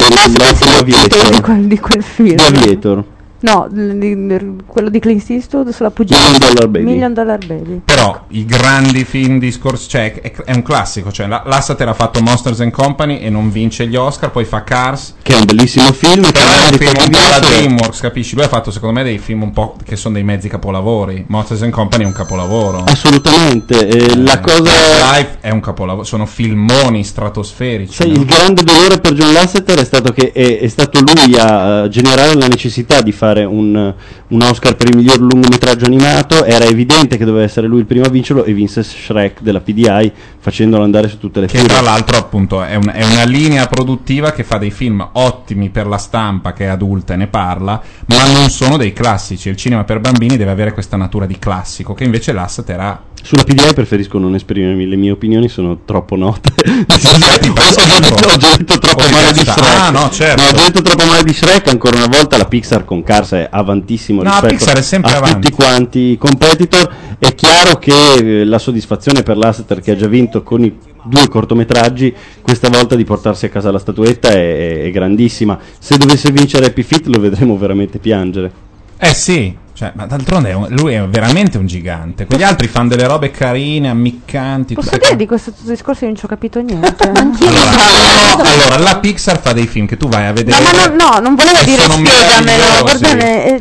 di quel film. The Aviator. No, quello di Clint Eastwood sulla pugile. Million Dollar Baby. Però i grandi film di scorsi, cioè è un classico, cioè Lasseter ha fatto Monsters and Company e non vince gli Oscar, poi fa Cars, che è un bellissimo film, però è un film un po' alla DreamWorks, capisci? Lui ha fatto secondo me dei film un po' che sono dei mezzi capolavori. Monsters and Company è un capolavoro. Assolutamente, la cosa Life è un capolavoro, sono filmoni stratosferici. Sai, no? il grande dolore per John Lasseter è stato che è stato lui a generare la necessità di fare un Oscar per il miglior lungometraggio animato. Era evidente che doveva essere lui il primo a vincerlo e vinse Shrek della PDI facendolo andare su tutte le Che file. tra l'altro appunto è una linea produttiva che fa dei film ottimi per la stampa che è adulta e ne parla, ma non sono dei classici. Il cinema per bambini deve avere questa natura di classico che invece Lasseter ha. Sulla PDI preferisco non esprimermi, le mie opinioni sono troppo note. Ho già detto troppo male di Shrek. Ah, no, certo. No, ho già detto troppo male di Shrek. Ancora una volta la Pixar con Cars è avantissimo No, rispetto Pixar è sempre a avanti. tutti quanti i competitor. È chiaro che la soddisfazione per Lasseter, che ha già vinto con i 2 cortometraggi, questa volta di portarsi a casa la statuetta è grandissima. Se dovesse vincere Happy Feet lo vedremo veramente piangere. Sì, cioè, ma d'altronde lui è veramente un gigante. Quegli altri fanno delle robe carine, ammiccanti. Posso dire di questo discorso io non ci ho capito niente. Allora, la Pixar fa dei film che tu vai a vedere. No, non volevo dire spiegamelo. Va bene.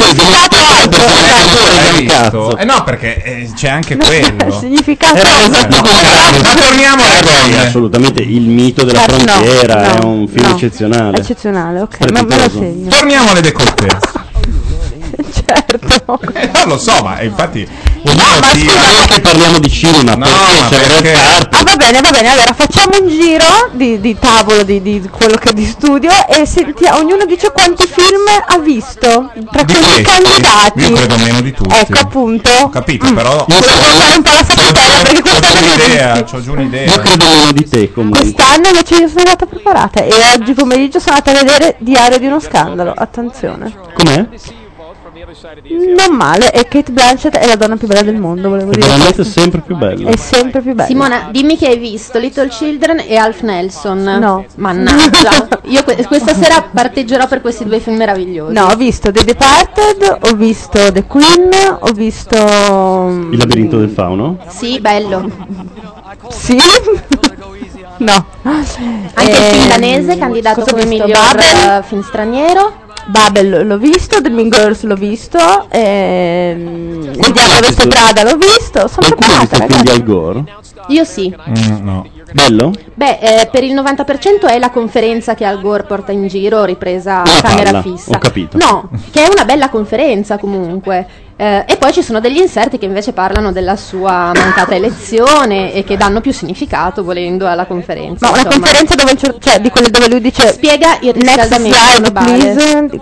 Hai visto? No, perché c'è anche quello. Significato. Ma torniamo alla cosa. Assolutamente il mito della frontiera, è un film eccezionale. Eccezionale, ok, ma me lo segno. Torniamo alle décolleté. Certo. Non lo so, ma infatti che parliamo di cinema, no, perché va bene, allora facciamo un giro di tavolo di quello che è di studio e ognuno dice quanti film ha visto tra questi candidati. Io credo meno di tutti. Ecco, appunto. Ho capito, però devo fare un po' la sapitella perché quest'anno c'ho giù un'idea. Io credo meno di te comunque. Quest'anno invece io sono andata preparata e oggi pomeriggio sono andata a vedere Diario di uno scandalo. Attenzione. Com'è? Non male, e Kate Blanchett è la donna più bella del mondo, volevo dire. Veramente sempre più bella. È sempre più bella. Simona, dimmi che hai visto Little Children e Alf Nelson. No. Mannaggia. Io questa sera parteggerò per questi 2 film meravigliosi. No, ho visto The Departed, ho visto The Queen, ho visto Il labirinto del fauno? Sì, bello. Sì? No. Anche il film danese, candidato come miglior film straniero. Babel l'ho visto, The Mean Girls l'ho visto, Il Diavolo Veste Prada l'ho visto, sono preparata, ragazzi. Quindi Al Gore? Io sì. No. Bello? Beh, per il 90% è la conferenza che Al Gore porta in giro, ripresa a camera fissa. Ho capito. No, che è una bella conferenza comunque. E poi ci sono degli inserti che invece parlano della sua mancata elezione e che danno più significato, volendo, alla conferenza. Ma una conferenza dove cioè di quelle dove lui dice spiega il riscaldamento globale.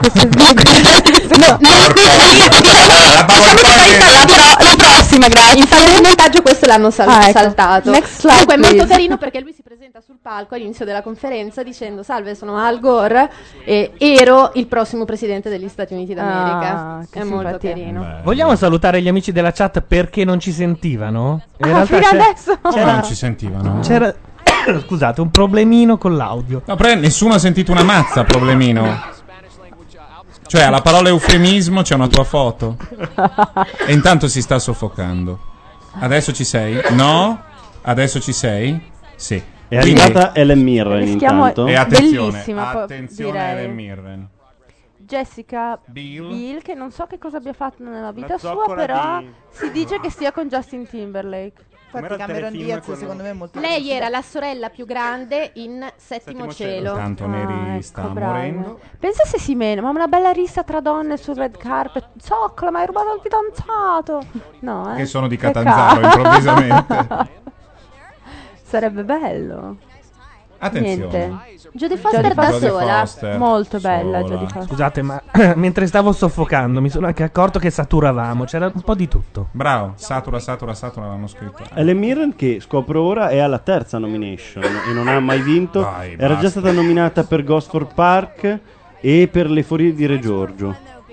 La prossima, grazie. In fase di montaggio questo l'hanno saltato. Next slide, Comunque è molto please. carino perché lui si presenta sul palco all'inizio della conferenza dicendo: salve, sono Al Gore e ero il prossimo presidente degli Stati Uniti d'America. È molto carino. Vogliamo salutare gli amici della chat perché non ci sentivano? Fino adesso non ci sentivano. C'era scusate, un problemino con l'audio. No, però nessuno ha sentito una mazza, problemino. Cioè, alla parola eufemismo c'è una tua foto. E intanto si sta soffocando. Adesso ci sei? No? Adesso ci sei? Sì. È arrivata Ellen Mirren intanto. E attenzione, bellissima, attenzione direi. Ellen Mirren. Jessica Biel, che non so che cosa abbia fatto nella vita La sua, zoccola però di- si dice che stia con Justin Timberlake. Infatti Cameron Diaz secondo me è molto Lei era la sorella più grande in Settimo Cielo. Tanto Neri sta brava. morendo. Pensa se si mena, ma una bella rissa tra donne sul red carpet. Zoccola, ma hai rubato il fidanzato. No, Che sono di Catanzaro improvvisamente. Sarebbe bello. Attenzione. Niente. Jodie Foster da Jodie sola. Foster. Molto bella Sola. Jodie Foster. Scusate, ma mentre stavo soffocando mi sono anche accorto che saturavamo, c'era un po' di tutto. Bravo, satura, avevamo scritto. Ellen Mirren, che scopro ora, è alla 3ª nomination e non ha mai vinto. Dai, Era basta. già stata nominata per Gosford Park e per L'Euforia di Re Giorgio.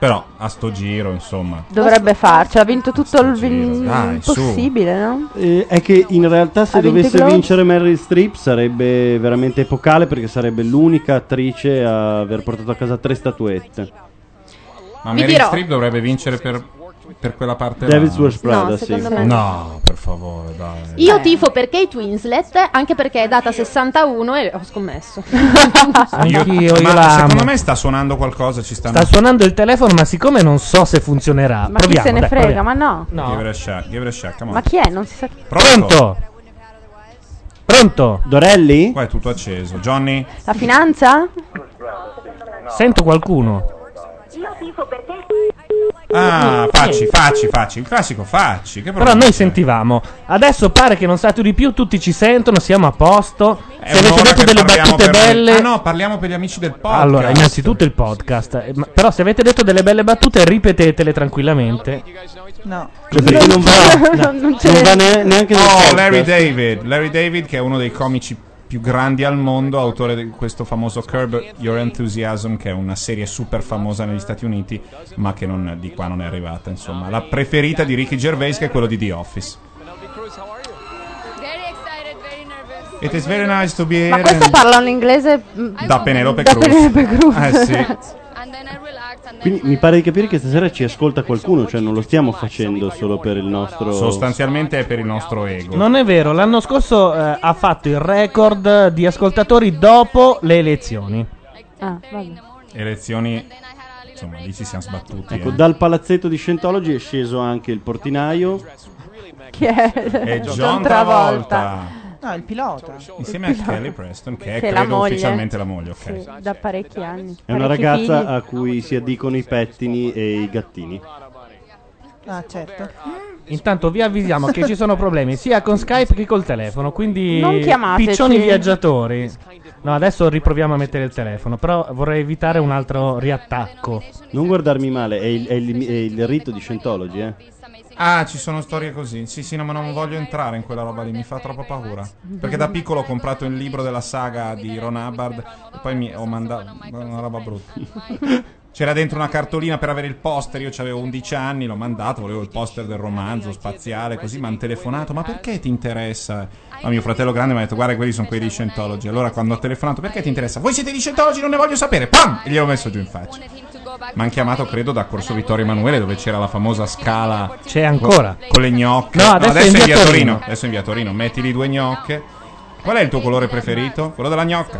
Però a sto giro, insomma. Dovrebbe farci, ha vinto tutto Dai, su. possibile, no? È che in realtà se Ha vinto i dovesse Globe? vincere Meryl Streep sarebbe veramente epocale, perché sarebbe l'unica attrice a aver portato a casa 3 statuette. Ma Vi Meryl dirò. Streep dovrebbe vincere per quella parte Devil's là. Wears Prada, No, sì. secondo me No, per favore, dai. Io tifo per Kate Winslet, anche perché è data 61 e ho scommesso. Anch'io, io Ma la secondo amo. me sta suonando qualcosa, ci stanno. Sta suonando il telefono, ma siccome non so se funzionerà, Ma chi proviamo, se ne dai, frega, proviamo. ma no. No. Give it a shot, come on. Ma chi è? Non si sa chi. Pronto? Pronto? Dorelli? Qua è tutto acceso. Johnny? La finanza? Sento qualcuno. Ah, facci. Il classico facci. Che Però problema noi c'è? sentivamo. Adesso pare che non state di più, tutti ci sentono, siamo a posto. È Se avete un'ora detto che delle parliamo battute per- belle. Ah no, parliamo per gli amici del podcast. Allora, innanzitutto il podcast. Però se avete detto delle belle battute, ripetetele tranquillamente. No. Cioè, perché non va, Non ce non ne- va neanche nel Oh, podcast. Larry David, che è uno dei comici più grandi al mondo, autore di questo famoso Curb Your Enthusiasm, che è una serie super famosa negli Stati Uniti, ma che di qua non è arrivata, insomma. La preferita di Ricky Gervais, che è quello di The Office. It is very nice to be Ma here. questo parla un inglese Da Penelope da Cruz. Penelope Cruz. Sì. Quindi mi pare di capire che stasera ci ascolta qualcuno, cioè non lo stiamo facendo solo per il nostro... Sostanzialmente è per il nostro ego. Non è vero, l'anno scorso ha fatto il record di ascoltatori dopo le elezioni. Ah, vabbè. Elezioni, insomma, lì ci siamo sbattuti. Ecco, dal palazzetto di Scientology è sceso anche il portinaio. Chi è? E John Travolta. No, il pilota. Insieme a Kelly Preston, che è Che è la credo moglie. ufficialmente la moglie, ok. Sì, da parecchi anni. È una Parecchi ragazza figli. a cui si addicono i pettini e i gattini. Ah, certo. Intanto vi avvisiamo che ci sono problemi sia con Skype che col telefono, quindi Non chiamateci. piccioni viaggiatori. No, adesso riproviamo a mettere il telefono, però vorrei evitare un altro riattacco. Non guardarmi male, è il rito di Scientology, eh. Ah, ci sono storie così. Sì, no, ma non voglio entrare in quella roba lì, mi fa troppo paura. Perché da piccolo ho comprato il libro della saga di Ron Hubbard e poi mi ho mandato una roba brutta. C'era dentro una cartolina per avere il poster, io avevo 11 anni, l'ho mandato, volevo il poster del romanzo spaziale, così mi hanno telefonato, ma perché ti interessa? Ma mio fratello grande mi ha detto, guarda, quelli sono quelli di Scientology. Allora quando ho telefonato, perché ti interessa? Voi siete di Scientology, non ne voglio sapere, pam! E gliel'ho messo giù in faccia. Mi hanno chiamato, credo, da Corso Vittorio Emanuele, dove c'era la famosa scala. C'è ancora. Con le gnocche. No, adesso è in via Torino. Adesso è in via Torino. Metti lì 2 gnocche. Qual è il tuo colore preferito? Quello della gnocca.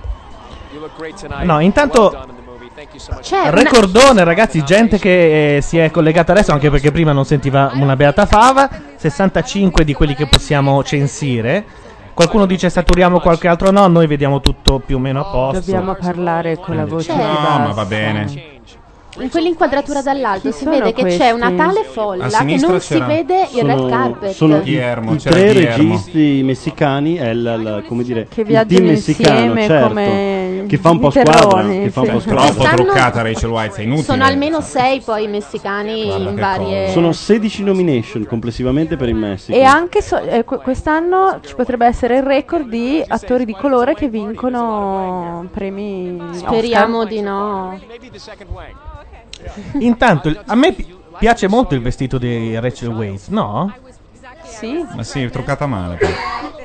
No, intanto C'è recordone, ragazzi, gente che si è collegata adesso, anche perché prima non sentiva una beata fava. 65 di quelli che possiamo censire. Qualcuno dice saturiamo qualche altro, no, noi vediamo tutto più o meno a posto. Dobbiamo parlare con la voce C'è- più No, bassa. ma va bene. in quell'inquadratura dall'alto Chi si sono vede che c'è questi? una tale A folla che sinistra non si c'era- vede il red carpet. sono Guillermo, i c'era 3 Guillermo. registi messicani, è come dire, Che il viaggiano team messicano, insieme certo, come che fa un po' i squadra, terroni, che fa un sì. po' squadra. Troppo Quest'anno truccata Rachel White, è inutile. Sono almeno 6 poi i messicani Guarda in che varie. cosa. Sono 16 nomination complessivamente per il Messico. E anche quest'anno ci potrebbe essere il record di attori di colore che vincono premi Speriamo Oscar. di no. Intanto a me piace molto il vestito di Rachel Weisz, no? Sì. Ma sì, è truccata male. poi.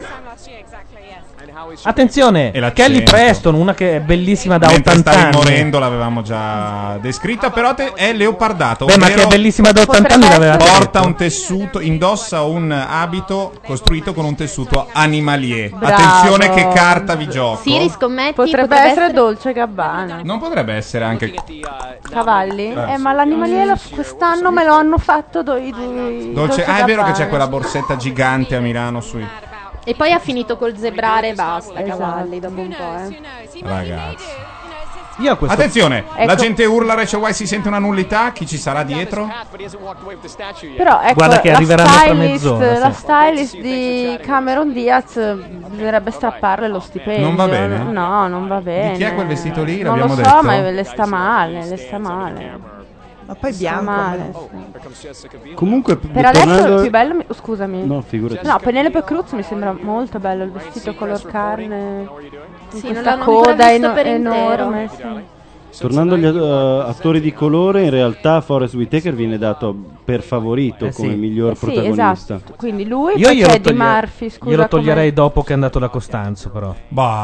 Attenzione, E l'accento. Kelly Preston, una che è bellissima da Mentre 80 stavi anni. morendo l'avevamo già descritta, però è leopardato. Beh, ma che ovvero è bellissima da 80 Potrebbe anni l'aveva porta detto. un tessuto, indossa un abito costruito con un tessuto animalier. Bravo. Attenzione che carta vi gioco. Siri, scommetti? Potrebbe essere Dolce Gabbana. Non potrebbe essere anche Cavalli? Ma l'animaliere quest'anno me lo hanno fatto Dolce. Ah, è vero che c'è quella borsetta gigante a Milano sui E poi ha finito col zebrare e basta, Esatto. cavalli, dopo un po', ragazzi. Io a questo Attenzione, Ecco. la gente urla, Rachel White si sente una nullità, chi ci sarà dietro? Però ecco, Guarda che la arriveranno tra stylist, mezz'ora, la sì. stylist di Cameron Diaz bisognerebbe strapparle lo stipendio. Non va bene? No, non va bene. chi è quel vestito lì? Non lo L'abbiamo so, detto? ma le sta male, le sta male. Ma poi Sta bianco. male. sì. Comunque, Per adesso tornando- il più bello, scusami. No, figurati. No, Penelope Cruz mi sembra molto bello il vestito color carne. Sì, Con non questa l'hanno ancora coda visto per enorme. intero. Sì. Tornando agli attori di colore, in realtà Forest Whitaker viene dato per favorito come miglior Sì, protagonista. esatto. Quindi lui, Io poi glielo c'è Eddie toglie- Murphy, scusa. glielo toglierei come- dopo che è andato da Costanzo, però.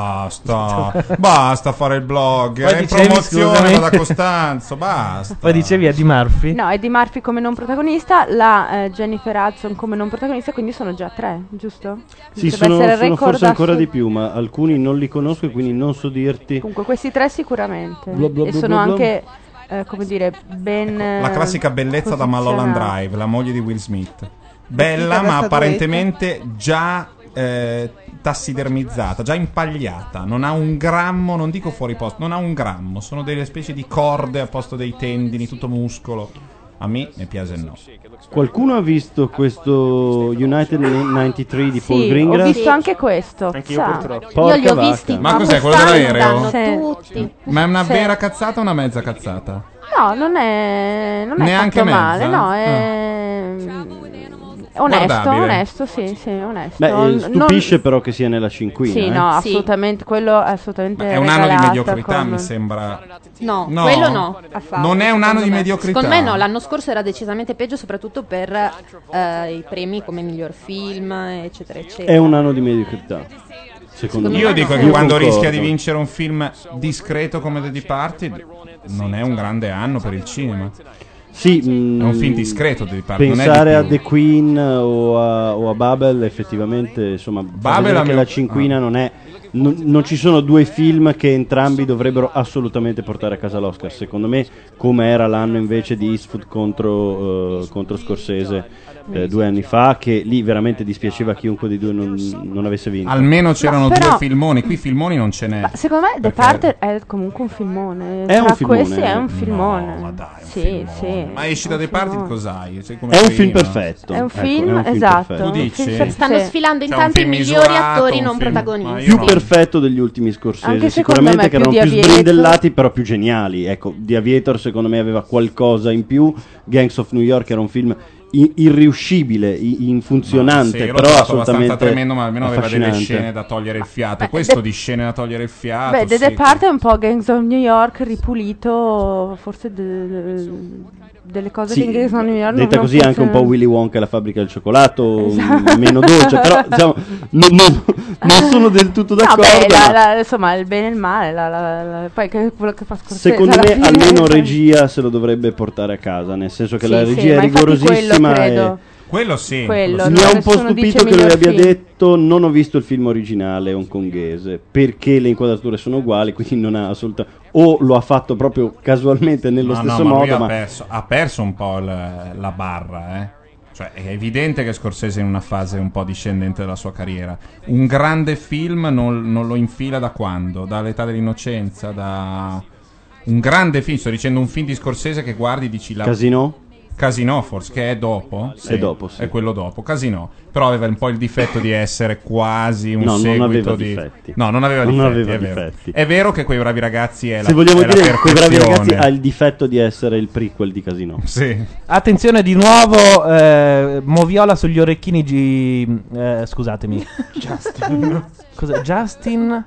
Basta fare il blog. Poi È in dicevi, promozione scusami. da Costanzo. Basta. Poi dicevi Eddie Murphy? No, Eddie Murphy come non protagonista, la Jennifer Hudson come non protagonista, quindi sono già 3, giusto? Sì, Dovrebbe sono essere il record forse ancora assoluto. di più, ma alcuni non li conosco e quindi non so dirti. Comunque questi 3 sicuramente. Bla bla E bla sono bla bla. anche, come dire, ben... La classica bellezza da Mulholland posizionati. Drive, la moglie di Will Smith. Bella, ma apparentemente già tassidermizzata, già impagliata. Non ha un grammo, non dico fuori posto, non ha un grammo. Sono delle specie di corde a posto dei tendini, tutto muscolo. A me ne piace no. Qualcuno ha visto questo United 93 di Paul Sì, ho Greengrass? visto anche questo. Anch'io, sa. purtroppo. Porca Io li ho vacca. visti. Ma cos'è quello dell'aereo? Tutti. Ma è una Sì. vera cazzata o una mezza cazzata? No, non è Neanche fatto mezza? male, no, è onesto, Guardabile. onesto, sì, onesto. Beh, stupisce però che sia nella cinquina. Sì, no, assolutamente, quello è assolutamente È un anno di regalata mediocrità, come- mi sembra. No, No? quello no. Non è un anno di me. mediocrità. Secondo me no, l'anno scorso era decisamente peggio, soprattutto per i premi come miglior film, eccetera, eccetera. È un anno di mediocrità. Secondo me. Io dico che Io quando concordo. rischia di vincere un film discreto come The Departed, non è un grande anno per il cinema. Sì, È un film discreto The Departed. non è di Pensare a più. The Queen o a Babel, effettivamente, insomma, Babel vedere a che me- la cinquina non è. Non ci sono due film che entrambi dovrebbero assolutamente portare a casa l'Oscar. Secondo me, come era l'anno invece di Eastwood contro Scorsese 2 anni fa, che lì veramente dispiaceva a chiunque dei due non avesse vinto. Almeno c'erano No, però- due filmoni, qui filmoni non ce n'è. Ma secondo me The Perché- Departed è comunque un filmone. È un Tra filmone. questi è un filmone. No, ma dai, è un sì, filmone. sì. Ma esci da un The Departed filmone. cos'hai? Sei come È un prima. film perfetto. È un Ecco, film, è un film esatto. perfetto. Tu un dici? film per- Stanno sì. sfilando C'è un intanto i film migliori misurato, attori un non film- protagonisti. ma io Più no. perfetto degli ultimi Scorsese, Anche secondo sicuramente me che erano più più di Aviator. sbrindellati però più geniali. Ecco, The Aviator secondo me aveva qualcosa in più. Gangs of New York era un film irriuscibile, infunzionante, Sì, io l'ho però trovato assolutamente abbastanza tremendo, ma almeno aveva delle affascinante. scene da togliere il fiato. Beh, Questo The- di scene da togliere il fiato. Beh, The sì. Departed è un po' Gangs of New York ripulito, forse delle cose Sì, che in Gangs of New York detta non così anche un po' funzionano. Willy Wonka e la fabbrica del cioccolato, Esatto. meno dolce, però diciamo, non sono del tutto No, d'accordo. beh, ma insomma, il bene e il male, poi che è quello che fa Scorsese secondo alla me fine. almeno regia se lo dovrebbe portare a casa, nel senso che Sì, la sì, regia è ma infatti rigorosissima quello e credo. Quello sì. Quello, quello mi sì. ha un po' nessuno dice stupito che lui miglior abbia film. detto non ho visto il film originale hongkongese perché le inquadrature sono uguali, quindi non ha assolutamente, o lo ha fatto proprio casualmente nello No, stesso no, ma lui modo, ha perso un po' la barra, eh. Cioè, è evidente che Scorsese è in una fase un po' discendente della sua carriera. Un grande film non lo infila da quando? Dall'età dell'innocenza? Da un grande film, sto dicendo un film di Scorsese che guardi e dici Casino forse, che è dopo? È dopo, sì. È quello dopo, Casino. Però aveva un po' il difetto di essere quasi un No, non seguito aveva di... difetti. No, non aveva Non difetti, aveva è vero. difetti. È vero che Quei bravi ragazzi è se vogliamo è la dire Quei bravi ragazzi perfezione. ha il difetto di essere il prequel di Casino. Sì. Attenzione di nuovo, moviola sugli orecchini scusatemi. Justin. Cos'è? Justin?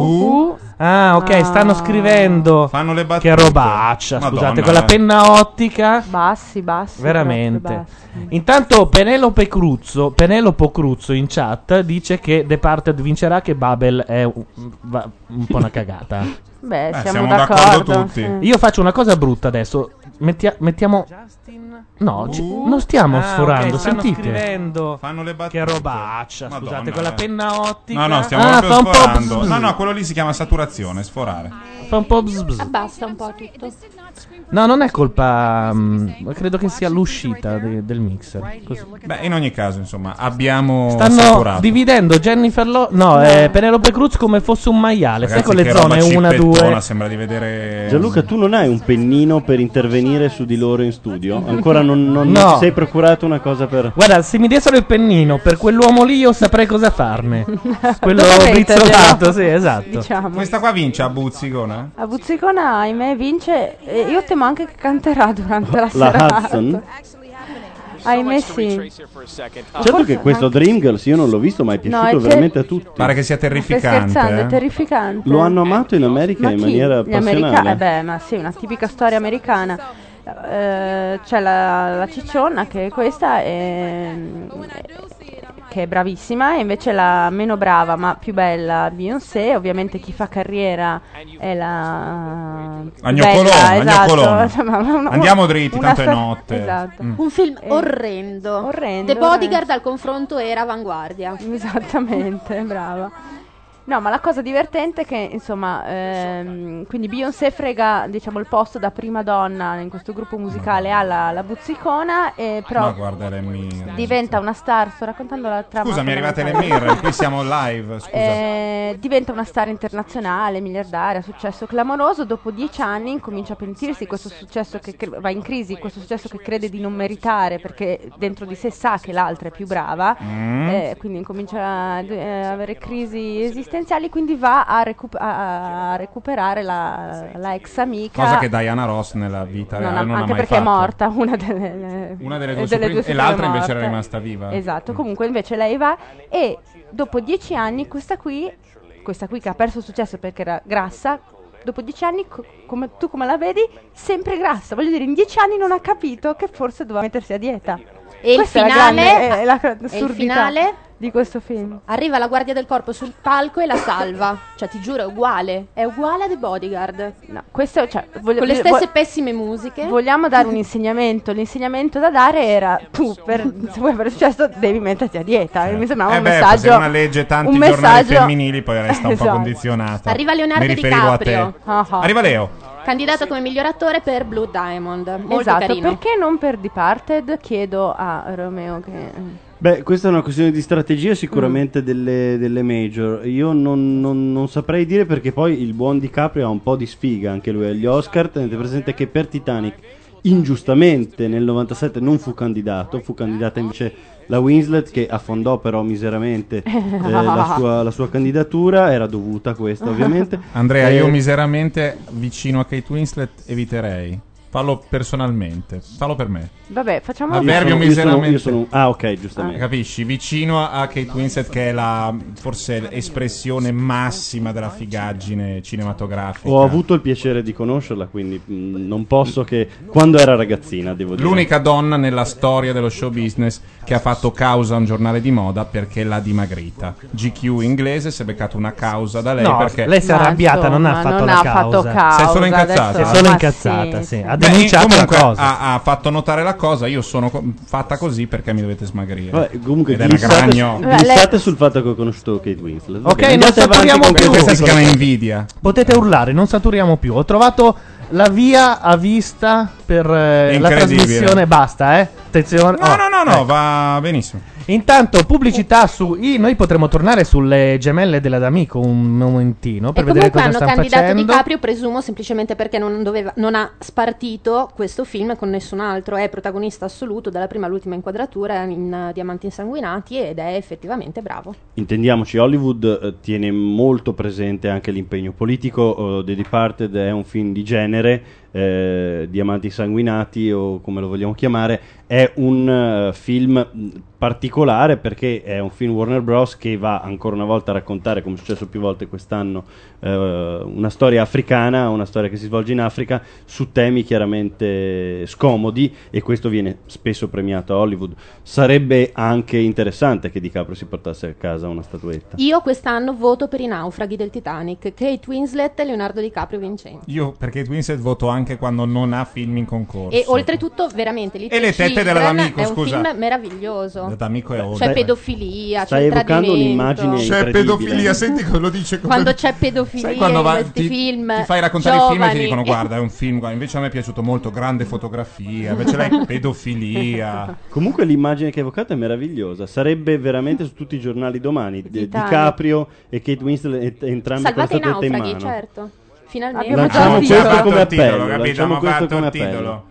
Ah, ok, stanno scrivendo. Fanno le battute. Che robaccia, Madonna, scusate, con la penna ottica. Bassi, Veramente. proprio bassi. Intanto Penelope Cruzzo in chat dice che Departed vincerà, che Babel è un po' una cagata. Beh, Beh, siamo siamo d'accordo tutti. sì. Io faccio una cosa brutta adesso. Mettiamo. No, non stiamo sforando. ok, stanno sentite. scrivendo. Fanno le battute. Che robaccia, Madonna, scusate, con la penna ottica. No, stiamo proprio fa un po' sforando. bzz. No, quello lì si chiama saturazione, sforare. Fa un po' bzz bzz. Abbassa un po' tutto. No, non è colpa. Credo che sia l'uscita del mixer. Così. Beh, in ogni caso, insomma, abbiamo Stanno saturato. dividendo Jennifer Penelope Cruz come fosse un maiale. Ragazzi, sai con le che zone roba 1, cippettona, 2. sembra di vedere Gianluca, tu non hai un pennino per intervenire su di loro in studio? Ancora non No. ti sei procurato una cosa per... Guarda, se mi dessero il pennino per quell'uomo lì, io saprei cosa farne. Quello Dove brizzolato, metterglielo? sì, esatto. Diciamo. Questa qua vince a Buzzicona? A Buzzicona, ahimè, vince. E io temo anche che canterà durante la La serata. Hudson? Ahimè sì. Certo che questo Dreamgirls io non l'ho visto, ma è piaciuto veramente a tutti. Pare che sia Stai terrificante. scherzando, è terrificante. Lo hanno amato in America Ma in chi? maniera Gli americani? passionale. Ma sì, una tipica storia americana. C'è la cicciona che è questa che è bravissima, e invece la meno brava ma più bella Beyoncé. Ovviamente chi fa carriera è la Agnocolona, bella, agnocolona. esatto. Andiamo dritti, tanto è notte. Esatto. Un film orrendo. The Bodyguard al confronto era avanguardia. Esattamente, brava. No, ma la cosa divertente è che, insomma, quindi Beyoncé frega, diciamo, il posto da prima donna in questo gruppo musicale alla buzzicona, e però Ma guarda le mire. diventa una star. Sto raccontando la trama. Scusa, mi è arrivate le mirre, qui siamo live, scusa. Diventa una star internazionale, miliardaria, successo clamoroso. Dopo 10 anni incomincia a pentirsi questo successo che va in crisi, questo successo che crede di non meritare, perché dentro di sé sa che l'altra è più brava, quindi incomincia a avere crisi esistenziali, quindi va a recuperare la ex amica. Cosa che Diana Ross nella vita reale non ha anche mai perché fatto. è morta una delle due due e l'altra invece morte. era rimasta viva. Esatto, comunque invece lei va, e dopo 10 anni questa qui che ha perso successo perché era grassa, dopo 10 anni come la vedi, sempre grassa. Voglio dire, in 10 anni non ha capito che forse doveva mettersi a dieta. E il Questa finale, è l'assurdità finale di questo film. arriva la guardia del corpo sul palco e la salva. Cioè, ti giuro, è uguale a The Bodyguard. No, questo, cioè, Con le stesse pessime musiche. Vogliamo dare un insegnamento. L'insegnamento da dare era: tu, se vuoi avere successo, devi metterti a dieta. Mi sembrava un messaggio. Se una legge tanti un giornali messaggio- femminili, poi resta un po' Esatto. condizionata. Arriva Leonardo Mi riferivo a te. DiCaprio. Arriva Leo. Candidato come miglior attore per Blue Diamond. Molto Esatto, carino. perché non per Departed? Chiedo a Romeo che... Beh, questa è una questione di strategia sicuramente delle major. Io non saprei dire, perché poi il buon DiCaprio ha un po' di sfiga anche lui agli Oscar. Tenete presente che per Titanic ingiustamente nel 97 non fu candidato, fu candidata invece la Winslet, che affondò però miseramente la sua candidatura. Era dovuta questa, ovviamente. Andrea, io miseramente vicino a Kate Winslet eviterei. Fallo personalmente, fallo per me. Vabbè, facciamo Avverbio miseramente. ok, giustamente. Capisci? Vicino a Kate Winslet, che è forse l'espressione massima della figaggine cinematografica. Ho avuto il piacere di conoscerla, quindi non posso che... Quando era ragazzina, devo dire. L'unica donna nella storia dello show business che ha fatto causa a un giornale di moda perché l'ha dimagrita. GQ inglese si è beccato una causa da lei, No, perché lei si è arrabbiata, non ha fatto la causa. Si è solo incazzata. Si è solo incazzata, sì. Ha denunciato comunque la cosa. ha fatto notare la cosa. Io sono fatta così perché mi dovete smagrire. Vabbè, comunque ed è una gragno. glissate sul fatto che ho conosciuto Kate Winslet. Ok, Andate non avanti saturiamo con più. Questa si chiama invidia. Potete urlare, non saturiamo più. Ho trovato la via a vista per la Incredibile. trasmissione. Basta, attenzione. No, va benissimo. Intanto pubblicità noi potremmo tornare sulle gemelle della D'Amico un momentino per E vedere comunque cosa hanno stanno candidato facendo. DiCaprio, presumo, semplicemente perché non ha spartito questo film con nessun altro. È protagonista assoluto dalla prima all'ultima inquadratura in Diamanti Insanguinati, ed è effettivamente bravo. Intendiamoci, Hollywood tiene molto presente anche l'impegno politico. The Departed è un film di genere, Diamanti Sanguinati, o come lo vogliamo chiamare, è un film particolare perché è un film Warner Bros. Che va ancora una volta a raccontare, come è successo più volte quest'anno, una storia africana, una storia che si svolge in Africa su temi chiaramente scomodi, e questo viene spesso premiato a Hollywood. Sarebbe anche interessante che DiCaprio si portasse a casa una statuetta. Io quest'anno voto per I naufraghi del Titanic, Kate Winslet e Leonardo DiCaprio vincenti. Io per Kate Winslet voto anche quando non ha film in concorso. E oltretutto, veramente, E le tette della D'Amico, è scusa. un film meraviglioso. D'Amico è C'è pedofilia, Stai c'è il evocando tradimento. un'immagine C'è incredibile. pedofilia, senti come lo dice come... Quando c'è pedofilia Sai quando in va- questi ti, film ti fai raccontare i film e ti giovani. dicono guarda è un film, guarda, invece a me è piaciuto molto, grande fotografia, invece lei pedofilia. Comunque l'immagine che hai evocato è meravigliosa. Sarebbe veramente su tutti i giornali domani. Titanic. DiCaprio e Kate Winslet entrambi Salvate i con la statuetta in naufraghi, mano. certo. Finalmente. Abbiamo già Lanciamo detto. questo Fatto come il titolo, appello. capito? Lanciamo Abbiamo questo fatto come il appello. titolo.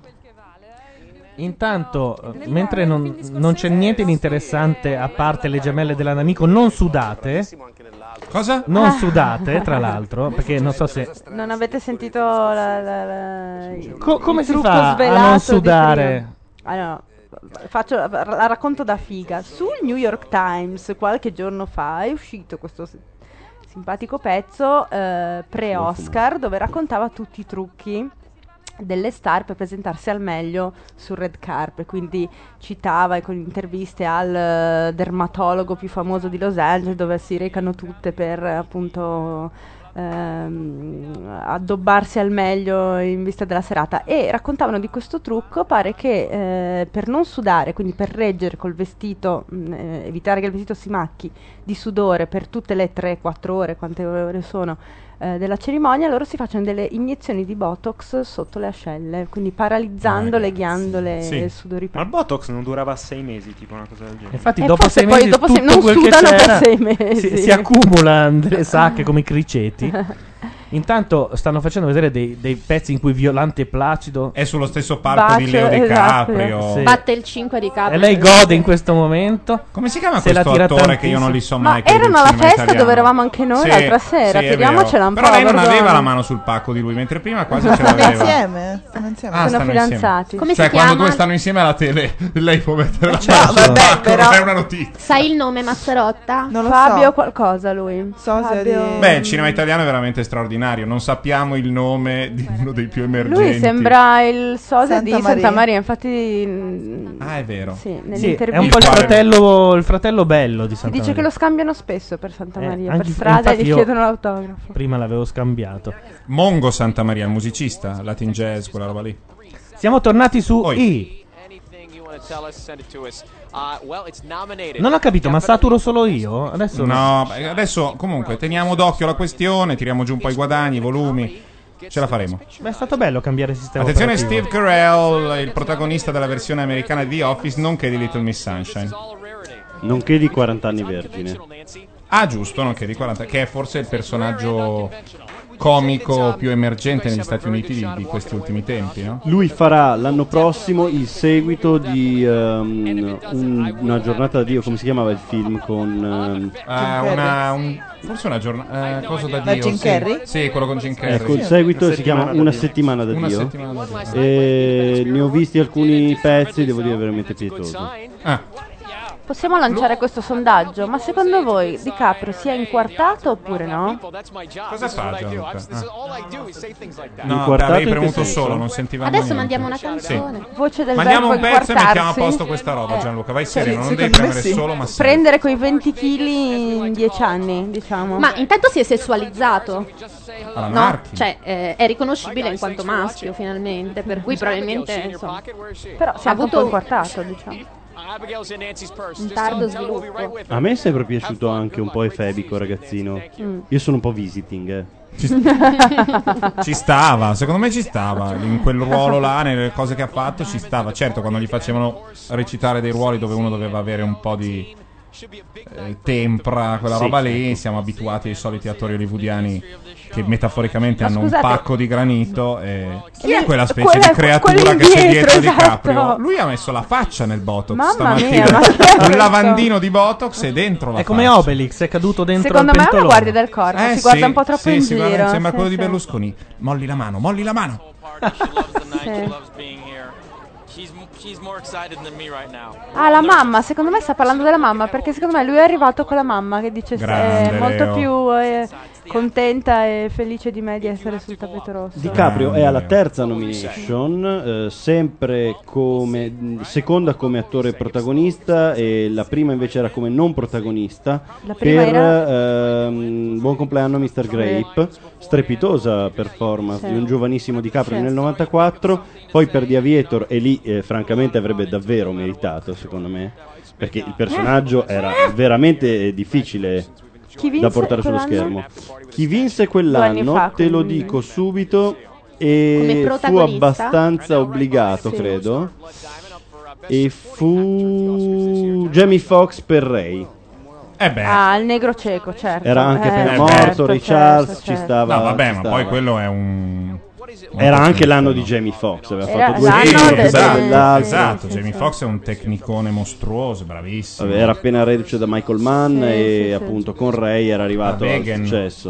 Intanto, mentre non c'è niente di interessante a parte le gemelle della D'Amico non sudate. Cosa? Non sudate, tra l'altro, perché non so se... Non avete sentito come come si fa a non sudare? Allora, la racconto da figa. Sul New York Times qualche giorno fa è uscito questo simpatico pezzo pre-Oscar dove raccontava tutti i trucchi delle star per presentarsi al meglio sul red carpet, quindi citava con interviste al dermatologo più famoso di Los Angeles dove si recano tutte per appunto addobbarsi al meglio in vista della serata, e raccontavano di questo trucco. Pare che per non sudare, quindi per reggere col vestito, evitare che il vestito si macchi di sudore per tutte le 3-4 ore, quante ore sono, della cerimonia, loro si facciano delle iniezioni di Botox sotto le ascelle, quindi paralizzando le ghiandole sudoripare. Ma il Botox non durava 6 mesi, tipo una cosa del genere. Infatti dopo 6 mesi dopo tutto non quel che sudano per c'era 6 mesi. si accumula nelle sacche come i criceti. Intanto stanno facendo vedere dei pezzi in cui Violante e Placido è sullo stesso palco di Leo DiCaprio. Sì. Batte il 5 di Caprio. E lei gode in questo momento. Come si chiama Se la questo tira attore che io non tantissimo. li so Ma mai? quelli erano del alla cinema festa italiano? dove eravamo anche noi Sì, l'altra sera, sì, è tiriamocela vero. un po'. Però lei non perdona. aveva la mano sul pacco di lui, mentre prima quasi ce Stanno l'aveva. insieme? Stanno insieme. Ah, Sono stanno fidanzati. insieme. Come Cioè, si quando chiama? due stanno insieme alla tele, lei può mettere la Certo. mano sul Vabbè, pacco, però- non è una notizia. Sai il nome Mazzarotta? Non lo Fabio so. qualcosa lui. So se Fabio... di- Beh, il cinema italiano è veramente straordinario. Non sappiamo il nome di uno dei più emergenti. Lui sembra il sosia Santa di Maria. Santa Maria, infatti Ah, è vero. sì, Sì, è un nell'intervista po' Il il fratello bello di si Santa dice che Maria. lo scambiano spesso per Santa Maria, per anche- strada infatti gli io chiedono l'autografo. Prima l'avevo scambiato. Mongo Santa Maria, il musicista, Latin jazz, quella roba lì. Siamo tornati su I. Non ho capito, ma saturo solo io? Adesso No, beh, adesso comunque teniamo d'occhio la questione, tiriamo giù un po' i guadagni, i volumi. Ce la faremo. Beh, è stato bello cambiare sistema Attenzione, operativo. Steve Carell, il protagonista della versione americana di The Office, nonché di Little Miss Sunshine. Nonché di 40 anni vergine. Ah, giusto, nonché di 40, che è forse il personaggio comico più emergente negli Stati Uniti di questi ultimi tempi, no? Lui farà l'anno prossimo il seguito di una giornata da Dio, come si chiamava il film con... forse una giornata... cosa da Da Dio? Jim sì. Carrey? Sì, quello con Jim Carrey. Ecco, il seguito si chiama Una settimana da Una Dio. settimana da Dio. E ne ho visti alcuni pezzi, devo dire veramente pietoso. Possiamo lanciare questo sondaggio, ma secondo voi DiCaprio si è inquartato oppure no? Cosa fa Gianluca? Inquartato No, avevi in che premuto senso? solo, non sentivamo Adesso niente. mandiamo una canzone. Voce del Mandiamo verbo un pezzo e mettiamo a inquartarsi. posto questa roba, Gianluca. Vai sereno, non devi secondo me premere sì. solo, ma sì. Prendere quei 20 kg in 10 anni, diciamo. Ma intanto si è sessualizzato. Alla No, Marchi. cioè è riconoscibile in quanto maschio finalmente, per cui probabilmente insomma, Però si è ha anche un po' avuto inquartato, diciamo. un tardo sviluppo. A me è sempre piaciuto anche un po' efebico, ragazzino. Io sono un po' visiting, Ci stava, secondo me ci stava. In quel ruolo là, nelle cose che ha fatto, ci stava. Certo, quando gli facevano recitare dei ruoli dove uno doveva avere un po' di tempra, quella Sì, roba lì, ecco. siamo abituati ai soliti attori hollywoodiani che metaforicamente Ma hanno scusate- un pacco di granito. E... Chi è Lì- quella specie quella- di creatura quello che c'è indietro, dietro esatto. DiCaprio? Lui ha messo la faccia nel Botox Mamma stamattina. mia, ma che è Un questo? lavandino di Botox e dentro la È come faccia. Obelix, è caduto dentro Secondo il me è una pentolone. guardia del corpo, si Sì, guarda un po' troppo sì, in si guarda- giro. sembra sì, quello di sì. Berlusconi. Molli la mano, molli la mano. Ah, la mamma, secondo me sta parlando della mamma, perché secondo me lui è arrivato con la mamma che dice Grande, è molto Leo. più contenta e felice di me di essere sul tappeto rosso. DiCaprio è alla terza nomination, sempre come seconda come attore protagonista e la prima invece era come non protagonista La prima per era? Buon compleanno Mr. Grape, strepitosa performance Sì. di un giovanissimo DiCaprio Sì. nel 94, poi per The Aviator e lì francamente avrebbe davvero meritato secondo me, perché il personaggio era veramente difficile Chi vinse da portare sullo quell'anno? schermo. Chi vinse 2 anni quell'anno, fa, te lo quindi. dico subito, Come e fu protagonista? abbastanza obbligato, Sì. credo. E fu Jamie Foxx per Ray. Ah, il negro cieco, certo. Era anche appena certo, morto, Ray Charles, certo, ci certo. stava. No, vabbè, ci ma stava. poi quello è un... Era anche l'anno di Jamie Foxx, aveva Era fatto due l'anno film, del- esatto, dell'altro. Esatto, sì, Jamie sì. Foxx è un tecnicone mostruoso, bravissimo. Vabbè, era appena reduce da Michael Mann Sì, e sì, appunto con Ray era arrivato Da al Vegan. successo.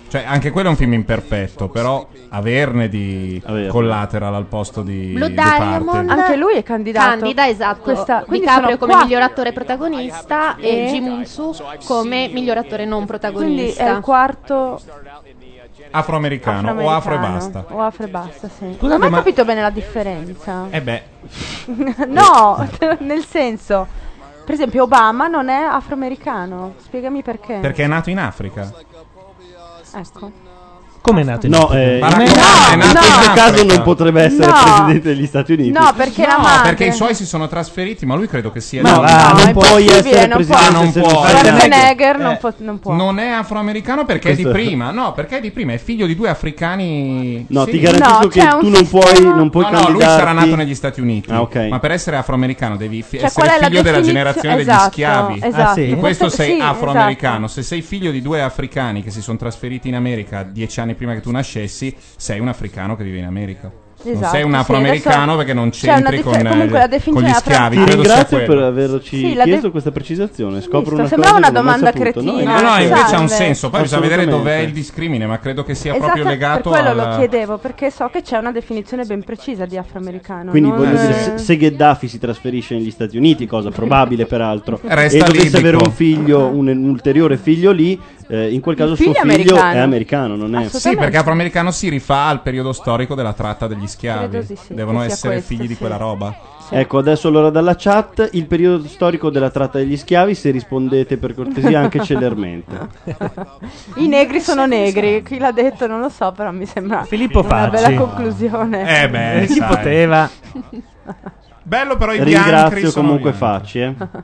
Cioè, anche quello è un film imperfetto, però averne di Collateral al posto di Blue Departed. Diamond Anche lui è candidato. Candida, esatto. Quindi DiCaprio sono come quattro. miglior attore protagonista e Ji Moon-soo come miglior attore non Quindi protagonista. è il quarto Afroamericano o afro e basta. O afro e basta, sì. Scusate, non ho mai ma- capito bene la differenza. Beh, No, nel senso, per esempio Obama non è afroamericano. Spiegami perché. perché è nato in Africa. Ecco. Come è nato in No, Africa? Barack in Obama è nato in questo caso Africa. non potrebbe essere No. presidente degli Stati Uniti. No, perché la No, madre. perché i suoi si sono trasferiti, ma lui credo che sia No, di- non è puoi impossibile, essere non presidente può. se Non può. fai neanche- Schwarzenegger non può. Non è afroamericano perché è di Questo- prima. No, perché è di prima, è figlio di due africani. No, Sì. ti garantisco No, che c'è un tu non puoi sistema- non puoi No, lui candidarti. sarà nato negli Stati Uniti. Ah, ok. Ma per essere afroamericano devi Cioè, essere qual è la figlio della definizio- generazione degli esatto, schiavi. esatto. Ah, sì? In questo sei Sì, afroamericano. esatto. Se sei figlio di due africani che si sono trasferiti in America 10 anni prima che tu nascessi, sei un africano che vive in America. Non Esatto, sei un sì, afroamericano adesso perché non c'è una c'entri differ- con, comunque la con gli definizione schiavi. Ti Credo sia ringrazio per quello. averci Sì, la chiesto de- questa precisazione. Scopro Visto, una sembrava cosa una che non ho mai domanda saputo. cretina. No, Salve. invece ha un senso. Poi bisogna vedere Assolutamente. dov'è il discrimine, ma credo che sia Esatto, proprio per legato quello alla... lo chiedevo, perché so che c'è una definizione ben precisa di afroamericano. Quindi non- voglio dire, sì. se Gheddafi si trasferisce negli Stati Uniti, cosa probabile peraltro, Resta e dovesse libico. avere un figlio, un ulteriore figlio lì, in quel caso figlio suo è figlio americano. è americano, non è? Sì, perché afroamericano si rifà al periodo storico della tratta degli schiavi. Credo di sì, Devono che sia essere questo, figli di sì. quella roba. Ecco, adesso allora dalla chat il periodo storico della tratta degli schiavi, se rispondete per cortesia anche celermente. I negri sono negri, chi l'ha detto non lo so, però mi sembra Filippo una Facci. bella conclusione. Beh, Chi sai. poteva? Bello però i bianchi Ringrazio sono comunque bianchi. Facci,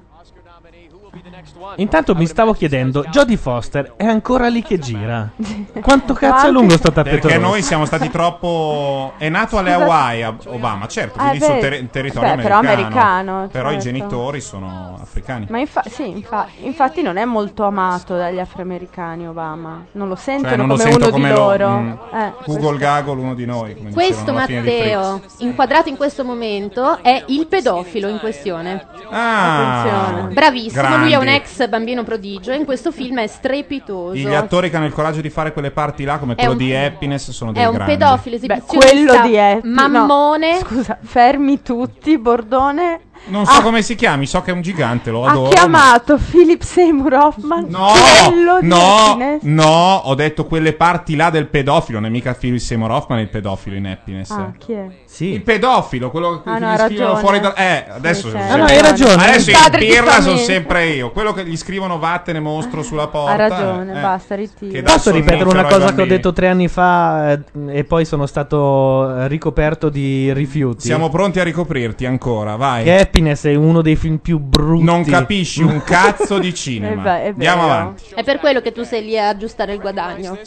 Intanto mi stavo chiedendo, Jodie Foster è ancora lì che gira? Quanto cazzo è lungo sto tappeto Perché rosso? noi siamo stati troppo... È nato alle Hawaii Obama, certo, quindi sul territorio beh, però americano. americano, Però i certo. genitori sono africani. Ma infatti non è molto amato dagli afroamericani Obama, non lo sentono Cioè, non lo come sento uno come di lo- loro. Google Gaggle, uno di noi. come Questo dicevano alla fine di Matteo, Freaks. inquadrato in questo momento, è il pedofilo in questione. Ah, Attenzione. Bravissimo, grandi. lui è un ex bambino prodigio e in questo film è strepitoso. Gli attori che hanno il coraggio di fare quelle parti là, come quello un- di Happiness, sono dei È un grandi. pedofilo Beh, esibizionista, quello di Happy, mammone. no, scusa, fermi tutti, Bordone Non so come si chiami, so che è un gigante, lo adoro. ha chiamato Philip Seymour Hoffman No, quello di no, Happiness. no, ho detto quelle parti là del pedofilo, non è mica Philip Seymour Hoffman il pedofilo in Happiness. Ah, chi è? Sì. Il pedofilo, quello che Ah, no, gli ha scrivono ragione. fuori da... adesso Sì, sono c'è No, no, sempre- hai ragione. Adesso Il in padre di pirla sono famiglia. sempre io. Quello che gli scrivono vattene mostro sulla porta. Ha ragione, eh. basta, ritiro. Che dà Posso ripetere una sonnifero ai cosa che ho bambini. detto 3 anni fa e poi sono stato ricoperto di rifiuti? Siamo pronti a ricoprirti ancora, vai. Che Happiness è uno dei film più brutti. Non capisci un cazzo di cinema. È vero. Andiamo avanti. È per quello che tu sei lì a aggiustare il guadagno.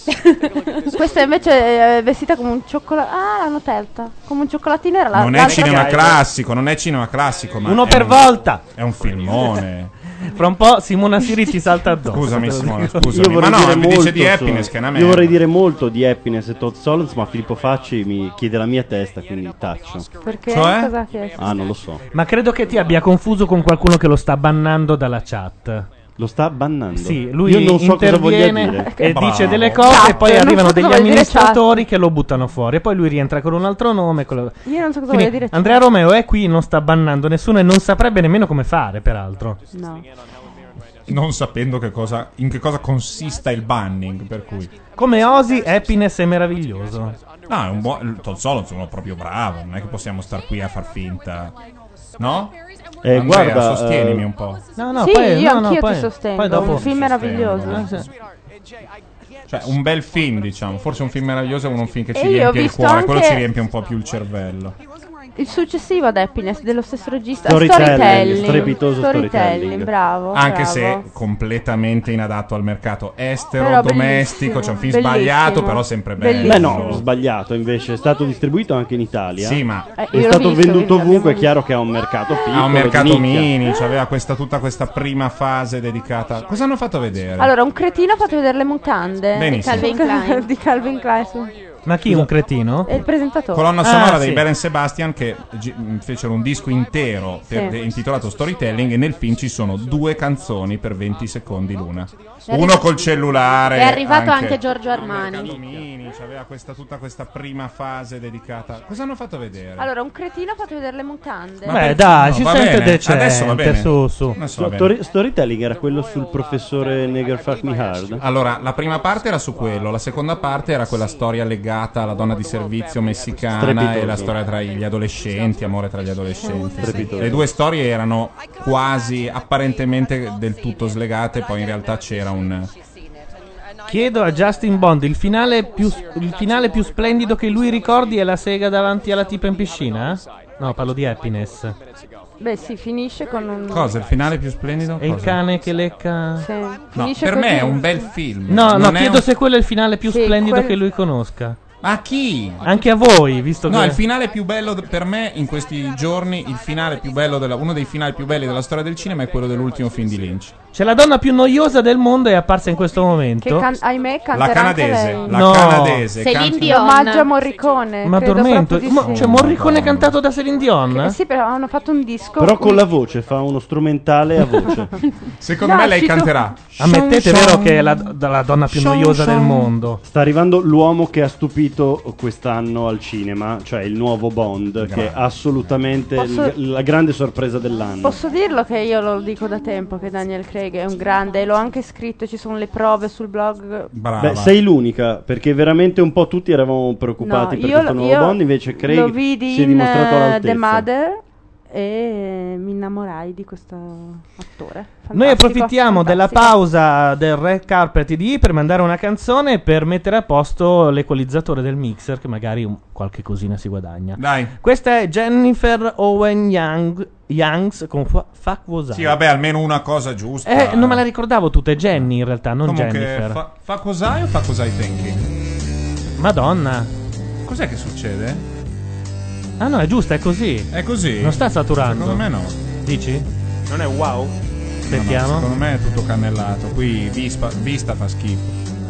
Questa invece è vestita come un cioccolato. Ah, l'hanno tolta. Come un cioccolatino era la Non è l'altra cinema che- classico, non è cinema classico, ma Uno è per un- volta. È un filmone. Fra un po' Simona Siri ci salta addosso. Scusami te lo Simone, dico. scusami. Ma no, mi dice di Happiness su- che è una Io merda. vorrei dire molto di Happiness e Todd Solondz, ma Filippo Facci mi chiede la mia testa, quindi taccio. Perché? Cioè? Cosa che... Ah, non lo so. Ma credo che ti abbia confuso con qualcuno che lo sta bannando dalla chat. Lo sta bannando. Sì, lui Io non so cosa voglia interviene dire. e Bravo. dice delle cose Chat, e poi non arrivano so degli cosa vuol dire amministratori che lo buttano fuori e poi lui rientra con un altro nome. Io non so cosa Quindi vuol dire. Andrea Romeo è qui, non sta bannando nessuno e non saprebbe nemmeno come fare, peraltro. No. Non sapendo in che cosa consista il banning, per cui... Come Ozzy, Happiness è meraviglioso. No, è un buon... Todd Solondz è uno proprio bravo, non è che possiamo star qui a far finta. No? Andrea, Guarda, sostienimi un po'. No, Sì, poi, io no, no, anch'io poi- ti sostengo. Poi dopo... Un film meraviglioso. Cioè, un bel film, diciamo. Forse un film meraviglioso è un film che ci E io ho riempie il visto cuore, quello anche- ci riempie un po' più il cervello. Il successivo ad Happiness dello stesso regista, Storytelling, strepitoso Storytelling, storytelling. bravo. Anche bravo. se completamente inadatto al mercato estero, Però domestico, bellissimo, c'è un film bellissimo. sbagliato, però sempre bello. Beh no, sbagliato invece, è stato distribuito anche in Italia. Sì, ma io È l'ho stato visto, venduto quindi ovunque, è abbiamo chiaro che ha un mercato piccolo. ha un mercato di nicchia. mini, aveva tutta questa prima fase dedicata. Cosa hanno fatto vedere? Allora, un cretino ha fatto vedere le mutande Benissimo. Calvin Klein. di Calvin Klein. Ma chi, un cretino? È il presentatore. Colonna sonora dei sì. Bell Sebastian che fecero un disco intero intitolato Storytelling, e nel film ci sono 2 canzoni per 20 secondi l'una. Uno col cellulare. È arrivato anche Giorgio Armani. Domini, c'aveva tutta questa prima fase dedicata. Cosa hanno fatto vedere? Allora, un cretino ha fatto vedere le mutande. Beh, dai, ci va sente bene. decente. Adesso va bene. Su. Adesso va bene. Storytelling era quello sul professore Neger Fuck Me Hard. Allora, la prima parte era su quello, la seconda parte era quella storia legata alla donna di servizio messicana Strepitoso. e la storia tra gli adolescenti, amore tra gli adolescenti. Strepitoso. Le 2 storie erano quasi apparentemente del tutto slegate, poi in realtà c'era un... Chiedo a Justin Bond, il finale più splendido che lui ricordi è la sega davanti alla tipa in piscina? No, parlo di Happiness. Beh, sì, finisce con un... Cosa? Il finale più splendido? È il Cosa? cane che lecca... Sì. No, Finisce per me così. è un bel film. No, Non è chiedo un- se quello è il finale più Sì, splendido che lui conosca. Ma chi? Anche a voi, visto No, che... il finale più bello per me in questi giorni, il finale più bello uno dei finali più belli della storia del cinema è quello dell'ultimo film di Lynch. C'è la donna più noiosa del mondo, è apparsa in questo momento. Che ahimè canterà La anche canadese, lei. la No. canadese. Celine canta- Dion. Omaggio a Morricone. Ma credo tormento. proprio di sì. Cioè, Morricone cantato da Celine Dion? Sì, però hanno fatto un disco. Però con la voce, fa uno strumentale a voce. Secondo No, me lei cito- canterà. Ammettete, vero, che è la donna più noiosa del mondo. Sta arrivando l'uomo che ha stupito quest'anno al cinema, cioè il nuovo Bond, che è assolutamente Posso- la grande sorpresa dell'anno. Posso dirlo che io lo dico da tempo che Daniel Craig è un grande, e l'ho anche scritto, ci sono le prove sul blog. Brava. Beh, sei l'unica, perché veramente un po' tutti eravamo preoccupati No, per io questo lo- nuovo io Bond, invece lo Craig vidi si è in dimostrato all'altezza. The Mother e mi innamorai di questo attore. Noi Fantastico, approfittiamo della fantastico. pausa del red carpet di per mandare una canzone per mettere a posto l'equalizzatore del mixer, che magari qualche cosina si guadagna. Dai. Questa è Jennifer Owen Youngs con Fuck Was I. Sì, vabbè, almeno una cosa giusta. Non me la ricordavo tutta, è Jenny in realtà, non Comunque, Jennifer. fa cos'hai o fa cos'hai thinking? Madonna. Cos'è che succede? Ah no, è giusta, è così. È così? Non sta saturando. Secondo me no. Dici? Non è wow? Aspettiamo. No, secondo me è tutto cannellato. Qui vista fa schifo.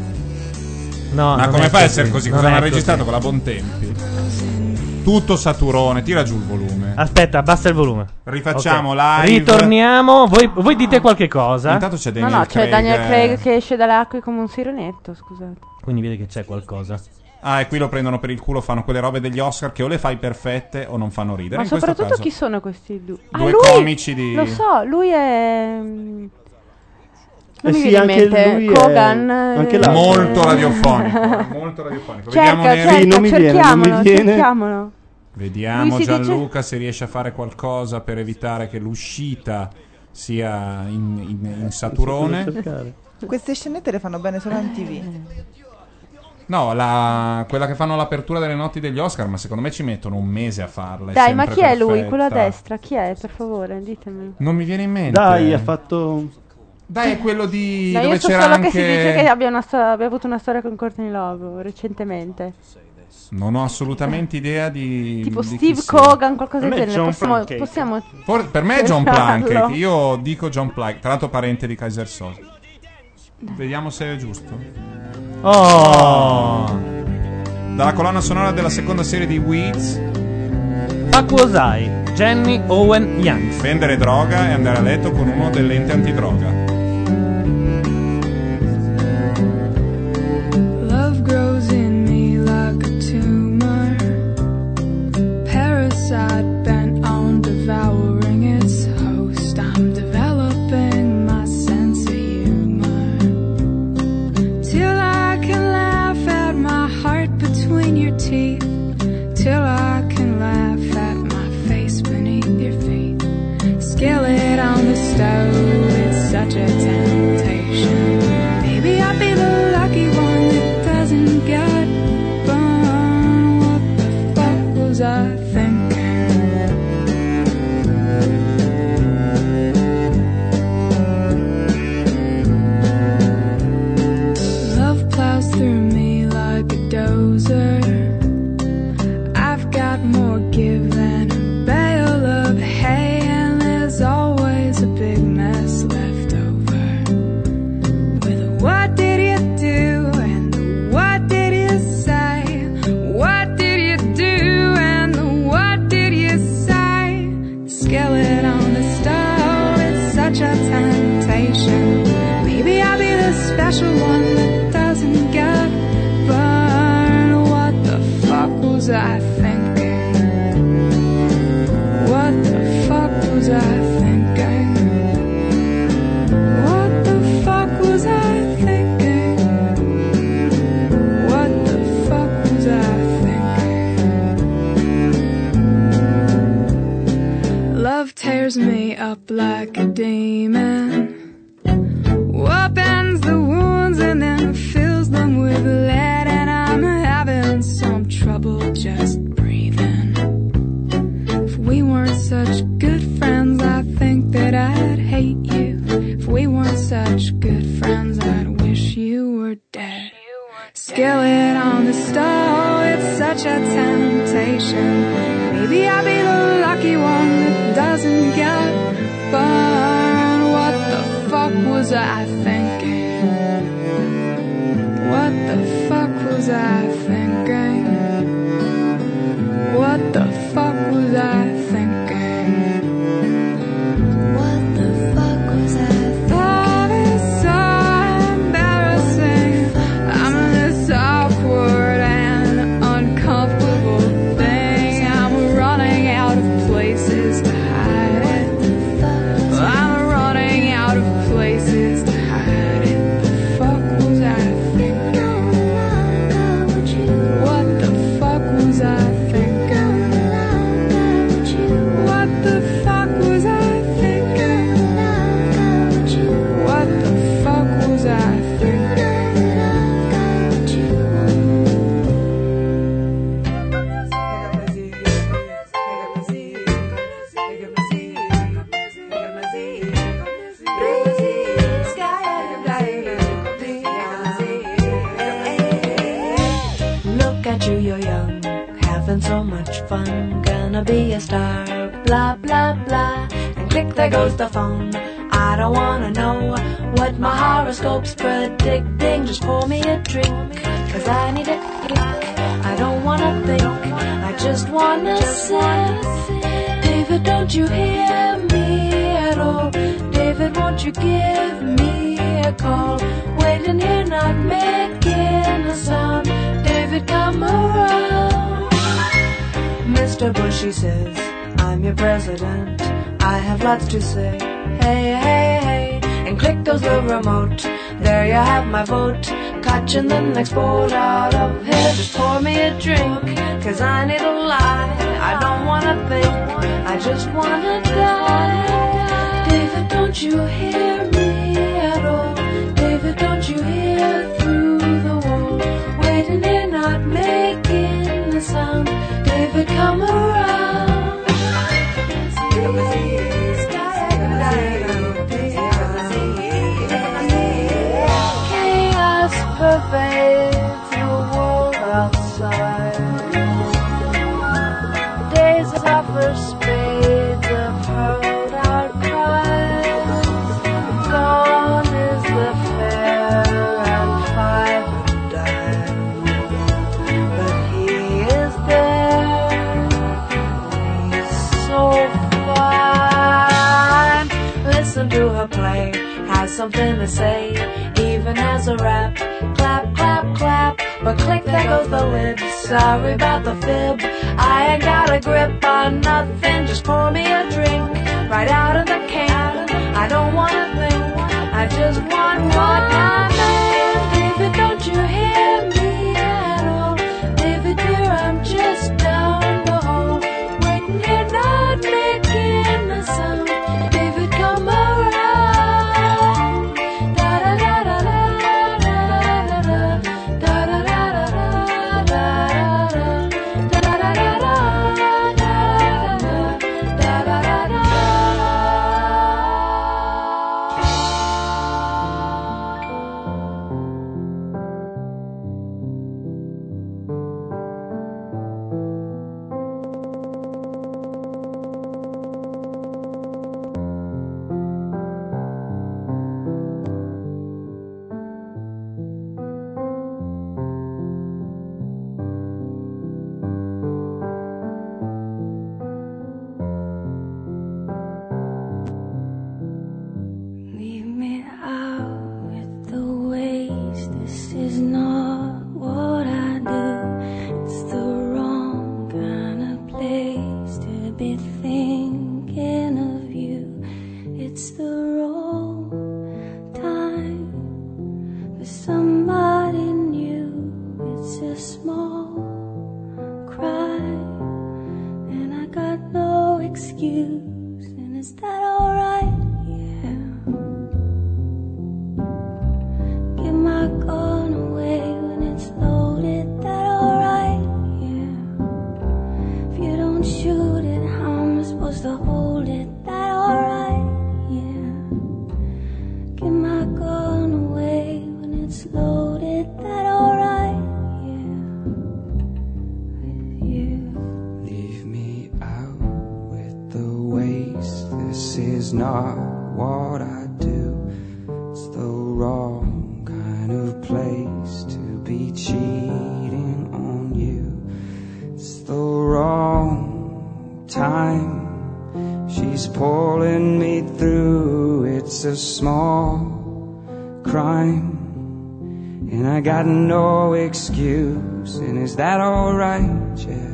No, Ma non come è fai a così. essere così? Non Cosa è hanno così. registrato con la Bontempi? Tutto saturone, tira giù il volume. Aspetta, abbassa il volume. Rifacciamo Ok. live. Ritorniamo. Voi dite qualche cosa. Intanto c'è No, Daniel no, c'è Craig. Daniel Craig che esce dalle acque come un sirenetto, scusate. Quindi vedi che c'è qualcosa. Ah, e qui lo prendono per il culo, fanno quelle robe degli Oscar che o le fai perfette o non fanno ridere. Ma In questo soprattutto caso, chi sono questi due? due lui, comici di... Lo so, lui è... Non mi sì, viene in anche mente. lui è- Kogan. anche l'altro. Molto radiofonico. Molto radiofonico. Cerca, Vediamo, Sì, non mi viene, cerchiamolo, non mi viene. cerchiamolo. Vediamo Lui si Gianluca se riesce a fare qualcosa per evitare che l'uscita sia in saturone. Queste scenette le fanno bene solo in TV. No, quella che fanno l'apertura delle notti degli Oscar, ma secondo me ci mettono un mese a farla. Dai, ma sempre chi è lui? perfetta. Quello a destra? Chi è, per favore? Ditemi. Non mi viene in mente. Dai, ha fatto... Dai, è quello di... No, dove io so c'era solo anche... che si dice che abbia avuto una storia con Courtney Love recentemente. Non ho assolutamente idea di... Tipo di chi Steve sia. Kogan, qualcosa Per del me genere. John Possiamo, Pancake. possiamo Per me è John cercarlo. Plunkett. Io dico John Plunkett, tra l'altro parente di Kaiser Soze. Vediamo se è giusto. Oh. Dalla colonna sonora della seconda serie di Weeds, Fuck Was I, Jenny Owen Youngs. vendere droga e andare a letto con uno dell'ente antidroga. Love grows in me like a tumor, parasite bent on devouring its host. I'm developing my sense of humor till I can laugh at my heart between your teeth, till I can laugh at my face beneath your feet. Skillet on the stove, it's such special one that doesn't get burned. What the fuck was I thinking? What the fuck was I thinking? What the fuck was I thinking? What the fuck was I thinking? Love tears me up like a demon, opens the wounds and then fills them with lead, and I'm having some trouble just breathing. If we weren't such good friends, I think that I'd hate you. If we weren't such good friends, I'd wish you were dead. Skillet on the stove, it's such a temptation. Maybe I'll be the lucky one that doesn't get burned. What the fuck was I thinking? What the fuck was I thinking? What the fuck was I thinking? What the fuck was I thinking? That is so embarrassing. I'm this awkward and uncomfortable thing. I'm running out of places to hide it. I'm running out of places to hide it. The fuck was I thinking? What the fuck was I thinking? What the fuck was I thinking? What the fuck was I thinking? Look at you, you're young, having so much fun. Gonna be a star, blah, blah, blah. And click, there goes the phone. I don't wanna know what my horoscope's predicting. Just pour me a drink, cause I need a kick. I don't wanna think, I just wanna sip. David, don't you hear me at all? David, won't you give me a call? Waiting here, not making a sound. David, come around. Mr. Bush, he says, I'm your president. I have lots to say. Hey, hey, hey. And click goes the remote. There you have my vote. Catching the next boat out of here. Just pour me a drink, cause I need a lie. I don't wanna think, I just wanna die. David, don't you hear me at all? David, don't you hear through the wall? Waiting here, not making a sound. David, come around. Chaos pervades the world outside. Days offer spades of heard outcries. Gone is the fair and five and dime. But he is there, he's so fine. Listen to her play, has something to say, even has a rap. Clap, clap, clap, but click, there goes the lid. Sorry about the fib, I ain't got a grip on nothing. Just pour me a drink, right out of the can. I don't wanna think, I just want what I meant. David, don't you hear me at all? David, dear, I'm just down the hall. Waiting here, not making a sound. David, come around. is not what I do. It's the wrong kind of place to be thinking of you. It's the wrong time for somebody new. It's a small cry, and I got no excuse. And is that alright? Give my gun away when it's loaded, that alright? Yeah. If you don't shoot it, how am I supposed to hold it? That alright? Yeah. Give my gun away when it's loaded, that alright? Yeah. With you. Leave me out with the waste. This is not what I do. It's the wrong kind of place to be cheating on you. It's the wrong time. She's pulling me through. It's a small crime, and I got no excuse. And is that alright? Yeah.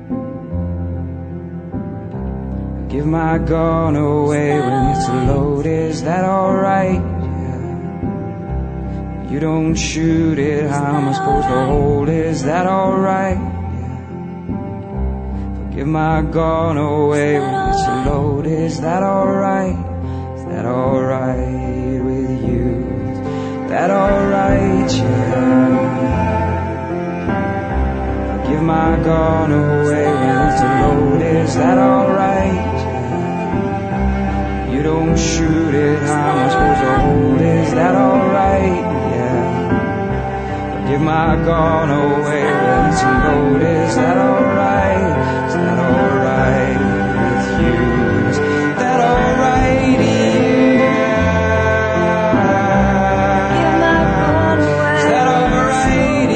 Give my gun away when it's loaded. Is that alright? You don't shoot it, how am I supposed to hold it? Is that alright? Yeah. Give my gun away when it's loaded. Is that alright? Is that alright with you? Is that alright? Yeah. Give my gun away when it's loaded. Is that alright? Yeah. You don't shoot it, how am I supposed to hold it? Is that alright? Give my gun away when it's loaded. Is that alright? Is that alright with you? Is that alright? Yeah. Give my gun away. Is that alright?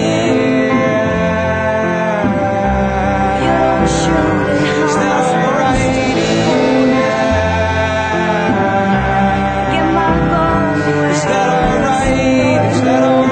Yeah. You don't shoot it. Is that alright? Yeah. Give my gun away. Is that alright? Is that alright?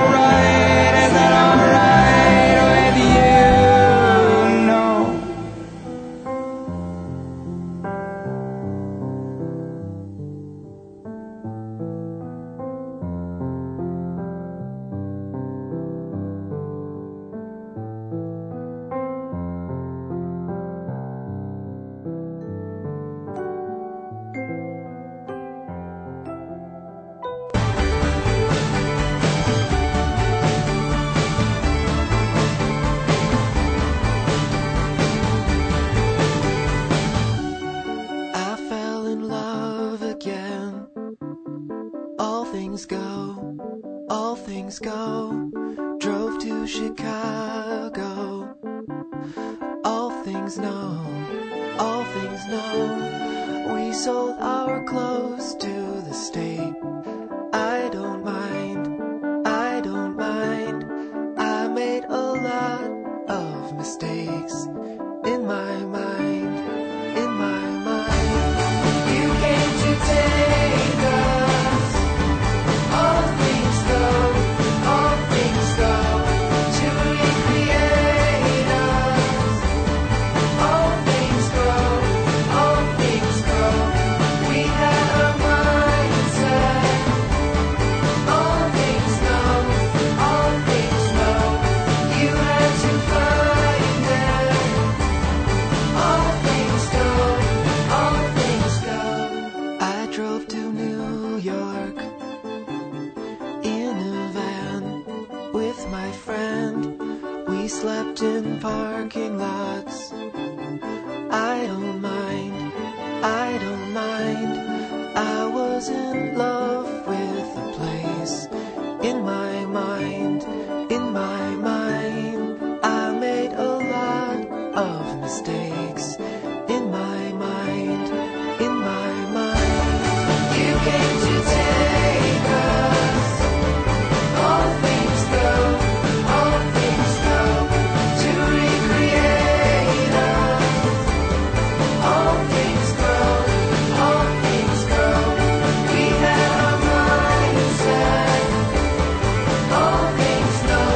All things know.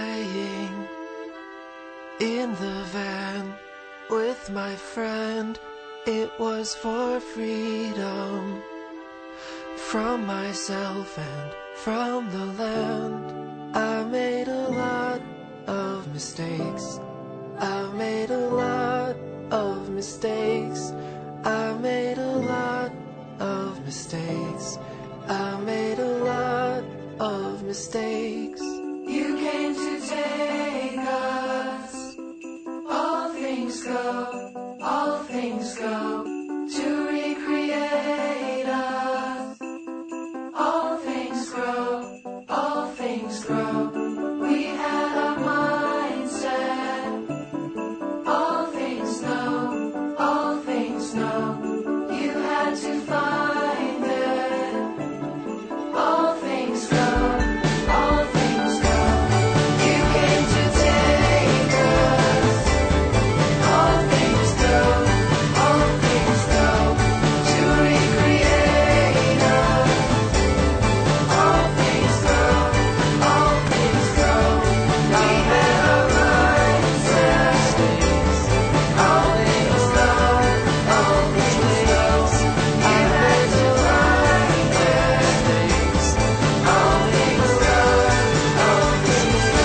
playing in the van with my friend. It was for freedom from myself and from the land. I made a lot of mistakes. I made a lot of mistakes. I made a lot of mistakes. I made a lot of mistakes. You came to take us. All things go, all things go, to recreate us. All things grow, all things grow. We had our mindset. All things know, all things know. You had to find it. All things go, all things go. You came to take us. All things go, all things go, to recreate us. All things go, all things go. We had our mindsets. All things go, all things go. You had to find it. All things go, all things go.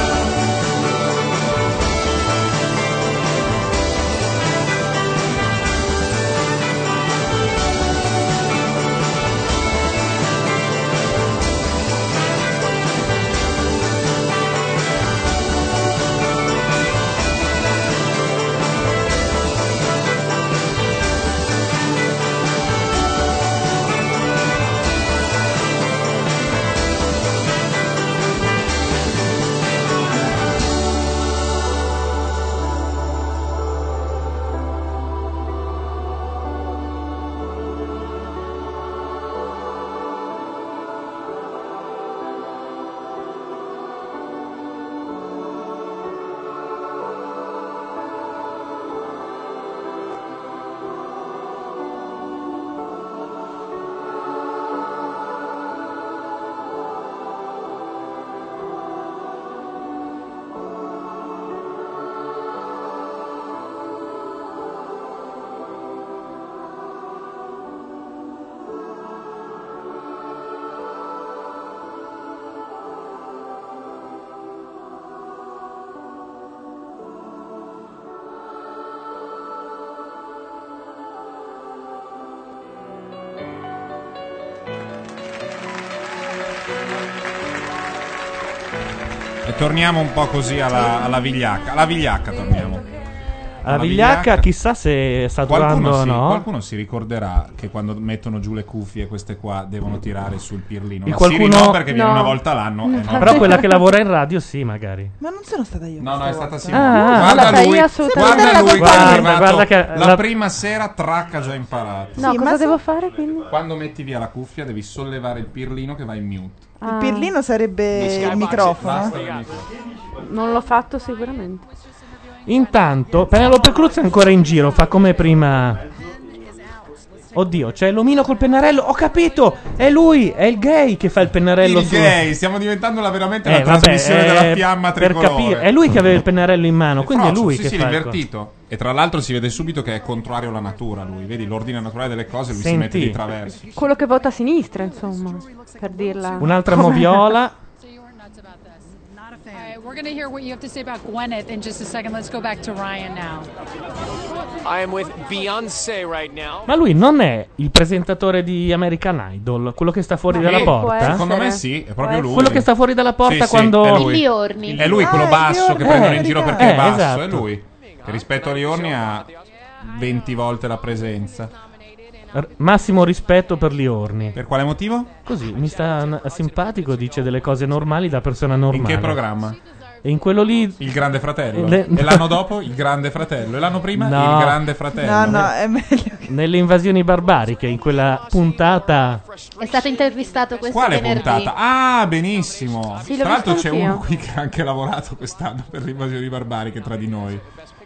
E torniamo un po' così alla vigliacca. Alla vigliacca torniamo. La vigliacca, chissà se sta durando o no. Qualcuno si ricorderà che quando mettono giù le cuffie, queste qua devono tirare sul pirlino. La qualcuno... Siri no, perché viene una volta l'anno. No. Però quella che lavora in radio, sì, magari. Ma non sono stata io. No, è stata Simone. Guarda lui, guarda che la prima sera Tracca già imparato. No, cosa devo fare quindi? Quando metti via la cuffia devi sollevare il pirlino che va in mute. Il pirlino sarebbe il microfono. Non l'ho fatto sicuramente. Intanto Penelope Cruz è ancora in giro, fa come prima. Oddio, c'è l'omino col pennarello. Ho capito, è lui, è il gay che fa il pennarello. Il gay, stiamo diventando veramente la trasmissione della fiamma tricolore. Per capire, è lui che aveva il pennarello in mano, quindi è lui che fa. Sì, il invertito. E tra l'altro si vede subito che è contrario alla natura lui. Vedi l'ordine naturale delle cose, lui si mette di traverso. Quello che vota a sinistra, insomma, per dirla. Un'altra moviola. We're going to hear what you have to say about Gwyneth in just a second. Let's go back to Ryan now. I am with Beyoncé right now. Ma lui non è il presentatore di American Idol, quello che sta fuori dalla porta? Secondo me sì, è proprio lui. Quello che sta fuori dalla porta quando... È lui. Liorni. È lui quello basso che prendono in giro perché è basso, esatto. è lui. Che rispetto a Liorni ha 20 volte la presenza. Massimo rispetto per Liorni. Per quale motivo? Così, mi sta simpatico, dice delle cose normali da persona normale. In che programma? E in quello lì... Il Grande Fratello. E l'anno dopo il Grande Fratello. E l'anno prima No. il Grande Fratello. No, è meglio. Nelle invasioni barbariche, in quella puntata... È stato intervistato questo Quale venerdì. puntata? Ah, benissimo. Sì, l'ho Tra l'altro visto c'è anch'io. uno qui che ha anche lavorato quest'anno per le invasioni barbariche tra di noi.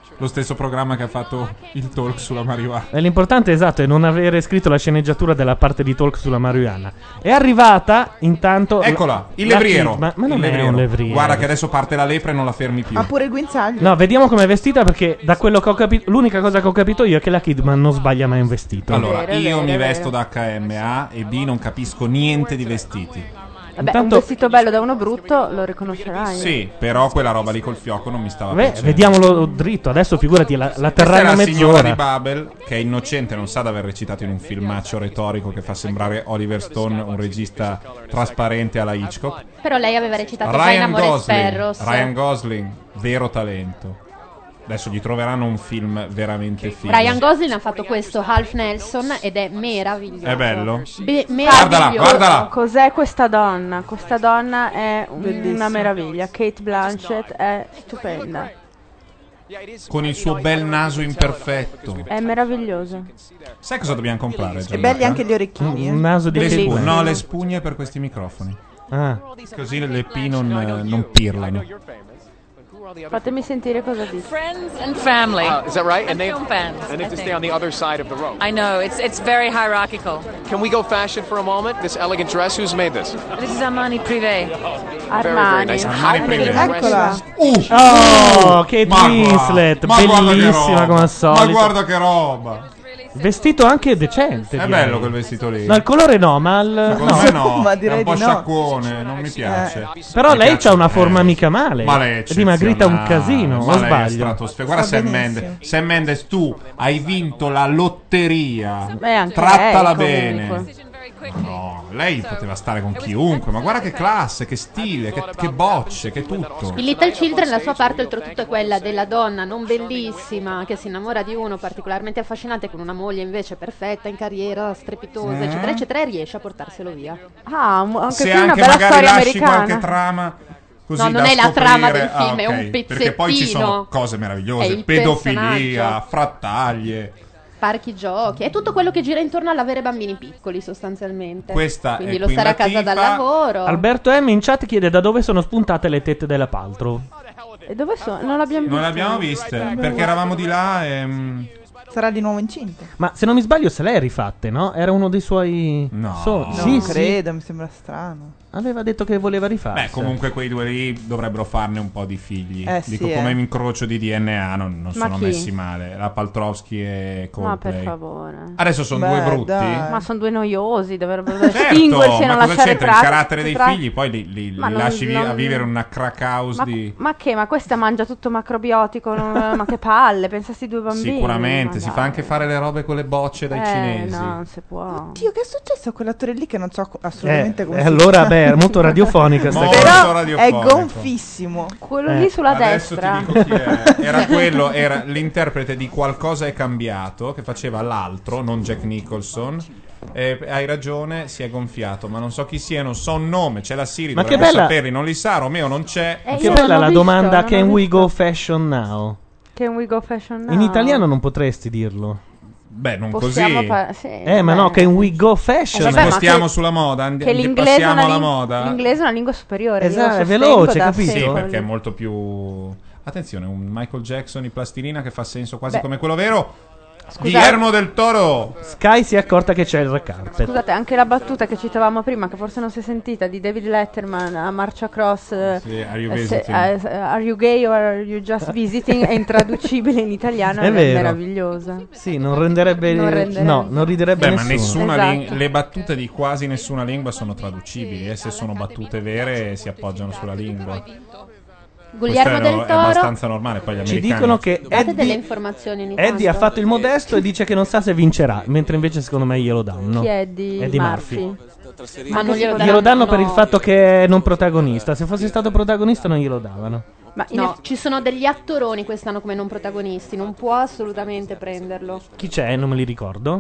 Lo stesso programma che ha fatto il talk sulla marijuana. E l'importante, esatto, è non avere scritto la sceneggiatura della parte di talk sulla marijuana. È arrivata intanto. Eccola, il la levriero. Kid, ma non Il è levriero. un levriero. Guarda che adesso parte la lepre e non la fermi più. Ha pure il guinzaglio. No, vediamo com'è vestita, perché da quello che ho capito, l'unica cosa che ho capito io è che la Kidman non sbaglia mai un vestito. Allora, io mi vesto da H&M e B, non capisco niente di vestiti. Vabbè, Intanto- un vestito bello da uno brutto lo riconoscerai. Sì, però quella roba lì col fiocco non mi stava Beh, piacendo. vediamolo dritto, adesso figurati, la Questa terrai è una la signora mezz'ora. di Babel, che è innocente, non sa di aver recitato in un filmaccio retorico che fa sembrare Oliver Stone un regista trasparente alla Hitchcock. Però lei aveva recitato Ryan Dynamore Gosling, Sparrows. Ryan Gosling, vero talento. Adesso gli troveranno un film veramente figo. Ryan Gosling ha fatto questo Half Nelson ed è meraviglioso. È bello? Meraviglioso. Guardala. Cos'è questa donna? Questa donna è una meraviglia. Kate Blanchett è stupenda. Con il suo bel naso imperfetto. È meravigliosa. Sai cosa dobbiamo comprare? E belli anche gli orecchini. Un naso di Le Kate spugne. Blanchett. No, le spugne per questi microfoni. Ah. Così le P non pirlano. Fatemi sentire cosa dice. Friends and family. Is that right? And they Film fans. and they have to I stay on the other side of the road. I know it's very hierarchical. Can we go fashion for a moment? This elegant dress, who's made this? This is Armani Privé. Very, very nice. How many Eccola. Oh, Kate Ma Winslet, guarda, ma guarda che bellissima roba. come al Ma solito. guarda che roba. Vestito anche decente. È direi. bello quel vestito lì. No, il colore no, ma il. Secondo no. me no. Ma È direi un po' di no. sciacquone, non mi piace. Però Mi lei piace- c'ha una forma mica male. Ma lei è è dimagrita un eccezionale. casino, Ma o lei è sbaglio? stratosferica. Guarda Sta Sam benissimo. Mendes. Sam Mendes, tu hai vinto la lotteria. Beh, anche Trattala lei, bene. comunque. No, lei poteva stare con chiunque. Ma guarda che classe, che stile, che bocce, che tutto. In Little Children la sua parte oltretutto è quella della donna non bellissima che si innamora di uno particolarmente affascinante con una moglie invece perfetta in carriera, strepitosa, eccetera eccetera, e riesce a portarselo via. Ah, anche Se qui una anche bella magari storia lasci americana. qualche trama così No, non da è la scoprire. trama del film, è ok. un Perché poi ci sono pezzettino. cose È meravigliose, il pedofilia, personaggio. frattaglie. Parchi giochi, è tutto quello che gira intorno all'avere bambini piccoli sostanzialmente. Questa Quindi è lo stare a casa Queen dal lavoro. Alberto M in chat chiede da dove sono spuntate le tette della Paltrow. E dove sono? Non l'abbiamo Non vista. le abbiamo viste perché eravamo di là e Sarà di nuovo incinta. Ma se non mi sbaglio, se le è rifatte, no? Era uno dei suoi. No. Non sì, credo, mi sembra strano. Aveva detto che voleva rifarsi. beh, comunque quei due lì dovrebbero farne un po' di figli. Sì, Dico come incrocio di DNA non Ma sono chi? messi male. La Paltrowski e Ma per Coldplay. favore. Adesso sono Beh, due brutti. dai. Ma sono due noiosi, dovrebbero Certo, estinguersi e ma non cosa lasciare c'entra il tracce. carattere dei figli? Poi li Ma non- lasci non- a vivere in una crack house di... Ma che? Ma questa mangia tutto macrobiotico? Ma che palle, pensasti due bambini. Sicuramente, Ma si dai. fa anche fare le robe con le bocce dai cinesi. No, non si può. Oddio, che è successo a quell'attore lì che non so assolutamente come E si allora, chiama. beh, è molto radiofonica sta Molto cosa. Però è radiofonico. gonfissimo. Quello lì sulla Adesso destra. ti dico chi è. Era quello, era l'interprete di Qualcosa è cambiato, che faceva l'altro, non Jack Nicholson. E hai ragione, si è gonfiato, ma non so chi sia, non so un nome. C'è la Siri, Ma che dovrebbe bella- saperli, non li sa, Romeo non c'è. Eh, Che io bella non ho la visto, domanda: non ho Can we visto. go fashion now? Can we go fashion now? In italiano non potresti dirlo. Beh, non Possiamo così. sì, Ma no, vabbè. can we go fashion? Vabbè, Ci ma spostiamo che- sulla moda, Che l'inglese è passiamo una alla ling- moda. L'inglese è una lingua superiore. io Esatto, lo è sostengo veloce, da capito? Sì, secoli. perché è molto più... Attenzione, un Michael Jackson di plastilina che fa senso quasi Beh. come quello vero. Scusate. Guillermo del Toro. Sky si è accorta che c'è il red carpet. Scusate, anche la battuta che citavamo prima, che forse non si è sentita, di David Letterman a Marcia Cross. Sì, are you se- visiting? are you gay or are you just visiting? È intraducibile in italiano, È ed è vero. meravigliosa. Sì, non renderebbe. Non renderebbe. No, non riderebbe Beh, ma nessuno. nessuna Esatto. le battute di quasi nessuna lingua sono traducibili. Se sono battute vere si appoggiano sulla lingua. Guglielmo Questo del è Toro. abbastanza normale. Poi gli Ci americani... dicono che Date delle Eddie, informazioni ogni Eddie ha tanto. fatto il modesto e dice che non sa se vincerà, mentre invece secondo me glielo danno. Chi è di Eddie Murphy? Ma non glielo Glielo danno per il no. fatto che è non protagonista. Se fosse stato protagonista non glielo davano. Ma No, ci sono degli attoroni quest'anno come non protagonisti, non può assolutamente prenderlo. Chi c'è? Non me li ricordo.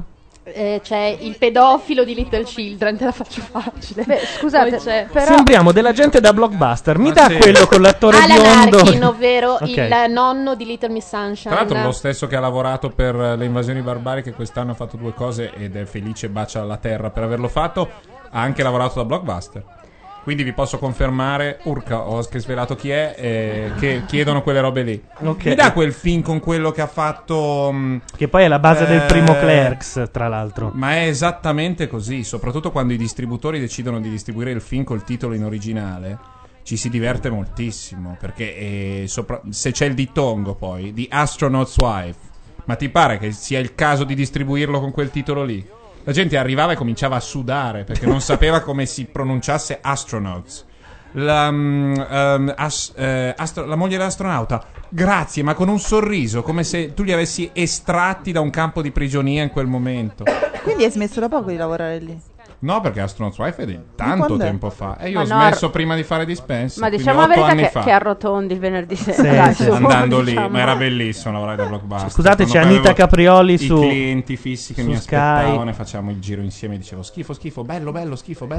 C'è il pedofilo di Little Children, te la faccio facile. Beh, scusate, Poi c'è però Sembriamo della gente da Blockbuster. Mi Ma dà sì. quello con l'attore Alan biondo. Arkin, ovvero Ok. il nonno di Little Miss Sunshine. Tra l'altro lo stesso che ha lavorato per le invasioni barbariche quest'anno ha fatto due cose ed è felice, bacia la terra per averlo fatto. Ha anche lavorato da Blockbuster. Quindi vi posso confermare, urca, ho anche svelato chi è, che chiedono quelle robe lì. Ok. Mi dà quel film con quello che ha fatto... Che poi è la base del primo Clerks, tra l'altro. Ma è esattamente così, soprattutto quando i distributori decidono di distribuire il film col titolo in originale, ci si diverte moltissimo, perché se c'è il dittongo poi, di Astronaut's Wife, ma ti pare che sia il caso di distribuirlo con quel titolo lì? La gente arrivava e cominciava a sudare perché non sapeva come si pronunciasse Astronauts. La moglie dell'astronauta, grazie, ma con un sorriso, come se tu li avessi estratti da un campo di prigionia in quel momento. Quindi hai smesso da poco di lavorare lì? No, perché Astronaut's Wife è di tanto quando è? tempo fa. E io Ma ho no, smesso prima di fare Dispense. Ma quindi diciamo la 8 verità anni fa. che arrotondi il venerdì sera. Sì, Dai, su, andando diciamo. lì, ma era bellissimo lavorare da Blockbuster. Scusate, c'è Quando Anita avevo Caprioli i su clienti fissi che su mi Sky. aspettavano e facciamo il giro insieme e dicevo schifo, bello, schifo.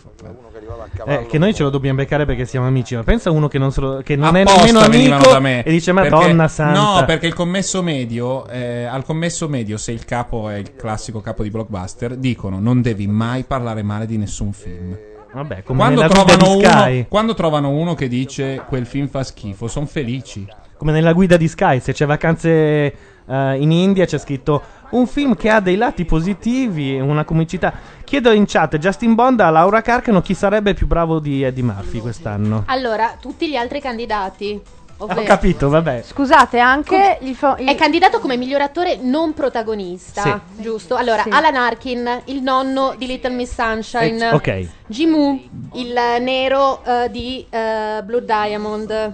Che noi ce lo dobbiamo beccare perché siamo amici. Ma pensa uno che non è Apposta nemmeno venivano amico da me, e dice perché- Madonna santa. No, perché il commesso medio, al commesso medio, se il capo è il classico capo di Blockbuster, dicono non devi mai parlare male di nessun film. Vabbè, come nella guida di Sky. Quando trovano uno che dice quel film fa schifo, sono felici. Come nella guida di Sky, se c'è vacanze in India c'è scritto un film che ha dei lati positivi, una comicità. Chiedo in chat Justin Bond a Laura Carcano chi sarebbe più bravo di Eddie Murphy quest'anno. Allora, tutti gli altri candidati. Ho capito, vabbè. Scusate, anche è candidato come miglior attore non protagonista, Sì. giusto? Allora, Sì. Alan Arkin, il nonno di Little Miss Sunshine. Ok. Jimu, il nero di Blue Diamond.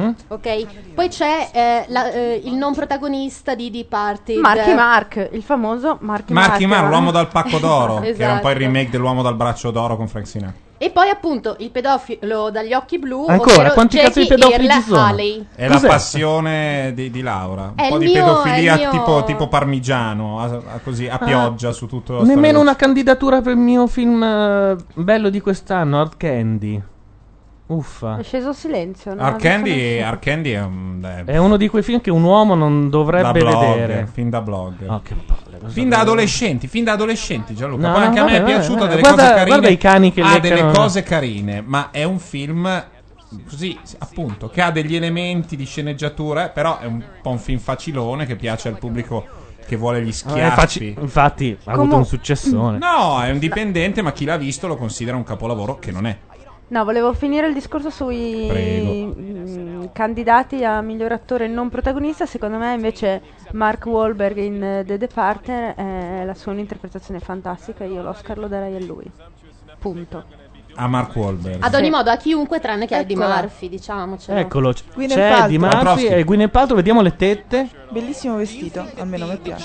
Ok. Poi c'è il non protagonista di Departed. Marky Mark, il famoso Marky Marky Mark, Mark, l'uomo dal pacco d'oro, che era un po' il Esatto. remake dell'uomo dal braccio d'oro con Frank Sinatra. E poi appunto il pedofilo dagli occhi blu. Ancora? ovvero Quanti cazzo di Jackie pedofili Earle ci sono? Haley. È Cos'è? la passione di Laura. Un È po' il di mio- pedofilia è il mio- tipo parmigiano, così a pioggia su tutto lo Nemmeno una candidatura per il mio film bello di quest'anno, Hard Candy. Uffa. È sceso silenzio. non ho Hard visto Candy, nessuno. Hard Candy è un È uno di quei film che un uomo non dovrebbe da blog, vedere. film da blog. Oh, che palle, cosa Film da adolescenti, Gianluca. No, Poi no, anche a me vabbè, è piaciuto, vabbè. delle Guarda- cose carine. guarda i cani che ha leccano- delle cose carine, ma è un film così, appunto, che ha degli elementi di sceneggiatura, però è un po' un film facilone che piace al pubblico che vuole gli schiaffi. Infatti ha avuto un successone. No, è un dipendente, ma chi l'ha visto lo considera un capolavoro che non è. No, volevo finire il discorso sui Prego. candidati a miglior attore non protagonista. Secondo me invece Mark Wahlberg in The Departed la sua un'interpretazione fantastica. Io l'Oscar lo darei a lui. Punto. A Mark Wahlberg. Ad ogni modo a chiunque tranne che a Eddie Eccola. Murphy, diciamocelo. Eccolo, Gwyneth c'è Paltrow. Di Murphy Paltrowski. e Gwyneth Paltrow, vediamo le tette. Bellissimo vestito, almeno a me piace.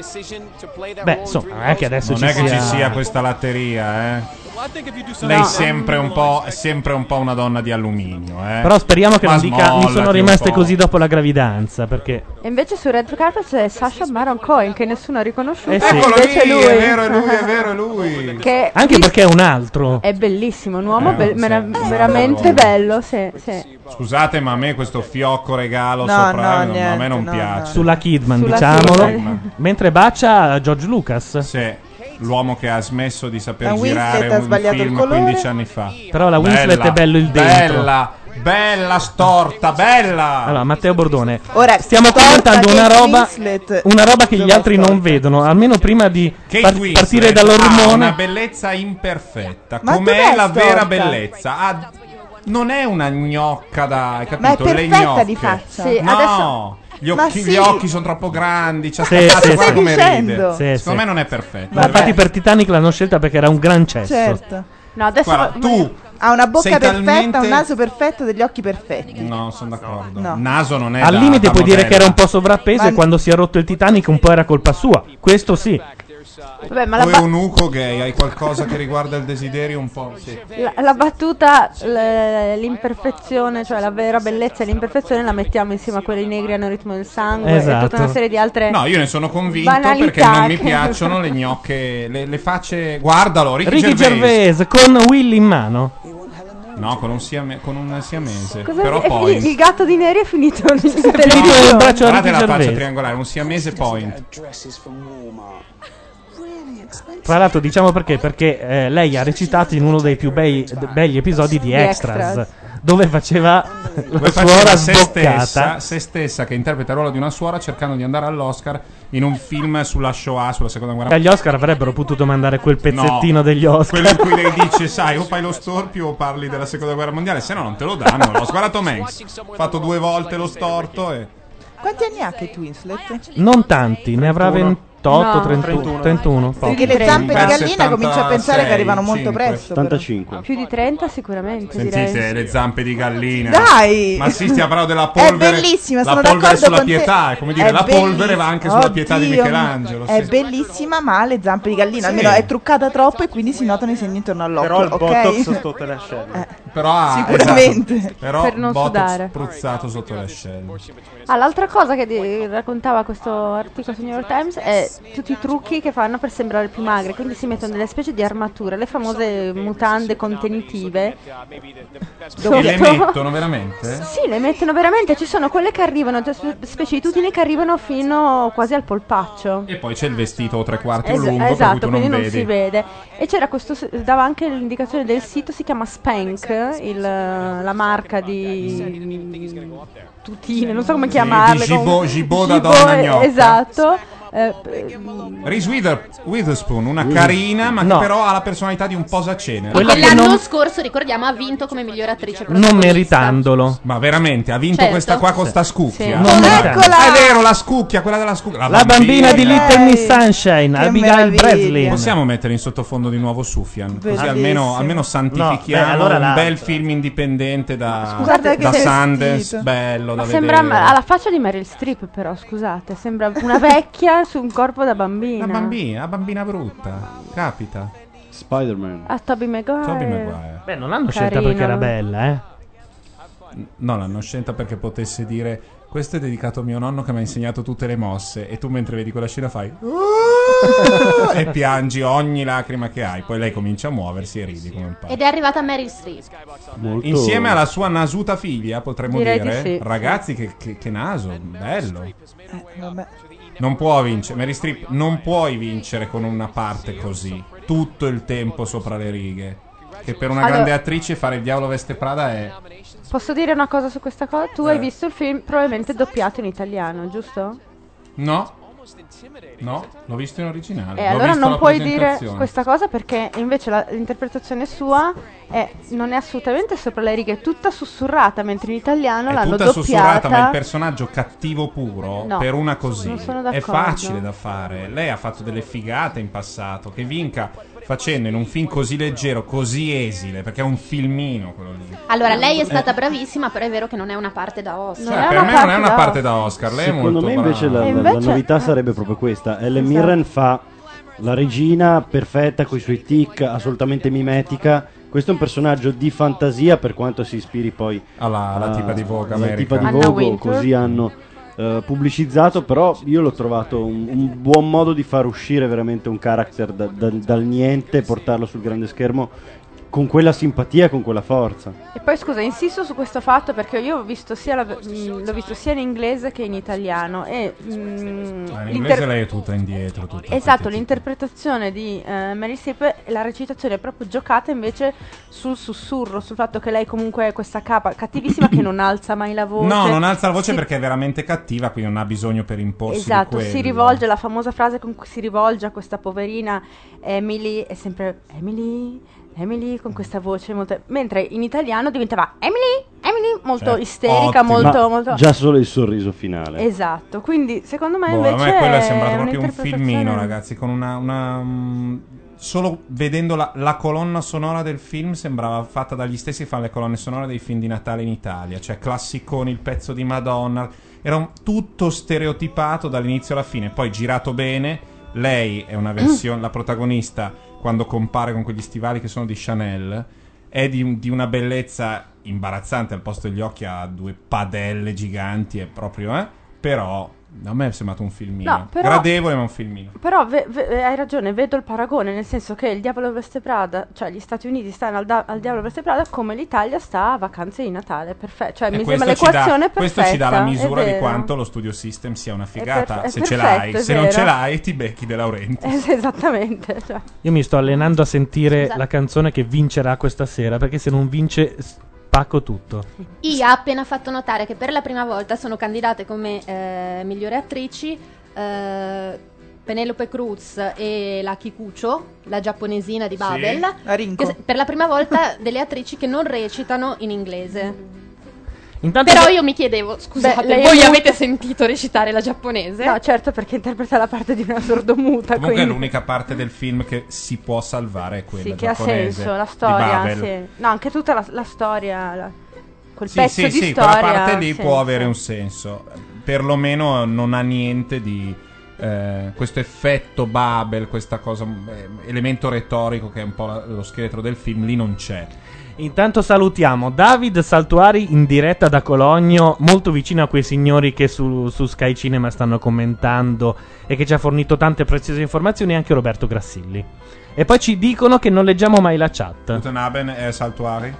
Beh, insomma, non è che adesso Non è che sia... ci sia questa latteria, Lei è sempre un po' una donna di alluminio, Però speriamo che Ma non dica mi sono smollati un rimaste po'. così dopo la gravidanza, perché E invece su Red Carpet c'è Sacha Baron Cohen che nessuno ha riconosciuto. Eh sì. Eccolo Invece lì, lui. è vero, è lui. Che anche perché è un altro. è bellissimo, un uomo sì, veramente bello. Sì, sì. Scusate, ma a me questo fiocco regalo No, sopra no, a me non niente, no, piace. Sulla Kidman, Sulla diciamolo. Kidman. Mentre bacia George Lucas. Sì, l'uomo che ha smesso di saper La Winslet girare ha un sbagliato il film colore. 15 anni fa. Però la Winslet è bello il dentro. Bella storta, bella. Allora, Matteo Bordone, Ora, stiamo storta commentando una Kate roba, Winslet. una roba che gli Dov'è altri non storta? vedono, almeno prima di Kate Winslet partire ha una dall'ormone. bellezza imperfetta, Ma com'è dov'è la vera storta? bellezza. Non è una gnocca da, hai Ma è capito? Le perfetta gnocche. di faccia. Sì, No, adesso- Ma sì. gli occhi sono troppo grandi. C'ha Sì, sta cazzo, sì, guarda sì. come Dicendo. ride. Sì, Secondo sì. me non è perfetto. Ma infatti per Titanic l'hanno scelta perché era un gran cesso. Certo. No, adesso Guarda, tu Ha una bocca sei perfetta, talmente- un naso perfetto, degli occhi perfetti. No, sono d'accordo. No. Naso non è Al da- limite da puoi dire modella. che era un po' sovrappeso Ma- e quando si è rotto il Titanic un po' era colpa sua. Questo sì. vabbè, ma O è un uco gay, hai qualcosa che riguarda il desiderio un po'? Sì. la battuta, l'imperfezione, cioè la vera bellezza e l'imperfezione la mettiamo insieme a quelli negri hanno ritmo del sangue e Esatto. tutta una serie di altre No, io ne sono convinto banalità perché non mi che- piacciono le gnocche, le facce. Guardalo, Ricky Gervais con Willy in mano. No, con un siamese. Cosa Però è Point. il gatto di neri è finito in il televisione. braccio a Guardate Ricky la faccia Gervais. triangolare, un siamese Point. Tra l'altro diciamo perché lei ha recitato in uno dei più begli episodi di Extras, dove faceva la suora sboccata. se stessa che interpreta il ruolo di una suora cercando di andare all'Oscar in un film sulla Shoah, sulla seconda guerra E agli Oscar avrebbero potuto mandare quel pezzettino degli Oscar. quello in cui lei dice sai o fai lo storpio o parli della seconda guerra mondiale, se no non te lo danno. L'ho guardato Hanks, ho fatto 2 volte lo storto e... Quanti anni ha Kate Winslet? Non tanti, ne avrà 28, No. 31. Perché le zampe di gallina comincio a pensare che arrivano molto presto. 75. Più di 30 sicuramente, Sentite direi. le zampe di gallina. Dai! Ma sì, stiamo parlando della polvere. È bellissima, la sono polvere d'accordo sulla con te. pietà, è come dire, È la polvere bellissima. va anche sulla pietà di Oddio, Michelangelo. È sì. bellissima, ma ha le zampe di gallina. Sì. Almeno è truccata troppo e quindi si notano i segni intorno all'occhio. Però il ok? botox sotto le ascelle. Però Sicuramente. esatto, però Per non botox sudare. spruzzato sotto le ascelle. L'altra cosa che raccontava questo articolo su New York Times è tutti i trucchi che fanno per sembrare più magre, quindi si mettono delle specie di armature, le famose mutande contenitive. E le mettono veramente? Sì, le mettono veramente, ci sono quelle che arrivano, specie di tutine che arrivano fino quasi al polpaccio. E poi c'è il vestito o 3/4 lungo, per esatto, cui tu quindi non non vedi. si vede. E c'era questo, dava anche l'indicazione del sito, si chiama Spank, la marca di tutine, non so come chiamarle. Gibaud da donna gnocca. Esatto. Reese Witherspoon, una carina, ma No. che però ha la personalità di un posacenere. Quella che L'anno non- scorso, ricordiamo, ha vinto come miglior attrice Non protagonista. meritandolo. Ma veramente, ha vinto Certo. questa qua con sta scucchia. Sì. Non meritandolo. Ah, è vero, la scucchia, quella della scucchia. La bambina di Little Miss Sunshine, Che Abigail meraviglia. Breslin. Possiamo mettere in sottofondo di nuovo Sufjan, così Bellissimo. almeno santifichiamo No, beh, allora un la- bel film indipendente da Guarda che Sundance, vestito. bello da Ma sembra vedere. ha la faccia di Meryl Streep, però scusate, sembra una vecchia su un corpo da bambina. Una bambina brutta, capita. Spider-Man. A Tobey Maguire. Tobey Maguire. Beh, non l'hanno scelta Carino. perché era bella, eh. No, l'hanno scelta perché potesse dire questo è dedicato a mio nonno che mi ha insegnato tutte le mosse e tu mentre vedi quella scena fai e piangi ogni lacrima che hai, poi lei comincia a muoversi e ridi come un pazzo. Ed è arrivata Meryl Streep. Molto... Insieme alla sua nasuta figlia, potremmo Direi di dire. sì. Ragazzi, che naso, bello. Vabbè. Non può vincere, Meryl Streep, non puoi vincere con una parte così, tutto il tempo sopra le righe. Che per una Allora- grande attrice fare il diavolo veste Prada è... Posso dire una cosa su questa cosa? Tu hai visto il film probabilmente doppiato in italiano, giusto? No, l'ho visto in originale. E L'ho allora visto non alla puoi dire presentazione. questa cosa perché invece l'interpretazione sua non è assolutamente sopra le righe, è tutta sussurrata, mentre in italiano È l'hanno tutta sussurrata, doppiata. ma il personaggio cattivo puro No, per una così non sono è d'accordo. facile da fare. Lei ha fatto delle figate in passato. Che vinca facendo in un film così leggero, così esile, perché è un filmino quello lì. Allora, lei è stata bravissima, però è vero che non è una parte da Oscar. Cioè, per me non è una parte da Oscar. Lei è Secondo molto me invece brava. la novità sarebbe proprio questa. Ellen Esatto. Mirren fa la regina perfetta con i suoi tic, assolutamente mimetica. Questo è un personaggio di fantasia, per quanto si ispiri poi alla tipa di Vogue alla America. tipa di Anna Vogue, Wintour. così hanno pubblicizzato, però io l'ho trovato un buon modo di far uscire veramente un character dal niente e portarlo sul grande schermo con quella simpatia, con quella forza. E poi scusa, insisto su questo fatto perché io ho visto l'ho visto sia in inglese che in italiano e In inglese lei è tutta indietro. Tutta esatto, l'interpretazione di Meryl Streep, la recitazione è proprio giocata invece sul sussurro, sul fatto che lei comunque è questa capa cattivissima che non alza mai la voce. No, non alza la voce Si- perché è veramente cattiva, quindi non ha bisogno per imporsi Esatto, di si quello. rivolge, la famosa frase con cui si rivolge a questa poverina Emily è sempre Emily con questa voce molto... mentre in italiano diventava Emily molto Certo. isterica, Ottimo. molto, Ma molto... già solo il sorriso finale. Esatto, quindi secondo me Boh, invece a me quello è sembrato è proprio un un'interpretazione- filmino, ragazzi, con solo vedendo la colonna sonora del film sembrava fatta dagli stessi che fanno le colonne sonore dei film di Natale in Italia, cioè classiconi, il pezzo di Madonna, era tutto stereotipato dall'inizio alla fine, poi girato bene. Lei è una versione, la protagonista quando compare con quegli stivali che sono di Chanel è di una bellezza imbarazzante, al posto degli occhi ha 2 padelle giganti, è proprio Però a me è sembrato un filmino. No, però- Gradevole, ma un filmino. Però hai ragione, vedo il paragone, nel senso che il Diavolo Veste Prada, cioè gli Stati Uniti stanno al Diavolo Veste Prada come l'Italia sta a vacanze di Natale, perfetto, cioè E mi questo sembra ci dà- l'equazione perfetta. Questo ci dà la misura è di vero. quanto lo studio system sia una figata. è Se ce perfetto, l'hai, è se non vero. ce l'hai, ti becchi De Laurentiis. Esattamente, cioè. Io mi sto allenando a sentire Esatto. la canzone che vincerà questa sera, perché se non vince spacco tutto. IA ha appena fatto notare che per la prima volta sono candidate come migliori attrici Penelope Cruz e la Kikucho, la giapponesina di Babel, La Rinko. che per la prima volta delle attrici che non recitano in inglese. Intanto Però io mi chiedevo, scusate, lei è voi muta? avete sentito recitare la giapponese? No, certo, perché interpreta la parte di una sordomuta. Comunque quindi... l'unica parte del film che si può salvare è quella Sì, che ha giapponese senso, la di storia, Babel. sì. No, anche tutta la storia, quel Sì, pezzo sì, di sì, storia. quella parte lì ha può senso. avere un senso. Perlomeno non ha niente di questo effetto Babel, questa cosa, elemento retorico che è un po' lo scheletro del film, lì non c'è. Intanto salutiamo David Saltuari in diretta da Cologno, molto vicino a quei signori che su Sky Cinema stanno commentando e che ci ha fornito tante preziose informazioni, e anche Roberto Grassilli. E poi ci dicono che non leggiamo mai la chat. Guten Abend e Saltuari?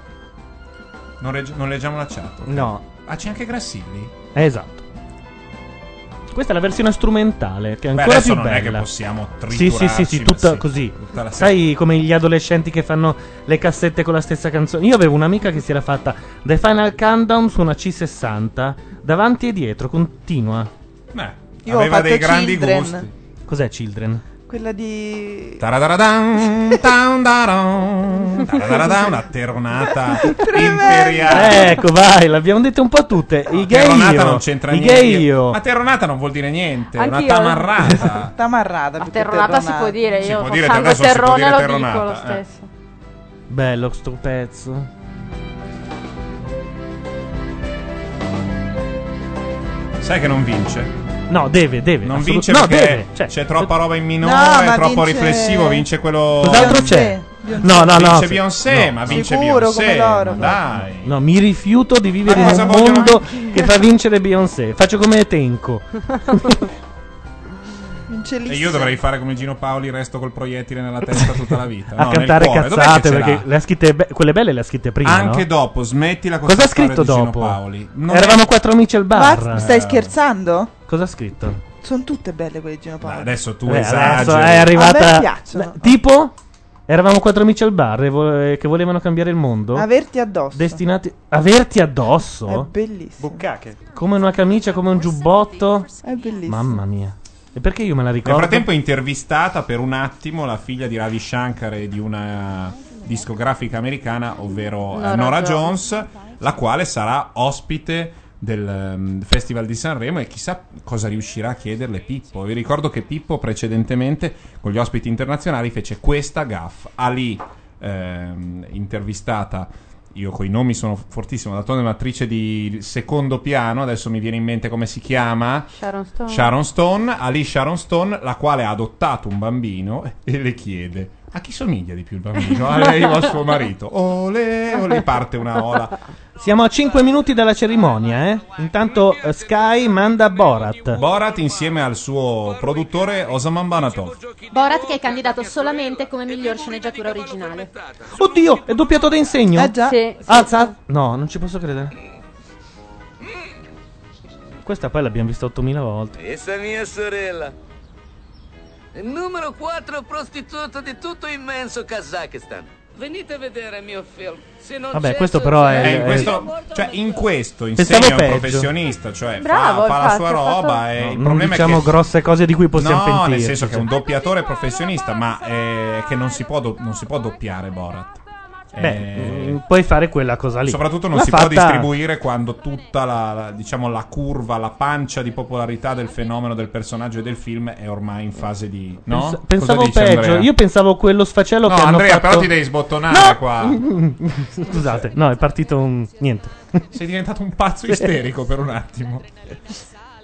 Non leggiamo la chat. ok. No. Ah, c'è anche Grassilli? Esatto. Questa è la versione strumentale, che è Beh, ancora adesso più non è bella. che possiamo Sì, triturarci, ma tutta sì, così. tutta la Sai, come gli adolescenti che fanno le cassette con la stessa canzone. Io avevo un'amica che si era fatta The Final Countdown su una C60, davanti e dietro, continua. Io ho aveva fatto dei grandi Children. gusti. Cos'è Children? Quella di... Taradaradan, taundaron, taradaradan, una terronata imperiale. Ecco, vai, l'abbiamo dette un po' tutte. I gay Terronata io. non c'entra I niente. gay io. Ma terronata non vuol dire niente, è una Anch'io. tamarrata. Tamarrata. Ma terronata si può dire, Si io può con dire, sangue adesso si può terrone dire lo terronata, dico lo stesso. Bello sto pezzo. Sai che non vince? No, deve. Non assolut- vince no, perché deve. Cioè, c'è troppa roba in minore, No, è ma troppo vince- riflessivo, vince quello... Cos'altro c'è? No. Vince sì. Beyoncé, No. ma vince Sicuro, come Beyoncé, loro, ma dai. No, mi rifiuto di vivere Ma in cosa un vogliono mondo anche- che fa vincere Beyoncé. Faccio come Tenco. E io dovrei fare come Gino Paoli, resto col proiettile nella testa tutta la vita. A No, nel cantare cuore. Dov'è cazzate, che ce perché l'ha? le ha scritte quelle belle le ha scritte prima. Anche no? dopo, smettila con Cosa ha questa storia scritto di Gino dopo? Paoli. Non Eravamo è- quattro amici al bar. Ma stai scherzando? Cosa ha scritto? Sono tutte belle quelle di Gino Paolo. Adesso tu Adesso esageri. è arrivata. A me piacciono. Tipo? Eravamo quattro amici al bar che volevano cambiare il mondo. Averti addosso. Destinati. Averti addosso? È bellissimo. Buccache. Come una camicia, come un giubbotto. È bellissimo. Mamma mia. E perché io me la Nel ricordo? frattempo è intervistata per un attimo la figlia di Ravi Shankar e di una discografica americana, ovvero Nora Jones, la quale sarà ospite del Festival di Sanremo, e chissà cosa riuscirà a chiederle Pippo. Vi ricordo che Pippo precedentemente con gli ospiti internazionali fece questa gaffe. Ha lì intervistata, io coi nomi sono fortissimo, d'altronde è un'attrice di secondo piano, adesso mi viene in mente come si chiama, Sharon Stone. Ali Sharon Stone, la quale ha adottato un bambino e le chiede: a chi somiglia di più il bambino? A lei o al suo marito? Ole, o le parte una ola. Siamo a 5 minuti dalla cerimonia, eh? Intanto Sky manda Borat. Borat insieme al suo produttore Osaman Banatov. Borat che è candidato solamente come miglior sceneggiatura originale. Oddio, è doppiato da Insegno? Eh già. Sì, sì, Alza? No, non ci posso credere. Questa poi l'abbiamo vista 8000 volte. Questa è mia sorella. Il numero 4 prostituto di tutto immenso Kazakistan. Venite a vedere il mio film. Se non Vabbè, c'è questo però è- in questo, cioè in questo Pensavo insegna un peggio. professionista, cioè Bravo, fa la infatti, sua ha fatto- roba e No, il non problema diciamo è che grosse cose di cui possiamo no, pentirci. nel senso che è un cioè. doppiatore professionista, ma che non si può doppiare Borat. Beh, puoi fare quella cosa lì. Soprattutto non L'ha si può fatta- distribuire quando tutta diciamo, la curva, la pancia di popolarità del fenomeno del personaggio e del film è ormai in fase di... No? Pensavo Cosa dice peggio. Andrea? Io pensavo quello sfacello No, che hanno Andrea, fatto... però ti devi sbottonare No! qua. Scusate, no, è partito un... niente. Sei diventato un pazzo isterico per un attimo.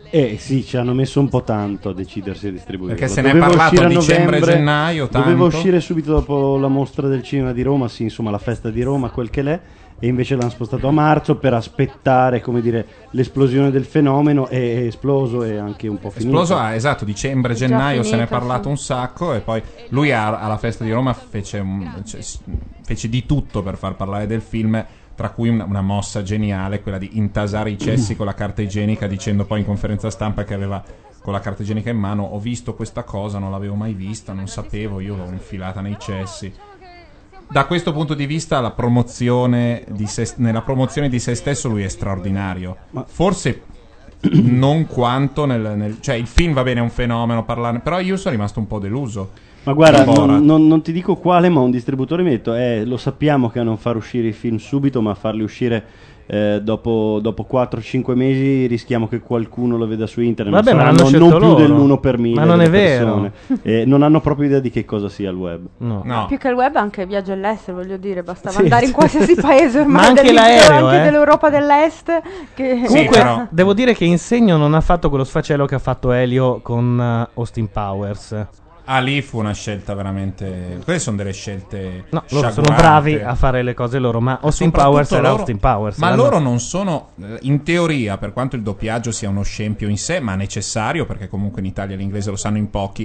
Sì, ci hanno messo un po' tanto a decidersi a distribuirlo. Perché se ne è parlato a dicembre, novembre, gennaio, tanto. Doveva uscire subito dopo la mostra del cinema di Roma, sì, insomma la festa di Roma, quel che l'è, e invece l'hanno spostato a marzo per aspettare, come dire, l'esplosione del fenomeno. È esploso e anche un po' finito. Esploso, esatto, dicembre, gennaio se ne è finito, parlato un sacco, e poi lui alla festa di Roma fece di tutto per far parlare del film, tra cui una mossa geniale, quella di intasare i cessi con la carta igienica, dicendo poi in conferenza stampa che aveva con la carta igienica in mano: ho visto questa cosa, non l'avevo mai vista, non sapevo, io l'ho infilata nei cessi. Da questo punto di vista nella promozione di se stesso lui è straordinario. Forse non quanto cioè il film, va bene, è un fenomeno parlarne, però io sono rimasto un po' deluso. Ma guarda, non ti dico quale, ma un distributore mi ha detto lo sappiamo che a non far uscire i film subito, ma a farli uscire dopo 4-5 mesi rischiamo che qualcuno lo veda su internet. Vabbè, ma non scelto più loro. dell'1 per 1000. Ma non è vero. Non hanno proprio idea di che cosa sia il web. No. Più che il web, anche viaggio all'estero, voglio dire, bastava Sì, andare in sì. qualsiasi paese ormai, Ma anche l'aereo, anche dell'Europa dell'Est. Che... Comunque, devo dire che Insegno non ha fatto quello sfacelo che ha fatto Elio con Austin Powers. Lì fu una scelta veramente. Quelle sono delle scelte. No, loro sono sciaguranti. bravi a fare le cose loro, ma Austin Powers era Austin Powers. Ma loro non sono, in teoria, per quanto il doppiaggio sia uno scempio in sé, ma necessario, perché comunque in Italia l'inglese lo sanno in pochi,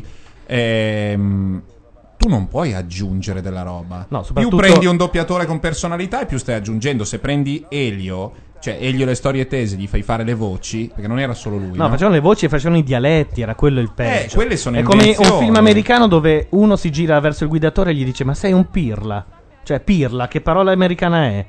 tu non puoi aggiungere della roba. No, più soprattutto- prendi un doppiatore con personalità e più stai aggiungendo. Se prendi Elio, cioè Elio le storie tese, gli fai fare le voci, perché non era solo lui, No, facevano le voci e facevano i dialetti, era quello il peggio. quelle sono È come invenzioni. un film americano dove uno si gira verso il guidatore e gli dice: ma sei un pirla? Cioè, pirla, che parola americana è?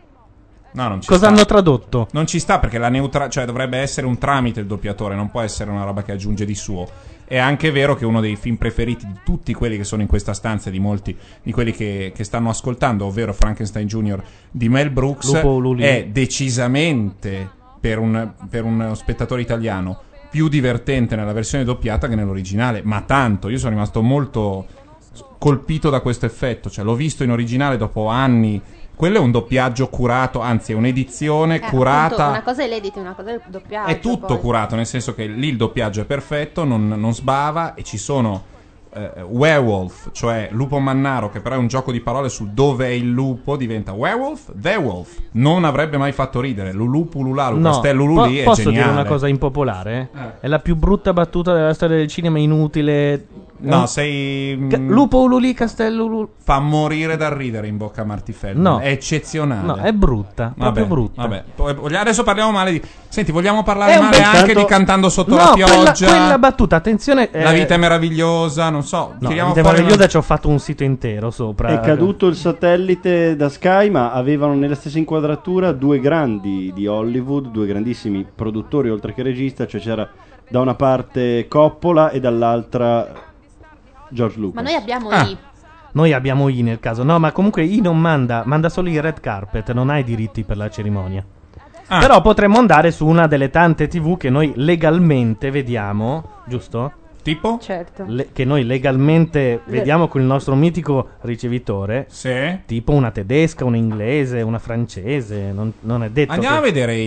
No, non ci Cosa sta. hanno tradotto? Non ci sta, perché cioè dovrebbe essere un tramite il doppiatore, non può essere una roba che aggiunge di suo. È anche vero che uno dei film preferiti di tutti quelli che sono in questa stanza, di molti di quelli che stanno ascoltando, ovvero Frankenstein Jr. di Mel Brooks, Lupo Luli. è decisamente per uno spettatore italiano più divertente nella versione doppiata che nell'originale, ma tanto. Io sono rimasto molto colpito da questo effetto, cioè l'ho visto in originale dopo anni. Quello è un doppiaggio curato, anzi è un'edizione curata. Appunto, una cosa è l'edit, una cosa è il doppiaggio. È tutto poi. curato, nel senso che lì il doppiaggio è perfetto, non sbava, e ci sono werewolf, cioè lupo mannaro, che però è un gioco di parole su dove è il lupo, diventa werewolf, the wolf. Non avrebbe mai fatto ridere. Lulù pululalu, No, castello lulì, è posso geniale. dire una cosa impopolare? È la più brutta battuta della storia del cinema, inutile. No, sei... Lupo ululì, castello ululì. Fa morire dal ridere in bocca a Marty Feldman. No. È eccezionale. No, è brutta, proprio brutta. Vabbè. Poi adesso parliamo male di... Senti, vogliamo parlare È un male bel anche tanto- di Cantando sotto No, la pioggia? quella battuta, attenzione. La vita è meravigliosa, non so. No, tiriamo Vita fuori meravigliosa, ci ho fatto un sito intero sopra. È caduto il satellite da Sky, ma avevano nella stessa inquadratura due grandi di Hollywood, due grandissimi produttori oltre che regista, cioè c'era da una parte Coppola e dall'altra George Lucas. Ma noi abbiamo Noi abbiamo I nel caso. No, ma comunque I non manda solo il red carpet, non ha i diritti per la cerimonia. Però potremmo andare su una delle tante TV che noi legalmente vediamo, giusto? Tipo? Certo. Che noi legalmente vediamo con il nostro mitico ricevitore. Sì. Tipo una tedesca, una inglese, una francese. Non è detto. Andiamo che... a vedere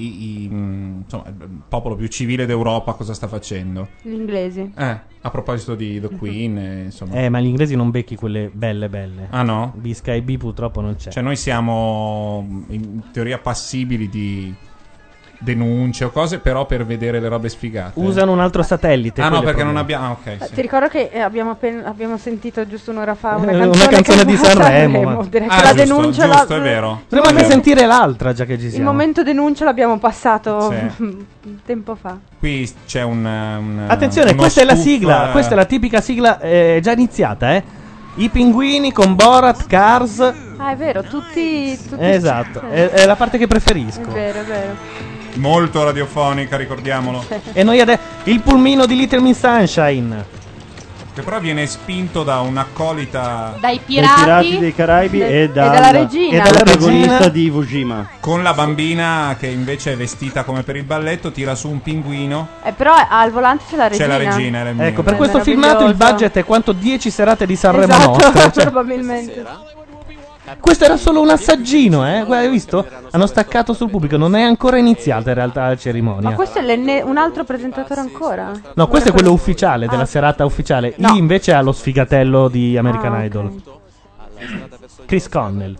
insomma, il popolo più civile d'Europa cosa sta facendo. Gli inglesi. A proposito di The Queen, insomma. Ma gli inglesi non becchi quelle belle. Ah no? Di Sky B purtroppo non c'è. Cioè noi siamo in teoria passibili di denunce o cose, però per vedere le robe sfigate. Usano un altro satellite. Ah no, quello è il perché non problema. abbiamo... ok, sì. Ti ricordo che abbiamo sentito giusto un'ora fa una Una canzone, canzone che di va a Sanremo, ma- Direi che Ah, la giusto, denuncia giusto, è vero. Dobbiamo sentire l'altra, già che ci Il siamo. momento denuncia l'abbiamo passato Sì. tempo fa. Qui c'è Attenzione, uno questa è la scoop, sigla. Questa è la tipica sigla già iniziata, I pinguini con Borat, Cars. Ah, è vero, tutti Esatto, è la parte che È preferisco. vero, è vero. molto radiofonica, ricordiamolo. E noi adesso il pulmino di Little Miss Sunshine. Che però viene spinto da un'accolita dai Pirati dei Caraibi e dalla regina. e dalla protagonista di Iwo Jima. con la bambina che invece è vestita come per il balletto, tira su un pinguino. Però al volante c'è la regina. C'è la regina, è Ecco, per È questo filmato il meraviglioso. budget è quanto 10 serate di Sanremo Esatto, nostre. Cioè, probabilmente. Questo era solo un assaggino, Guarda, hai visto? Hanno staccato sul pubblico, non è ancora iniziata in realtà la cerimonia. Ma questo è un altro presentatore ancora? No, questo è quello ufficiale, della serata ufficiale. No. Lì invece ha lo sfigatello di American Ah, ok. Idol. Chris Connell.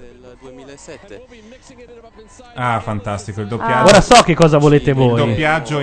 Ah, fantastico, il doppiaggio. Ora so che cosa volete voi. Il doppiaggio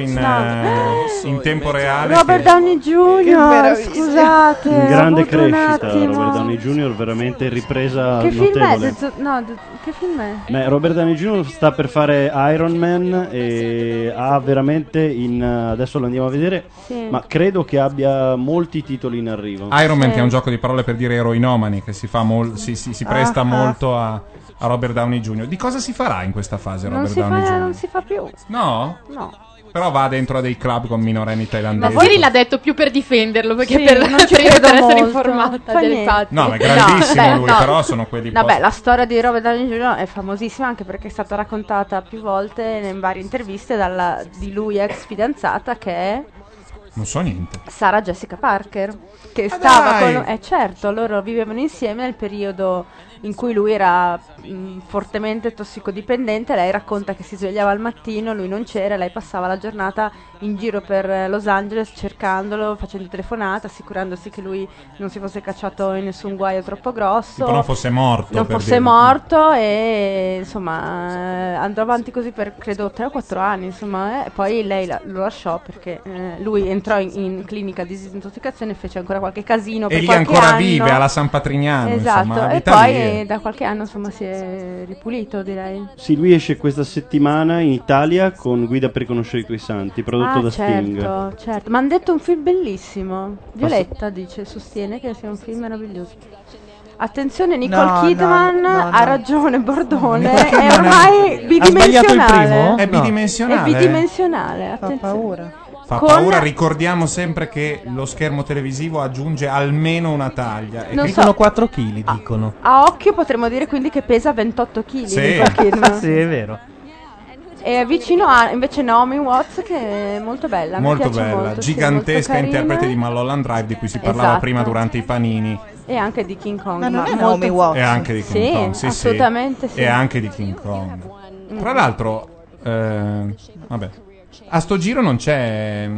in tempo reale. Robert che- Downey Jr., scusate. In grande ho avuto un crescita, attimo. Robert Downey Jr. veramente ripresa Che film è? notevole. Che film è? Beh, Robert Downey Jr. sta per fare Iron Man e ha veramente adesso lo andiamo a vedere, Sì. ma credo che abbia molti titoli in arrivo. Iron Man, che è un gioco di parole per dire eroinomani, che si presta molto a Robert Downey Jr. Di cosa si farà in questa fase Non Robert si, Downey fa, Jr.? non si fa più. No? No. Però va dentro a dei club con minorenni Ma thailandesi. poi l'ha detto più per difenderlo, perché Sì, per non ci per credo essere molto. informata Fa delle niente. fatti. No, ma è grandissimo lui, no. però sono quelli Vabbè, la storia di Robert Downey Jr. è famosissima anche perché è stata raccontata più volte in varie interviste di lui ex fidanzata, che è Non so niente. Sarah Jessica Parker, che stava dai! con certo, loro vivevano insieme nel periodo in cui lui era fortemente tossicodipendente. Lei racconta che si svegliava al mattino, lui non c'era, lei passava la giornata in giro per Los Angeles cercandolo, facendo telefonate, assicurandosi che lui non si fosse cacciato in nessun guaio troppo grosso, Tipo non fosse morto. non per fosse dirlo. morto, e insomma andò avanti così per credo 3 o 4 anni, insomma, e poi lei lo lasciò perché lui entrò in clinica di disintossicazione e fece ancora qualche casino E per lì qualche ancora anno. vive alla San Patrignano. Esatto, insomma, e abita poi lì. da qualche anno insomma si è ripulito, direi. Sì, lui esce questa settimana in Italia con Guida per riconoscere i tuoi santi, prodotto da Sting. Certo, ma hanno detto un film bellissimo. Violetta sostiene che sia un film meraviglioso. Attenzione, Nicole No, Kidman no, no, ha no. ragione Bordone, è ormai bidimensionale. È bidimensionale. È bidimensionale, Fa attenzione. paura. Fa Con- paura, ricordiamo sempre che lo schermo televisivo aggiunge almeno una taglia. Non Dicono so. 4 kg, dicono. A occhio potremmo dire quindi che pesa 28 kg. Sì. Nicole Kidman. Sì, è vero. E vicino a invece Naomi Watts, che è molto bella. mi Molto piace bella, molto, sì, gigantesca molto carina. interprete di Mulholland Drive, di cui si parlava Esatto. prima durante i panini. E anche di King Kong. Ma non è molto- Naomi Watts. E anche di King Sì, Kong. Sì, assolutamente sì. E anche di King Kong. Tra l'altro, vabbè. A sto giro non c'è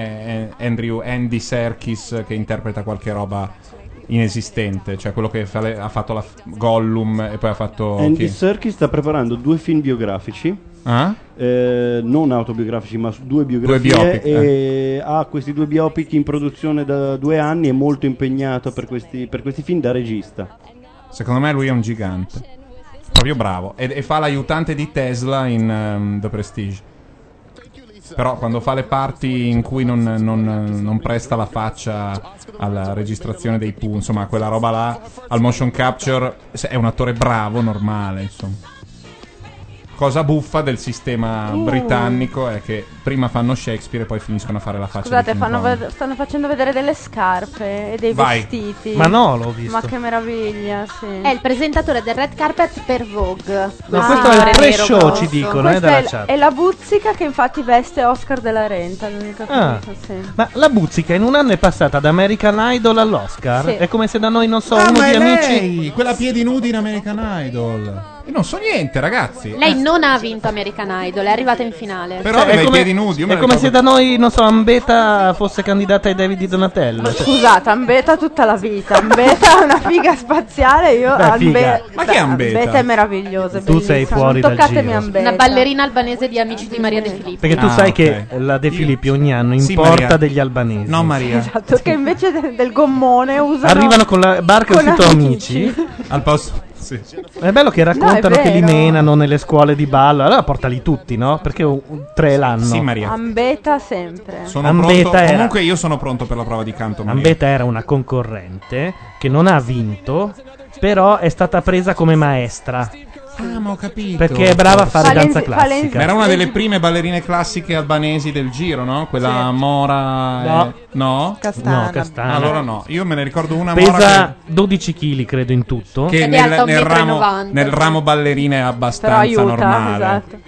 Andy Serkis che interpreta qualche roba inesistente, cioè quello che ha fatto Gollum e poi ha fatto Andy chi? Serkis sta preparando 2 film biografici. Ah? Non autobiografici, ma 2 biografie. biopic, e ha questi 2 biopic in produzione da 2 anni. È molto impegnato per questi film da regista. Secondo me lui è un gigante, proprio bravo, e fa l'aiutante di Tesla in The Prestige. Però quando fa le parti in cui non presta la faccia alla registrazione dei punti, insomma quella roba là, al motion capture, è un attore bravo, normale, insomma. Cosa buffa del sistema britannico è che prima fanno Shakespeare e poi finiscono a fare la faccia Scusate, di King Kong. stanno facendo vedere delle scarpe e dei Vai. vestiti. Ma no, l'ho visto. Ma che meraviglia, sì. È il presentatore del red carpet per Vogue. No, Ah, questo è il nero pre-show, grosso. ci dicono, Questa dalla è, chat. è la Buzzica che infatti veste Oscar della Renta, l'unica Ah. cosa, sì. Ma la Buzzica in un anno è passata da American Idol all'Oscar. Sì. È come se da noi, non so, Ah, uno ma di è amici. lei, quella a piedi nudi in American Idol. Io non so niente, ragazzi. Lei non ha vinto American Idol, è arrivata in finale. Però Cioè, aveva è i come, piedi nudi. Io me è la come ricordo- se da noi, non so, Ambeta fosse candidata ai David di Donatello. Scusate, Ambeta tutta la vita. Ambeta è una figa spaziale. Io Beh, figa. Ma chi è Ambeta? Ambeta è meravigliosa. è Tu sei bellissima. fuori Non dal toccatemi giro. Ambeta. Una ballerina albanese di Amici di Maria De Filippi. Perché tu Ah, sai ok. che la De Filippi ogni anno Sì, importa Maria. degli albanesi. No, Maria. Esatto, che invece del gommone usano. Arrivano con la barca con del sito Amici. Al posto. Sì. È bello che raccontano No, è che li vero. menano nelle scuole di ballo. Allora portali tutti, no? Perché 3 l'anno. Sì, Maria. Ambeta sempre. Sono Ambeta pronto. era- Comunque io sono pronto per la prova di canto, Maria. Ambeta era una concorrente che non ha vinto, però è stata presa come maestra. Ah, ma ho capito. Perché è brava a fare danza Ma classica. era una delle prime ballerine classiche albanesi del giro, no? Quella Sì. Mora. No. No? Castana. No, Castana. Allora no. Io me ne ricordo una Mora Pesa 12 kg, credo, in tutto. che Ed è alta nel 1,90 m. ramo ballerine è abbastanza Però aiuta, normale. esatto.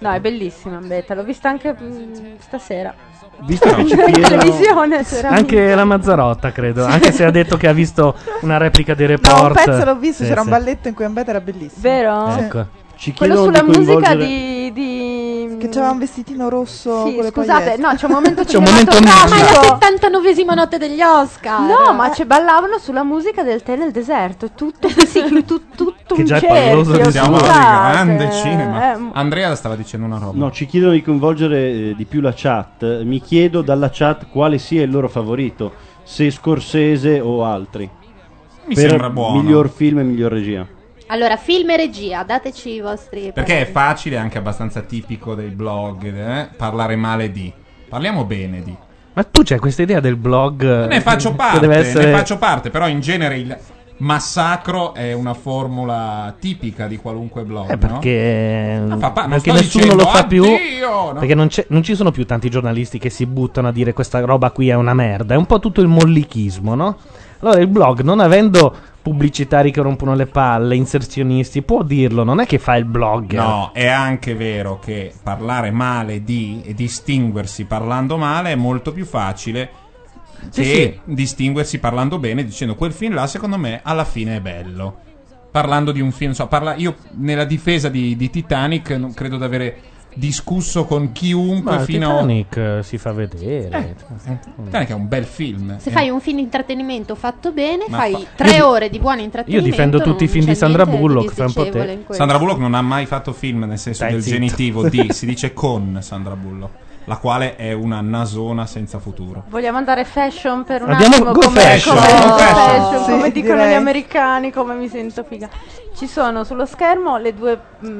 No, è bellissima Beta, l'ho vista anche stasera. Visto che ci in chiedono- televisione c'era Anche la Mazzarotta, credo. Anche se ha detto che ha visto una replica dei No, report. un pezzo l'ho visto, Sì, c'era sì. un balletto in cui Ambeta era bellissimo. Vero? Sì. Ecco. Ci Quello chiedono sulla di musica coinvolgere Che c'aveva un vestitino rosso Sì, con le scusate, pagliette. no, c'è un momento C'è un momento cinematografico. Ma è la 79esima notte degli Oscar. No, ma ci ballavano sulla musica del tè nel deserto. È tutto tutto Che un già è cerchio. palloso di Siamo di scusate. grande cinema. Eh, Andrea stava dicendo una roba. No, ci chiedono di coinvolgere di più la chat. Mi chiedo dalla chat quale sia il loro favorito, se Scorsese o altri. Mi per sembra buono. miglior film e miglior regia. Allora, film e regia, dateci i vostri. Perché è pareri. facile, anche abbastanza tipico dei blog, parlare male di. Parliamo bene di. Ma tu c'hai questa idea del blog? Ne faccio che parte, deve essere... ne faccio parte, però in genere il massacro è una formula tipica di qualunque blog, Perché, no? Non perché sto nessuno dicendo, lo fa più. "Addio", no? Perché non ci sono più tanti giornalisti che si buttano a dire questa roba qui è una merda. È un po' tutto il mollichismo, no? Allora il blog, non avendo pubblicitari che rompono le palle, inserzionisti, può dirlo, non è che fa il blogger. No, è anche vero che parlare male di e distinguersi parlando male è molto più facile Sì, che sì. distinguersi parlando bene dicendo quel film là secondo me alla fine è bello. Parlando di un film, io nella difesa di Titanic non credo di avere discusso con chiunque Ma fino Titanic si fa vedere. Titanic è un bel film. Se fai un film di intrattenimento fatto bene, Ma fai fa- 3 Io- ore di buon intrattenimento. io difendo tutti i non film di c'è Sandra niente Bullock, fai un po' te. disdicevole in questo. Sandra Bullock non ha mai fatto film nel senso Stai del zitto. genitivo di, si dice con Sandra Bullock, la quale è una nasona senza futuro. Vogliamo andare fashion per un Andiamo attimo? go Come, fashion, come, go fashion. Sì, come dicono direi. gli americani, come mi sento figa. Ci sono sullo schermo le due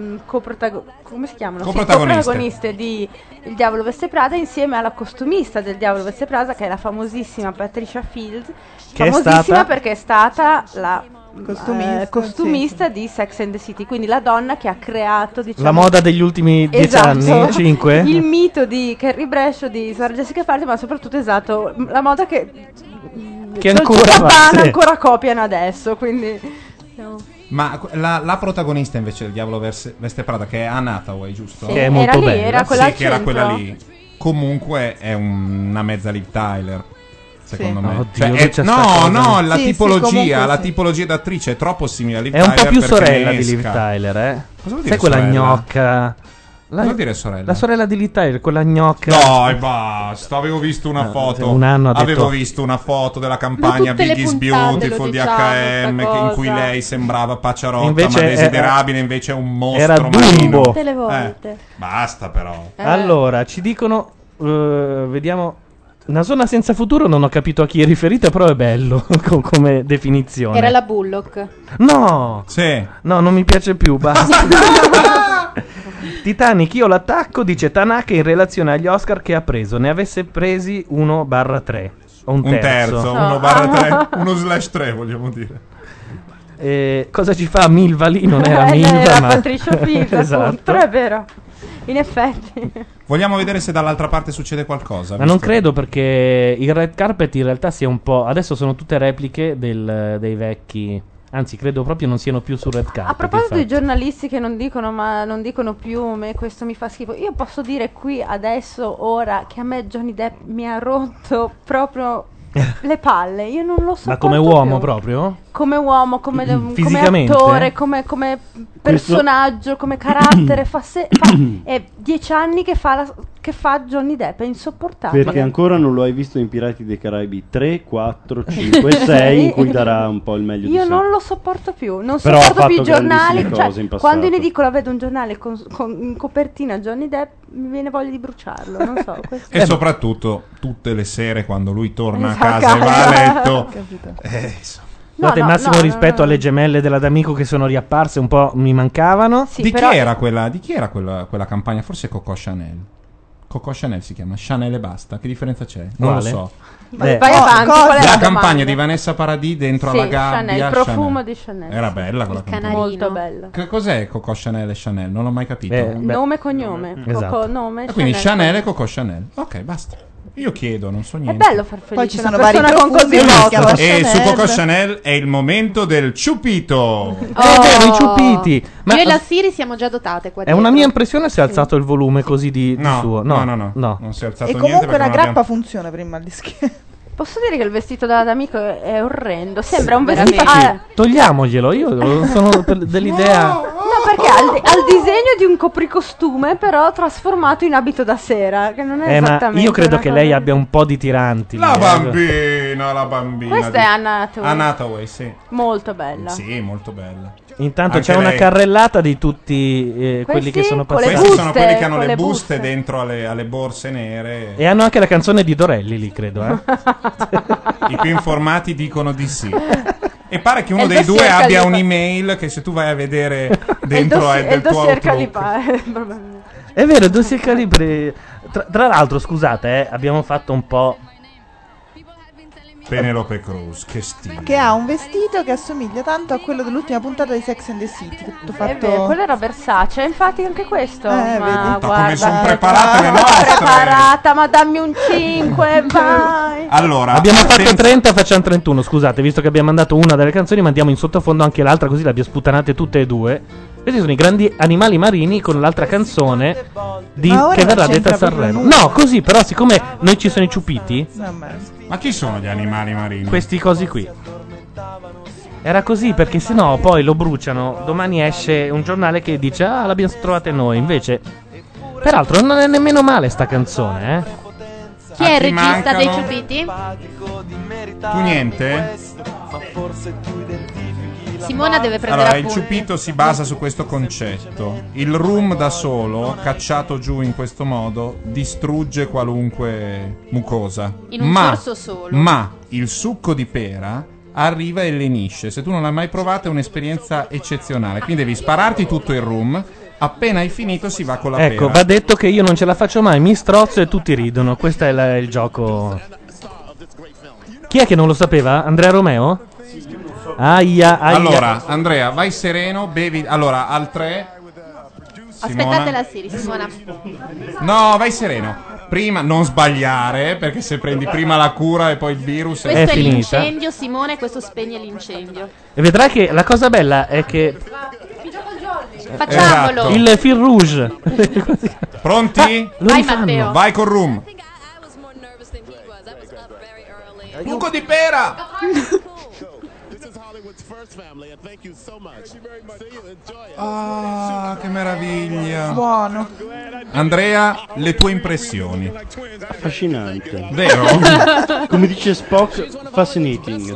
come si chiamano? Sì, coprotagoniste di Il Diavolo Veste Prada insieme alla costumista del Diavolo Veste Prada, che è la famosissima Patricia Fields, Che è famosissima stata? perché è stata la Costumista, di Sex and the City, quindi la donna che ha creato, diciamo, La moda degli ultimi 10 esatto, anni, 5? il mito di Carrie Bradshaw, di Sarah Jessica Parker, ma soprattutto la moda che ancora Dolce va, Gabbana sì. ancora copiano adesso, quindi Ma la protagonista invece del Diavolo Veste Prada, che è Anne Hathaway, giusto? Sì, Che è molto era lì, bella. era quella Sì, al che era centro. quella lì. Comunque è una mezza Liv Tyler, secondo me. Oddio, Cioè, lui è- c'è sta no, cosa. no, la Sì, sì, tipologia, comunque la sì. tipologia d'attrice è troppo simile a Liv È un Tyler po' più perché sorella ne di Liv esca. Tyler, eh? Cosa vuol dire Sai quella sorella? gnocca? Cosa vuol dire sorella? La sorella di Liv Tyler, quella gnocca. Dai, basta. Avevo visto una No, foto. un anno ha detto- Avevo visto una foto della campagna tutte le Biggie's puntate Beautiful lo di diciamo, H&M sta in cui cosa. lei sembrava pacciarotta Invece ma era- desiderabile, invece è un mostro era marino. Dumbo. Tutte le volte. Basta però. Allora, ci dicono vediamo una zona senza futuro, non ho capito a chi è riferita, però è bello come definizione. Era la Bullock. No! Sì. No, non mi piace più, basta. Titanic, io l'attacco, dice Tanaka in relazione agli Oscar che ha preso. Ne avesse presi 1/3 o un Un terzo. terzo, No. 1/3, 1/3 vogliamo dire. Cosa ci fa Milva lì? Non era lei Milva, era ma... Patricia Fields, Esatto. appunto, però è vero, in effetti. Vogliamo vedere se dall'altra parte succede qualcosa. Ma non visto- credo, perché il red carpet in realtà sia un po'. Adesso sono tutte repliche dei vecchi. Anzi, credo proprio non siano più sul red carpet. A proposito dei infatti. giornalisti che non dicono più questo mi fa schifo, io posso dire qui adesso, ora, che a me Johnny Depp mi ha rotto proprio le palle. Io non lo so. Ma come uomo proprio? Come uomo, come Fisicamente? attore, come personaggio, come carattere. È 10 anni che fa Johnny Depp, è insopportabile. Perché ancora non lo hai visto in Pirati dei Caraibi 3, 4, 5, 6 in cui darà un po' il meglio di Io sé. non lo sopporto più, non Però ha sopporto più i fatto giornali. grandissime cose in passato. Quando in edicola vedo un giornale con in copertina Johnny Depp, mi viene voglia di bruciarlo. Non so. Questo E soprattutto tutte le sere quando lui torna Esatto, a casa e va a letto. Capito. Insomma. Guardate, no, massimo no, rispetto no. alle gemelle della D'Amico che sono riapparse, un po' mi mancavano. Sì, Di però- chi era quella campagna? Forse Coco Chanel. Coco Chanel si chiama, Chanel e basta. Che differenza c'è? Non Quale? lo so. Vai Beh, avanti, cosa? qual è La domanda? campagna di Vanessa Paradis dentro Sì, alla gabbia. Chanel, il profumo di Chanel. Era bella quella Il campagna. canarino. Molto bella. Che cos'è Coco Chanel e Chanel? Non l'ho mai capito. Beh, Nome e cognome. Esatto. Coco, nome, E quindi Chanel e cognome. Coco Chanel. Ok, basta. Io chiedo, non so È niente. bello far felice Poi ci una sono vari persona con così profumi, poco. E su Coco Chanel è il momento del ciupito. È vero, i ciupiti. Ma Io e la Siri siamo già dotate qua è una mia impressione se ha alzato il volume così di suo. No, non si è alzato E niente. comunque perché la non grappa abbiamo- funziona prima di schiena. Posso dire che il vestito da amico è orrendo. Sembra un Veramente. vestito. Togliamoglielo, io sono dell'idea. No, perché ha il disegno di un copricostume, però trasformato in abito da sera. Che non è Ma esattamente. io credo una che cosa- lei abbia un po' di tiranti. La lì, bambina. Questa è Anna Hathaway. Anna Hathaway, sì. Molto bella. Sì, molto bella. Intanto Anche c'è una lei. carrelata di tutti quelli che sono con le passati. Questi sono quelli che hanno con le le buste dentro alle borse nere. E hanno anche la canzone di Dorelli lì, credo. I più informati dicono di sì. E pare che È uno il dei due dossier abbia Calipa. un'email che se tu vai a vedere È il dentro è del tuo dossier Outlook. Calipa. È vero, dossier Calibri. Tra l'altro, scusate, abbiamo fatto un po'. Penelope Cruz, che stile. Che ha un vestito che assomiglia tanto a quello dell'ultima puntata di Sex and the City. Tutto È fatto. vero, quello era Versace, infatti anche questo. Ma vedi? Ma guarda, come sono preparate le nostre. preparata, ma dammi un 5, vai. Allora, Abbiamo fatto 30, facciamo 31. Scusate, visto che abbiamo mandato una delle canzoni, mandiamo in sottofondo anche l'altra, così le abbiamo sputanate tutte e due. Questi sono i grandi animali marini con l'altra canzone Ma ora che verrà non detta a c'entra proprio Sanremo. nulla. No, così, però, siccome noi ci sono i ciupiti, Ma chi sono gli animali marini? questi cosi qui. Era così perché sennò poi lo bruciano. Domani esce un giornale che dice: ah, l'abbiamo trovate noi. Invece, peraltro, non è nemmeno male sta canzone, eh. Chi è il ti regista dei mancano? ciupiti? Tu niente? Simona deve prendere Allora, il appunti. ciupito si basa su questo concetto. Il rum da solo, cacciato giù in questo modo, distrugge qualunque mucosa. In un corso solo. Ma il succo di pera arriva e lenisce. Se tu non l'hai mai provato è un'esperienza eccezionale. Quindi devi spararti tutto il rum. Appena hai finito si va con la Ecco, pera. va detto che io non ce la faccio mai, mi strozzo e tutti ridono. Questo è il gioco. Chi è che non lo sapeva? Andrea Romeo? Aia. Allora, Andrea, vai sereno, bevi. Allora, al 3. Aspettate la Siri, Simona. No, vai sereno. Prima non sbagliare, perché se prendi prima la cura e poi il virus Questo è finita. l'incendio, Simone, questo spegne l'incendio. E vedrai che la cosa bella è che Facciamolo. Esatto. il fil rouge. Pronti? Lo Vai, rifanno. Matteo. Vai col rum. Succo di pera. Ah, che meraviglia. Buono. Andrea, le tue impressioni. Affascinante. Vero? Come dice Spock, fascinating.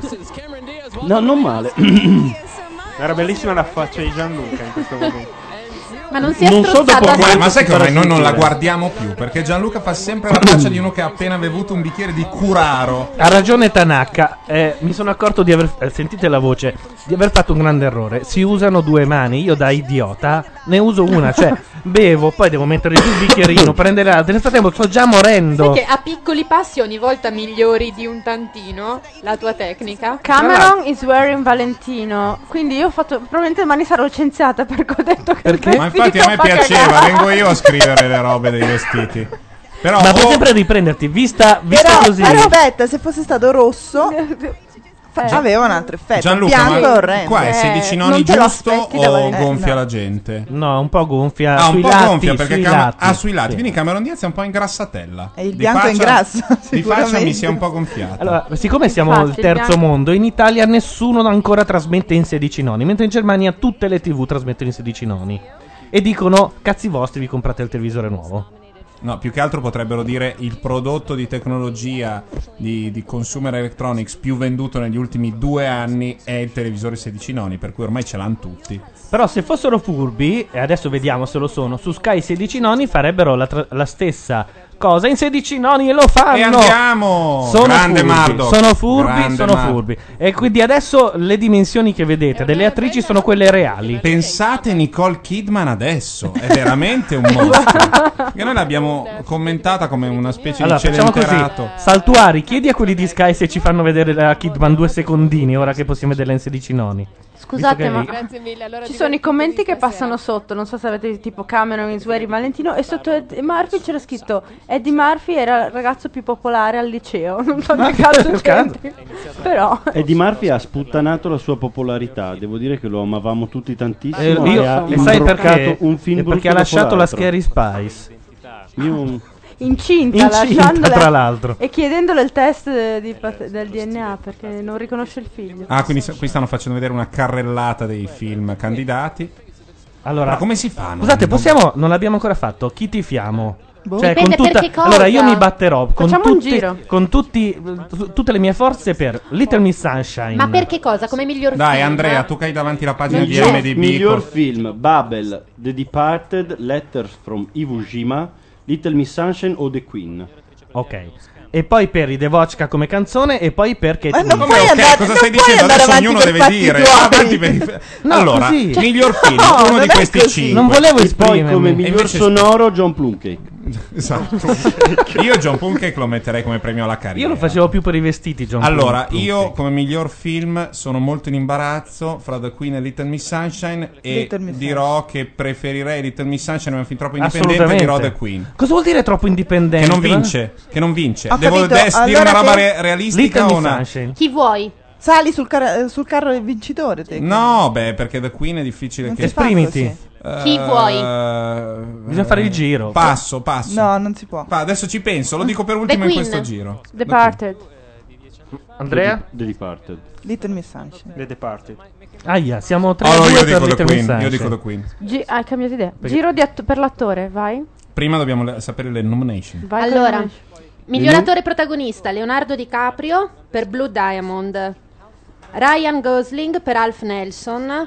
No, non male. Era bellissima la faccia di Gianluca in questo momento. Ma non si è Non so strozzato dopo Ma sai che ormai noi non la sentire. guardiamo più? Perché Gianluca fa sempre la faccia di uno che ha appena bevuto un bicchiere di curaro. Ha ragione Tanaka, mi sono accorto di aver, sentite la voce, di aver fatto un grande errore. Si usano due mani, io da idiota ne uso una, cioè bevo, poi devo mettere giù il bicchierino, prendere l'altra, nel frattempo sto già morendo. Sai che a piccoli passi ogni volta migliori di un tantino la tua tecnica? Cameron is wearing Valentino. Quindi io ho fatto. Probabilmente domani sarò licenziata perché ho detto che. Perché? Ma infatti a me piaceva, vengo io a scrivere le robe dei vestiti. Però Ma puoi sempre riprenderti, vista così. Però aspetta, se fosse stato rosso aveva un altro effetto. Gianluca, bianco è ma orrendo. qua è 16 noni non te lo giusto aspetti da o Valentino. gonfia No. la gente? No, un po' gonfia. Ah, un sui po' lati, gonfia perché sui Cam- lati. sui lati. Sì. Quindi Cameron Diaz è un po' ingrassatella. E il Di bianco faccia- ingrassa, Di faccia mi sicuramente. si è un po' gonfiata. Allora, siccome siamo Infatti, il terzo bianco- mondo, in Italia nessuno ancora trasmette in 16 noni, mentre in Germania tutte le TV trasmettono in 16 noni. E dicono, cazzi vostri, vi comprate il televisore nuovo. No, più che altro potrebbero dire il prodotto di tecnologia di consumer electronics più venduto negli ultimi 2 anni è il televisore 16 noni, per cui ormai ce l'hanno tutti. Però se fossero furbi, e adesso vediamo se lo sono, su Sky 16 noni farebbero la stessa cosa in 16 noni e lo fanno. E andiamo! Sono Grande furbi, Murdoch. sono furbi, Grande sono Murdoch. furbi. E quindi adesso le dimensioni che vedete delle attrici sono quelle reali. Pensate Nicole Kidman adesso, è veramente un mostro. Che noi l'abbiamo commentata come una specie Allora, di facciamo così. celenterato. Saltuari, chiedi a quelli di Sky se ci fanno vedere la Kidman 2 secondini, ora che possiamo vederla in 16 noni. Scusate, Visto ma che- Grazie mille. Allora ci sono i commenti che passano sotto. Non so se avete tipo Cameron, Isueri, Valentino. E sotto Eddie Murphy c'era scritto: Eddie Murphy era il ragazzo più popolare al liceo. Non so che cazzo c'entri. Però. Eddie Murphy ha sputtanato la sua popolarità. Devo dire che lo amavamo tutti tantissimo. E sai perché? Un film Perché ha brutto lasciato dopo la l'altro. Scary Spice. Io Incinta, lasciandola, tra l'altro. e chiedendole il test del DNA perché non riconosce il figlio. Ah, quindi qui stanno facendo vedere una carrellata dei film candidati. Allora, ma come si fa? Scusate, non l'abbiamo ancora fatto. Chi tifiamo? Cioè, Dipende per che cosa. Allora, io mi batterò con, Facciamo un giro. tutte le mie forze per Little Miss Sunshine. Ma per che cosa? Come miglior Dai, film? Andrea, tu che hai davanti la pagina di miglior, MDB. miglior film: Babel, The Departed, Letters from Iwo Jima, Little Miss Sunshine o The Queen. Ok. E poi per i The Vodka come canzone e poi per Kate non Winslet. puoi andare- Cosa non stai puoi dicendo? andare Adesso avanti ognuno per deve fatti dire. tuoi. Avanti per No, allora, così. miglior film, No, uno non di è questi così. 5. Non volevo E poi esprimermi. come E miglior invece- sonoro John Plumcake. Esatto. Io John Plumcake lo metterei come premio alla carriera. Io lo facevo più per i vestiti, John Allora, Plumcake. io come miglior film sono molto in imbarazzo fra The Queen e Little Miss Sunshine e Little Miss dirò che preferirei Little Miss Sunshine, è un film troppo indipendente, Assolutamente. dirò The Queen. Cosa vuol dire troppo indipendente? Che non vince, che non vince. Ho Devo capito, dire allora una roba che- realistica Little o Miss una? Sunshine. Chi vuoi? Sali sul carro del vincitore. Te. No, beh, perché The Queen è difficile Non che... si fa Esprimiti. Chi vuoi? Bisogna fare il giro. Passo. No, non si può. Adesso ci penso, lo dico per ultimo in Queen. questo giro. Departed. Andrea? The Departed. Little Miss Sunshine. The Departed. Aia, siamo 3 Allora, a 2 io per dico The Little Miss Queen, io Sunshine. dico The Queen. Hai cambiato idea. Perché- Giro per l'attore, vai. Prima dobbiamo sapere le nomination. Vai con Allora, le- miglior attore protagonista Leonardo DiCaprio per Blue Diamond, Ryan Gosling per Alf Nelson.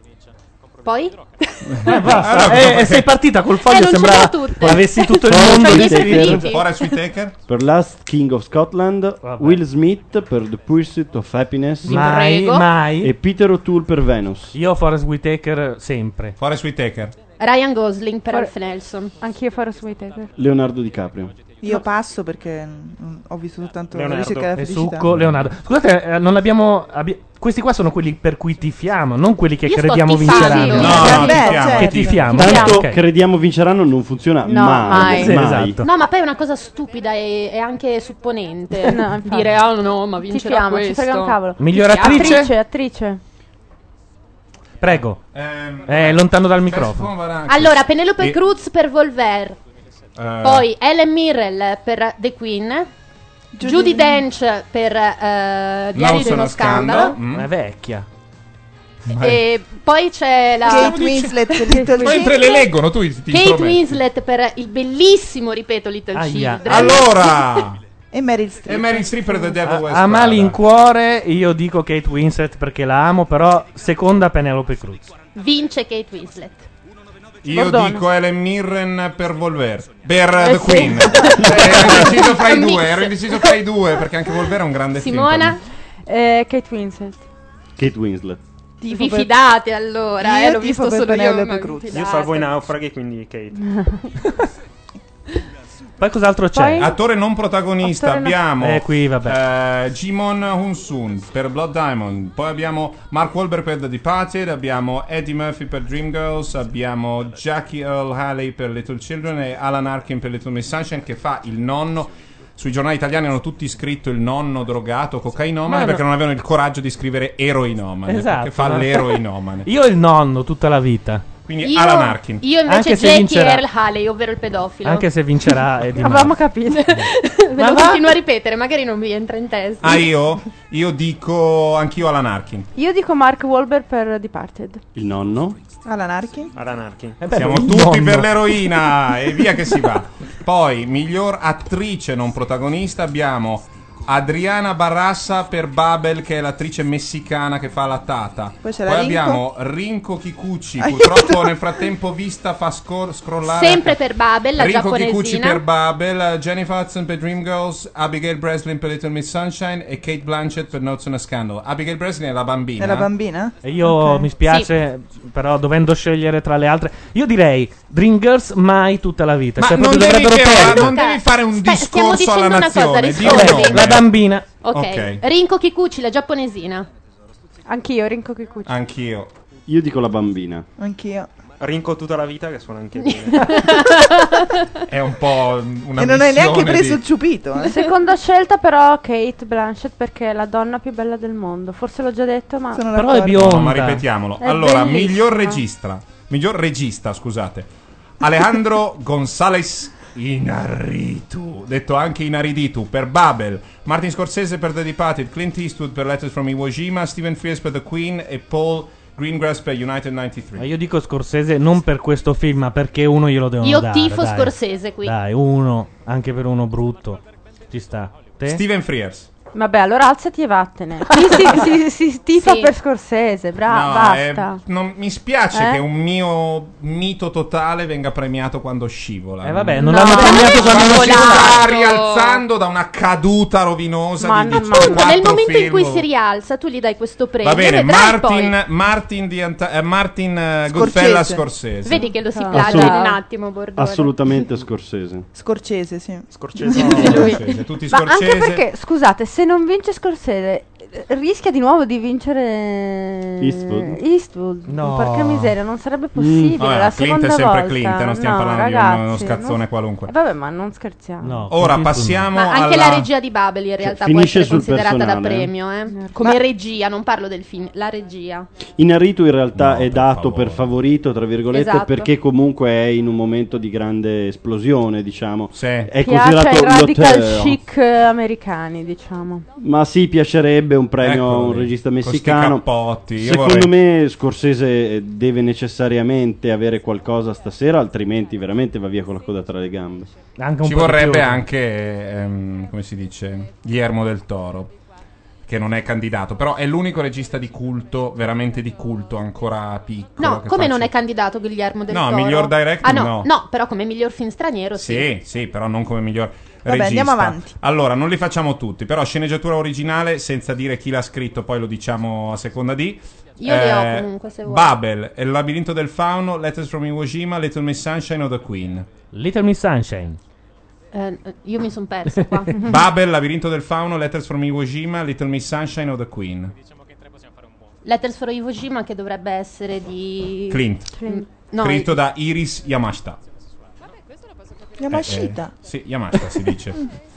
Poi? Basta. Sei partita col foglio, non ce sembrava le ho tutte. avessi tutto il C'ho mondo i di miei scrivere. preferiti. Forest Whitaker? Per Last King of Scotland, Will Smith per The Pursuit of Happiness Mai. e Peter O'Toole per Venus. Io Forrest Whitaker sempre. Forest Whitaker. Ryan Gosling per Alf Nelson. Anch'io farò Whitaker. Leonardo DiCaprio. Io passo perché ho visto soltanto Leonardo. Ricerca della E felicità. Succo, Leonardo. Scusate, non abbiamo. Questi qua sono quelli per cui tifiamo, non quelli che Io sto crediamo tifando. vinceranno. No, Beh, tifiamo. certo. Che tifiamo. Tanto Ok. crediamo vinceranno non funziona No, mai. mai. Esatto. No, ma poi è una cosa stupida e anche supponente. No, infatti. Dire, oh no, ma vincerà Tifiamo, questo. ci frega un cavolo. Miglior attrice? Attrice. Prego. È lontano dal microfono. Allora, Penelope E- Cruz per Volver. Poi Ellen Mirrell per The Queen. Judi Dench per Diario di uno scandalo. È vecchia. E poi c'è la Kate Winslet per Little Mentre le leggono tu ti Kate intrometti. Winslet per il bellissimo, ripeto, Little Aia. Children. Allora, E Meryl Streep. e Meryl Streep per The Devil Wears A mali in Prada. cuore, io dico Kate Winslet perché la amo, però seconda Penelope Cruz. Vince Kate Winslet. Io Gordone. dico Ellen Mirren per Volver. Per The sì. Queen. Ero indeciso fra i due perché anche Volver è un grande Simona, film. Kate Winslet. Kate Winslet. Tifo vi per- fidate allora? Io L'ho tifo visto per solo io. Penelope ma vi Cruz. Io Io fidate. salvo i naufraghi, quindi Kate. Poi cos'altro c'è? Poi? Attore non protagonista Attore non- abbiamo Qui, vabbè. Jimon Hunsoon per Blood Diamond, poi abbiamo Mark Wahlberg per The Departed, abbiamo Eddie Murphy per Dreamgirls, abbiamo Jackie Earle Haley per Little Children e Alan Arkin per Little Miss Sunshine che fa il nonno. Sui giornali italiani hanno tutti scritto il nonno drogato, cocainomane, Ma perché no. non avevano il coraggio di scrivere eroinomane, Esatto, perché fa no? l'eroinomane. Io il nonno tutta la vita. Quindi Io, Alan Arkin. io invece Anche se Jackie vincerà. Earle Haley, ovvero il pedofilo. Anche se vincerà Eddie Avevamo Murphy. capito. Ve lo continuo a ripetere, magari non vi entra in testa. Ah, io dico anch'io Alan Arkin. Io dico Mark Wahlberg per Departed. Il nonno. Alan Arkin. Alan Arkin. Siamo il tutti nonno. per l'eroina e via che si va. Poi, miglior attrice non protagonista abbiamo Adriana Barrassa per Babel, che è l'attrice messicana che fa la tata. Poi c'è la Rinko. abbiamo Rinko Kikuchi, purtroppo nel frattempo vista fa scrollare. Sempre per Babel, la Rinko Kikuchi giapponesina. per Babel, Jennifer Hudson per Dreamgirls, Abigail Breslin per Little Miss Sunshine e Kate Blanchett per Notes on a Scandal. Abigail Breslin è la bambina. È la bambina? E io mi spiace, però dovendo scegliere tra le altre, io direi Dreamgirls mai tutta la vita. Ma Cioè, non proprio devi, dovrebbero perdere. non devi fare un stiamo discorso alla dicendo una cosa, nazione. Di un rispondi. nome. La bambina. Ok. Ok. Rinko Kikuchi, la giapponesina. Anch'io, Rinco Kikuchi. Anch'io. Io dico la bambina. Anch'io. Rinco tutta la vita che suona anche bene. È un po' una E non hai neanche missione preso di- il ciupito. Seconda scelta però Kate Blanchett perché è la donna più bella del mondo. Forse l'ho già detto, ma Sono Però è d'accordo. bionda. No, ma ripetiamolo. È Allora, bellissima. miglior regista, scusate. Alejandro González Inarritu, detto anche Inariditu, per Babel, Martin Scorsese per The Departed, Clint Eastwood per Letters from Iwo Jima, Stephen Frears per The Queen e Paul Greengrass per United 93. Ma io dico Scorsese non per questo film, ma perché uno glielo devono Io dare. tifo dai. Scorsese qui. Dai, uno, anche per uno brutto. Ci sta. Te? Stephen Frears. vabbè, allora alzati e vattene. Qui si tifa Sì. per Scorsese, basta. Non mi spiace Eh? che un mio mito totale venga premiato quando scivola. Vabbè, non No, l'hanno beh, premiato quando Quando non si si sta rialzando da una caduta rovinosa Ma di no, 14 Appunto, nel momento in film. cui si rialza, tu gli dai questo premio. Va bene, e vedrai poi. Martin Goodfella Scorsese. Vedi che lo si Ah. plagia in un attimo, Bordone. Assolutamente Scorsese. Scorcese, sì. Scorcese. Scorsese, tutti Ma Scorsese. anche perché, scusate, se non vince Scorsese, rischia di nuovo di vincere Eastwood? No. Porca miseria, non sarebbe possibile. Vabbè, la Clint seconda è sempre volta. Clint, non stiamo No, parlando di ragazzi, uno scazzone non- qualunque. Vabbè, ma non scherziamo. No, Ora Clint Eastwood passiamo Ma anche alla... la regia di Babel in realtà può finisce essere sul considerata da personale. premio, come regia, non parlo del film, la regia. Inarritu in realtà No, è per dato favore. per favorito, tra virgolette, Esatto. perché comunque è in un momento di grande esplosione, diciamo. Sì. È Piace ai considerato radical l'auteur. chic americani, diciamo. Ma sì, piacerebbe un premio a Eccolo un lì, regista con sti messicano. cappotti. Io Secondo vorrei- me Scorsese deve necessariamente avere qualcosa stasera, altrimenti veramente va via con la coda tra le gambe. Anche un Ci po' di vorrebbe più. anche, come si dice, Guillermo del Toro, che non è candidato, però è l'unico regista di culto, veramente di culto, ancora piccolo. No, che come fa non il- è candidato Guillermo del No, Toro? miglior director Ah no, no. no, però come miglior film straniero sì. Sì, sì, però non come miglior Vabbè, regista. andiamo avanti. Allora, non li facciamo tutti, però sceneggiatura originale, senza dire chi l'ha scritto, poi lo diciamo a seconda di. Io li ho comunque, se vuoi. Babel, Il labirinto del fauno, Letters from Iwo Jima, Little Miss Sunshine o The Queen. Little Miss Sunshine. Io mi sono persa qua. Babel, Labirinto del fauno, Letters from Iwo Jima, Little Miss Sunshine o The Queen. Letters for Iwo Jima che dovrebbe essere di Clint. No, Scritto da Iris Yamashita. Yamashita. Sì, Yamashita si dice.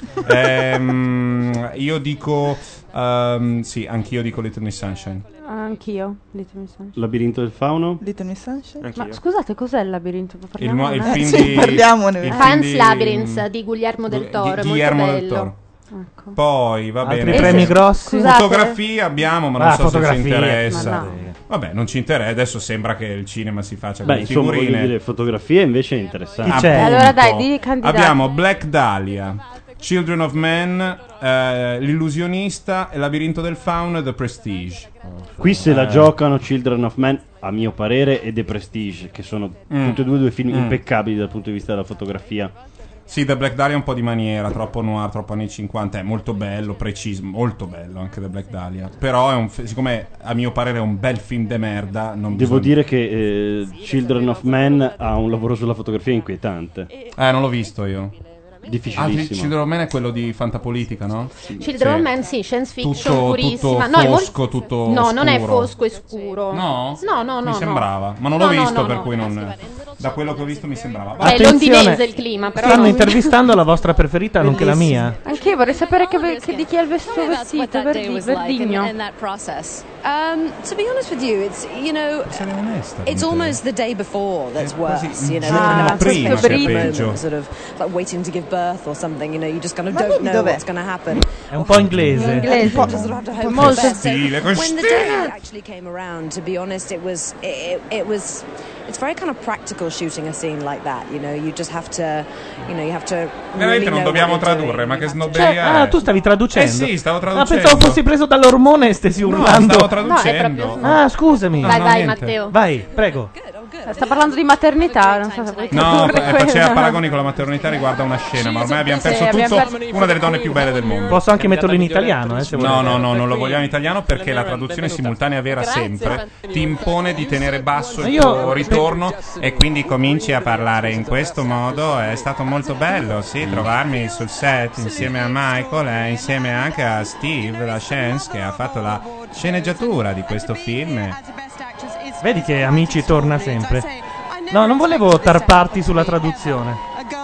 Io dico sì, anch'io dico Little Miss Sunshine. Anch'io. Little Miss Sunshine. Labirinto del fauno? Little Miss Sunshine? Ma scusate, cos'è il labirinto? Il, mu- il film Sì, di parliamone. il film Pan's di- Labyrinth di Guillermo del Toro, è Guillermo molto del bello. Toro. Poi va Altri bene. premi grossi? Scusate. Fotografia abbiamo, ma non Ah, so se ci fotografia. interessa. Ma no. Vabbè, non ci interessa. Adesso sembra che il cinema si faccia con Beh, le insomma, voglio figurine. dire, fotografia invece è interessante. Chi c'è? Appunto. Allora dai, di candidati. Abbiamo Black Dahlia, Children of Men, L'illusionista, Il labirinto del fauno e The Prestige. Qui se la giocano Children of Men, a mio parere, e The Prestige, che sono tutti e due film impeccabili dal punto di vista della fotografia. Sì, The Black Dahlia è un po' di maniera, troppo noir, troppo anni 50, è molto bello, preciso, molto bello anche The Black Dahlia. Però è siccome a mio parere è un bel film de merda, non Devo bisogna- dire che Children of Men ha un lavoro sulla fotografia inquietante. non l'ho visto io. Difficilissimo. Children of Men è quello di fantapolitica, no? Children of Sì. Men, sì, science fiction Tutto purissima. fosco, è molto- tutto No, non è scuro. fosco e scuro. No? No, no, no. Mi no. sembrava, ma non l'ho No, no, visto, no, per no. cui non... Da quello che ho visto mi sembrava. È londinese il clima, però. Stanno non- intervistando la vostra preferita, nonché la mia. Anche io vorrei sapere di chi è il suo vestito, Verdigno. in that process. To be honest with you, it's Essere onesta. it's almost the day before that's quasi worse. il The giorno kind of prima anticipation che è moment, peggio. sort of like waiting to give birth or something. You just kind of Ma don't vedi know dov'è? what's going to happen. È un po' inglese. Inglese. Just sort of have to hope for the Molto best. So stile, con when the stile. day actually came around, to be honest, it was it's very kind of practical shooting a scene like that. You just have to you have to really Veramente non know dobbiamo what you're tradurre, doing. ma che You have to- snobberia è? Tu stavi traducendo? Eh sì, stavo Ah, traducendo. pensavo fossi preso dall'ormone e stessi No, urlando. stavo No, è traducendo. proprio- Ah, scusami. Vai, no, vai, niente. Matteo. Vai, prego. Sta parlando di maternità, non so se vuoi No, tradurre quello. faceva paragoni con la maternità riguardo a una scena, ma ormai abbiamo perso Sì, abbiamo tutto. perso- Una delle donne più belle del mondo. Posso anche metterlo in italiano, se No, volete. no, no, non lo vogliamo in italiano perché la traduzione simultanea vera sempre ti impone di tenere basso il Io- tuo ritorno e quindi cominci a parlare in questo modo. È stato molto bello, sì, trovarmi sul set insieme a Michael e insieme anche a Steve, la Chance, che ha fatto la sceneggiatura di questo film. Vedi che Amici torna sempre. No, non volevo tarparti sulla traduzione.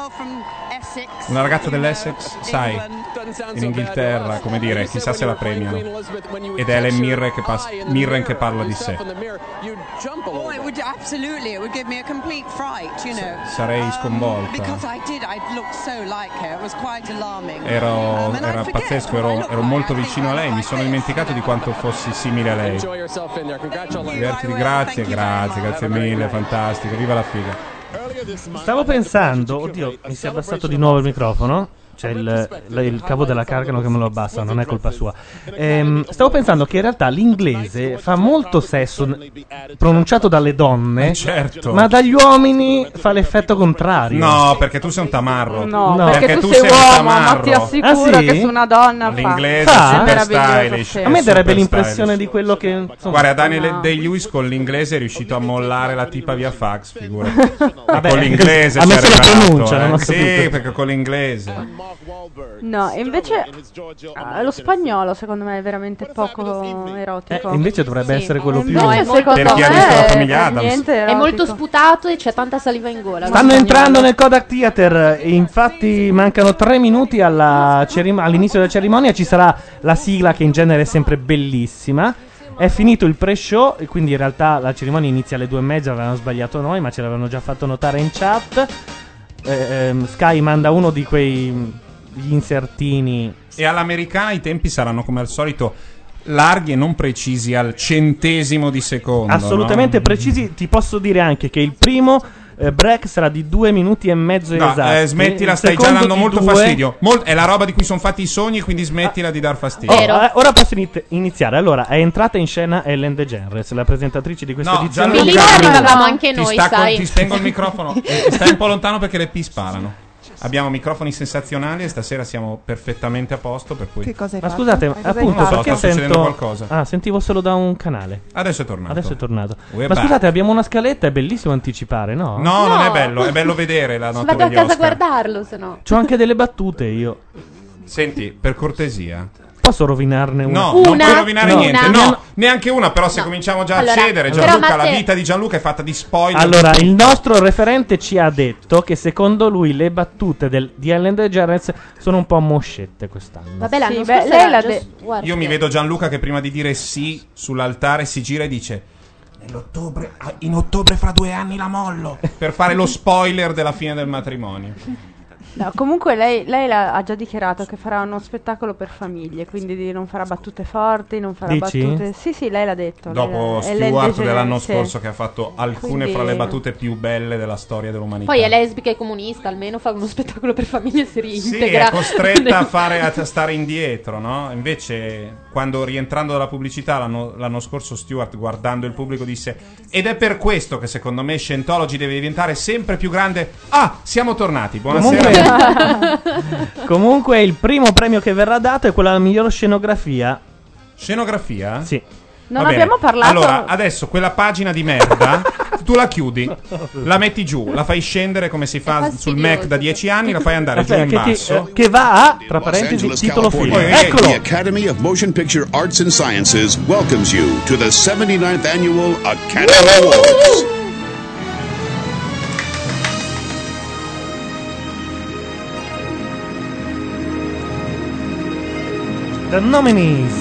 Una ragazza dell'Essex, sai, in Inghilterra, come dire, chissà se la premiano. Ed è Helen Mirren che parla di sé. Oh, it would absolutely. It would give me a complete fright, you know. Sarei sconvolta. Because I looked so like her. It was quite alarming. Era pazzesco, ero molto vicino a lei, mi sono dimenticato di quanto fossi simile a lei. Divertiti, grazie mille, fantastico, viva la figa. Stavo pensando, oddio, mi si è abbassato di nuovo il microfono. C'è il cavo della Carcano che me lo abbassa, non è colpa sua. Stavo pensando che in realtà l'inglese fa molto sesso pronunciato dalle donne, certo, ma dagli uomini fa l'effetto contrario. No, perché tu sei un tamarro. No, perché tu sei uomo, ma ti assicuro che su una donna l'inglese è super stylish. A me darebbe l'impressione di quello che, insomma, guarda, Daniel Day-Lewis con l'inglese è riuscito a mollare la tipa via fax, figurati. Con l'inglese ha ci è messo la arrivato, pronuncia, non ho sì, capito. perché con l'inglese. No, invece lo spagnolo secondo me è veramente poco erotico. Invece dovrebbe essere quello più. No, secondo per chi ha visto la famiglia Addams. È molto sputato e c'è tanta saliva in gola. Stanno entrando nel Kodak Theater, infatti mancano 3 minuti all'inizio della cerimonia. Ci sarà la sigla che in genere è sempre bellissima. È finito il pre-show, e quindi in realtà la cerimonia inizia alle 2:30. Avevano sbagliato noi, ma ce l'avevano già fatto notare in chat. Sky manda uno di quei gli insertini. E all'americana i tempi saranno come al solito larghi e non precisi al centesimo di secondo. Assolutamente no? Precisi. Ti posso dire anche che il primo break sarà di 2 minuti e mezzo esatti. Smettila, stai già dando molto fastidio. È la roba di cui sono fatti i sogni, quindi smettila di dar fastidio. Ora posso iniziare. Allora, è entrata in scena Ellen DeGeneres, la presentatrice di questa edizione. Parlavamo anche noi, sai. Ti spengo il microfono. Stai un po' lontano perché le P sparano. Abbiamo microfoni sensazionali e stasera siamo perfettamente a posto, per cui... Che cosa hai Ma fatto? scusate, Cosa hai appunto, fatto? perché sta succedendo sento qualcosa. sentivo solo da un canale. Adesso è tornato. Ma back. scusate, abbiamo una scaletta, è bellissimo anticipare, no? No, non è bello, è bello vedere la notte Vado a degli casa a Oscar. guardarlo, se no. C'ho anche delle battute io. Senti, per cortesia. Posso rovinarne una? No, non puoi rovinare niente. No, neanche una, però se cominciamo già a cedere, Gianluca, la vita di Gianluca è fatta di spoiler. Allora, il nostro referente ci ha detto che secondo lui le battute di Ellen DeGeneres sono un po' moscette quest'anno. Vabbè, l'anno Sì, scorso lei era l'ha già guarda. Io mi vedo Gianluca che prima di dire sì sull'altare si gira e dice in ottobre fra 2 anni la mollo, per fare lo spoiler della fine del matrimonio. No, comunque lei ha già dichiarato che farà uno spettacolo per famiglie, quindi non farà battute forti, non farà Dici? battute. Sì, lei l'ha detto. Dopo Ellen Stewart DeGeneres, dell'anno sì. scorso che ha fatto alcune Quindi- fra le battute più belle della storia dell'umanità. Poi è lesbica e comunista, almeno fa uno spettacolo per famiglie e si Sì, reintegra. è costretta a stare indietro, no? Invece, quando rientrando dalla pubblicità l'anno scorso, Stewart, guardando il pubblico, disse: ed è per questo che secondo me Scientology deve diventare sempre più grande. Ah, siamo tornati. Buonasera. Comunque il primo premio che verrà dato è quello alla miglior scenografia. Scenografia? Sì. Non Va bene. abbiamo parlato. Allora, adesso quella pagina di merda tu la chiudi, la metti giù, la fai scendere come si fa sul Mac da 10 anni, la fai andare giù in basso. Che va a, tra Los parentesi, Angeles, titolo film. California, Eccolo! the Academy of Motion Picture Arts and Sciences welcomes you to the 79th Annual Academy Awards. The nominees.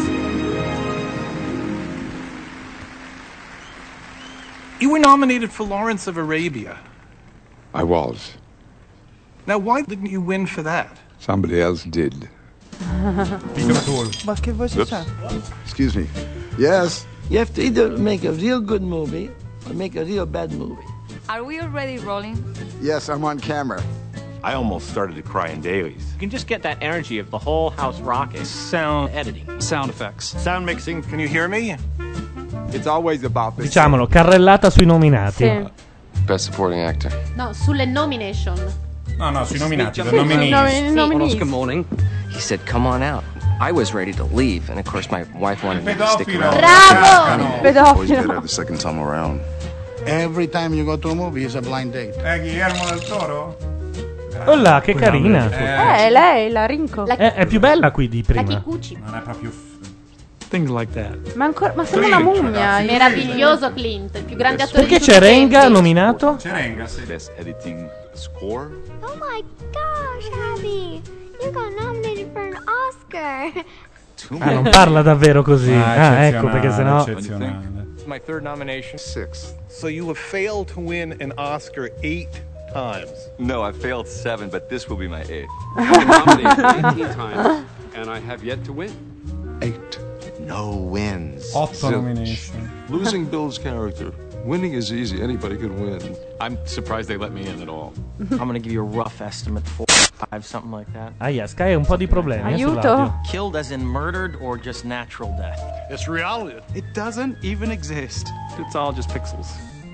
You were nominated for Lawrence of Arabia. I was. Now, why didn't you win for that? Somebody else did. Ma che voce c'è? Excuse me. Yes. You have to either make a real good movie or make a real bad movie. Are we already rolling? Yes, I'm on camera. I almost started to cry in dailies. You can just get that energy of the whole house rocking. Sound editing. Sound effects. Sound mixing. Can you hear me? It's always about this. Diciamolo, carrellata sui nominati. Sì. Best supporting actor. No, sulle nomination. No, sui nominati, Sì, the nominees. nominees. Good morning. He said, "Come on out." I was ready to leave, and of course, my wife wanted me to stick Pedofilo. around. Bravo! Always Pedofilo. better the second time around. Every time you go to a movie is a blind date. Guillermo del Toro? Oh là, che carina. Lei, la Rinco. È più bella qui di La prima. Kikuchi. Non è proprio Things like that. Ma sembra una mummia. Meraviglioso Clint, il più grande attore Perché di c'è tutti i Renga tempi. nominato? C'è Renga, sì. Best editing score. Oh my gosh, Abby! You got nominated for an Oscar! Ah, non parla davvero così. Ah, ecco, perché sennò... eccezionale. My third nomination. 6th. So you have failed to win an Oscar 8 times. No, I failed 7, but this will be my 8th. I've been nominated 18 times, and I have yet to win. 8. No wins. 8 nomination. Losing Bill's character. Winning is easy. Anybody could win. I'm surprised they let me in at all. I'm gonna give you a rough estimate, 4, 5, something like that. Aia, Sky ha un po' di problemi. Aiuto. Killed as in murdered or just natural death? It's reality. It doesn't even exist. It's all just pixels.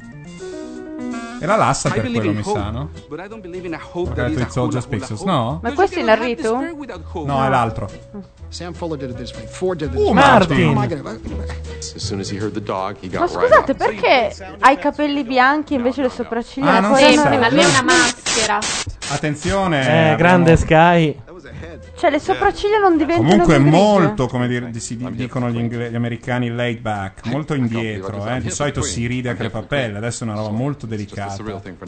Era l'assa I per believe quello, in mi sa, hope, no? but I don't believe in a hope Perché that ha is detto a It's All hula Just hula Pixels, hope. no? Ma questo è Inarritu? No, è l'altro. Sam Fuller did it this way. Ford did it this way. Martin. How am I gonna- As soon as he heard the dog, he got Ma right scusate, up. perché ha i capelli bianchi invece le sopracciglia? Ah, non Poi si hanno- sa. Ma lui è una maschera. Attenzione. grande Sky. Cioè le sopracciglia non diventano Comunque è più grigie. molto, come dicono gli americani, laid back, molto indietro. Di solito si ride a crepapelle, adesso è una roba molto delicata.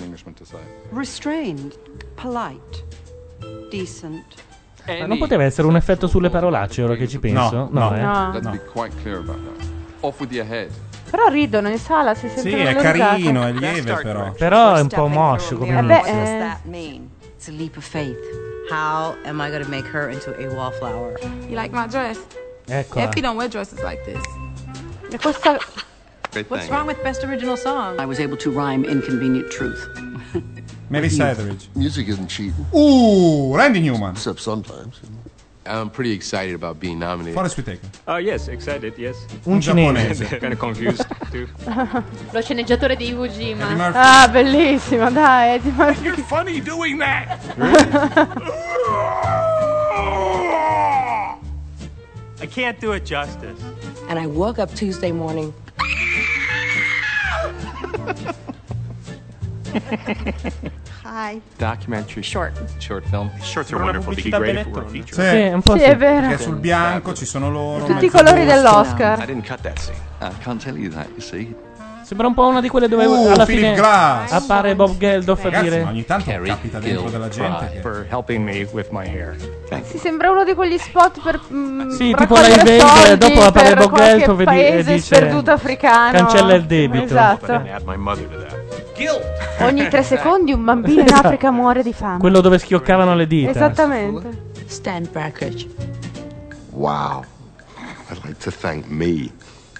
Restrained, polite, decent. Ma non poteva essere un effetto sulle parolacce, ora che ci penso? No. Let's be quite clear about that. Off with your head. Però ridono in sala, si Sì, sentono è le carino, risate. è lieve però. Però è un po' mosh come Beh, inizio. What does that mean? It's a leap of faith. How am I going to make her into a wallflower? You like my dress? Eccola. Effie don't wear dresses like this. E questa... What's wrong with Best Original Song? I was able to rhyme inconvenient truth. Melissa Etheridge. Music isn't cheap. Randy Newman. Except sometimes. I'm pretty excited about being nominated. Forest Whitaker. Yes, excited, yes. Un cinese. Kind of confused, too. Lo sceneggiatore di Iwo Jima. Ah, bellissimo, dai. Eddie Murphy. You're funny doing that. I can't do it justice. And I woke up Tuesday morning. Hi. Documentary. Short. Short film. Shorts are wonderful. They'd be great if it were a feature. Sì, un po' Sì, è vero. perché sul bianco ci sono loro. Tutti i mezzo colori blu. dell'Oscar. I didn't cut that scene. I can't tell you that, you see. Sembra un po' una di quelle dove alla Philip fine Glass. appare Bob Geldof a Ragazzi, dire... ma ogni tanto capita dentro della gente. For helping me with my hair. Si sembra uno di quegli spot per Sì, tipo raccogliere la Invade, soldi dopo appare per Bob qualche Geldof e paese dice sperduto africano. cancella il debito. Esatto. Add my mother to that. Ogni 3 secondi un bambino in Africa muore di fame. Quello dove schioccavano le dita. Esattamente. Stan Brakhage. Wow. I'd like to thank me,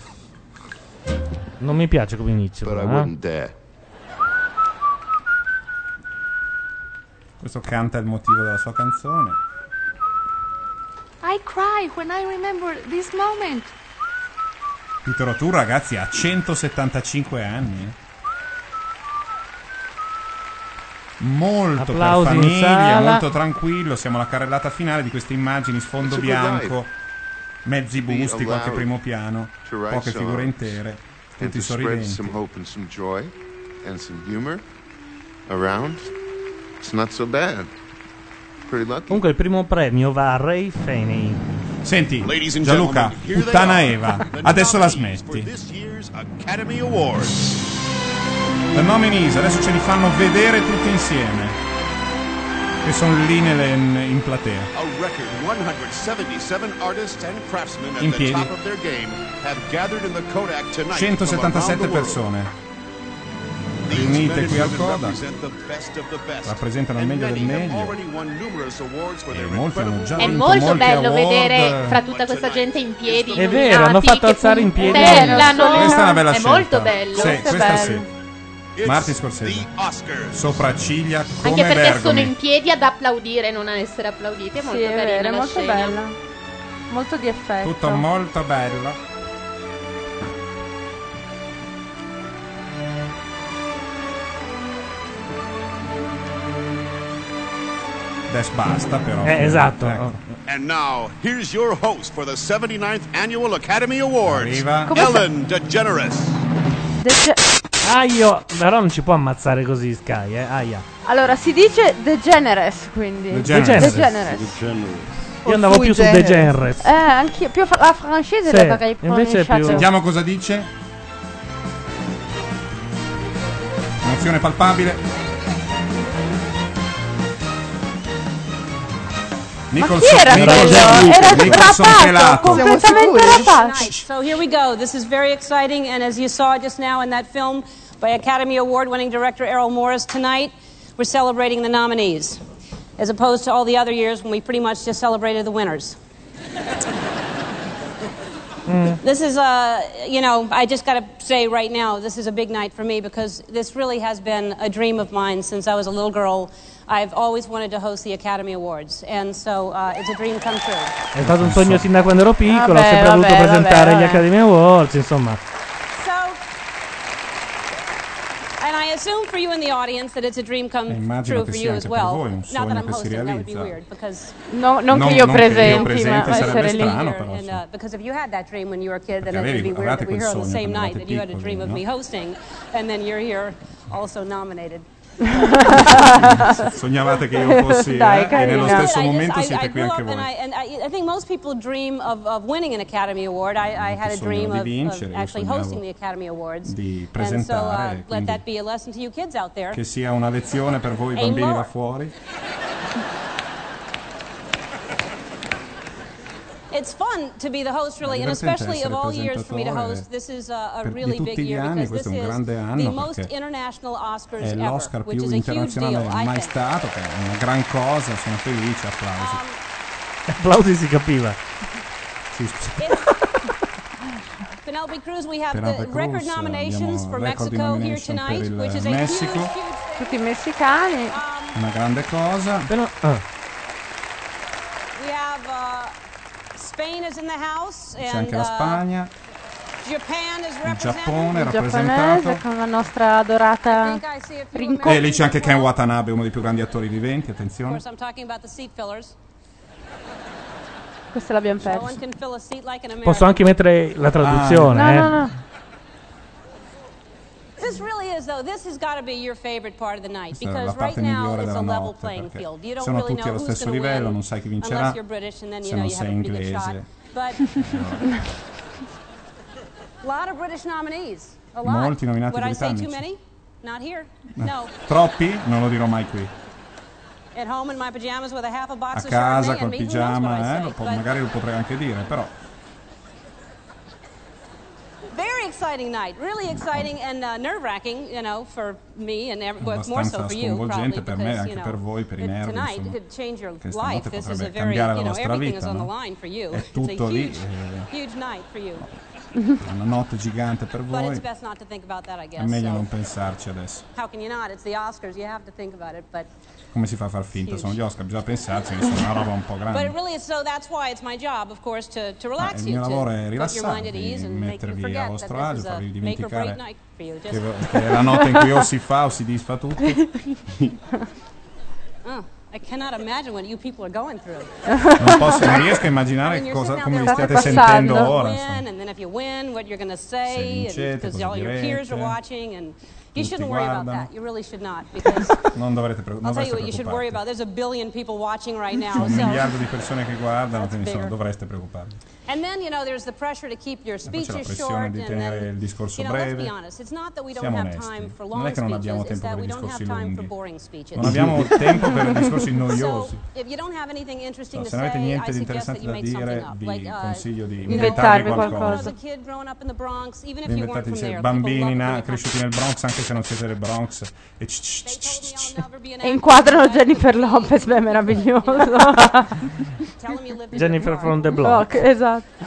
Non mi piace come inizio. but I però, wouldn't dare. Questo canta il motivo della sua canzone. I cry when I remember this moment. Peter O'Toole, ragazzi, ha 175 anni. Molto Applausi per in famiglia, sala. molto tranquillo. Siamo alla carrellata finale di queste immagini, sfondo It's a good bianco, mezzi busti, qualche primo piano, to write poche figure songs intere, and tutti to spread sorridenti. some hope and some joy and some humor around. It's not so bad. Pretty lucky. Comunque il primo premio va a Ray Faney. Senti, Ladies and Gianluca, gentlemen, here they puttana are, Eva, the adesso la nominees for smetti. this year's Academy Awards. The nominees, adesso ce li fanno vedere tutti insieme. Che sono lì in platea. A record 177 artists and craftsmen at In the piedi. top of their game have gathered in the Kodak tonight. 177 persone riunite qui al Kodak, rappresentano il meglio del meglio e molti hanno già È vinto molto molti bello award. vedere fra tutta questa gente in piedi. È vero, hanno fatto alzare in piedi. Puntellano. Questa è una bella È scelta. molto bello. Sì, Questo è questa bello. sì. Martin Scorsese, sopracciglia come Anche perché Bergomi. sono in piedi ad applaudire, non a essere applauditi. È molto Sì, è carina vero, è la molto scena. bella. Molto di effetto. Tutto molto bello. Adesso basta però. Esatto. Ecco. And now, here's your host for the 79th Annual Academy Awards, Arriva. Ellen DeGeneres. Io però non ci può ammazzare così Sky, Aia. Allora, si dice DeGeneres, quindi. DeGeneres. DeGeneres. Io andavo più su Degenres. Anch'io, più la francese Sì, l'avrei invece è più- Sentiamo cosa dice. Emozione palpabile. Nicholson, era Nicholson, Era Nicholson rapato, pelato. completamente rapato. So here we go. This is very exciting, and as you saw just now in that film by Academy Award-winning director Errol Morris, tonight we're celebrating the nominees, as opposed to all the other years when we pretty much just celebrated the winners. This is I just got to say right now, this is a big night for me because this really has been a dream of mine since I was a little girl. I've always wanted to host the Academy Awards, and so it's a dream come true. È stato un sogno sin da quando ero piccolo, ho sempre voluto presentare gli Academy Awards, insomma. And I assume for you in the audience that it's a dream come Immagino true che for sia you as anche per well. voi un Not that sogno I'm che si hosting, that would be realizza. weird because non che io presenti, ma sarebbe essere lì. strano, però, sì. because if you had that dream when you were a kid, then Perché it would be weird avevate that we're quel here on the sogno same quando night, eravate that you had a piccoli, dream of no? me hosting, and then you're here also nominated. Sognavate che io fossi e nello stesso momento siete qui anche voi. And I think most people dream of winning an Academy Award. I had a dream of actually hosting the Academy Awards. Di And so presentare, let that be a lesson to you kids out there. che sia una lezione per voi Aim bambini là lower. fuori. It's fun to be the host, really, and divertente especially of essere all years for me to presentatore host. This is a di really tutti big gli year anni, because questo this è un is grande the anno most perché international Oscars è ever, l'Oscar which più is a huge internazionale deal, I mai think. stato, che è una gran cosa, sono felice, applausi. Applausi si capiva. Sì, scusa. Penelope Cruz, we have Penelope the record Cruz, nominations for record di Mexico here nomination tonight, per il which is a Messico. huge Tutti messicani. Una grande cosa. Però, We have Spain is in the house, C'è and anche la Spagna, Japan is il represented. Giappone è Il rappresentato. giapponese con la nostra adorata Rinko. E lì c'è anche Ken Watanabe, uno dei più grandi attori viventi, Of attenzione. course, I'm talking about the seat fillers. Questa l'abbiamo No one persa. can fill a seat like an American. posso anche mettere la traduzione, No. This really is, though. This has got to be your favorite part of the night Questa è because la right parte now migliore it's della a level notte, playing perché field. You don't sono really tutti know allo who's stesso going to livello, win non sai chi vincerà unless you're British, and then se you know non you have sei a pretty good shot. inglese. But a lot of British nominees. A lot. Molti nominati Would I say too britannici. many? Not here. No. Troppi? Non lo dirò mai qui. At home in my pajamas with a half a box A of casa Chardonnay col and me, who knows what I pigiama, say. But magari lo potrei anche dire, però very exciting night, really exciting and nerve-wracking, you know, for me and more so abbastanza for you, probably, sconvolgente per me, because, anche you know, per voi, per i nervi, tonight insomma, could change your che life. stanotte This is a potrebbe very, cambiare la you know, vostra everything vita, is on the no? line for you. È It's a tutto lì, huge night for you. una notte gigante per But voi. it's best not to think about that, I guess. È meglio so. non pensarci adesso. How can you not? It's the Oscars. You have to think about it, but Come si fa a far finta? Sono gli Oscar, bisogna pensarci che sono una roba un po' but it grande. really is. So that's why it's my job, of course, to relax Il you, mio lavoro è to put your mind at rilassarvi, ease and make you mettervi a forget that vostro this agio, is a farvi make or break dimenticare night for you. che è la notte in cui o si fa o si disfa tutto. Oh, I cannot imagine what you people are going through. Non riesco a immaginare I mean, cosa, you're come vi sitting out stiate there sentendo win, ora. Insomma. and then if you win, what you're going to say, vincete, because cosa all your peers are direte. watching, and you Tutti shouldn't worry about guardano. that. You really should not, because Non dovrete I'll tell you what you should worry preoccuparvi. about. There's a billion people watching right now. C'è un So. miliardo di persone che guardano, That's quindi bigger. dovreste preoccuparvi. And then, you know, there's the pressure to keep your Poi c'è la speeches pressione short, di and tenere then, il discorso you know, let's breve. be honest. It's not that we don't Siamo have onesti. time for Non long è che non abbiamo speeches. It's tempo that per we don't have discorsi time for lunghi. boring speeches. Non abbiamo tempo per discorsi noiosi. So, if you don't have anything interesting No, to se non avete say, niente I di suggest that interessante you da make something dire, up. vi Like, consiglio di inventarvi inventarvi when I qualcosa. was a kid growing up in the Bronx, even if Vi you weren't inventate from there, bambini people loved cresciuti nel Bronx, anche se non siete del Bronx. E E inquadrano Jennifer Lopez, beh, meraviglioso. Jennifer from the Block. Esatto.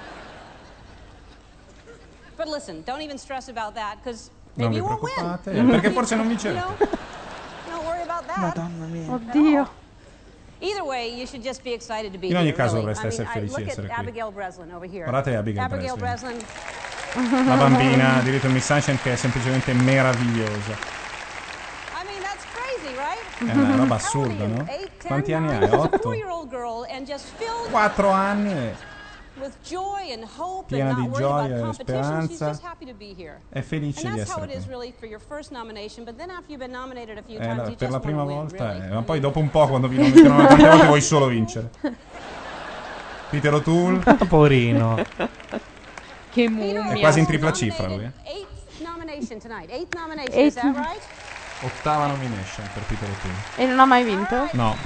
But listen, don't even stress about that, because Non maybe vi you won't win. preoccupate, perché forse non vincerete. Don't worry about that. Madonna mia. Oddio. Either way, you should just be excited to be In ogni here, caso really. dovreste essere felici look di at essere qui. Abigail Breslin over here. Guardate Abigail Breslin. La bambina di Little Miss Sunshine che è semplicemente meravigliosa. I mean, that's crazy, right? È una roba assurda, no? Quanti anni hai? 8? 4-year-old girl and just filled 4 anni e with joy and hope Piena and di not worried gioia e about competition. She's speranza. just happy to be here. è felice And di that's how essere it is qui. really for your first nomination, but then after you've been nominated a few times, you Per just la prima want to win, volta, really. ma poi dopo un po' quando vi nominano tante volte vuoi solo vincere. Peter O'Toole. Poverino. Che È mummia. quasi in tripla cifra lui. Nomination tonight. 8th nomination, is that right? Ottava nomination per Peter O'Toole. E non ha mai vinto? No.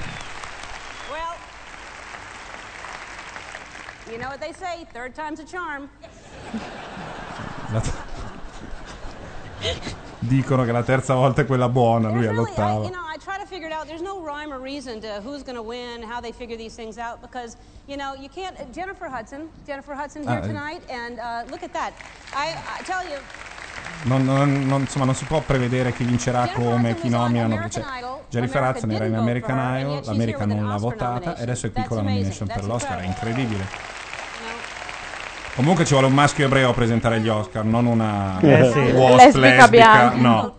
You know what they say, third time's a charm. Dicono che la terza volta è quella buona, lui all'ottava. You know, I try to figure it out. There's no rhyme or reason to who's going to win, how they figure these things out, because, you know, you can't. Jennifer Hudson here tonight, and look at that. I tell you. Insomma, non si può prevedere chi vincerà come, chi nominano. Cioè, Jennifer Hudson era in American Idol, l'America non l'ha votata e adesso è qui con la nomination per l'Oscar, è incredibile. Comunque ci vuole un maschio ebreo a presentare gli Oscar, non una host lesbica, no.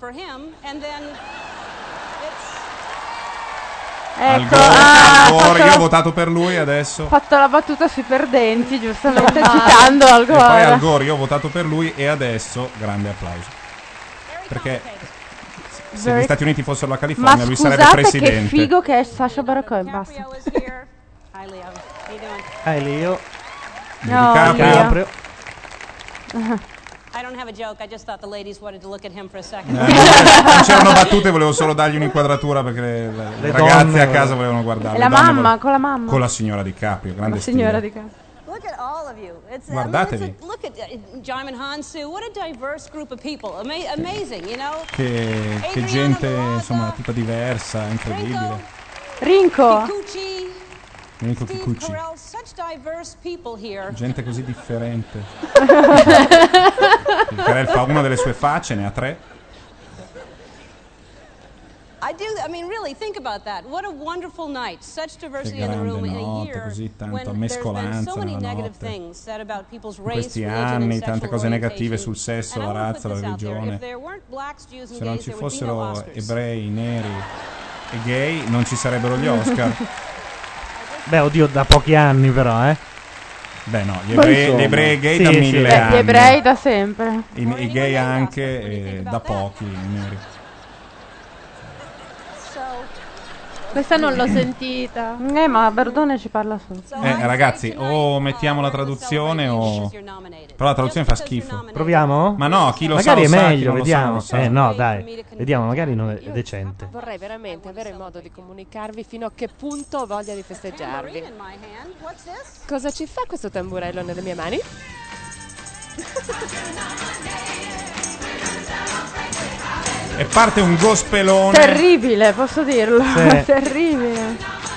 Ecco, io ho votato per lui adesso. Ha fatto la battuta sui perdenti, giustamente citando Al Gore. E poi Al Gore, io ho votato per lui e adesso grande applauso. Perché se gli Stati Uniti fossero la California, lui sarebbe presidente. Che figo che è Sacha Baron Cohen, basta. Leo. No, DiCaprio. I don't have a joke. I just thought the ladies wanted to look at him for a second. Non c'erano battute, volevo solo dargli un'inquadratura perché le ragazze a casa volevano guardare. E la mamma, con la mamma. Con la signora DiCaprio, grande la signora DiCaprio. Look at all of you. Guardatevi. Look at Jaimin Hansu. What a diverse group of people. Amazing, you know. Che gente, insomma, tutta diversa, incredibile. Rinco. Rinco Kikuchi. Gente così differente. Il Carell fa una delle sue facce, ne ha 3. I mean, really, think about that. What a wonderful night. Such diversity in the room in a year così tanta when there's been so many negative things said about people's race, religion, and sexual tante cose negative sul orientation. sesso, la razza, la religione. Se non ci fossero ebrei, neri e gay, non ci sarebbero gli Oscar. Beh, oddio, da pochi anni però, Beh no, gli ebrei gay da 1000 anni. Gli ebrei da sempre. I gay anche da pochi, i neri. Questa non l'ho sentita. Ma Berdone ci parla solo. Ragazzi, o mettiamo la traduzione o... Però la traduzione fa schifo. Proviamo? Ma no, chi lo magari sa è lo sa, meglio, chi non vediamo. lo sa. No, dai. Vediamo, magari non è decente. Vorrei veramente avere modo di comunicarvi fino a che punto ho voglia di festeggiarvi. Cosa ci fa questo tamburello nelle mie mani? E parte un gospelone. Terribile, posso dirlo. Sì. Terribile.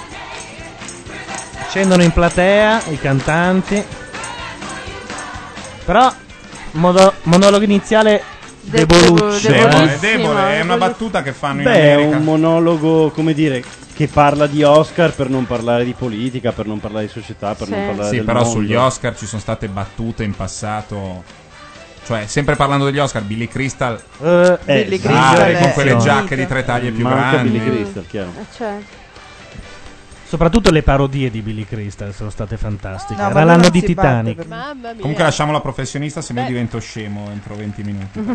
Scendono in platea i cantanti. Però monologo iniziale deboluccio. È debole, è una battuta che fanno in America. America. È un monologo, come dire, che parla di Oscar per non parlare di politica, per non parlare di società, per non parlare del però mondo. sugli Oscar ci sono state battute in passato. Cioè, sempre parlando degli Oscar, Billy Crystal Billy Crystal con quelle giacche di 3 taglie più grandi. Billy Crystal, chiaro. Soprattutto le parodie di Billy Crystal sono state fantastiche. No, Era l'anno di Titanic. Mamma mia. Comunque lasciamo la professionista, se no divento scemo entro 20 minuti.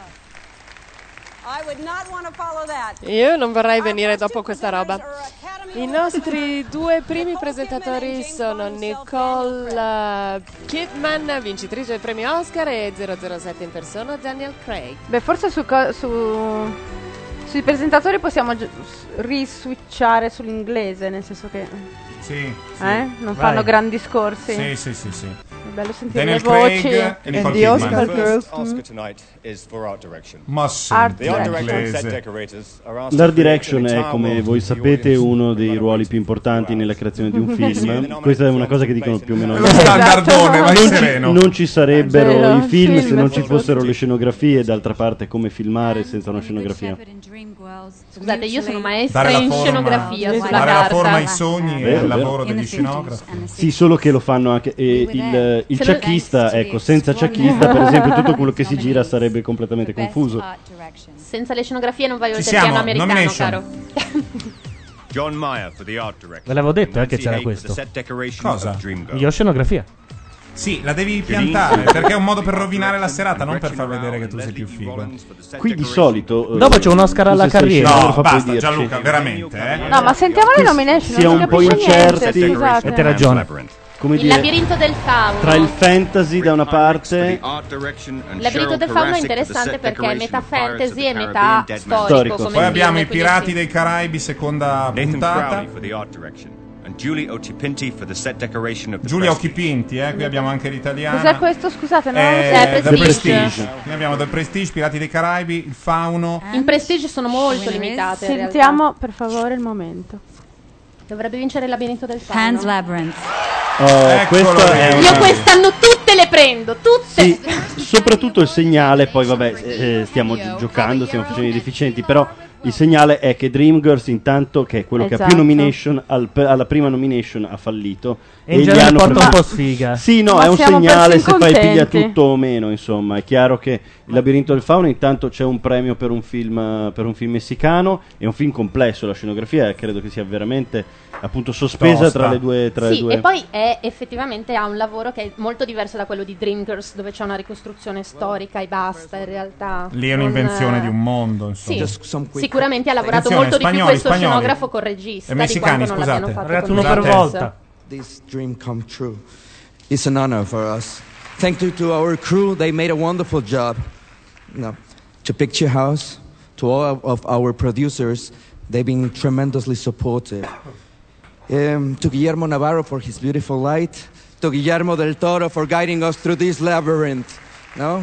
Io non vorrei venire dopo questa roba. I nostri 2 primi presentatori sono Nicole Kidman, vincitrice del premio Oscar, e 007 in persona, Daniel Craig. Beh, forse sui presentatori possiamo riswitchare sull'inglese, nel senso che non fanno grandi discorsi. Sì. È bello sentire Daniel le voci. Craig e Nicole the Kidman. Oscar girls. Oscar tonight is for Art Direction. Ma sì, Art Direction and set decorators are asked L'Art to Direction create an è, entire come world voi for the sapete, audience. uno dei ruoli più importanti nella creazione di un film. Questa è una cosa che dicono più o meno. Lo standardone, vai sereno. Non ci sarebbero Vero, i film se film, non ci sì. fossero le scenografie. D'altra parte, come filmare senza una scenografia? Scusate, io sono maestra Dare la in forma- scenografia sulla Dare la carta. forma ai sogni e Vero, al vero. lavoro degli scenografi. Sì, solo che lo fanno anche il ciacchista, ecco, senza ciacchista per esempio tutto quello che si gira sarebbe completamente confuso. Senza le scenografie non vai Ci oltre il piano siamo, americano, nomination. caro. John Mayer for the Art Direction. Ve l'avevo detto che Nancy c'era Haig for questo. the set decoration Cosa? of Dreamgirls. Io scenografia. Sì, la devi piantare perché è un modo per rovinare la serata, non per far vedere che tu sei più figo. Qui di solito Dopo c'è un Oscar alla carriera. No, basta Gianluca, veramente, No, ma sentiamo le nomination. sia non si un po' capisce niente, incerti. scusate. E te ragione. come Il dire, labirinto del fauno. tra il fantasy da una parte. Il labirinto del fauno è interessante perché è metà fantasy e metà storico. Come Poi abbiamo film, i Pirati dei Caraibi, seconda Nathan puntata. Crowley for the art direction. And Julie Occhipinti for the set decoration of the Giulia Prestige. Occhipinti, qui abbiamo anche l'italiana. Cos'è questo? Scusate, no? The Prestige. Prestige. Qui abbiamo The Prestige, Pirati dei Caraibi, il fauno. In Prestige sono molto limitate. in realtà. Sentiamo per favore il momento. Dovrebbe vincere il labirinto del fauno. Pan's Labyrinth. Questa è Io quest'anno tutte le prendo, tutte. Sì, soprattutto il segnale, poi vabbè, stiamo giocando, stiamo facendo i deficienti, però il segnale è che Dreamgirls intanto, che è quello che ha più nomination, alla prima nomination ha fallito. E in genere porta un po' sfiga. Sì, no, Ma è un siamo segnale se fai contenti. piglia tutto o meno, insomma. È chiaro che il labirinto del fauno intanto c'è un premio per un film messicano, è un film complesso, la scenografia credo che sia veramente appunto sospesa Tosta. tra le due. E poi è effettivamente ha un lavoro che è molto diverso da quello di Dreamgirls, dove c'è una ricostruzione storica e basta in realtà. Lì è un'invenzione di un mondo, insomma. Sì, sicuramente ha lavorato Attenzione, molto di più spagnoli, questo spagnoli. scenografo col regista E messicani, di quanto non l'abbiano scusate. fatto Ragazzi, con uno per Dreamgirls. volta. This dream come true. It's an honor for us. Thank you to our crew. They made a wonderful job. No, to Picture House, to all of our producers, they've been tremendously supportive. To Guillermo Navarro for his beautiful light. To Guillermo del Toro for guiding us through this labyrinth. No?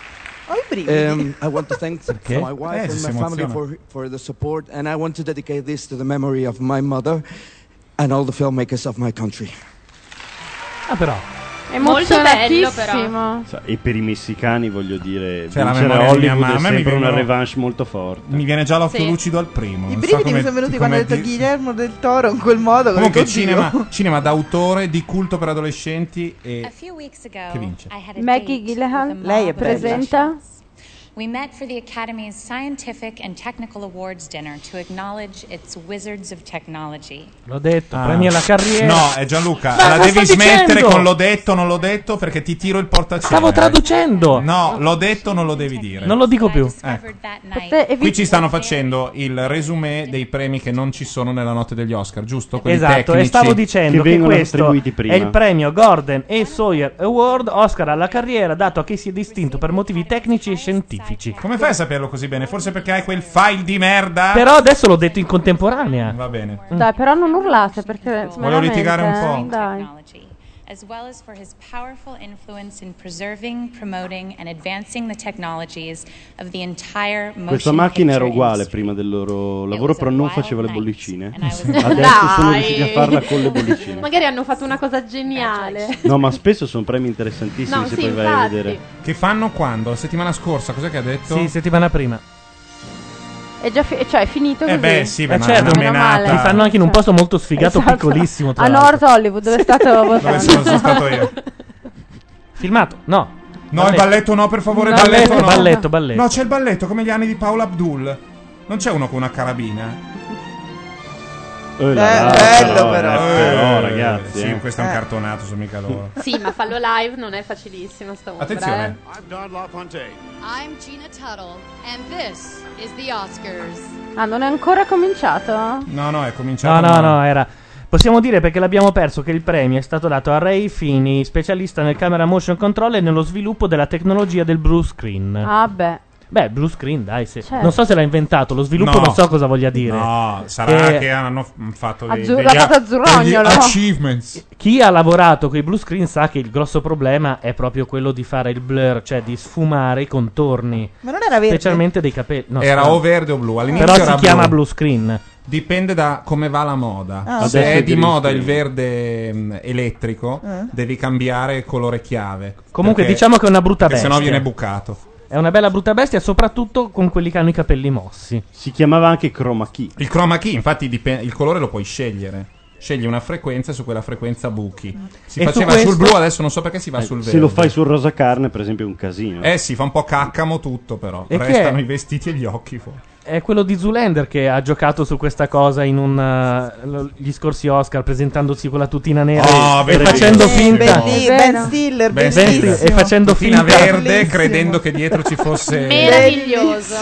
I want to thank my wife and my family for the support, and I want to dedicate this to the memory of my mother and all the filmmakers of my country. Ah, però. Emozionatissimo. E per i messicani voglio dire, Cioè, la vincere memoria di mia Hollywood mamma, è mi sempre una vengono- revanche molto forte. Mi viene già l'occhio Sì. lucido al primo. I non so brividi mi come- sono venuti come quando ha detto di- Guillermo del Toro in quel modo. Comunque oddio. cinema d'autore, di culto per adolescenti e A few weeks ago, che vince. I had a Maggie date Gyllenhaal, with a lei è mob of presenta. musicians. We met for the Academy's Scientific and Technical Awards dinner to acknowledge its wizards of technology. L'ho detto, premi alla carriera. No, è Gianluca. Ma la cosa devi sto smettere dicendo? con l'ho detto, non l'ho detto, perché ti tiro il portacenere. Stavo traducendo. No, l'ho detto, non lo devi dire. Non lo dico più. Qui ci stanno facendo il resumé dei premi che non ci sono nella notte degli Oscar, giusto? Quelli Esatto, tecnici. e stavo dicendo che vengono questo attribuiti prima. è il premio Gordon e Sawyer Award Oscar alla carriera dato a chi si è distinto per motivi tecnici e scientifici. Come fai a saperlo così bene? Forse perché hai quel file di merda? Però adesso l'ho detto in contemporanea. Va bene. Dai, però non urlate perché Volevo litigare un po'. Dai. As well as for his powerful influence in preserving, promoting, and advancing the technologies of the entire motion Questa macchina era picture uguale industry. prima del loro lavoro, però non faceva le bollicine. Adesso Dai. sono riusciti a farla con le bollicine. Magari hanno fatto una cosa geniale. No, ma spesso sono premi interessantissimi No, se sì, poi vai a infatti. vedere. Che fanno quando? La settimana scorsa, cos'è che ha detto? Sì, settimana prima. È già cioè è finito così? beh, sì, Eh certo, meno male. li fanno anche in un posto molto sfigato, Esatto. piccolissimo. Tra A l'altro. North Hollywood, dove è stato Dove sono stato io. Filmato? No. No, il balletto no, per favore, No, balletto no. balletto. No, c'è il balletto, come gli anni di Paula Abdul. Non c'è uno con una carabina? bello però. ragazzi. Sì, questo è un cartonato, sono mica loro. Sì, ma fallo live non è facilissimo sta opera. Attenzione. I'm Don LaFontaine. I'm Gina Tuttle, and this is the Oscars. Ah, non è ancora cominciato? No, è cominciato. No, era. Possiamo dire perché l'abbiamo perso che il premio è stato dato a Ray Fini, specialista nel camera motion control e nello sviluppo della tecnologia del blue screen. Ah, beh. Beh, blue screen, dai, sì. Certo. Non so se l'ha inventato, lo sviluppo No. non so cosa voglia dire. No, sarà che hanno fatto L'ha fatto azzurrognolo. degli achievements. Chi ha lavorato con i blue screen sa che il grosso problema è proprio quello di fare il blur, cioè di sfumare i contorni. Ma non era verde? Specialmente dei capelli. No, Era scusa. o verde o blu. All'inizio Però era si chiama blue screen. Dipende da come va la moda. Ah, Se adesso è è di green moda screen. il verde elettrico, devi cambiare colore chiave. Comunque Perché- diciamo che è una brutta perché bestia. sennò viene bucato. È una bella brutta bestia, soprattutto con quelli che hanno i capelli mossi. Si chiamava anche chroma key. Il chroma key, infatti, il colore lo puoi scegliere. Scegli una frequenza e su quella frequenza buchi. Si E su faceva questo- sul blu, adesso non so perché si va sul verde. Se lo fai sul rosa carne, per esempio, è un casino. Si fa un po' caccamo tutto, però. E che Restano è? i vestiti e gli occhi fuori. È quello di Zoolander che ha giocato su questa cosa in gli scorsi Oscar, presentandosi con la tutina nera e facendo finta. Ben Stiller, e facendo tutina finta verde, credendo che dietro ci fosse. Meraviglioso.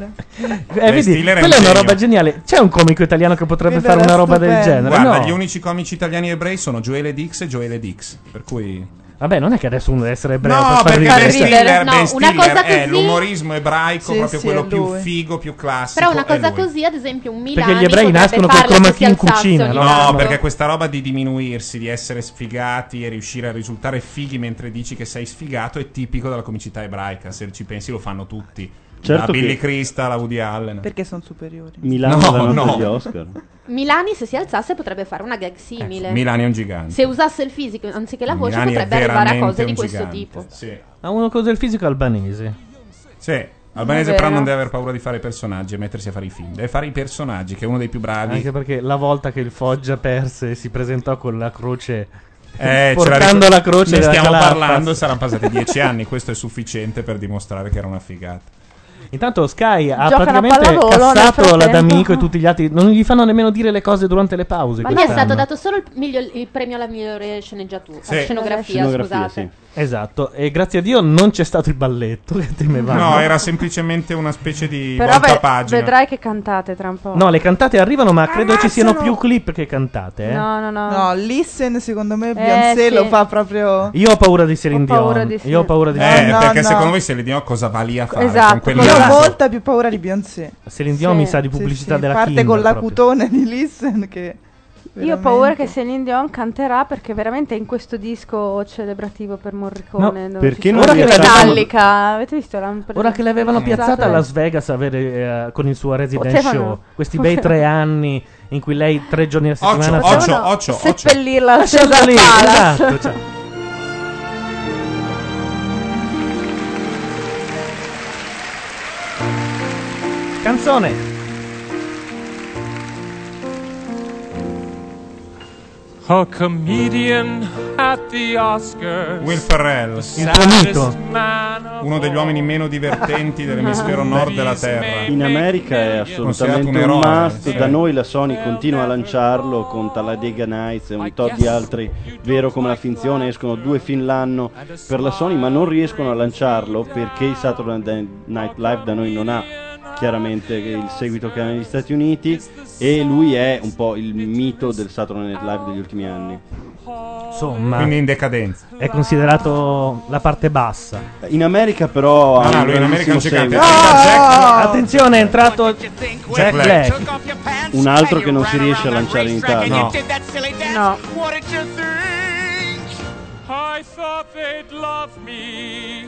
Vedi, quella è una roba geniale. C'è un comico italiano che potrebbe fare una roba del genere? Guarda, No. gli unici comici italiani ebrei sono Joele Dix e Joele Dix. Per cui. Vabbè, non è che adesso uno deve essere ebreo No, per far perché ridere. Ben Stiller una cosa è così- l'umorismo ebraico, Sì, proprio sì, quello è più lui. figo, più classico. Però una è cosa lui. così, ad esempio, un Milani Perché gli ebrei potrebbe nascono col farla chroma se si key in alzasse cucina, ogni no? No, tanto. perché questa roba di diminuirsi, di essere sfigati e riuscire a risultare fighi mentre dici che sei sfigato è tipico della comicità ebraica. Se ci pensi lo fanno tutti. Certo da Billy che- Crystal a Woody Allen. Perché sono superiori. Milano No, la notte no. degli Oscar. Milani, se si alzasse, potrebbe fare una gag simile. Milani è un gigante. Se usasse il fisico anziché la voce, Milani è potrebbe arrivare a veramente cose di un questo gigante. tipo. Sì. Ha uno con del fisico albanese. Sì. Albanese È però vero. non deve aver paura di fare i personaggi e mettersi a fare i film. Deve fare i personaggi, che è uno dei più bravi. Anche perché la volta che il Foggia perse si presentò con la croce, Ce portando la croce ne della stiamo Calafas. parlando, saranno passati 10 anni. Questo è sufficiente per dimostrare che era una figata. Intanto Sky ha Giocano a praticamente pallavolo nel cassato frattempo. la D'Amico e tutti gli altri. Non gli fanno nemmeno dire le cose durante le pause. Ma gli è stato quest'anno. dato solo il premio alla migliore sceneggiatura, Sì. scenografia, scusate. Esatto, e grazie a Dio non c'è stato il balletto che temevamo. No, era semplicemente una specie di Però voltapagina. vedrai che cantate tra un po'. No, le cantate arrivano, ma credo ci siano più clip che cantate. No. No, Listen secondo me Beyoncé sì. lo fa proprio. Io ho paura di Celine paura Dion. di Io ho paura di perché no. secondo voi se le Dion cosa va lì a fare? Esatto, Con quel io ho naso? molta più paura di Beyoncé. Celine Dion mi sa di pubblicità sì, della parte Kinder con proprio. l'acutone di Listen che Io ho paura che Celine Dion canterà perché veramente in questo disco celebrativo per Morricone. No, dove perché ci non sono riescono- Metallica. Avete visto Ora che l'avevano piazzata a Las Vegas con il suo resident Potevano- show, questi bei 3 anni in cui lei 3 giorni a settimana Occhio. seppellirla al Lasciarla Caesar lì, Palace. esatto, cioè. Canzone. A comedian at the Oscars. Will Ferrell, Il tuo mito. uno degli uomini meno divertenti dell'emisfero nord della Terra. In America è Considerato assolutamente un un eroe, must. sì. Da noi la Sony continua a lanciarlo con Talladega Nights e un tot di altri, vero come la finzione, escono 2 film l'anno per la Sony, ma non riescono a lanciarlo perché il Saturday Night Live da noi non ha chiaramente il seguito che ha negli Stati Uniti, e lui è un po' il mito del Saturday Night Live degli ultimi anni. Insomma, Quindi in decadenza. è considerato la parte bassa. In America però ha No, un lui in America grandissimo non ci seguito. canta. Attenzione, è entrato Jack Black. Un altro che non si riesce a lanciare in Italia. No. No. What did you think? I thought they'd love me.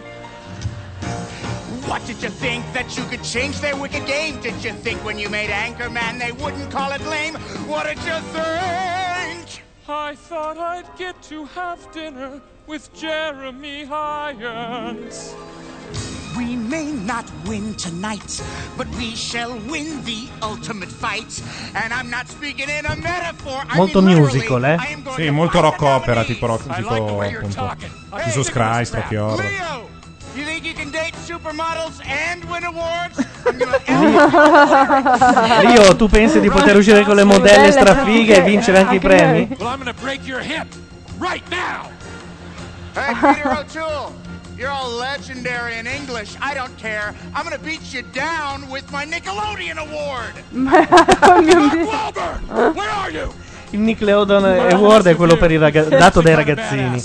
What did you think, that you could change their wicked game? Did you think when you made Anchorman they wouldn't call it lame? What did you think? I thought I'd get to have dinner with Jeremy Irons. We may not win tonight, but we shall win the ultimate fight. And I'm not speaking in a metaphor. Molto musical, eh? Sì, molto rock opera, tipo appunto Jesus Christ, Rocky Horror. Leo, you think you can date supermodels and win awards? Rio, tu pensi di poter uscire con le modelle strafighe e vincere anche i premi? Well, I'm gonna break your hip right now. Hey, Peter O'Toole, you're all legendary in English. I don't care. I'm gonna beat you down with my Nickelodeon award. Where are you? Il Nickelodeon Award è quello per dato dai ragazzini.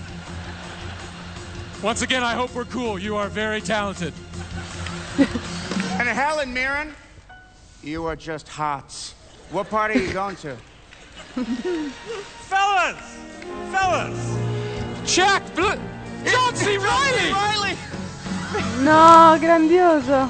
Once again, I hope we're cool. You are very talented. And Helen Mirren, you are just hot. What party are you going to? Fellas! Jack John C. Reilly! No, grandioso.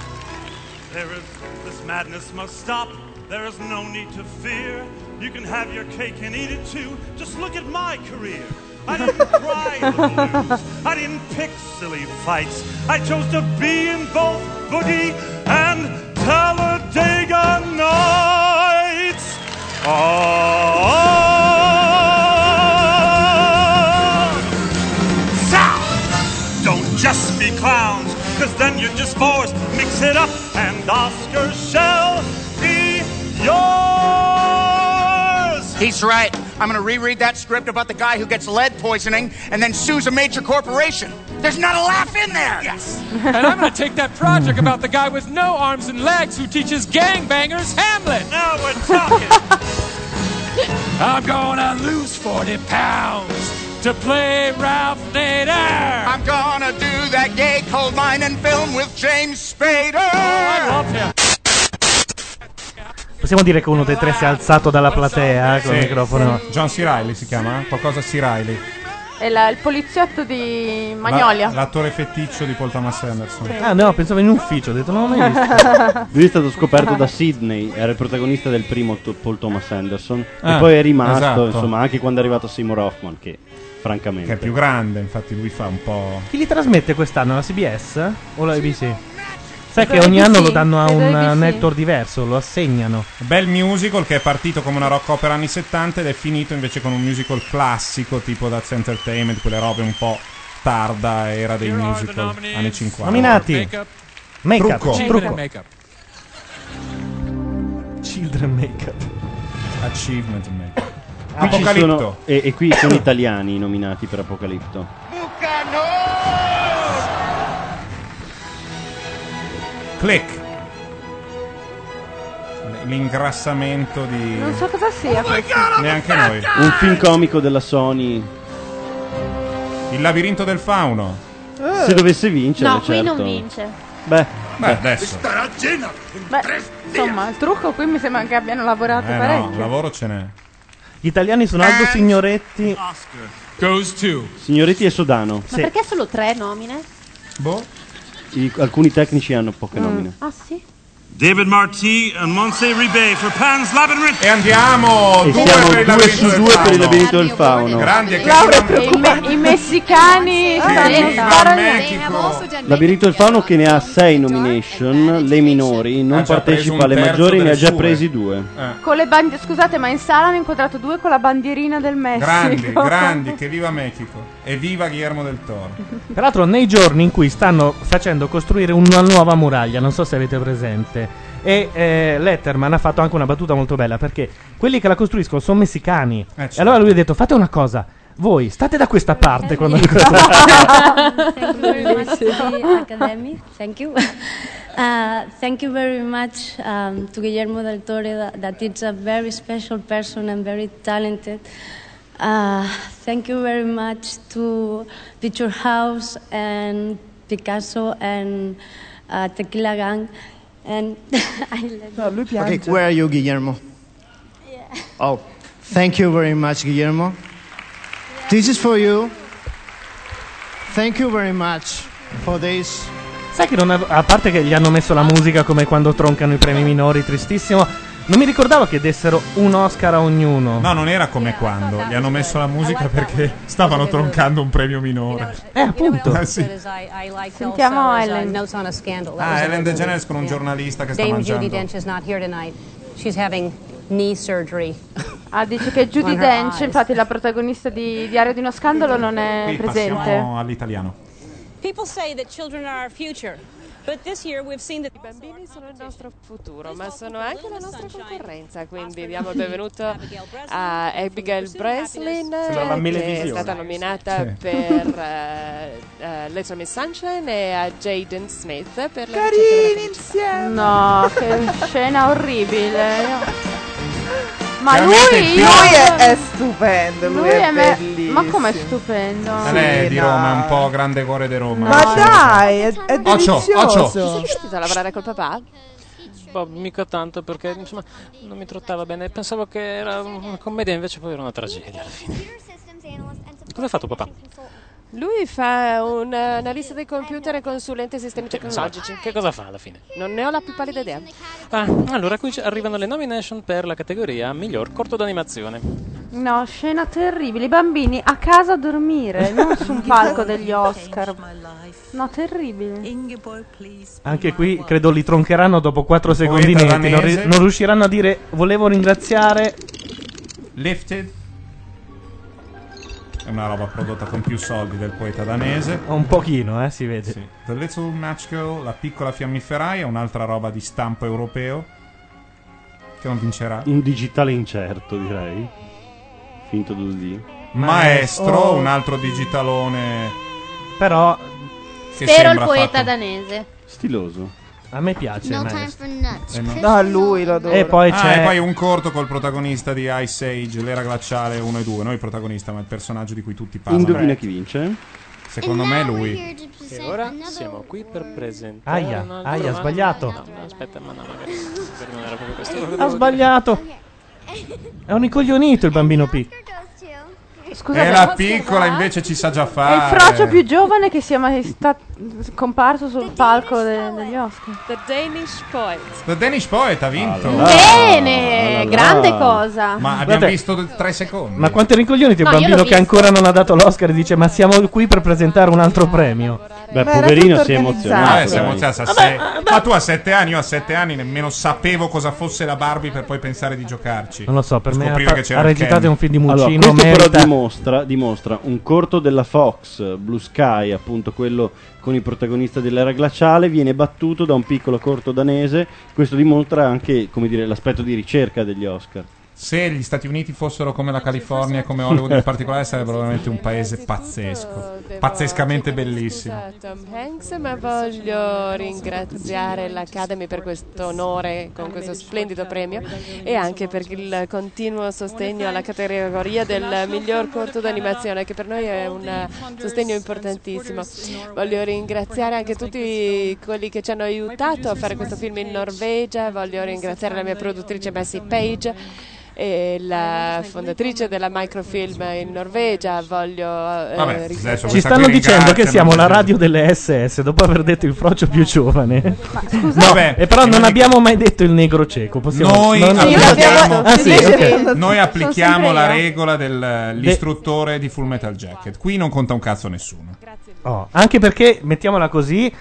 This madness must stop. There is no need to fear. You can have your cake and eat it too. Just look at my career. I didn't cry in the blues. I didn't pick silly fights. I chose to be in both Boogie and Talladega Nights. So, don't just be clowns, 'cause then you're just forced. Mix it up and and Oscar shall be yours. He's right. I'm going to reread that script about the guy who gets lead poisoning and then sues a major corporation. There's not a laugh in there. Yes. And I'm going to take that project about the guy with no arms and legs who teaches gangbangers Hamlet. Now we're talking. I'm gonna lose 40 pounds to play Ralph Nader. I'm gonna do that gay coal mining film with James Spader. I love him. Possiamo dire che uno dei tre si è alzato dalla platea con il microfono. John C. Reilly si chiama? Qualcosa C. Reilly. È il poliziotto di Magnolia. L'attore feticcio di Paul Thomas Anderson. Sì. Ah no, pensavo in ufficio, ho detto non l'ho mai visto. Lui è stato scoperto da Sidney, era il protagonista del primo Paul Thomas Anderson e Ah, poi è rimasto, esatto. insomma, anche quando è arrivato Seymour Hoffman, che francamente Che è più grande, infatti lui fa un po'... Chi li trasmette quest'anno? La CBS o la ABC? Sai che Credo ogni ABC, anno lo danno a credo un ABC. network diverso, lo assegnano. Bel musical che è partito come una rock opera anni 70 ed è finito invece con un musical classico tipo That's Entertainment, quelle robe un po' tarda era dei musical anni 50. Nominati. Make-up. Trucco. Trucco. Make-up. Children Make-up. Achievement Make-up. Qui ci Apocalipto. sono, e qui sono italiani nominati per Apocalipto. Click. L'ingrassamento di... Non so cosa sia questo. Neanche noi. Un film comico della Sony. Il labirinto del fauno. Se dovesse vincere, No, qui certo. non vince. Beh, adesso. Beh, insomma, il trucco qui mi sembra che abbiano lavorato parecchio. No, lavoro ce n'è. Gli italiani sono Aldo Signoretti. Goes to Signoretti e Sodano. Ma perché solo 3 nomine? Boh. Alcuni tecnici hanno poche nomine. Ah sì? David Marty and Monse Ribe for Pan's Labyrinth. E andiamo E due siamo per il 2 labirinto su del 2 per il fauno. labirinto del fauno. Grandi e I messicani stanno viva sparando. Labirinto del fauno che ne ha 6 nomination, le minori, non Ha già preso partecipa un alle terzo maggiori, ne delle ha già sue. presi 2. Con le scusate, ma in sala ne ho incontrato 2 con la bandierina del Messico. Grandi, che viva Mexico. E viva Guillermo del Toro. Tra l'altro nei giorni in cui stanno facendo costruire una nuova muraglia, non so se avete presente, e Letterman ha fatto anche una battuta molto bella, perché quelli che la costruiscono sono messicani. certo. E allora lui ha detto fate una cosa, voi state da questa parte quando Thank you very much to the Academy. Thank you. Thank you very much to Guillermo del Toro, that is a very special person and very talented. Thank you very much to Picture House and Picasso and Tequila Gang. And I love lui Okay, where are you, Guillermo? Oh, thank you very much, Guillermo. This is for you. Thank you very much for this. Sai che a parte che gli hanno messo la musica come quando troncano i premi minori, tristissimo. Non mi ricordavo che dessero un Oscar a ognuno. No, non era come quando. Gli hanno messo la musica perché stavano troncando un premio minore. Appunto. Sì. Sentiamo Ellen. Notes on a Scandal. Ellen DeGeneres con un giornalista che sta Dame mangiando. Judi Dench is not here tonight. She's having knee surgery. Ah, dice che Judi On her Dench, eyes. infatti la protagonista di Diario di uno scandalo, non è Qui presente. passiamo all'italiano. People say that children are our future, but this year we've seen that I bambini sono il nostro futuro, ma sono anche la nostra concorrenza, quindi diamo il benvenuto a Abigail Breslin, Sembra la che è Melevisione. stata nominata Sì. per Little Miss Sunshine, e a Jaden Smith per la Carini insieme. No, che scena orribile. Ma Veramente lui, Lui è stupendo, lui è bellissimo. Ma com'è stupendo? Lei è di no. Roma, è un po' grande cuore di Roma. Ma dai, è Ocio. Ti sei delizioso. divertito a lavorare col papà? Boh, mica tanto perché insomma non mi trattava bene. Pensavo che era una commedia, invece poi era una tragedia alla fine. Cosa ha fatto papà? Lui fa un analista dei computer e consulente sistemi tecnologici. Che cosa fa alla fine? Non ne ho la più pallida idea. Ah, allora qui arrivano le nomination per la categoria miglior corto d'animazione. No, scena terribile. I bambini a casa a dormire, non su un palco degli Oscar. No, terribile. Anche qui credo li troncheranno dopo 4 secondi Poeta netti. danese. Non riusciranno a dire volevo ringraziare. Lifted. È una roba prodotta con più soldi del poeta danese. Un pochino, si vede. Sì. The Little Match Girl, la piccola fiammiferaia, un'altra roba di stampo europeo che non vincerà. Un digitale incerto, direi. Finto 2D. Maestro, un altro digitalone. Però che spero il sembra poeta fatto- danese. Stiloso. A me piace. No time Maestro. for nuts. no. No, lui lo adoro. E poi c'è e poi un corto col protagonista di Ice Age, l'era glaciale 1 e 2. Non il protagonista, ma il personaggio di cui tutti parlano. Indovina chi vince? Secondo me è lui. E ora siamo qui per presentare. Aia, un aia, altro- sbagliato. No, aspetta, ma no, magari non era proprio questo. Ha sbagliato. È un incoglionito il bambino P. Scusate, E la piccola invece ci sa già è fare. il frocio più giovane che sia mai comparso sul palco degli Oscar. The Danish Poet. The Danish Poet ha vinto. Bene, grande cosa. Ma abbiamo Guarda- visto 3 secondi. Ma quanto è rincoglionito il No, io bambino l'ho che visto. ancora non ha dato l'Oscar e dice: ma siamo qui per presentare un altro premio. Beh, Ma era poverino tutto si è organizzato. emozionato. siamo dai. emozionati, ma tu a 7 anni, io a 7 anni nemmeno sapevo cosa fosse la Barbie per poi pensare di giocarci. Non lo so, per me Scoprire che c'era ha il recitato Ken. un film di Allora, Muccino. questo però merita- dimostra un corto della Fox, Blue Sky, appunto quello con il protagonista dell'era glaciale, viene battuto da un piccolo corto danese. Questo dimostra anche, come dire, l'aspetto di ricerca degli Oscar. Se gli Stati Uniti fossero come la California e come Hollywood in particolare, sarebbero veramente un paese pazzesco, pazzescamente bellissimo. Tom Hanks, ma voglio ringraziare l'Academy per questo onore con questo splendido premio e anche per il continuo sostegno alla categoria del miglior corto d'animazione, che per noi è un sostegno importantissimo. Voglio ringraziare anche tutti quelli che ci hanno aiutato a fare questo film in Norvegia. Voglio ringraziare la mia produttrice Bessie Page e la fondatrice della Microfilm in Norvegia. Voglio ringraziare. Ci stanno dicendo che siamo la radio delle SS dopo aver detto il frocio più giovane. Vabbè, e però non abbiamo mai detto il negro cieco. Possiamo... Noi non- applichiamo, Ah, sì, ok. noi applichiamo la regola dell'istruttore di Full Metal Jacket. Qui non conta un cazzo nessuno. Oh, anche perché, mettiamola così,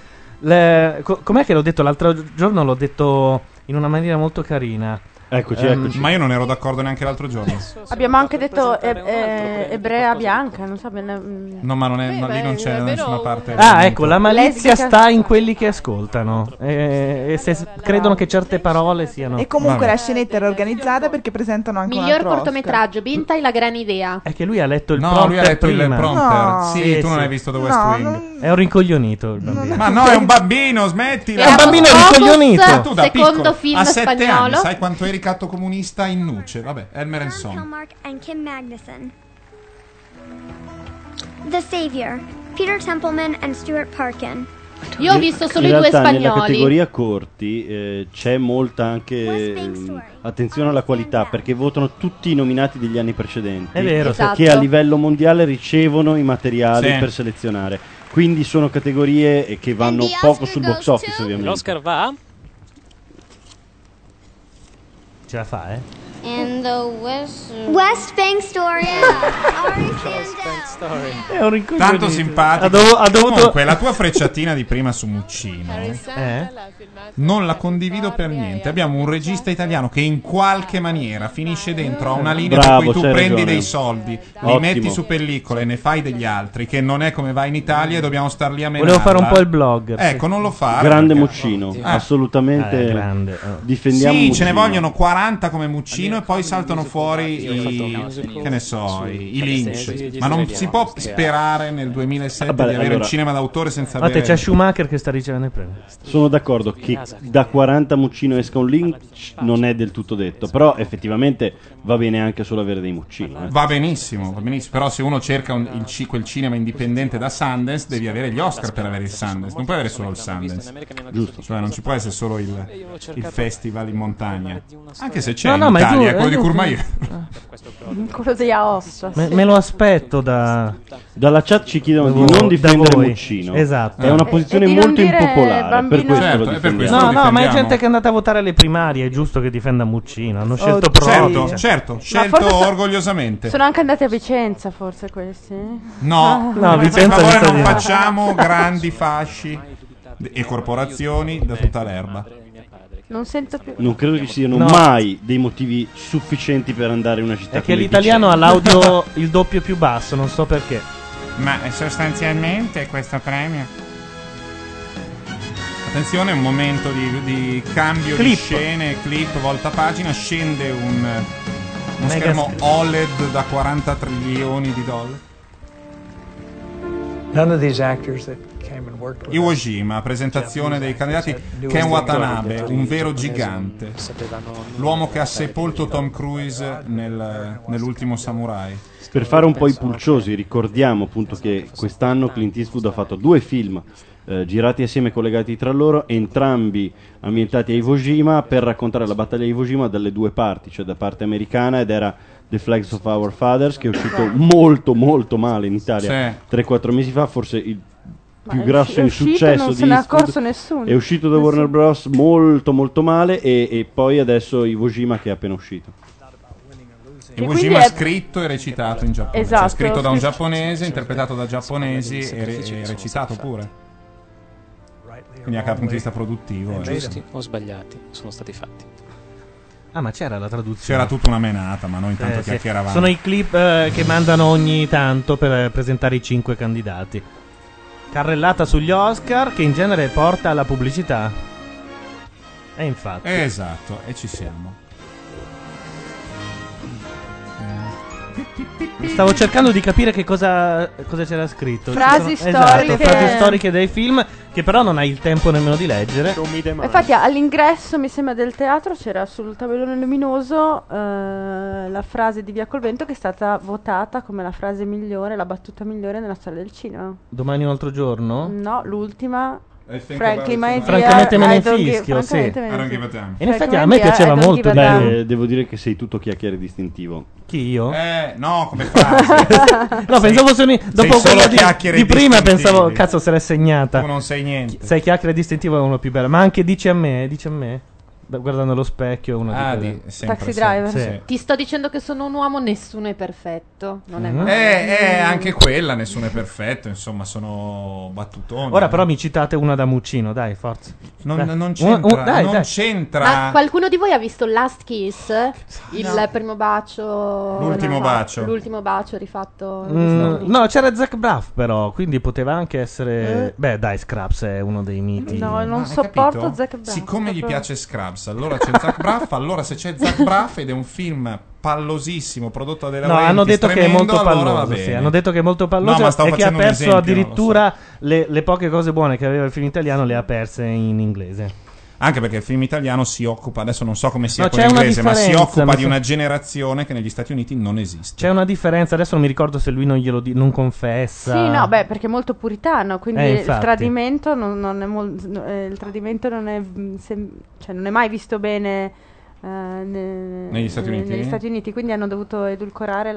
com'è che l'ho detto l'altro giorno? L'ho detto in una maniera molto carina. Eccoci. Ma io non ero d'accordo neanche l'altro giorno. Abbiamo anche detto ebrea bianca, non so bene. No, ma non è, ma lì non c'è da nessuna parte. Ah, ecco, la malizia Lesbica. sta in quelli che ascoltano. E se credono che certe parole siano. E comunque Vabbè. la scenetta era organizzata perché presentano anche un Miglior altro cortometraggio, Binta la gran idea. È che lui ha letto il No, prompter lui ha letto il prima. prompter. No. Sì, tu non hai visto The West No, Wing. non- È un rincoglionito il bambino. Ma no, è un bambino, smettila. È un bambino rincoglionito. Ma tu da secondo piccolo, film a 7 spagnolo. anni, sai quanto eri catto comunista in nuce? Vabbè, Elmer and Son. Hallmark and Kim Magnuson. The Savior, Peter Templeman and Stuart Parkin. Io ho visto solo In i due realtà nella spagnoli. categoria corti c'è molta anche attenzione alla qualità, perché votano tutti i nominati degli anni precedenti. È vero. Esatto. Che a livello mondiale ricevono i materiali Sì. per selezionare. Quindi sono categorie che vanno poco sul box office, ovviamente. L'Oscar va? Ce la fa, And the West Bank Story. Ari Sandel. È un rincoglionito. Tanto simpatico. Ha dovuto... Comunque, la tua frecciatina di prima su Muccino Eh? non la condivido per niente. Abbiamo un regista italiano che in qualche maniera finisce dentro a una linea Bravo, per cui tu c'hai prendi ragione. dei soldi, li Ottimo. metti su pellicole e ne fai degli altri, che non è come va in Italia e dobbiamo star lì a menarla. Volevo fare un po' il blogger. sì. Ecco, non lo fa. Grande Muccino, Eh. assolutamente grande. difendiamo Sì, Muccino. ce ne vogliono 40 come Muccino e poi saltano fuori che ne so, i Lynch. Ma non si può sperare nel 2007 Vabbè, di avere allora- un cinema d'autore senza Guardate, avere... c'è Schumacher che sta ricevendo il premio. Sono d'accordo che da 40 Muccino esca un Lynch non è del tutto detto, però effettivamente va bene anche solo avere dei Muccino. Va benissimo, però se uno cerca quel cinema indipendente da Sundance devi avere gli Oscar per avere il Sundance, non puoi avere solo il Sundance. Giusto. Cioè non ci può essere solo il festival in montagna. Anche se c'è No, in no, ma è Italia, giusto, quello è di giusto. Courmayeur. Quello di Aosta. Me lo aspetto da... Dalla chat ci chiedono Da di voi- non difendere da voi. Muccino. Esatto. È una posizione E di non molto dire impopolare, per bambino- questo Certo, lo è per difendiamo. questo. No, lo no, ma è difendiamo. gente che è andata a votare alle primarie, è giusto che difenda Muccino. Hanno scelto Oh, proprio. Certo, Ma scelto forse orgogliosamente. Sono anche andati a Vicenza, forse questi? No, No, per Vicenza favore mi sta non dicendo. facciamo grandi fasci e corporazioni da tutta l'erba. Non sento più. Non credo ci siano No. mai dei motivi sufficienti per andare in una città È che come l'italiano ha Vicenza. l'audio il doppio più basso, non so perché. Ma sostanzialmente questo premio. Attenzione, un momento di cambio di Clip. scene, clip, volta pagina, scende un Mega schermo screen. OLED da 40 trilioni di dollari. None of these actors that came and worked with Iwo us, Jima, presentazione dei candidati. Knew Ken anything Watanabe, about un it. vero gigante. L'uomo che ha sepolto Tom Cruise nell'ultimo Samurai. Per fare un po' i pulciosi, ricordiamo appunto che quest'anno Clint Eastwood ha fatto 2 film girati assieme e collegati tra loro, entrambi ambientati a Iwo Jima, per raccontare la battaglia di Iwo Jima dalle due parti, cioè da parte americana, ed era The Flags of Our Fathers, che è uscito molto molto male in Italia 3-4 mesi fa, forse il più grosso è uscito, insuccesso non di se n'è Eastwood. accorso nessuno. È uscito da Warner Bros. Molto molto male, e poi adesso Iwo Jima che è appena uscito. Iwo Jima è scritto e recitato in giapponese. Esatto, Cioè, scritto da un scritto- giapponese, interpretato da giapponesi e recitato pure. Quindi anche dal punto di vista produttivo. Giusti o sbagliati sono stati fatti. Ah, ma c'era la traduzione. C'era tutta una menata, ma noi intanto Sì. chiacchieravamo. Sono i clip che mandano ogni tanto per presentare i 5 candidati. Carrellata sugli Oscar che in genere porta alla pubblicità. E infatti. Esatto, e ci siamo. Stavo cercando di capire che cosa c'era scritto. Frasi Ci sono- storiche. Esatto, frasi storiche dei film che però non hai il tempo nemmeno di leggere. Infatti all'ingresso, mi sembra, del teatro c'era sul tabellone luminoso la frase di Via col Vento che è stata votata come la frase migliore, la battuta migliore nella storia del cinema. Domani un altro giorno? No, l'ultima. Frankly, my dear, Francamente me ne I don't give- fischio, sì. francamente me ne I don't fischio. give a damn. In effetti a Frankly, me piaceva I don't molto. give a damn. Devo dire che sei tutto chiacchiere distintivo. Chi io? No, come frase. No, pensavo se dopo solo quella chiacchiere di prima distintivi. pensavo cazzo se l'è segnata. Tu non sei niente. Sei chiacchiere distintivo è uno più bello, ma anche dici a me. Guardando lo specchio è uno Ah, di quelle. Taxi Driver. Sì. Ti sto dicendo che sono un uomo, nessuno è perfetto. Non è Mm. male. Anche quella, nessuno è perfetto, insomma, sono battutoni. Ora però mi citate una da Muccino, dai, forza. Non, Dai. non c'entra, Dai, non dai. c'entra. Ma qualcuno di voi ha visto Last Kiss? Il primo bacio? L'ultimo bacio. L'ultimo bacio rifatto. No, c'era Zach Braff però, quindi poteva anche essere... Beh dai, Scraps è uno dei miti. No, non Hai sopporto capito? Zac Braff. Siccome gli proprio. piace Scrubs, allora c'è Zach Braff, allora se c'è Zach Braff ed è un film pallosissimo prodotto da De No, Laurentiis, hanno detto che è tremendo, molto allora va palloso. bene. Sì, hanno detto che è molto No, palloso ma stavo e che ha facendo un perso esempio, addirittura le poche cose buone che aveva il film italiano le ha perse in inglese. Anche perché il film italiano si occupa, adesso non so come sia No, quello c'è una inglese, ma si differenza, occupa mi di sa- una generazione che negli Stati Uniti non esiste. C'è una differenza, adesso non mi ricordo se lui non glielo non confessa. Sì, no, beh, perché è molto puritano, quindi il infatti. tradimento non è il tradimento non è cioè non è mai visto bene Negli Stati Uniti? negli Stati Uniti, quindi hanno dovuto edulcorare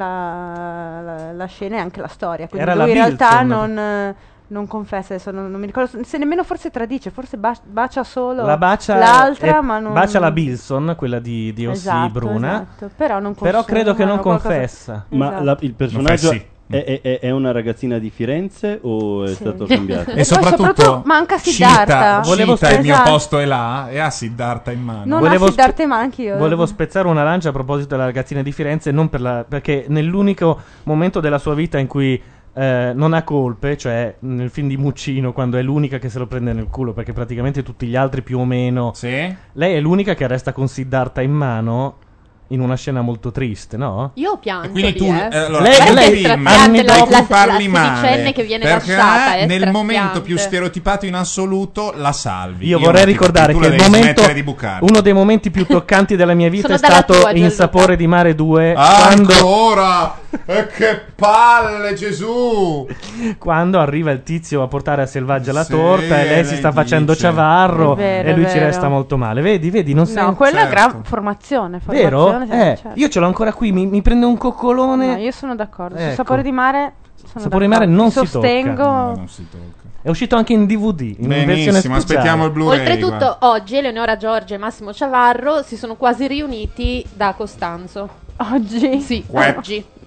la scena e anche la storia. Quindi Era lui in la realtà Wilson. non confessa, adesso non mi ricordo se nemmeno forse tradisce, forse bacia solo La bacia l'altra, ma non bacia la Bilson, quella di Ossi Esatto, Bruna. esatto. Però non Però credo che non consuma, qualcosa- confessa. Ma Esatto. il personaggio Confessi. è una ragazzina di Firenze o è stato cambiato? E poi soprattutto manca Siddhartha. Cita il mio Esatto. posto è là e ha Siddhartha in mano. Non ha Siddhartha, ma anch'io. Volevo spezzare una lancia a proposito della ragazzina di Firenze, non perché nell'unico momento della sua vita in cui non ha colpe, cioè nel film di Muccino, quando è l'unica che se lo prende nel culo, perché praticamente tutti gli altri più o meno. Sì? Lei è l'unica che resta con Siddhartha in mano in una scena molto triste, no? Io ho pianto Quindi lì, tu, Guarda allora, che nel è film straziante la dopo parli sedicenne male, che viene perché lasciata, è nel momento più straziante. stereotipato in assoluto la salvi. Io non vorrei ti ricordare capisco, che tu il la devi momento, smettere di bucare. uno dei momenti più toccanti della mia vita Sono è dalla stato tua, in Gianluca. Sapore di Mare 2 quando, Ancora? Che palle, Gesù! quando arriva il tizio a portare a Selvaggia la Sì, torta e lei si lei sta facendo dice. ciavarro È vero, e lui è ci vero. resta molto male. Vedi, non sei No, quella è certo. gran formazione. vero? Sì, certo. Io ce l'ho ancora qui, mi prende un coccolone. No, io sono d'accordo. Su Ecco. Sapore di Mare sono Sapore di d'accordo. Mare non si sostengo. tocca. No, non si tocca. È uscito anche in DVD, in versione Benissimo, speciale. aspettiamo il Blu-ray. Oltretutto, guarda. oggi Eleonora Giorgi e Massimo Ciavarro si sono quasi riuniti da Costanzo. Oggi? Sì, Uè. oggi.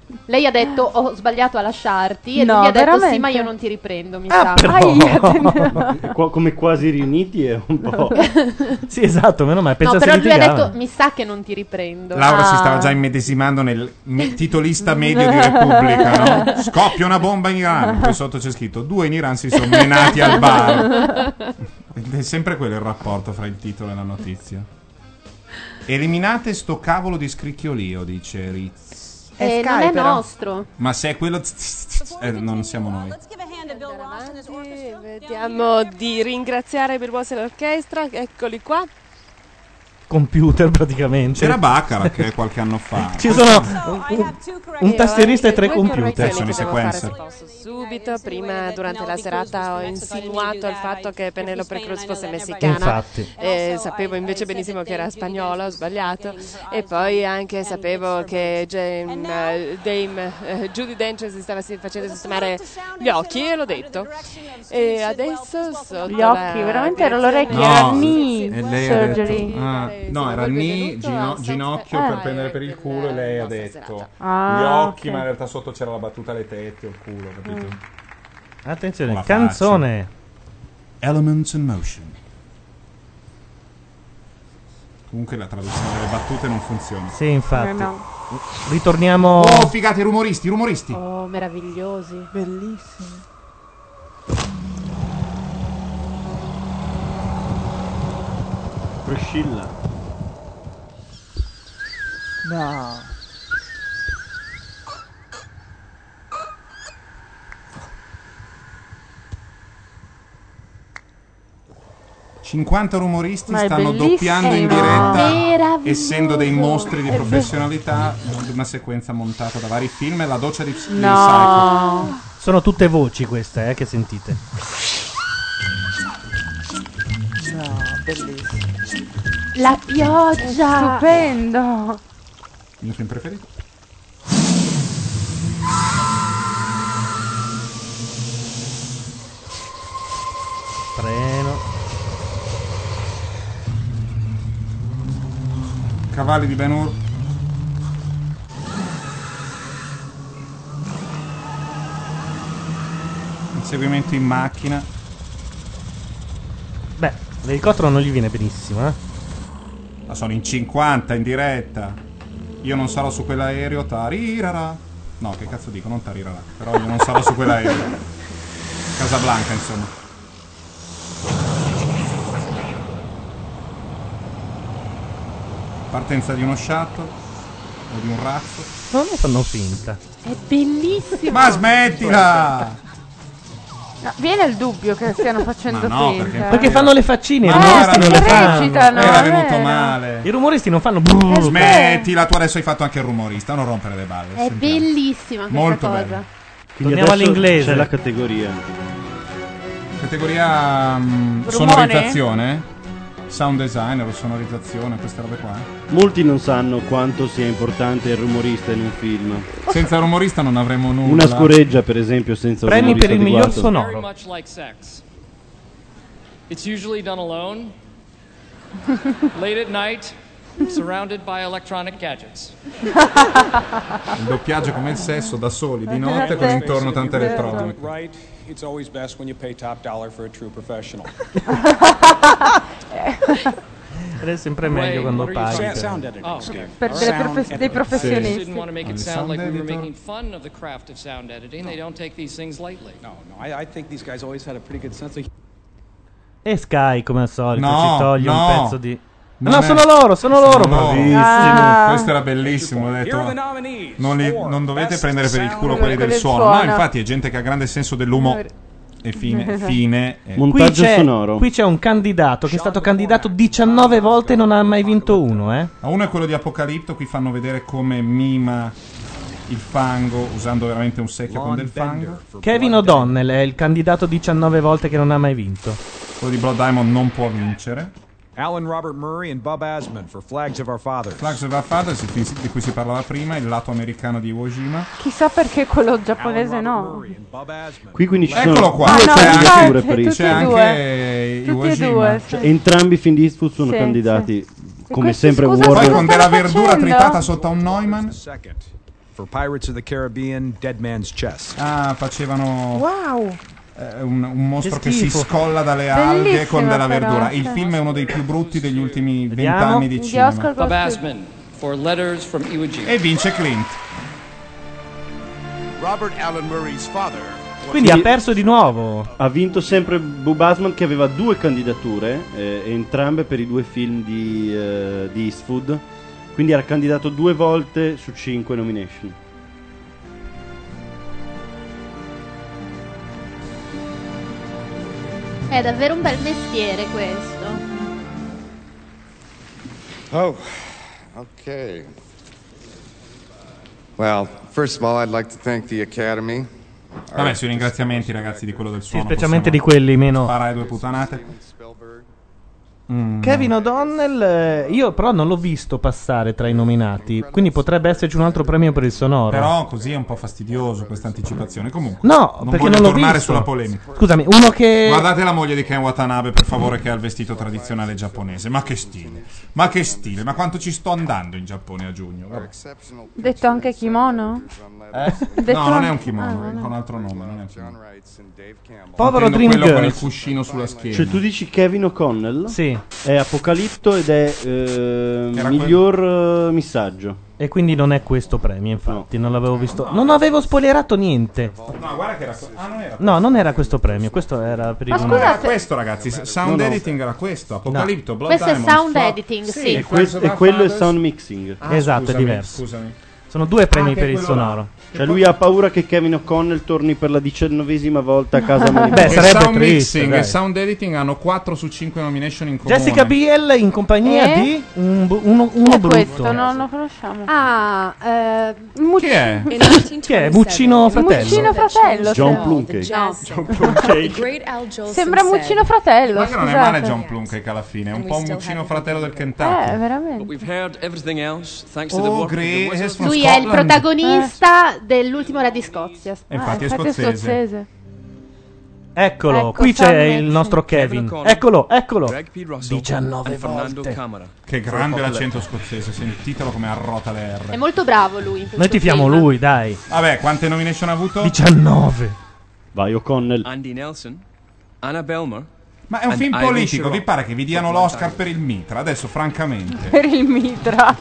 Lei ha detto ho sbagliato a lasciarti e No, lui ha detto veramente? sì, ma io non ti riprendo, mi Ah, sa. però. Come quasi riuniti è un po'. Sì, esatto, meno male. No, Pensa però se lui ha litigavano. detto mi sa che non ti riprendo. Laura si Ah. stava già immedesimando nel titolista medio di Repubblica, no? Scoppia una bomba in Iran, poi sotto c'è scritto 2 in Iran si sono menati al bar. Ed è sempre quello il rapporto fra il titolo e la notizia. Eliminate sto cavolo di scricchiolio, dice Riz. Non è nostro. Ma se è quello non siamo noi. Vediamo di ringraziare Bill Ross e l'orchestra. Eccoli qua. Computer praticamente. C'era Baccarat che qualche anno fa. Ci sono un tastierista e 3 computer. Sono i sequencer. Subito, prima durante la serata ho insinuato il fatto che Penelope Cruz fosse messicana. Infatti. Sapevo invece benissimo che era spagnola, ho sbagliato. E poi anche sapevo che Dame Judi Dench si stava facendo sistemare gli occhi e l'ho detto. E adesso sotto Gli occhi, veramente erano l'orecchio, era knee surgery. No, era ginocchio per prendere per il culo e lei ha detto Ah, gli occhi, ok. ma in realtà sotto c'era la battuta alle tette o il culo, capito? Attenzione, Con la canzone. faccia. Elements in Motion. Comunque la traduzione delle battute non funziona. Sì, infatti. No. Ritorniamo. Oh, figati, rumoristi. Oh, meravigliosi. Bellissimi. Priscilla. No. 50 rumoristi Ma è stanno bellissimo. doppiando in diretta, Meraviglioso. essendo dei mostri di È professionalità, una sequenza montata da vari film. E la doccia di Psycho. No. Sono tutte voci queste, che sentite. No, bellissimo. La pioggia. Stupendo. Il mio film preferito. Treno. Cavalli di Ben Hur. Inseguimento in macchina. Beh, l'elicottero non gli viene benissimo, Ma sono in 50 in diretta. Io non sarò su quell'aereo. Tarirara. No, che cazzo dico? Non tarirara. Però io non sarò su quell'aereo. Casablanca, insomma. Partenza di uno shuttle o di un razzo. Non ne fanno finta. È bellissimo. Ma smettila! No, viene il dubbio che stiano facendo Ma no, finta. Perché fanno le faccine, i Ma rumoristi non le fanno. recitano, Era è venuto vero. male. I rumoristi non fanno. Smettila, tu adesso hai fatto anche il rumorista, non rompere le balle. È sentiamo. bellissima questa Molto cosa. bello. Quindi Torniamo adesso all'inglese. C'è la categoria. Categoria sonorizzazione, sound design o sonorizzazione, queste robe qua. Molti non sanno quanto sia importante il rumorista in un film. Senza rumorista non avremo nulla. Una scoreggia, per esempio, senza un Premi rumorista per il miglior adeguato. sonoro. Very much like sex. It's usually done alone, late at night, surrounded by electronic gadgets. Il doppiaggio come il sesso, da soli, di notte, con intorno tanta elettronica. Right, it's always best when you pay top dollar for a true professional. Ed è sempre meglio quando paghi. Sound editing, Oh, Steve. Per dei professionisti. Didn't want to make it sound Sound like we were editor. making fun of the craft of sound editing. They don't take these things lightly. No, I think these guys always had a pretty good sense of E Sky, come al solito, No, ci toglie un no. pezzo di. Non No, è- sono loro, bravissimi. Questo era bellissimo. Ho detto, non dovete prendere per il culo quelli del suono. No, infatti è gente che ha grande senso dell'umomo. E fine. Montaggio sonoro. Qui c'è un candidato che è stato candidato 19 volte e non ha mai vinto uno, Ma uno è quello di Apocalipto. Qui fanno vedere come mima il fango usando veramente un secchio con del fango. Kevin O'Donnell è il candidato 19 volte che non ha mai vinto. Quello di Blood Diamond non può vincere. Alan Robert Murray and Bob Asman for Flags of Our Fathers. Flags of Our Fathers, di cui si parlava prima, il lato americano di Iwo Jima. Chissà perché quello giapponese no. Qui quindi ci Eccolo sono qua, due c'è candidature anche, per il c'è anche Iwo Tutti e Jima. due, Cioè, entrambi i film di Eastwood sono Sì, candidati come questi, sempre scusa, Poi Warner. con della verdura facendo? tritata sotto a un Neumann. For Pirates of the Caribbean, Dead Man's Chest. Ah, facevano Wow. un mostro che si schifo. scolla dalle alghe Bellissima con della però, verdura. Il cioè. film è uno dei più brutti degli ultimi 20 Vediamo. anni di Di cinema. Oscar Bob Goldschmidt. Asman for Letters from Iwo Jima. E vince Clint. Robert Allen Murray's father. Quindi ha perso di nuovo. Ha vinto sempre Bob Asman, che aveva 2 candidature, entrambe per i 2 film di Eastwood. Quindi era candidato 2 volte su 5 nomination. È davvero un bel mestiere questo. Oh, okay. Well, first of all, I'd like to thank the Academy. Vabbè, sui ringraziamenti, ragazzi, di quello del suono. specialmente di quelli meno. Farai 2 puttanate. Kevin O'Donnell, io però non l'ho visto passare tra i nominati, quindi potrebbe esserci un altro premio per il sonoro. Però così è un po' fastidioso questa anticipazione. Comunque, No, perché voglio non l'ho tornare visto. sulla polemica. Scusami, uno che. Guardate la moglie di Ken Watanabe, per favore, che ha il vestito tradizionale giapponese. Ma che stile! Ma che stile! Ma quanto ci sto andando in Giappone a giugno? Vabbè. Detto anche kimono? Detto No, non è un anche- kimono, ah, è no. un altro nome. Non è un kimono. Povero Intendo quello con il Dreamgirls. cuscino sulla schiena. Cioè, tu dici Kevin O'Connell? Sì. È Apocalipto ed è miglior missaggio. E quindi non è questo premio, infatti, non l'avevo visto. Non avevo spoilerato niente. No, guarda che era. Non era. No, non era questo premio, questo era per il. Ma era questo, ragazzi. Sound No, no. editing era questo. Apocalipto, Blood Questo è Diamond, sound Flop. editing, sì. E quello è sound mixing. Ah, Esatto, scusami, è diverso. Scusami. Sono 2 premi che per il quello sonoro. Cioè lui ha paura che Kevin O'Connell torni per la 19ª volta a casa. Beh, Il sarebbe sound triste, mixing dai. e sound editing hanno 4 su 5 nomination in comune. Jessica Biel in compagnia Eh? di uno Chi è brutto. questo? Non lo conosciamo. Ah, Chi è? Chi è? Muccino fratello? Muccino fratello. John sembra. Plunkett. No. John Plunkett. Sembra Muccino fratello. Ma che non è scusate. male John Plunkett alla fine, è un po' un Muccino fratello del Kentucky. Veramente. We've heard everything else thanks to the Oh, work of the Grace Wizards. from lui è il Scotland. protagonista dell'ultimo re di Scozia. E infatti è infatti scozzese. Eccolo, Ecco, qui c'è Sam il nostro Kevin. O'Connell, Eccolo, eccolo. Greg P. Russell 19 and Fernando volte. Camara. Che grande l'accento scozzese, sentitelo come arrota le È R. molto bravo lui. in questo Noi tifiamo film. lui, dai. Vabbè, quante nomination ha avuto? 19. Vai O'Connell. Andy Nelson, Anna Belmer. Ma è un and film Ivan politico, Shirov. vi pare che vi diano l'Oscar per il Mitra? Adesso, francamente. Per il mitra.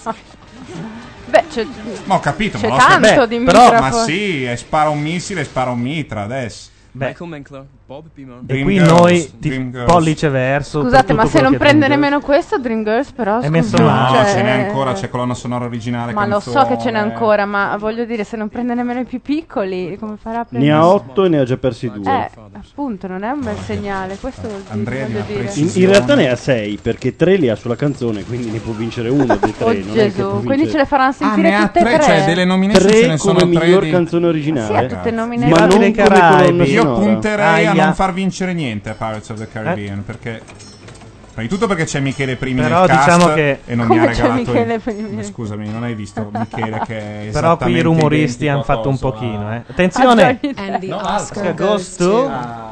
Beh, c'è, Ma ho capito, c'è ma l'Oscar... tanto di però, mitra. ma forse. sì, spara un missile e spara un Mitra adesso. Michael Menkler, Bob Beamer. E qui Dreamgirls, noi Dreamgirls. pollice verso. per Scusate, tutto ma se quello non che prende Dreamgirls. nemmeno questo, Dreamgirls però È messo scusa, male. No, cioè- ce n'è ancora, c'è colonna sonora originale. Ma lo so che ce n'è canzone. ancora, ma voglio dire, se non prende nemmeno i più piccoli, come farà a Ne prendere? ha 8 e ne ha già persi 2. Appunto, non è un bel segnale, questo vuol dire, Andrea voglio ne ha dire. presi. In realtà ne ha 6 perché 3 li ha sulla canzone, quindi ne può vincere uno dei 3. Oh non è che può Gesù, vincere quindi ce le faranno sentire ne ha tutte e 3, tre? cioè delle nomination ce 3 ne sono come 3 miglior di... canzone Sì, originale. a tutte nominate. Ma non dei come Caraibi. colonna Io sonora. punterei a Aia. non far vincere niente a Pirates of the Caribbean, perché... Prima di tutto perché c'è Michele Primi Però nel cast diciamo che- e non Come mi ha c'è regalato... Michele Primi? Ma scusami, non hai visto Michele che è Però qui i esattamente rumoristi identico hanno a fatto un coso, pochino, a- Attenzione. And the Oscar Goes goes to- to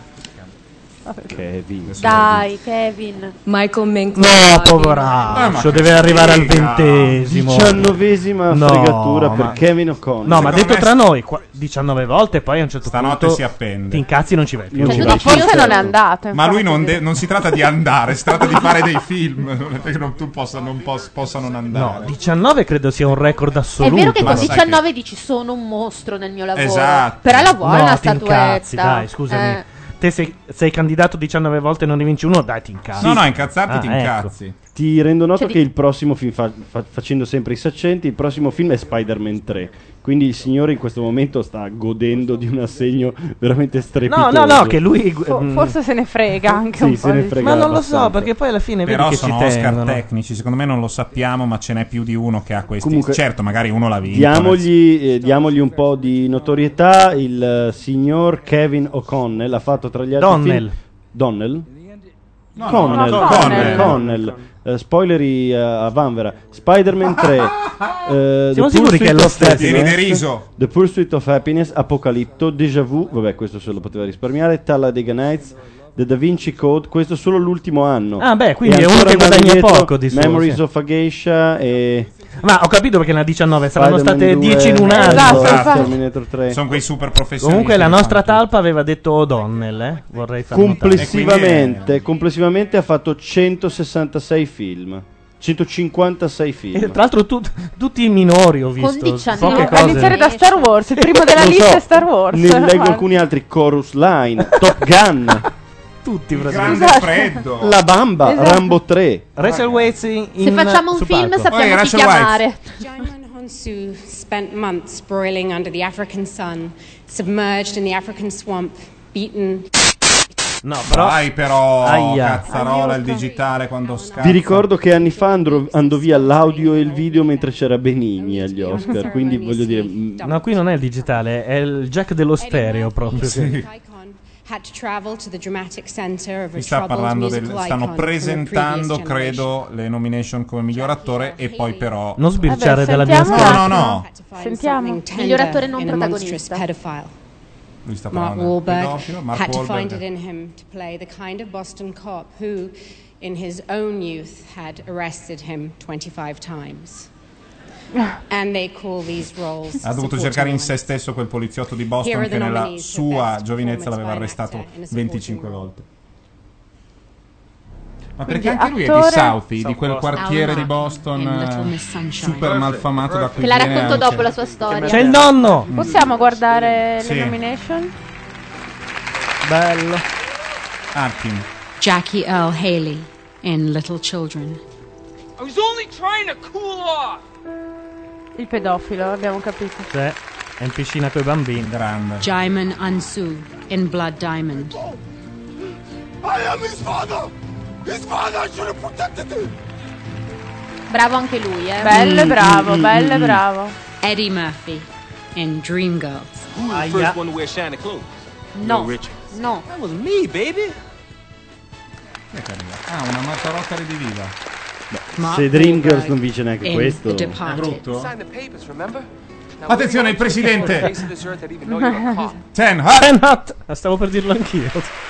Kevin. Dai, Kevin. Michael Menkler. No, poveraccio, ma deve che arrivare al figa. 20°. 19ª No, fregatura per ma- Kevin O'Connell. No, ma Secondo detto me- tra noi, 19 volte, poi a un certo Stanotte punto si appende. ti incazzi e non ci vai più. Non ci Cioè, vai tutti più, Forse non è certo. andato. Ma lui infatti. non si tratta di andare, si tratta di fare dei film. Non è che tu possa non andare. No, 19 credo sia un record È assoluto. vero che Ma con sai 19 dici sono un mostro nel mio lavoro. Esatto. Però la vuoi No, una ti incazzi, statuetta. dai, scusami. Te sei candidato 19 volte e non ne vinci uno, dai, ti incazzi. No, incazzarti ti ecco. incazzi. Ti rendo noto Cioè, che il prossimo film, facendo sempre i saccenti, il prossimo film è Spider-Man 3. Quindi il signore in questo momento sta godendo di un assegno veramente strepitoso. No, che lui... Forse se ne frega anche Sì, un se po'. ne di- frega Ma non lo abbastanza. so, perché poi alla fine vedi Però che sono ci Oscar tengono. tecnici, secondo me non lo sappiamo, ma ce n'è più di uno che ha questi. Comunque, certo, magari uno l'ha vinto. Diamogli un po' di notorietà. Il signor Kevin O'Connell ha fatto tra gli altri Donnell. film... Donnell? No, Connell. no, Connell. Connell. Spoileri a Vanvera. Spider-Man 3. Siamo The sicuri che è lo Pursuit of stesso? Vieni Happiness, deriso. The Pursuit of Happiness, Apocalipto, Déjà Vu, vabbè questo se lo poteva risparmiare, Talladega Nights, The Da Vinci Code, questo solo l'ultimo anno. Ah, beh, quindi E è uno ancora che andando guadagna indietro, poco di suo, Memories sì. of a Geisha e Ma ho capito perché nella 19 saranno state Spider-Man 10 in un 2, anno. Terminator 3. Sono quei super professionisti. Comunque la che nostra fanno talpa aveva detto O'Donnell, vorrei far Complessivamente ha fatto 166 film. 156 film. E tra l'altro tutti i minori ho visto. Poche A cose. iniziare da Star Wars, il primo della Non lista so, è Star Wars. Ne leggo Guarda. alcuni altri: Chorus Line, Top Gun. Tutti Grande freddo. La Bamba, Esatto. Rambo 3. Rachel Weisz Se facciamo un film sappiamo chi chiamare. Jaimin Honsu spent months broiling under the African sun, submerged in the African swamp, beaten. No, Vai però, Aia. cazzarola, il digitale quando scappa. Vi ricordo che anni fa andò via l'audio e il video mentre c'era Benigni agli Oscar, quindi voglio dire... No, qui non è il digitale, è il jack dello stereo proprio. Had to travel to the dramatic center of a Si sta troubled parlando musical stanno icon from a presentando, previous credo, le nomination come miglior attore e poi però... Non sbirciare dalla sentiamo- mia scherma. No. Sentiamo. Miglior attore non in a monstrous protagonista. pedophile. Lui sta Mark parlando del Wahlberg pedofilo, Mark had to Wahlberg. find it in him to play the kind of Boston cop who, in his own youth, had arrested him 25 times. And they call these roles Ha dovuto supporting cercare in roles. se stesso quel poliziotto di Here Boston are che the nella nominees for sua Best giovinezza l'aveva Performance by an arrestato Actor in a Supporting 25 Role. volte. Ma Quindi perché anche lui è di attore- Southie, di quel quartiere di in Boston Little Miss Sunshine. super malfamato da cui Te la viene racconto anche- dopo la sua storia. C'è il nonno! Possiamo guardare Sì. le nomination? Bello. Arkin. Jackie Earl Haley in Little Children. I was only trying to cool off. Il pedofilo, abbiamo capito. Sì, è in piscina coi bambini. Grande. Jaimin Unsu in Blood Diamond. I am his father. His father should have protected him. Bravo anche lui, Bello e bravo, bello e bravo. Eddie Murphy in Dreamgirls. Who was the first one to wear shiny clothes? No. Will Richards. No. That was me, baby. Ah, una Mazzarotta rediviva. Se Dreamgirls non vince neanche in questo... The Departed. È brutto? Signed the papers, remember? Attenzione, il presidente. Face of this earth that even know you're a cop. Ten Hut. Ten Hut! Stavo per dirlo anch'io.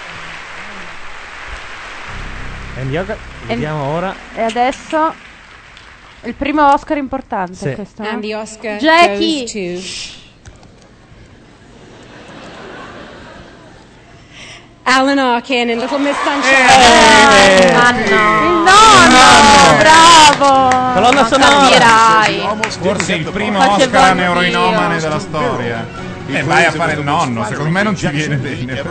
Vediamo ora. E adesso il primo Oscar importante Sì. questo, no? And the Oscar Jackie. goes to Alan Arkin in Little Miss Sunshine. Il nonno, bravo. Colonna sonora. Capirai. Forse il primo Facevo Oscar anch'io. neuroinomane della storia. E vai a fare il nonno, secondo me non ti viene bene.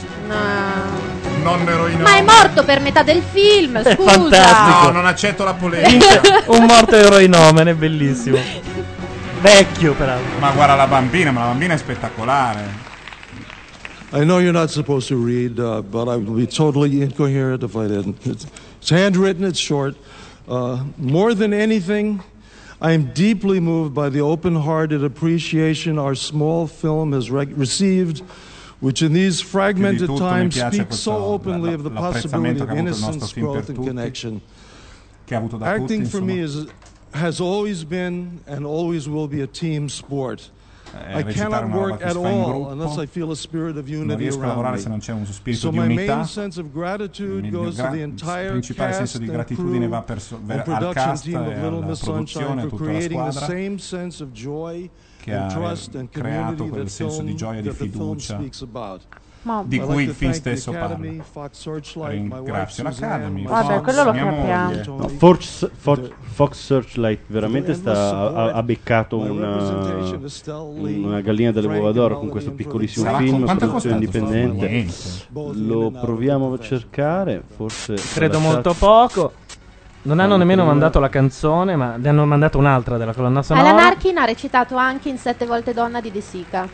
Non eroinomane. Ma è morto per metà del film, scusa. fantastico. No, non accetto la polemica. Un morto eroinomene, bellissimo. Vecchio, peraltro. Ma guarda la bambina è spettacolare. I know you're not supposed to read, but I would be totally incoherent if I didn't. It's handwritten, it's short. More than anything, I am deeply moved by the open-hearted appreciation our small film has received, which in these fragmented tutto mi times piace speaks so questo, openly of the possibility l'apprezzamento of che ha avuto il nostro innocence, film per growth, and tutti, connection. che ha avuto da tutti, Acting for insomma. me has always been and always will be a team sport. I recitare cannot una roba work che at si fa in all gruppo. unless I feel a spirit of Non unity riesco a lavorare around se me. non c'è uno spirito So di my unità. main sense of gratitude goes to the entire principale senso cast di and gratitudine va crew al and production cast team e of Little alla Miss produzione, Sunshine a for tutta la creating the squadra same sense of joy che and ha trust and creato community quel that senso di gioia e di the film fiducia speaks about. di I'd cui like il to film thank the stesso parla. Academy, Fox Searchlight, my wife Ringrazio l'Academy, Suzanne, Vabbè, quello lo mia capiamo. moglie. No, Fox Searchlight veramente ha beccato una gallina dalle uova d'oro con questo piccolissimo Sarà film, quanto è produzione costato? indipendente. Niente. Lo proviamo a cercare, forse... Credo lasciate- molto poco. Non hanno nemmeno prima. mandato la canzone, ma ne hanno mandato un'altra della colonna sonora. Alan Arkin ha recitato anche in 7 volte donna di De Sica.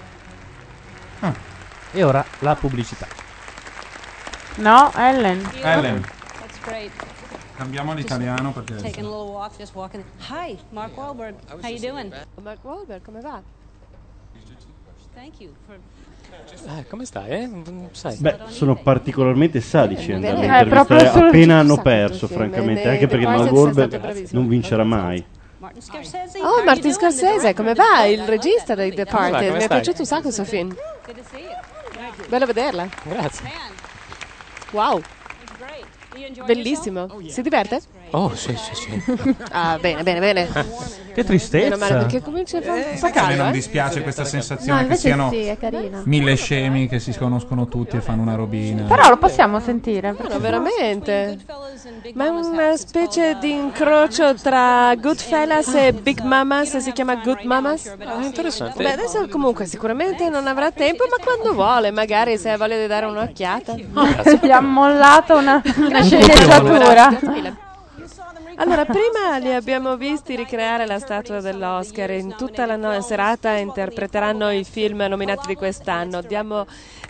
E ora la pubblicità. No, Ellen. That's great. Cambiamo all'italiano perché Taking a little walk, just walking. Hi, Mark Wahlberg. How you doing? Mark Wahlberg, come va? Thank you for Come stai? Sai. Beh, sono particolarmente sadici andarli a Bene. intervistare proprio sul- appena hanno Sacco, perso, sì, francamente, bene, anche perché The Mark Departed è stato Wahlberg bravissimo. non vincerà mai. Martin Scorsese. Oh, Martin Scorsese, come va? Il regista di The Come va? Departed. Come Mi è stai? piaciuto un sacco questo film. Good to see you. Bello vederla. Grazie. Wow, Great. You enjoy bellissimo. Si diverte? Oh, sì. Ah, bene. Che tristezza. Meno male, perché comincia a fare un po' A me caldo, non dispiace questa No, sensazione che invece siano sì, è carina. 1000 scemi che si conoscono tutti e fanno una robina. Però lo possiamo sentire. No, veramente. Ma è una specie di incrocio tra Goodfellas e Big Mamas, si chiama Good Mamas. Ah, interessante. Beh, adesso comunque sicuramente non avrà tempo, ma quando vuole, magari se ha voglia di dare un'occhiata. Gli ha mollato una sceneggiatura. Allora, prima li abbiamo visti ricreare la statua dell'Oscar. In tutta la serata interpreteranno i film nominati di quest'anno. Diamo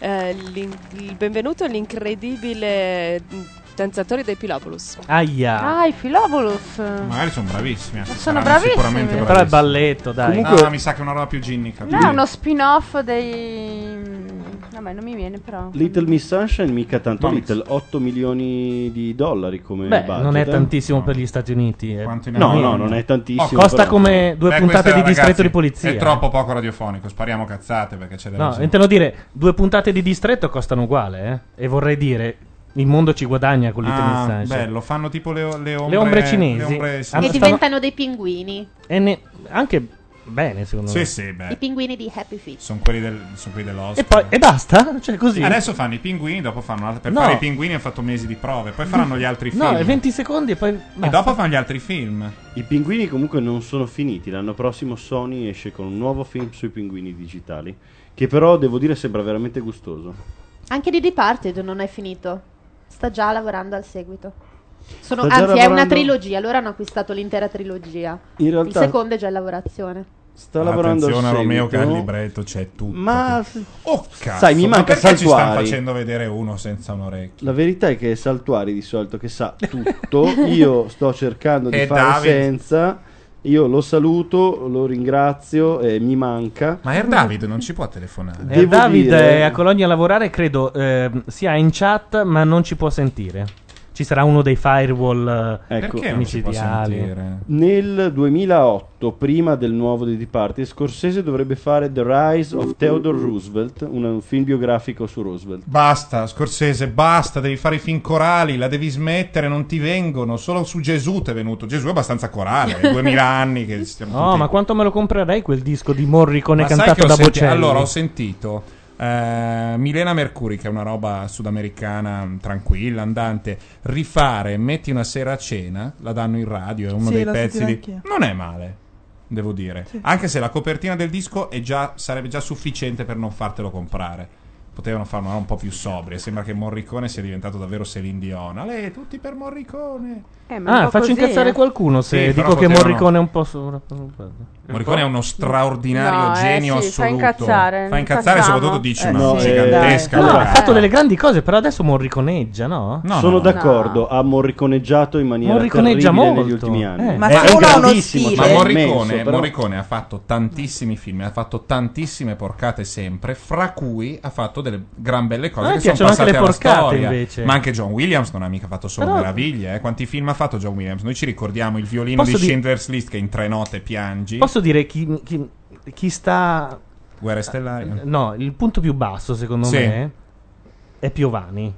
il benvenuto all'incredibile danzatori dei Pilopoulos. Aia. I Filopoulos. Magari sono bravissimi. Sono bravissimi. Sicuramente Però è bravissimi. balletto, dai. Comunque, mi sa che è una roba più ginnica. No, è uno spin-off dei... Vabbè, non mi viene però. Little Miss Sunshine mica tanto No. little, 8 milioni di dollari come Beh, budget. non è tantissimo per gli Stati Uniti. No, non è tantissimo. Costa però. come due Beh, puntate questo, di distretto ragazzi, di polizia. È troppo poco radiofonico, spariamo cazzate perché c'è della No, gente. intendo dire, 2 puntate di distretto costano uguale, eh? E vorrei dire, il mondo ci guadagna con Little Miss Sunshine. bello, fanno tipo le ombre, Le ombre cinesi. le ombre, sì. E diventano dei pinguini. E anche bene, secondo me. Sì, beh. I pinguini di Happy Feet. Sono quelli dell'Oscar. E poi e basta? Cioè così. Adesso fanno i pinguini, dopo fanno per No. fare i pinguini hanno fatto mesi di prove, poi faranno gli altri film. No, è 20 secondi e poi E basta. dopo fanno gli altri film. I pinguini comunque non sono finiti. L'anno prossimo Sony esce con un nuovo film sui pinguini digitali, che però devo dire sembra veramente gustoso. Anche di Departed non è finito. Sta già lavorando al seguito. Sta già Anzi, è una lavorando- trilogia. Loro hanno acquistato l'intera trilogia. In realtà- Il secondo è già in lavorazione. Sta lavorando al Attenzione a Romeo che seguito. al libretto c'è tutto. Ma Oh cazzo, sai, mi ma manca perché ci stanno Saltuari. facendo vedere uno senza un orecchio? La verità è che è Saltuari di solito che sa tutto. Io sto cercando di E fare David? senza. Io lo saluto, lo ringrazio, mi manca. Ma David non ci può telefonare. Devo David dire- è a Colonia a lavorare, credo sia in chat, ma non ci può sentire. Ci sarà uno dei firewall Perché non ci può micidiali. sentire? Nel 2008, prima del nuovo The Departed, Scorsese dovrebbe fare The Rise of Theodore Roosevelt, un film biografico su Roosevelt. Basta, Scorsese, basta, devi fare i film corali, la devi smettere, non ti vengono. Solo su Gesù ti è venuto. Gesù è abbastanza corale, 2000 anni che stiamo No, tutti... ma quanto me lo comprerei quel disco di Morricone Ma sai cantato che ho da senti- Bocelli? Allora, ho sentito Milena Mercuri, che è una roba sudamericana tranquilla, andante, rifare Metti una sera a cena, la danno in radio, è uno Sì, dei l'ho pezzi sentita di... anch'io. Non è male, devo dire. Sì. Anche se la copertina del disco sarebbe già sufficiente per non fartelo comprare. Potevano farlo un po' più sobria. Sembra che Morricone sia diventato davvero Celine Dion. Ale, tutti per Morricone. Faccio incazzare qualcuno se Sì, dico però che potevano- Morricone è un po' Morricone è uno straordinario No, genio sì, fa assoluto. incazzare, Fa incazzare, facciamo. soprattutto dice una no, gigantesca. No, ha cagata. fatto delle grandi cose, però adesso morriconeggia, no? Sono d'accordo, ha morriconeggiato in maniera Morriconeggia terribile molto. negli ultimi anni. Ma è se uno ha uno grandissimo, stile- Ma cioè, Morricone, immenso, però- Morricone ha fatto tantissimi film, ha fatto tantissime porcate sempre, fra cui ha fatto delle gran belle cose A me che sono piacciono anche passate le alla porcate, storia. invece. Ma anche John Williams non ha mica fatto solo Però- meraviglie, eh. Quanti film ha fatto John Williams? Noi ci ricordiamo il violino di Posso di- Schindler's List che in 3 note piangi. Posso dire chi sta... Guerre stellari. No, il punto più basso secondo Sì. me è Piovani.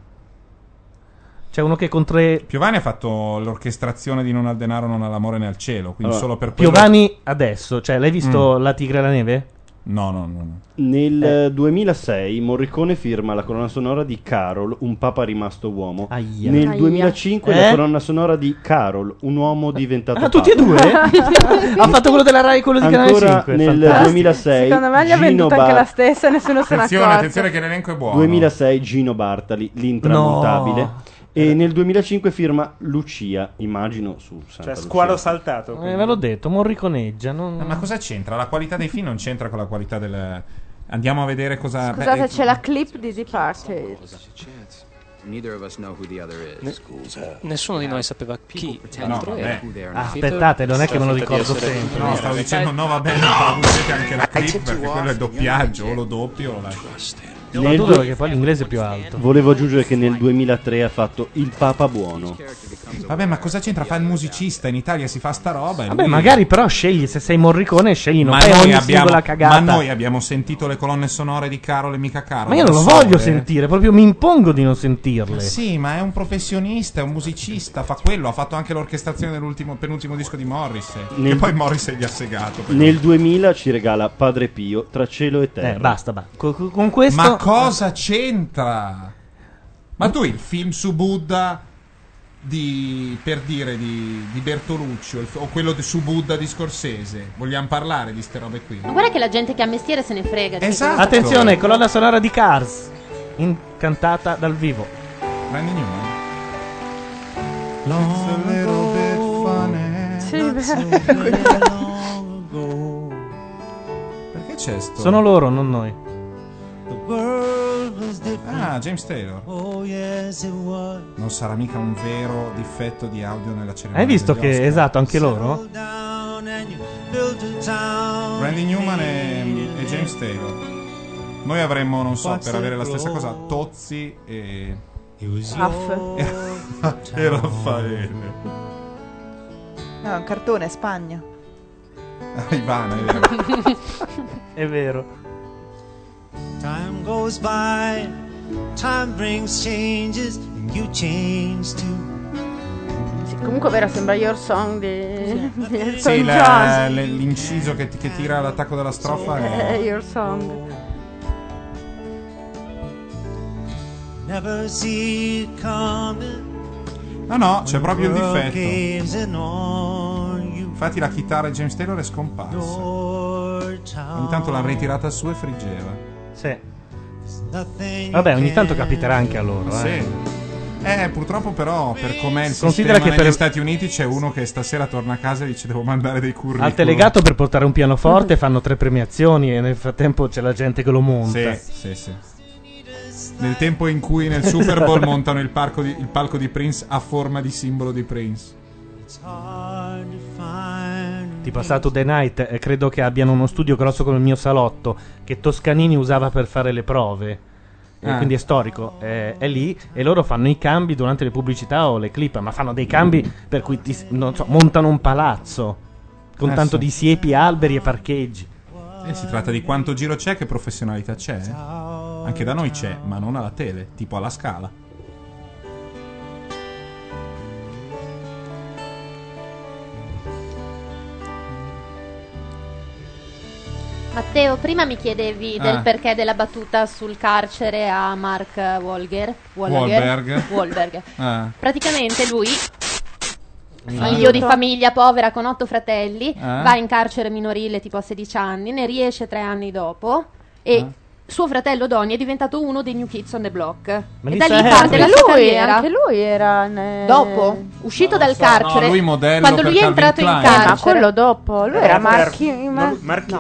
C'è uno che con 3... Piovani ha fatto l'orchestrazione di Non al denaro, non all'amore né al cielo, quindi Allora, solo per quello... Piovani adesso, cioè l'hai visto La tigre e la neve? No. Nel 2006 Morricone firma la colonna sonora di Carol, un papa rimasto uomo. Aia. Nel Aia. 2005 la colonna sonora di Carol, un uomo diventato tutti e papa. due? Ha fatto quello della Rai e quello di Canale Ancora 5. nel fantastico. 2006 Secondo me gli ha Gino venduta anche Bar- la stessa e nessuno se ne accorge. Attenzione che l'elenco è buono. 2006 Gino Bartali, l'intramontabile. No. E nel 2005 firma Lucia, immagino su Santa Cioè, Lucia. squalo saltato. Ve l'ho detto, Morriconeggia. Ma cosa c'entra? La qualità dei film non c'entra con la qualità del... Andiamo a vedere cosa... Scusate, beh, c'è la clip di Departed. Neither of us know who the other is. Nessuno di noi sapeva chi l'altro era. Aspettate, non è che me lo ricordo sempre. No, stavo dicendo no vabbè, no, aggiungete anche la clip perché quello è doppiaggio, o lo doppio o la... Soprattutto perché poi l'inglese è più alto. Volevo aggiungere che nel 2003 ha fatto Il Papa Buono. Vabbè, ma cosa c'entra? Fa il musicista, in Italia si fa sta roba. Vabbè, magari però scegli, se sei Morricone scegli, non Ma fai noi ogni abbiamo- singola cagata. Ma noi abbiamo sentito le colonne sonore di Carole e mica Carole. Ma io non lo da voglio sole. sentire, proprio mi impongo di non sentirle. Sì, ma è un professionista, è un musicista, fa quello, ha fatto anche l'orchestrazione dell'ultimo penultimo disco di Morrissey. Nel- E poi Morrissey gli ha segato. Nel 2000 ci regala Padre Pio, Tra cielo e terra. Basta. Con questo... Ma cosa c'entra? Ma tu il film su Buddha per dire di Bertolucci o quello su Buddha di Scorsese, vogliamo parlare di ste robe qui? Ma guarda che la gente che ha mestiere se ne frega. di Esatto. queste cose. Attenzione, colonna sonora di Cars, cantata dal vivo. Randy Newman. Perché c'è sto? Sono loro, non noi. Ah, James Taylor. Non sarà mica un vero difetto di audio nella cerimonia. Hai visto degli che, Oscar? esatto, anche loro? Randy Newman e James Taylor. Noi avremmo, non so, per avere la stessa cosa, Tozzi e e Raffaele. No, è un cartone, Spagna. Ivana, è vero. È vero. Time goes by, time brings changes, and you change too. Sì, comunque è vero, sembra Your Song di Elton Sì, John. l'inciso che tira l'attacco della strofa è... Your Song. Never see it coming. No, c'è proprio il difetto. Games and on you. Infatti la chitarra di James Taylor è scomparsa. Ogni tanto l'hanno ritirata su e friggeva. Sì. Vabbè, ogni tanto capiterà anche a loro. Sì. Purtroppo però, per com'è il Considera sistema che negli per- Stati Uniti, c'è uno che stasera torna a casa e dice devo mandare dei curriculum. Al telegato per portare un pianoforte fanno 3 premiazioni e nel frattempo c'è la gente che lo monta. Sì. Nel tempo in cui nel Super Bowl montano il palco di Prince a forma di simbolo di Prince. Tipo a Saturday Night, credo che abbiano uno studio grosso come il mio salotto che Toscanini usava per fare le prove. Quindi è storico, è lì e loro fanno i cambi durante le pubblicità o le clip, ma fanno dei cambi per cui non so, montano un palazzo con tanto sì. di siepi, alberi e parcheggi. Si tratta di quanto giro c'è, che professionalità c'è. Anche da noi c'è, ma non alla tele, tipo alla Scala. Matteo, prima mi chiedevi del perché della battuta sul carcere a Mark Wahlberg. Praticamente lui, figlio di famiglia povera con 8 fratelli, va in carcere minorile tipo a 16 anni, ne riesce 3 anni dopo e suo fratello Donny è diventato uno dei New Kids on the Block. Ma e da lì Lisa parte la sua carriera. Anche lui era Dopo, uscito dal carcere, lui modello quando per lui è Calvin entrato in Klein. carcere, ma quello dopo, lui era Marky Mark,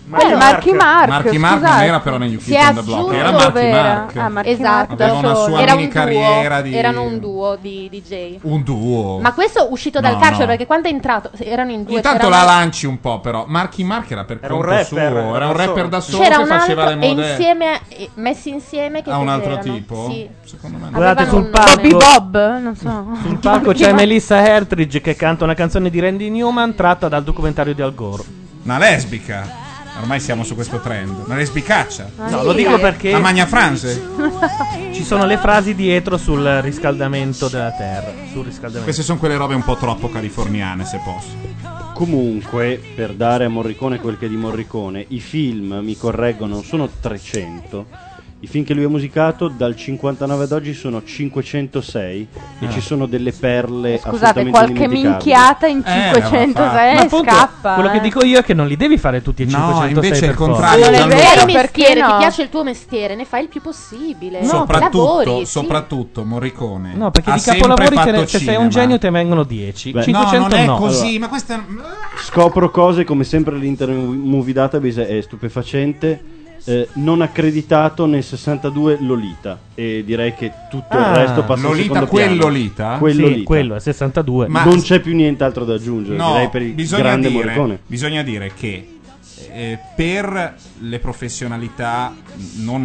non era però negli si è Kids on the Block, era assunto Marky Mark. esatto, Aveva una sua era mini un carriera duo, di... erano un duo di DJ. Un duo. Ma questo uscito dal No, carcere no. perché quando è entrato erano in due. Intanto c'era la una- lanci un po', però. Marky Mark era per Era un conto suo, rapper, era un rapper da solo c'era che un faceva altro le e modelle. insieme messi insieme che A un altro cos'erano? tipo? Sì. Secondo me no. Guardate Avevano sul un nome. palco, Bobby Bob, non so. sul palco c'è Melissa Etheridge che canta una canzone di Randy Newman tratta dal documentario di Al Gore. Una lesbica. Ormai siamo su questo trend. Una lesbicaccia. No, lo dico perché La Magna France. ci sono le frasi dietro sul riscaldamento della terra. Sul riscaldamento. Queste sono quelle robe un po' troppo californiane, se posso. Comunque, per dare a Morricone quel che è di Morricone, i film, mi correggo, non sono 300. I film che lui ha musicato dal 59 ad oggi sono 506 e ci sono delle perle Scusate, assolutamente qualche indimenticabili. minchiata in 506 appunto, scappa. quello che dico io è che non li devi fare tutti i No, 506 invece per il forza. contrario. Non è Gianluca. vero, Perché mestiere, no? ti piace il tuo mestiere, ne fai il più possibile. Lavori, sì. Soprattutto Morricone. No, perché ha di sempre capolavori fatto se sei cinema. un genio te vengono 10. Beh, 500 no, non è no. così, Allora, ma questa Scopro cose come sempre all'Intermovie Database è stupefacente. Non accreditato nel 62 Lolita e direi che tutto il resto passa Lolita, in secondo quel piano. Lolita? Quel Sì, Lolita. quello è 62. Ma- non c'è più nient'altro da aggiungere, No, direi per il grande Morricone. bisogna dire che per le professionalità non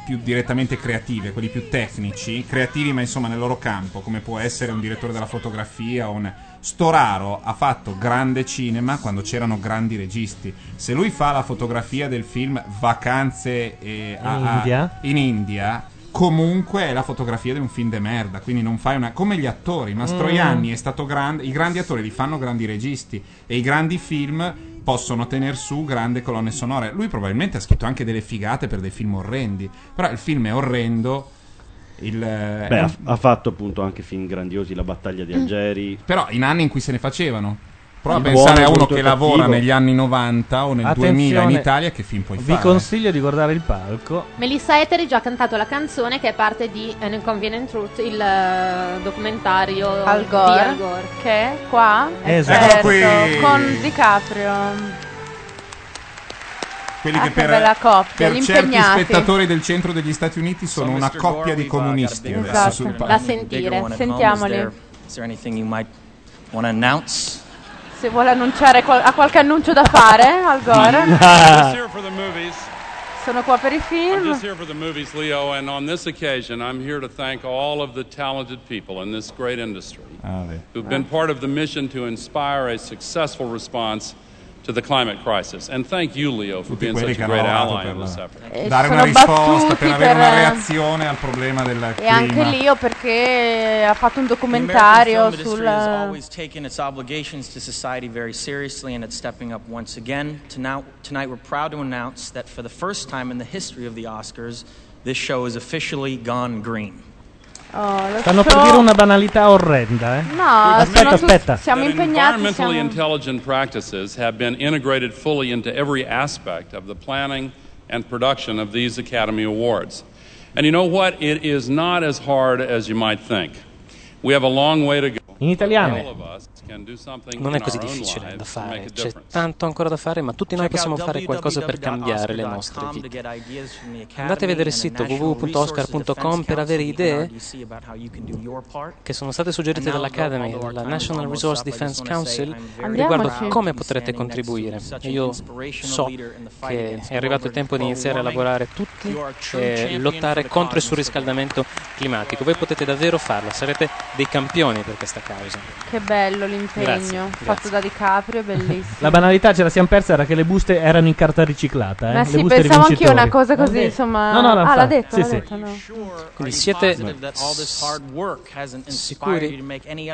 più direttamente creative, quelli più tecnici, creativi ma insomma nel loro campo, come può essere un direttore della fotografia o un... Storaro ha fatto grande cinema quando c'erano grandi registi. Se lui fa la fotografia del film Vacanze in India, comunque è la fotografia di un film de merda, quindi non fai una... come gli attori. Mastroianni è stato grande, i grandi attori li fanno grandi registi e i grandi film possono tener su grandi colonne sonore. Lui probabilmente ha scritto anche delle figate per dei film orrendi, però il film è orrendo. Ha fatto appunto anche film grandiosi, La battaglia di Algeri. Però in anni in cui se ne facevano. Prova a pensare a uno che lavora negli anni 90 o nel 2000 in Italia, che film puoi fare? Vi consiglio di guardare il palco. Melissa Etheridge ha cantato la canzone che è parte di An Inconvenient Truth, il documentario Al di Gore, Al Gore. che è qua Esatto. Qui. con DiCaprio. Quelli che che bella coppia, per gli certi impegnati. spettatori del centro degli Stati Uniti sono una coppia di comunisti adesso Esatto. sul palco. Da sentire. Sentiamoli. Is there anything you might want to announce? Se vuole annunciare ha qualche annuncio da fare, Al Gore. I'm just here for the movies. Sono qua per i I'm film. just here for the movies, Leo, and on this occasion, I'm here to thank all of the talented people in this great industry who've been part of the mission to inspire a successful response to the climate crisis. And thank you, Leo, for being such a great ally in this effort. Dare una risposta, per avere una reazione al problema del E clima. anche Leo perché ha fatto un The documentario American film industry has sul... always taken its obligations to society very seriously, and it's stepping up once again. Tonight we're proud to announce that for the first time in the history of the Oscars, this show is officially gone green. Stanno per dire una banalità orrenda, No, aspetta. Siamo impegnati. Environmentally intelligent practices have been integrated fully into every aspect of the planning and production of these Academy Awards. And you know what? It is not as hard as you might think. We have a long way to go. In italiano. All of us can do something Non è in così our own difficile lives da to fare, make a c'è difference. tanto ancora da fare, ma tutti noi possiamo fare qualcosa per cambiare le nostre vite. Andate a vedere il sito www.oscar.com per avere idee che sono state suggerite dall'Academy, dalla National Resource Defense Council, riguardo come potrete contribuire. E io so che è arrivato il tempo di iniziare a lavorare tutti e lottare contro il surriscaldamento climatico. Voi potete davvero farlo, sarete dei campioni per questa causa. Che bello l'impegno fatto da DiCaprio, bellissimo. La banalità ce la siamo persa, era che le buste erano in carta riciclata. Ma Le sì, buste pensavo anch'io vincitori. una cosa così, insomma. No, l'ha detto, sì, l'ha sì. detto, no. Quindi siete Sicuri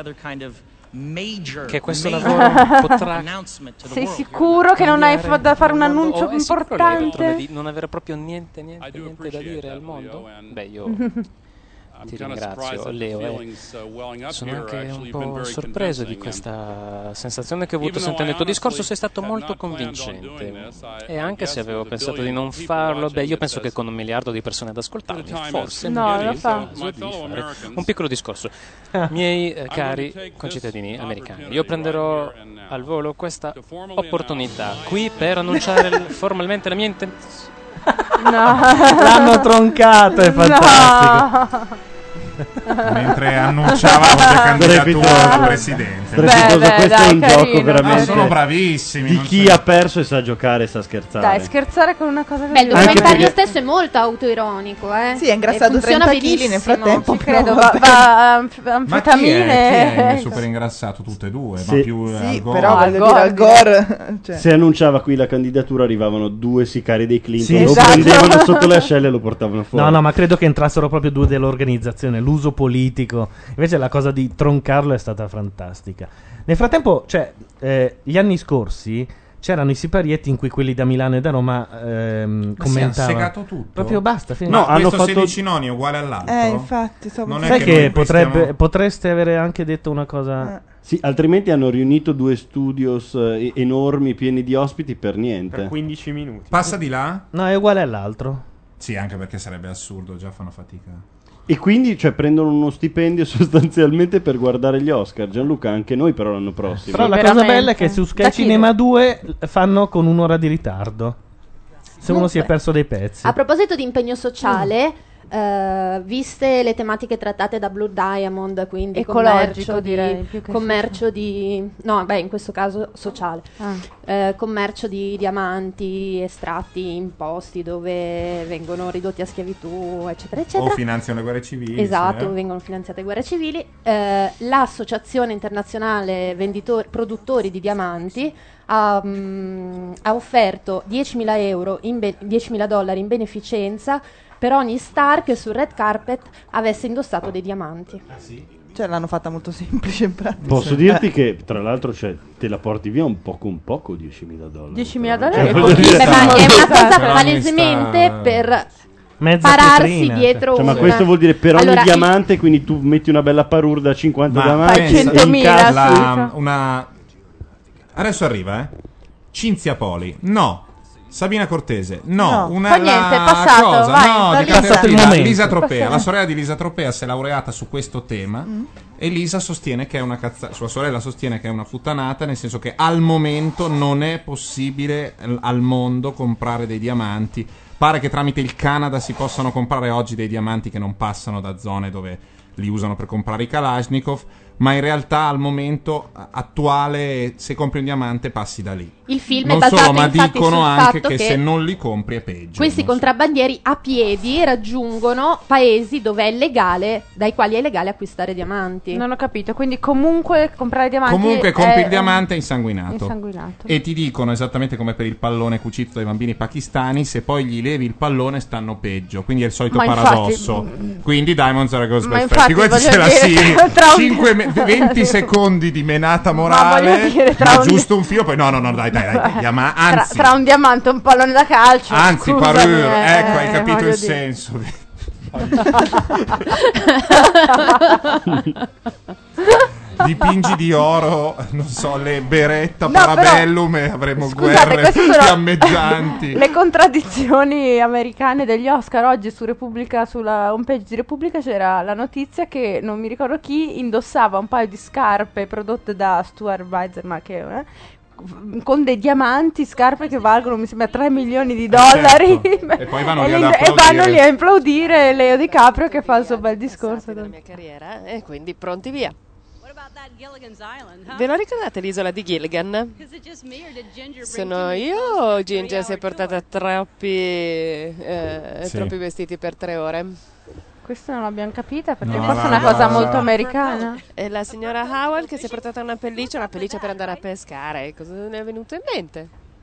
che questo lavoro potrà Sei sicuro che non hai da fare un annuncio è sicuro lei, importante? Patrone, di non avere proprio niente da dire al mondo? Beh, io ti ringrazio, Leo. Sono anche un po' sorpreso di questa sensazione che ho avuto sentendo il tuo discorso. Sei stato molto convincente. E anche se avevo pensato di non farlo, beh, io penso che con 1 miliardo di persone ad ascoltarmi, forse No, mi lo fa. fare un piccolo discorso. Miei cari concittadini americani, io prenderò al volo questa opportunità qui per annunciare formalmente la mia intenzione. No. L'hanno troncato, è fantastico. Mentre annunciava la candidatura alla presidenza. Questo è un gioco veramente. Sono bravissimi. Di non chi so- ha perso e sa giocare e sa scherzare. Dai, scherzare con una cosa Beh, il così. documentario stesso è molto autoironico, Sì, è ingrassato E funziona 30 kg nel benissimo. frattempo. Ci credo, però va Ma chi anfetamine. è super ingrassato tutte e due? Sì. Ma più Sì, Al Gore. però voglio dire, Al Gore, cioè. Se annunciava qui la candidatura arrivavano 2 sicari dei Clinton, Sì, lo esatto. prendevano sotto le ascelle e lo portavano fuori. No, ma credo che entrassero proprio 2 dell'organizzazione, l'uso politico. Invece la cosa di troncarlo è stata fantastica. Nel frattempo, gli anni scorsi c'erano i siparietti in cui quelli da Milano e da Roma Ma si è commentavano. segato tutto. Proprio basta. No, No, hanno hanno fatto fatto. 16 noni è uguale all'altro. Infatti, Non è Sai che noi qui stiamo- potreste avere anche detto una cosa. Sì, altrimenti hanno riunito 2 studios enormi pieni di ospiti per niente. Per 15 minuti. Passa di là? No, è uguale all'altro. Sì, anche perché sarebbe assurdo, già fanno fatica. E quindi prendono uno stipendio sostanzialmente per guardare gli Oscar. Gianluca, anche noi però l'anno prossimo. Però la cosa bella è che su Sky Cinema 2 fanno con 1 ora di ritardo. Se uno si è perso dei pezzi. A proposito di impegno sociale, viste le tematiche trattate da Blue Diamond, quindi Ecologico, direi, più che commercio di no, beh, in questo caso sociale, commercio di diamanti estratti in posti dove vengono ridotti a schiavitù, eccetera, eccetera. O finanziano le guerre civili. Esatto, sì, vengono finanziate guerre civili. L'associazione internazionale produttori di diamanti ha offerto $10.000 in beneficenza per ogni star che sul red carpet avesse indossato dei diamanti. Cioè l'hanno fatta molto semplice in pratica. Posso dirti che tra l'altro te la porti via un poco $10.000. $10.000 Cioè, è voglio dire, Beh, ma è una cosa Però palesemente per Mezza pararsi vetrina. dietro Cioè, ma una... questo vuol dire per ogni Allora, diamante, quindi tu metti una bella parure da 50 diamanti. pensa, in cassa- Adesso arriva, Cinzia Poli. No. Sabina Cortese. No. No. Fa niente, è passato, cosa? vai, no, va di via. Caterina, Passato il Lisa momento. Tropea. La sorella di Lisa Tropea si è laureata su questo tema. E Lisa sostiene che è una cazzata. Sua sorella sostiene che è una puttanata, nel senso che al momento non è possibile al mondo comprare dei diamanti. Pare che tramite il Canada si possano comprare oggi dei diamanti che non passano da zone dove li usano per comprare i Kalashnikov, ma in realtà al momento attuale se compri un diamante passi da lì. Il film Non è basato solo, ma infatti dicono sul anche fatto che che se non li compri è peggio. questi contrabbandieri a piedi raggiungono paesi dove è legale, dai quali è legale acquistare diamanti. Non ho capito, quindi comunque comprare diamanti Comunque compri è il diamante insanguinato. insanguinato. E ti dicono esattamente come per il pallone cucito dai bambini pakistani, se poi gli levi il pallone stanno peggio, quindi è il solito Ma infatti- paradosso. Quindi Diamonds are a Ghost Ma Best infatti, Friend. Figurati se voglio la dire, sì, tra un- 20 secondi di menata voglio morale, dire, tra ma un- giusto un filo, poi no, dai, anzi, tra un diamante e un pallone da calcio. anzi, scusami, parure, ecco, hai capito voglio il dire. senso. Dipingi di oro, non so, le beretta No, Parabellum e avremo Scusate, guerre queste sono fiammeggianti. le contraddizioni americane degli Oscar. Oggi su Repubblica, sulla homepage di Repubblica c'era la notizia che non mi ricordo chi indossava un paio di scarpe prodotte da Stuart Weiser, ma che con dei diamanti, scarpe che valgono mi sembra $3 milioni. Certo. E poi vanno lì ad e vanno applaudire. lì a applaudire Leo DiCaprio che fa il suo bel discorso. della mia carriera e quindi pronti via. Ve la ricordate l'isola di Gilligan? Sono io o Ginger si è portata troppi vestiti per 3 ore? Questo non l'abbiamo capita perché No, forse è no, una cosa no, molto no. americana. E la signora Howell che si è portata una pelliccia per andare a pescare. Cosa ne è venuto in mente?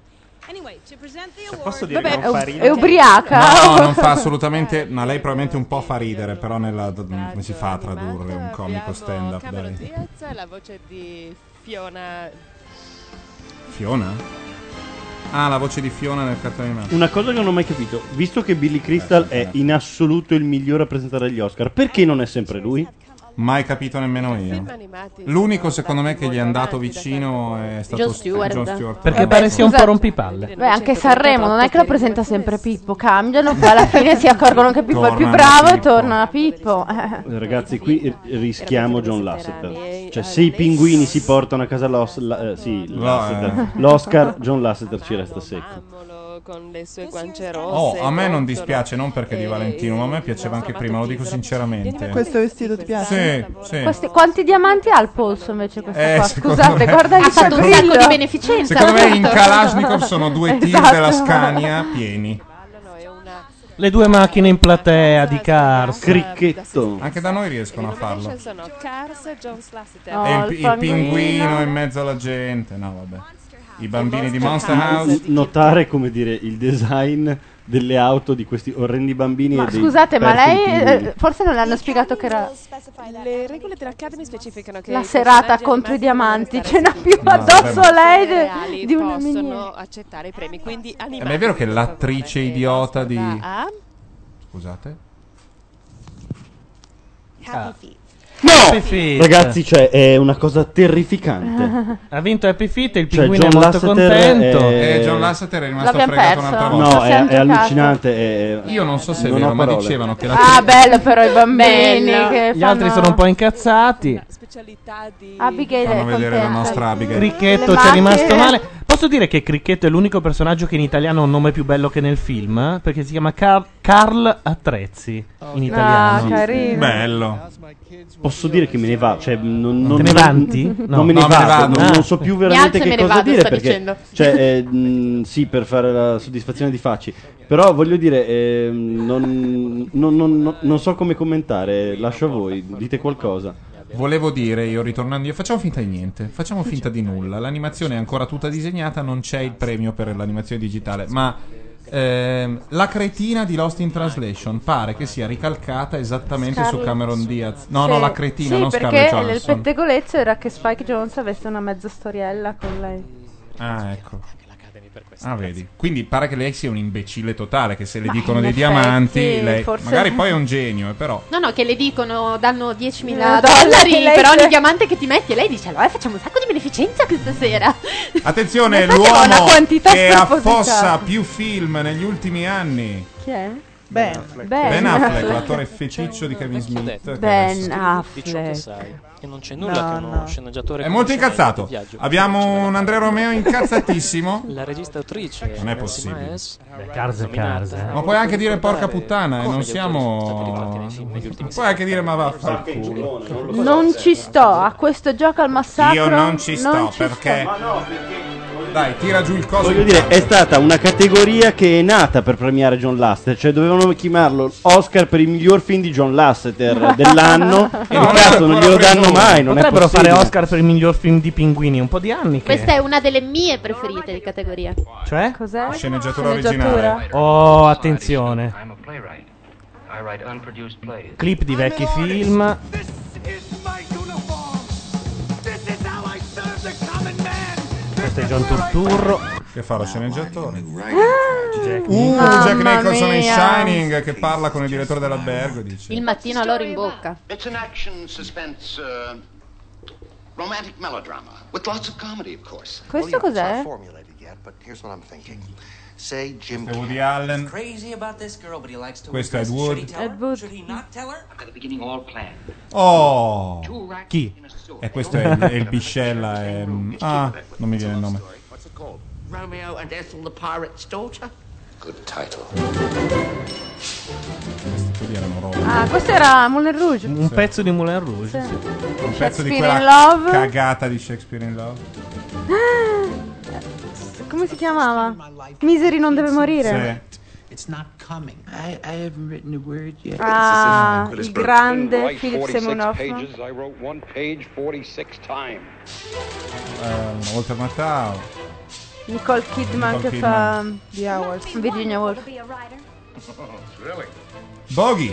Posso dire Vabbè, che non fa È ridere? ubriaca? No, non fa assolutamente. Ma lei probabilmente un po' fa ridere, però come si fa a tradurre un comico stand-up? Cameron Dai. Diaz, la voce di Fiona. Fiona? Ah, la voce di Fiona nel cartone animato. Una cosa che non ho mai capito, visto che Billy Crystal è in assoluto il migliore a presentare gli Oscar, perché non è sempre lui? Mai capito nemmeno io. L'unico secondo me che gli è andato vicino è stato Jon Stewart. Perché pare sia un po' rompipalle. Beh, anche Sanremo non è che lo presenta sempre Pippo, cambiano, poi alla fine si accorgono che Pippo è il più Tornano bravo e Pippo. tornano a Pippo. Ragazzi, qui rischiamo John Lasseter. Cioè, se i pinguini si portano a casa l'Oscar, John Lasseter ci resta secco. Con le sue guance rosse. Oh, a me non dispiace, non perché di Valentino, ma a me piaceva anche prima, lo dico sinceramente. Questo vestito ti piace? Sì, sì. Quanti diamanti ha al polso invece questo qua? secondo Scusate, me- guarda Ha il fatto un brillo. sacco di beneficenza. Secondo me in Kalashnikov sono 2 tir Esatto. della Scania pieni. Le 2 macchine in platea di Cars. Cricchetto. Anche da noi riescono a farlo. Sono Cars e John Lasseter. Oh, E il il pinguino in mezzo alla gente. No, vabbè. I bambini di Monster House. Notare, come dire, il design delle auto di questi orrendi bambini. Ma e dei scusate, ma pezzi lei di pinguini. forse non le hanno spiegato che era Le regole dell'Academy specificano che la i serata personaggi contro i animati diamanti. devono Ce n'ha stare più zitti. addosso vabbè, lei Reali di una possono miniera. accettare i premi, quindi Ma animati. è vero che per l'attrice favore. idiota di. Ah? Scusate. Happy Feet. Ragazzi, cioè, è una cosa terrificante. Ha vinto Happy Feet, il Cioè, pinguino John è molto Lasseter contento. John Lasseter è rimasto L'abbiamo fregato perso. un'altra volta. No, Abbiamo è giocato. allucinante. Io non so se è non vero, ho ma parole. dicevano che Ah, bello però i bambini Bello. che Gli altri fanno- sono un po' incazzati. Specialità di Abigail Fanno è vedere la contenta. nostra Abigail. Cricchetto Le ci è macchine. rimasto male. Posso dire che Cricchetto è l'unico personaggio che in italiano ha un nome più bello che nel film? Perché si chiama Carl Attrezzi in italiano. carino. Bello. Posso dire che me ne va, cioè non Te ne vanti? Non me ne vado, non so più veramente Mi alzo e che me ne cosa vado, dire sto perché dicendo. cioè sì, per fare la soddisfazione di Facci. Però voglio dire non so come commentare, lascio a voi, dite qualcosa. Volevo dire io, ritornando io, facciamo finta di niente, facciamo finta di nulla. L'animazione è ancora tutta disegnata, non c'è il premio per l'animazione digitale, ma la cretina di Lost in Translation pare che sia ricalcata esattamente su Cameron Diaz. No, la cretina, non Scarlett perché Johansson. il pettegolezzo era che Spike Jonze avesse una mezza storiella con lei. Ah, ecco. Ah, vedi. Quindi pare che lei sia un imbecille totale, che se le Ma dicono in dei effetti, diamanti, lei forse- magari poi è un genio, però. No, che le dicono, danno 10.000 dollari, dollari lei per ogni se- diamante che ti metti. E lei dice, allora facciamo un sacco di beneficenza questa sera. Attenzione, In effetti ha una l'uomo quantità che spropositata. affossa più film negli ultimi anni. Chi è? Ben Ben Affleck, l'attore feticcio di Kevin Smith. Ben Di ciò che Affleck. sai. E non c'è nulla che uno sceneggiatore È molto conosce meglio incazzato. di viaggio. Abbiamo un Andrea Romeo incazzatissimo. La regista autrice Non è Nancy possibile. Maes, Cars e Cars, nominata Ma puoi anche dire porca puttana, come non gli siamo. autori sono stati ribalti nei film negli ultimi Puoi anche dire ma vaffanculo. Non ci sto a questo gioco al massacro. Io non ci sto ci perché. sto. Dai, tira giù il coso. Voglio dire, è stata una categoria che è nata per premiare John Lasseter, cioè dovevano chiamarlo Oscar per il miglior film di John Lasseter dell'anno e No, cazzo non glielo danno mai, non è Potrebbero fare possibile. Oscar per il miglior film di pinguini, un po' di anni che... Questa è una delle mie preferite di categoria. Cioè? Cos'è? Sceneggiatura originale. Oh, attenzione. Clip di vecchi film. Questo è John Turturro. Che fa lo sceneggiatore? Jack Jack Mamma Nicholson in mia. Shining che parla con il direttore dell'albergo. Dice. Il mattino all'oro in bocca. It's an action, suspense, romantic melodrama with lots of comedy, of course. Questo cos'è? But here's what I'm thinking. Say Jim Questo è Woody Allen. Crazy about this girl, but he likes to. Questo è Ed Wood. Ed Wood. Should he not tell her? I've got the beginning all planned. Oh. Chi? E questo è il Biscella. Ah, non mi viene il nome. What's it called? Romeo and Ethel, the pirate's daughter. Good title. Quelli erano robe. Ah, questo era Moulin Rouge. Un pezzo di Moulin Rouge. Sì. Un pezzo di Shakespeare quella in Love. cagata di Shakespeare in Love. Come si chiamava? Misery non deve morire. It's not coming. I haven't written a word yet. Ah, il grande Philip 46 Seymour pages. Hoffman. I wrote one page 46 times. Walter Matthau. Nicole Kidman Nicole che Kidman. fa The Hours. Virginia Woolf. Really? Bogey.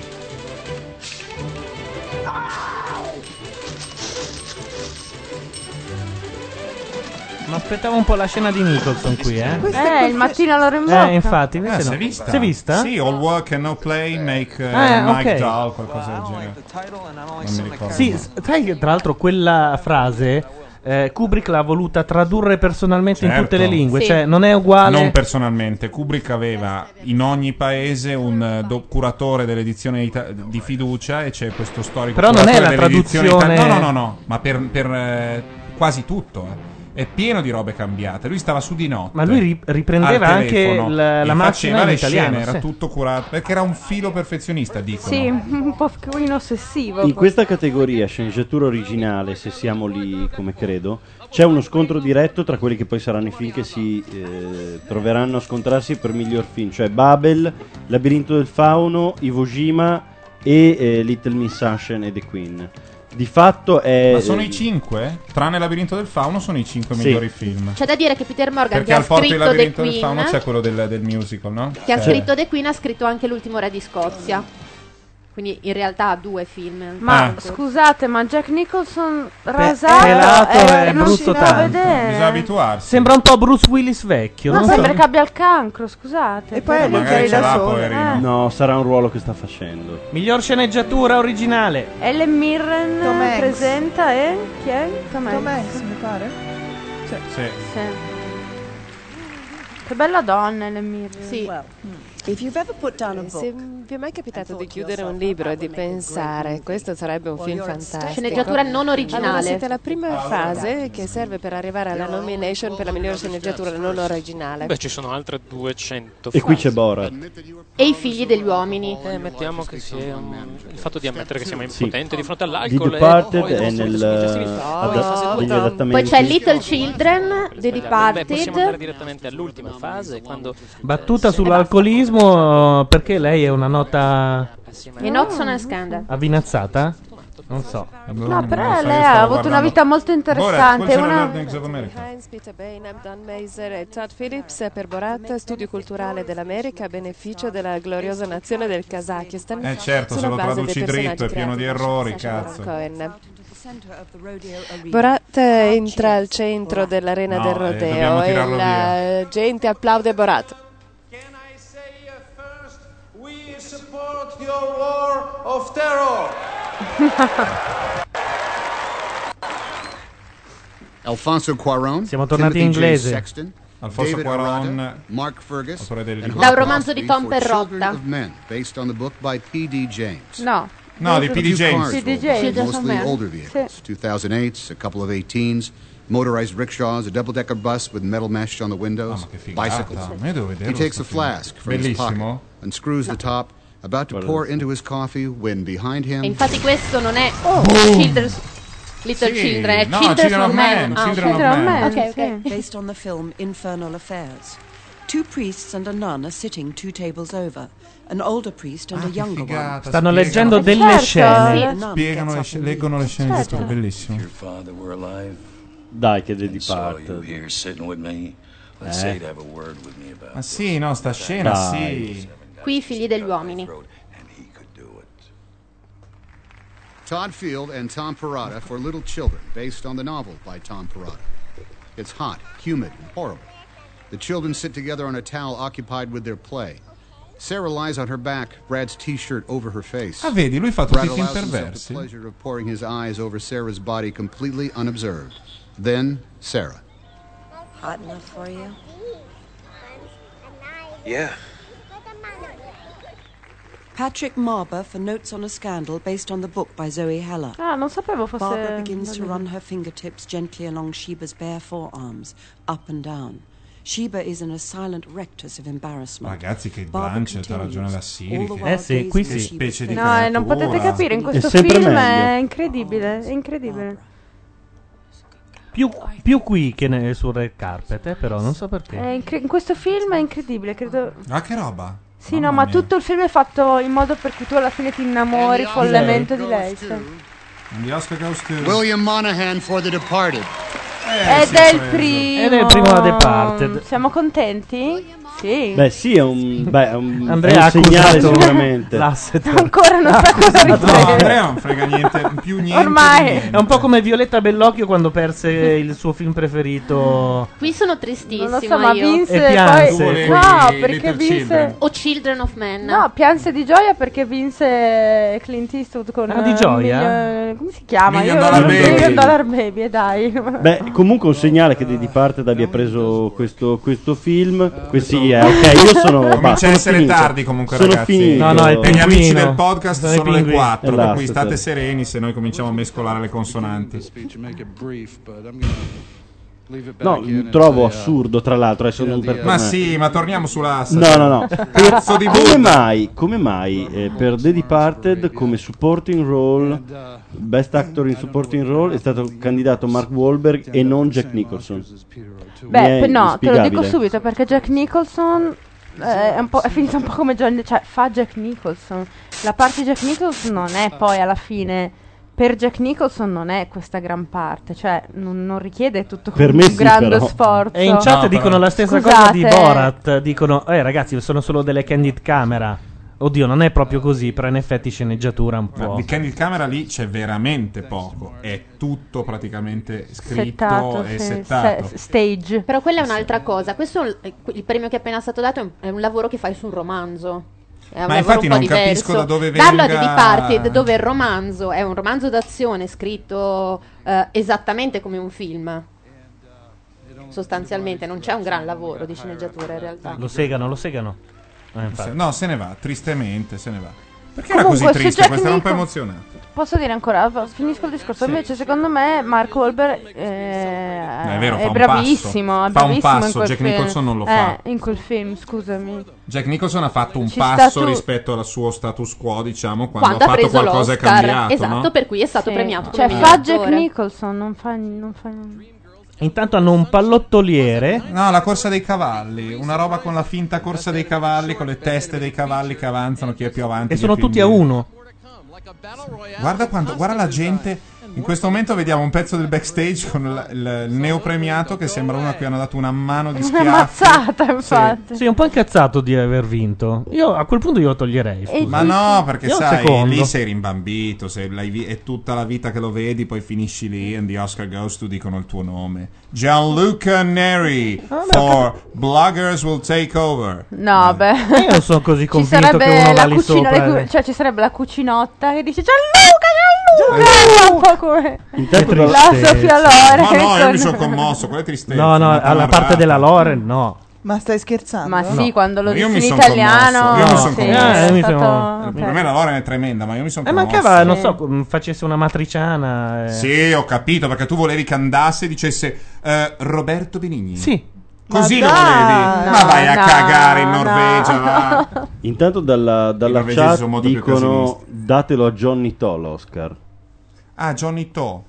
Ma aspettavo un po' la scena di Nicholson qui, Il mattino all'ora in bocca. Infatti, invece Si no. è vista? Si è vista? Sì, all work and no play make Mike ok. dull, qualcosa del genere. Non mi ricordo. Sì, sai che tra l'altro quella frase Kubrick l'ha voluta tradurre personalmente in Certo. tutte le lingue, Sì. cioè non è uguale. Non personalmente, Kubrick aveva in ogni paese un curatore dell'edizione di fiducia e c'è questo storico Però non è curatore la dell'edizione traduzione- no, ma per quasi tutto. È pieno di robe cambiate. Lui stava su di notte. Ma lui riprendeva al anche telefono, la e macchina faceva in le italiano, scene, era sì. tutto curato perché era un filo perfezionista, dicono. Sì, un po' ossessivo. In questa categoria sceneggiatura originale, se siamo lì come credo, c'è uno scontro diretto tra quelli che poi saranno i film che si troveranno a scontrarsi per miglior film, cioè Babel, Labirinto del Fauno, Iwo Jima e Little Miss Sunshine e The Queen. Di fatto è... Ma sono i 5? Tranne Labirinto del Fauno sono i 5 Sì. migliori film. C'è da dire che Peter Morgan, Perché che ha al porto del scritto The Labirinto del Fauno Queen, c'è quello del musical, no? che ha Sì. scritto The Queen, ha scritto anche l'ultimo re di Scozia. Quindi in realtà ha 2 film. Ma scusate, ma Jack Nicholson Pelato rasato è non si brutto può tanto. vedere. Bisogna abituarsi. Sembra un po' Bruce Willis vecchio. Ma non sembra so. che abbia il cancro, scusate. E poi ha gli Magari occhiali ce da l'ha, sole. poverino. No, sarà un ruolo che sta facendo. Miglior sceneggiatura originale. Ellen Mirren Tom Hanks. presenta e chi è? Tom Tom Hanks. Hanks, mi pare. Sì. Sì. Che bella donna Ellen Mirren. Sì. Se vi è mai capitato di chiudere un libro e di pensare questo sarebbe un film fantastico, Sceneggiatura non originale. Allora siete alla prima fase che serve per arrivare alla nomination per la migliore sceneggiatura non originale. Beh, ci sono altre 200. E qui c'è Borat. E I figli degli uomini. Mettiamo che sia il fatto di ammettere che siamo impotenti di fronte The all'alcol. Departed è degli adattamenti. Poi c'è Little Children, The Beh, possiamo andare Departed. direttamente all'ultima fase quando Battuta sull'alcolismo, perché lei è una nota E Not So Nice Scandal. avvinazzata? Non so. No, però lei ha avuto una vita molto interessante. Heinz, Peter Bain, Abdan Meiser e Todd Phillips per Borat, studio culturale dell'America a beneficio della gloriosa nazione del Kazakistan. Certo, se sulla lo base traduci dei personaggi dritto è pieno di creati da errori, Sacha Baron cazzo. Cohen. Borat entra al centro dell'arena del rodeo e tirarlo la gente applaude Borat. We support your war of terror. Alfonso Cuarón, Siamo tornati in Timothy J. inglese. Sexton, Alfonso David Cuarón, Arata, Mark Fergus, autore del and libro. Da un Hot romanzo di Philosophy Tom for Children Perrotta. of Men, based on the book by P.D. James. No. No, di P.D. James. P.D. James. Mostly older vehicles, 2008s, a couple of 18s, motorized rickshaws, a double-decker bus with metal mesh on the windows, bicycles. Ma io devo vederlo He takes a sto film. flask from his pocket Bellissimo. and screws the top, about to pour into his coffee when behind him... E infatti questo non è Little Sì. Children, è No, Children of Men. Children of Men. Ok, ok. Based on the film Infernal Affairs. Two priests and a nun are sitting 2 tables over. An older priest and a younger one. Stanno leggendo delle scene. Spiegano leggono le scene di tutto, bellissimo. Your father were alive. Dai, che The And saw you Departed. here sitting with me. Let's say to have a word with me about Ma sì, no, sta scena, Dai. sì. Qui I figli degli uomini. Todd Field and Tom Perrotta for Little Children, based on the novel by Tom Perrotta. It's hot, humid, and horrible. The children sit together on a towel occupied with their play. Sarah lies on her back, Brad's t-shirt over her face. Ah, vedi, lui fa tutti Brad i film allows himself the perversi. pleasure of pouring his eyes over Sarah's body completely unobserved. Then, Sarah. Hot enough for you? Yeah. Patrick Marber for Notes on a Scandal based on the book by Zoe Heller. Ah, non sapevo fosse... Barbara begins to run her fingertips gently along Sheba's bare forearms, up and down. Sheba is in a silent rectus of embarrassment. Ragazzi, che Barbara Blanchett ha ragione la continues, all the Siri. while sì, qui gazing sì. at Sheba's Specie di face. No, non potete capire, in questo sempre film è meglio. incredibile, è incredibile. Più qui che sul red carpet, però non so perché. In questo film è incredibile, credo... Ah, che roba. Sì, no, ma tutto il film è fatto in modo per cui tu alla fine ti innamori follemente di lei. Sì. And the Oscar goes to... William Monahan for The Departed. Ed è il primo. Ed è il primo The Departed. Siamo contenti? Sì. Beh, sì, è un Andrea è ha un segnale accusato sicuramente. l'asset. Ancora non sa cosa No, riprendere. Andrea non frega niente, più niente. Ormai. di niente. È un po' come Violetta Bellocchio quando perse il suo film preferito. Qui sono tristissima Non lo so, ma io. vinse E pianse. poi... Tu No, volevi perché Little vinse... Children. O Children of Men. No, pianse di gioia perché vinse Clint Eastwood con... Ah, di gioia? Come si chiama? Million Dollar Baby. Million Dollar Baby, dai. Beh, comunque un segnale che The Departed abbia preso questo film. Sì, ok, io sono Comincia a sono essere finito. tardi comunque, Sono ragazzi. finito. No, è Per gli amici pinguino. del podcast Sono i sono le pinguini. 4, per Esatto, cui state sì. sereni se noi cominciamo a mescolare le consonanti. No, trovo assurdo tra l'altro, adesso non per Ma me. sì, ma torniamo sull'assa. No. Cazzo di Come mai per The Departed come supporting role, best actor in supporting role è stato candidato Mark Wahlberg e non Jack Nicholson? Beh, no, te lo dico inspiegabile. subito perché Jack Nicholson è finita un po' come Johnny, cioè fa Jack Nicholson. La parte di Jack Nicholson non è poi alla fine, per Jack Nicholson non è questa gran parte, cioè non richiede tutto Per un me sì, grande però. sforzo. E in chat No, dicono però- la stessa Scusate. cosa di Borat. Dicono, ragazzi, sono solo delle candid camera. Oddio, non è proprio così, però in effetti sceneggiatura un po'. Di Candid Camera lì c'è veramente poco, è tutto praticamente scritto Settato, e sì, settato. stage. Però quella è un'altra cosa. Questo il premio che è appena stato dato è un lavoro che fai su un romanzo. È un Ma lavoro infatti un po' non capisco diverso. da dove Darlo a venga- The Departed, dove il romanzo è un romanzo d'azione scritto esattamente come un film. Sostanzialmente non c'è un gran lavoro di sceneggiatura in realtà. Lo segano. No, se ne va, tristemente se ne va. Perché Comunque, era così su triste? Jack Questa era un po' Nicholson- emozionata. Posso dire ancora, finisco il discorso. Sì. Invece, secondo me, Mark Wahlberg è vero, fa un bravissimo. passo. È Fa un bravissimo passo, in quel Jack film. Nicholson non lo fa. In quel film, scusami. Jack Nicholson ha fatto un Ci passo sta tu- rispetto al suo status quo, diciamo, quando Quando ha ha fatto preso qualcosa è l'Oscar. cambiato, Esatto, no? per cui è stato Sì. premiato Cioè, come fa miglior Jack attore. Nicholson, non fa. Intanto hanno un pallottoliere. No, la corsa dei cavalli, una roba con la finta corsa dei cavalli, con le teste dei cavalli che avanzano, chi è più avanti. E chi è sono più tutti a indietro. uno. Guarda la gente. In questo momento vediamo un pezzo del backstage con il neopremiato che sembra uno a cui hanno dato una mano di schiaffi. Un'ammazzata, infatti. Sì, un po' incazzato di aver vinto. Io a quel punto io lo toglierei. scusa. Ma no, perché Io un sai, secondo. lì sei rimbambito, è tutta la vita che lo vedi, poi finisci lì and the Oscar goes to, dicono il tuo nome. Gianluca Neri for Bloggers Will Take Over. No, beh. Io non sono così Ci convinto sarebbe che uno va la lì cucina, sopra. cioè ci sarebbe la cucinotta che dice Gianluca. Un po' come Intanto la tristezza. Sofia Loren. Ma no, io mi con- sono commosso, quella è tristezza. No, no, una alla tamarrata. parte della Loren no. Ma stai scherzando? Ma sì, quando lo Io dici mi in son italiano. commosso, io mi son sì, commosso. è mi stato- sono- Per me la Loren è tremenda, ma io mi sono commosso. Mancava, non so, facesse una matriciana. Sì, ho capito, perché tu volevi che andasse e dicesse Roberto Benigni. Sì. Così Ma lo dai! volevi? Ma vai a no, cagare in no. Norvegia, va. Intanto dalla norvegesi chat sono molto più dicono casinisti. datelo a Johnny To l'Oscar. Ah, Johnny To,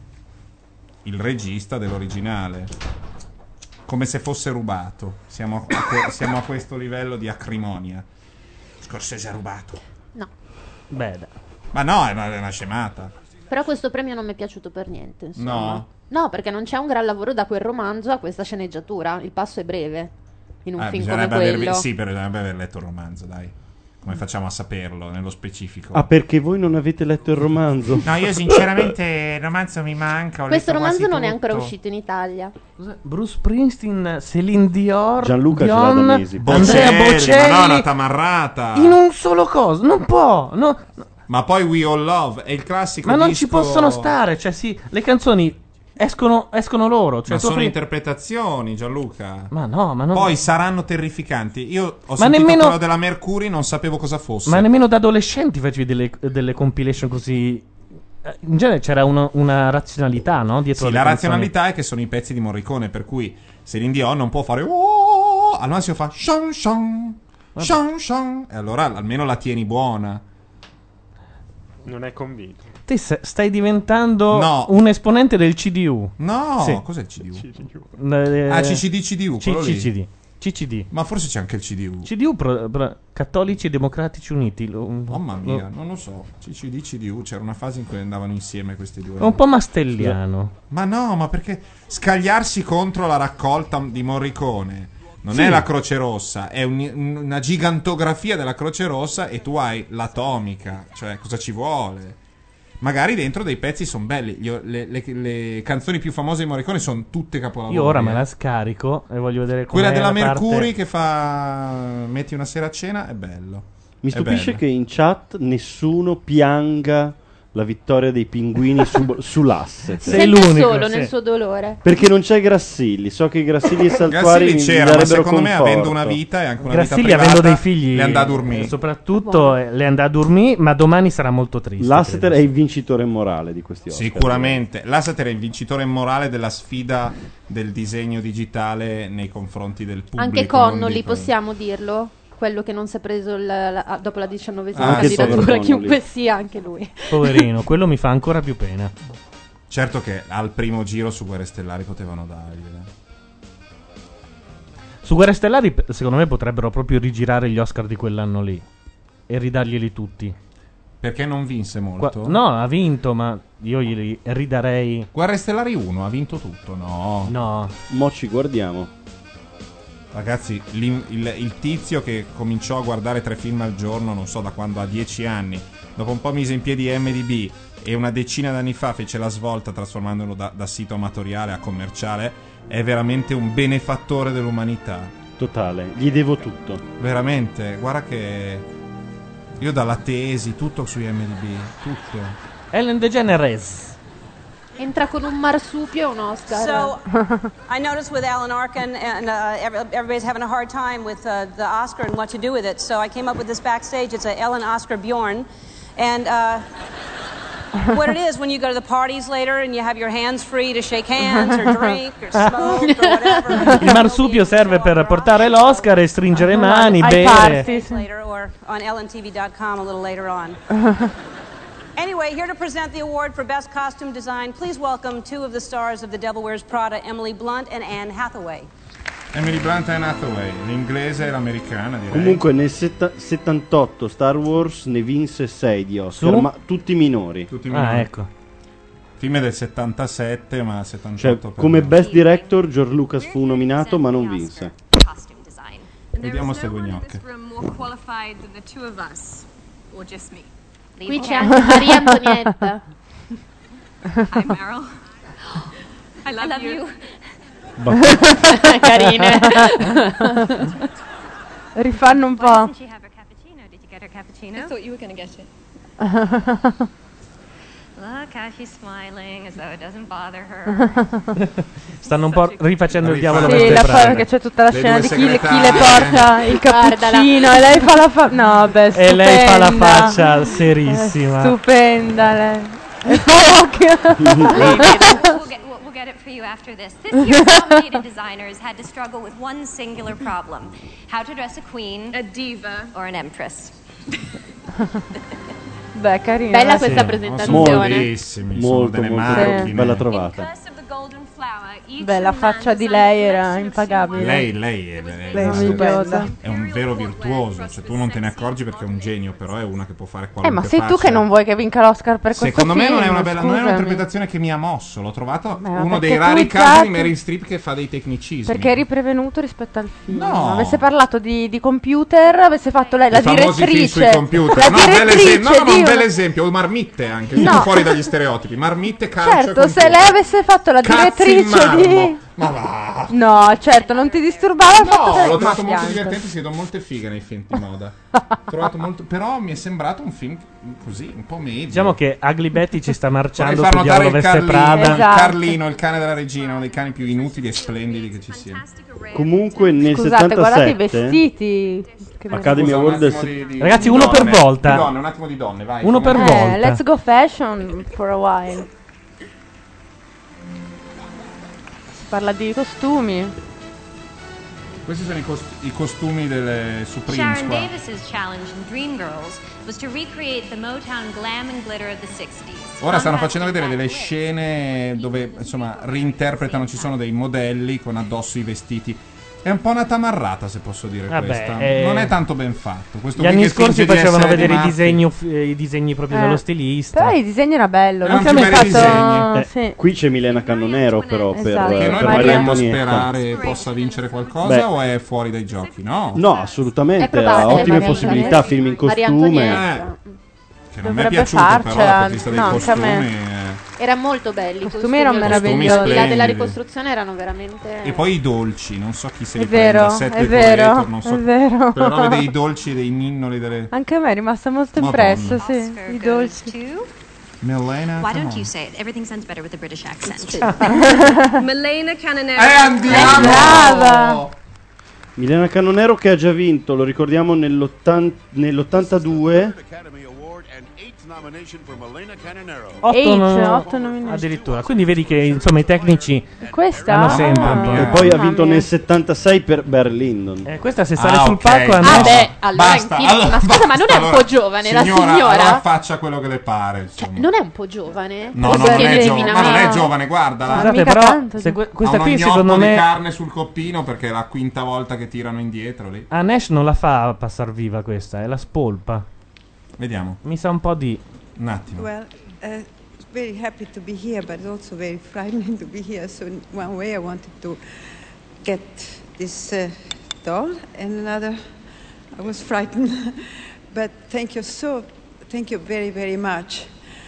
il regista dell'originale. Come se fosse rubato. Siamo a questo livello di acrimonia. Scorsese ha rubato. No. Beh, dai. Ma no, è una scemata. Però questo premio non mi è piaciuto per niente, insomma. No? No, perché non c'è un gran lavoro da quel romanzo a questa sceneggiatura. Il passo è breve in un film come bisognerebbe quello. sì, bisognerebbe aver letto il romanzo, dai. Come facciamo a saperlo nello specifico? Ah, perché voi non avete letto il romanzo? No, io sinceramente il romanzo mi manca. Questo romanzo non è ancora uscito in Italia. Bruce Springsteen, Celine Dion, Gianluca ce l'ha da mesi. Andrea Bocelli, ma no, una tamarrata. in un solo coso. Non può. Ma poi We All Love è il classico Ma non disco... ci possono stare. Cioè, sì, le canzoni escono loro. Cioè, Ma tu sono fai- interpretazioni, Gianluca. Ma no, ma non. Poi saranno terrificanti. Io ho Ma sentito nemmeno- quello della Mercury, non sapevo cosa fosse. Ma nemmeno da adolescenti facevi delle compilation così. In genere c'era una razionalità, no? Dietro Sì, alle la canzoni. razionalità è che sono i pezzi di Morricone, per cui Celine Dion non può fare "Oh", al massimo fa "shan shan shan shan", e allora almeno la tieni buona. Non è convinto. Te stai diventando No. un esponente del CDU. No, Sì. cos'è il CDU? CCD, CDU, quello lì. CCD. Ma forse c'è anche il CDU. CDU Cattolici e Democratici Uniti. Mamma mia, non lo so. CCD, CDU, c'era una fase in cui andavano insieme questi due. È un po' mastelliano. Ma no, ma perché scagliarsi contro la raccolta di Morricone non Sì. è la Croce Rossa, è una gigantografia della Croce Rossa e tu hai l'atomica, cioè cosa ci vuole? Magari dentro dei pezzi sono belli, le canzoni più famose di Morricone sono tutte capolavori. Io ora me la scarico e voglio vedere com'è Quella della la parte- Mercury che fa metti una sera a cena è bello. Mi È stupisce bello. che in chat nessuno pianga la vittoria dei pinguini sull'asse. Sente solo nel suo dolore. Perché non c'è Grassilli. So che Grassilli e Saltuari Grassilli mi c'era, ma darebbero secondo me conforto. avendo una vita e anche una Grassilli vita avendo privata, dei figli le andà a dormire. soprattutto le andà a dormire, ma domani sarà molto triste. Lasseter è il vincitore morale di questi Oscar. Sicuramente. Lasseter è il vincitore morale della sfida del disegno digitale nei confronti del pubblico. Anche non Connolly, di- possiamo dirlo? Quello che non si è preso dopo la 19ª Anche il povero candidatura, Connolly. chiunque sia, anche lui. Poverino, quello mi fa ancora più pena. Certo che al primo giro su Guerre Stellari potevano dargliela. Su Guerre Stellari, secondo me, potrebbero proprio rigirare gli Oscar di quell'anno lì e ridarglieli tutti. Perché non vinse molto? No, ha vinto, ma io glieli ridarei. Guerre Stellari 1 ha vinto tutto, no? No. Mo' ci guardiamo. Ragazzi, il tizio che cominciò a guardare 3 film al giorno, non so da quando, ha 10 anni, dopo un po' mise in piedi MDB e una decina d'anni fa fece la svolta trasformandolo da sito amatoriale a commerciale, è veramente un benefattore dell'umanità. Totale, gli devo tutto. Veramente, guarda che io dalla tesi, tutto su IMDb, tutto. Ellen DeGeneres. Entra con un marsupio e un Oscar. So I noticed with Alan Arkin and everybody's having a hard time with the Oscar and what to do with it. So I came up with this backstage. It's a Ellen Oscar Bjorn, and what it is when you go to the parties later and you have your hands free to shake hands or drink or smoke or whatever. Il marsupio serve per portare l'Oscar e stringere mani, bere. Later or on ellentv.com a little later on. Anyway, here to present the award for Best Costume Design, please welcome two of the stars of The Devil Wears Prada, Emily Blunt and Anne Hathaway. Emily Blunt e Anne Hathaway, l'inglese e l'americana, direi. Comunque nel 78 Star Wars ne vinse 6 di Oscar, ma tutti minori. Tutti minori. Ecco. Film è del 77, ma 78 Cioè, per come Best Director George Lucas fu nominato ma non vinse. Vediamo ste due gnocche. Qui c'è anche Maria Antonietta. Hi Meryl. I love you. Carine. Rifanno un po'. Did you get her cappuccino? I thought you were going to get it. Look how she's smiling as though it doesn't bother her. Stanno un po' rifacendo il diavolo Sì, veste Prada. perché c'è tutta la Le scena due di chi le segretarie. porta il cappuccino e lei fa la no, beh, E lei fa la stupenda. faccia serissima. Stupenda lei. E We'll get it for you after this. This year's nominated designers had to struggle with one singular problem: how to dress a queen, a diva, or an empress. Beh, carina. Bella questa presentazione. Bellissimi, sono Molto, delle molto macchine. bella trovata. Beh, la faccia di lei era impagabile. Lei è meravigliosa. è un vero virtuoso, cioè tu non te ne accorgi perché è un genio, però è una che può fare qualunque Ma sei tu faccia. che non vuoi che vinca l'Oscar per questo Secondo me film? non è una bella, non è Scusami. un'interpretazione che mi ha mosso, l'ho trovato ma uno perché dei rari tu casi già- di Meryl Streep che fa dei tecnicismi. Perché eri prevenuto rispetto al film. No. Avesse parlato di computer, avesse fatto lei la I famosi film sui direttrice. computer. La No, bel direttrice esempio, no, di un una- bel esempio, o marmitte anche, No. sono fuori dagli stereotipi. Marmitte, calcio e Certo, se computer. lei avesse fatto la Cazzi in direttrice marmo. di... Ma va. No, certo, non ti disturbava il fatto No, che... l'ho trovato Ma molto fianco. divertente, si vedono molte fighe nei film di moda. Ho trovato molto, però mi è sembrato un film così, un po' medio. Diciamo che Ugly Betty ci sta Vorrei marciando far sul notare diavolo il veste Carlino, Prada. il Carlino, il cane della regina, uno dei cani più inutili e splendidi che ci siano. Comunque nel Scusate, guardate i 77 vestiti. Che Academy Scusa, un Award attimo del- di Ragazzi, uno per donne, volta. di donne, un attimo di donne, vai. Uno per volta. Let's go fashion for a while. Si parla di costumi. Questi sono i costumi delle Supremes Sharon qua. Davis's challenge in Dreamgirls was to recreate the Motown glam and glitter of the 60s. Ora stanno facendo vedere delle scene dove insomma reinterpretano, ci sono dei modelli con addosso i vestiti. È un po' una tamarrata, se posso dire. Vabbè, questa non è tanto ben fatto. Questo Gli qui anni che scorsi finge di facevano essere vedere di i disegni proprio dello stilista. Però il disegno era bello. Erano Non più abbiamo belli fatto... disegni. Sì. Qui c'è Milena Cannonero però Esatto. Che noi per Maria potremmo Antonietta. sperare possa vincere qualcosa. Beh. O è fuori dai giochi? No, No, È assolutamente, probabile, ha ottime Maria possibilità, Antonietta. film in Maria costume. Antonietta. Che non mi è Dovrebbe piaciuto però farcela. dal punto di vista dei No, anche a me. costumi. Erano molto belli. I Costumi erano al di meravigliosi. là della splendidi. ricostruzione erano veramente... E poi i dolci, non so chi se li È vero, prenda, Seth è vero, Decorator, non so, è vero. quelle robe dei dolci, dei ninnoli, delle... Anche a me è rimasta molto Madonna. impresso, sì. I dolci. Melena, Why come don't on. you say it? Everything sounds better with a British accent. Milena Cannonero. Andiamo! Brava! Milena Cannonero che ha già vinto, lo ricordiamo nell'82 Academy Award and 8th nomination for Milena Cannonero. Otto nomination. Addirittura. Quindi vedi che insomma i tecnici Questa? hanno sempre un po'. e poi ha Mamma vinto mia. nel 76 per Barry Lyndon. Questa se sale Ah, sul ok. palco No. Ah beh, allora Basta, in film... allora, ma scusa, ma non è un basta, po' giovane la signora? Allora faccia quello che le pare. Cioè, insomma. non è un po' giovane? No, O non è siete giovane, ma non è divinamente- giovane, guardala. Scusate, mica però tanto, se sì. questa ha qui uno secondo gnocco di me carne sul coppino perché è la quinta volta che tirano indietro lì. a Nash non la fa passar viva questa, è la spolpa. Vediamo. Mi sa un po' di Un attimo. Well, very happy to be here, but also very frightening to be here. So in one way I wanted to get this doll, and another I was frightened. But thank you very, very much.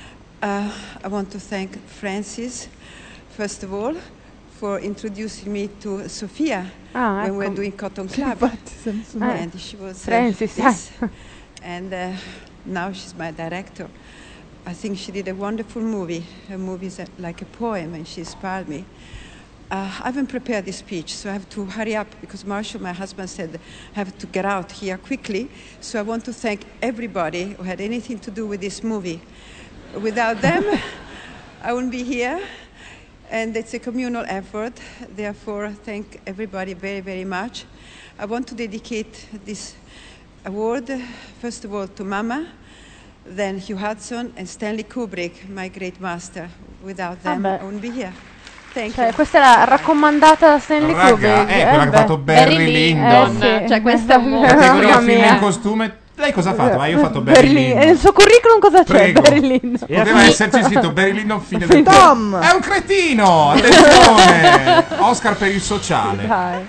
I want to thank Francis, first of all, for introducing me to Sofia Ah, when we were ecco. doing Cotton Club. And she was Francis, this, and now she's my director. I think she did a wonderful movie. Her movie is like a poem, and she inspired me. I haven't prepared this speech, so I have to hurry up because Marshall, my husband, said I have to get out here quickly. So I want to thank everybody who had anything to do with this movie. Without them, I wouldn't be here. And it's a communal effort. Therefore, thank everybody very, very much. I want to dedicate this award, first of all, to Mama, then Hugh Hudson and Stanley Kubrick, my great master. Without them, I wouldn't be here. Thank you. Questa è la raccomandata da Stanley Kubrick. quella che ha fatto Barry Lyndon. Sì. Cioè, questa è categoria film in costume. Lei cosa ha fatto? Io ho fatto Barry Lyndon. E nel suo curriculum cosa c'è? Prego. Barry Lyndon. Poteva esserci scritto Barry Lyndon fine del Tom. È un cretino! Attenzione! Oscar per il sociale. Dai.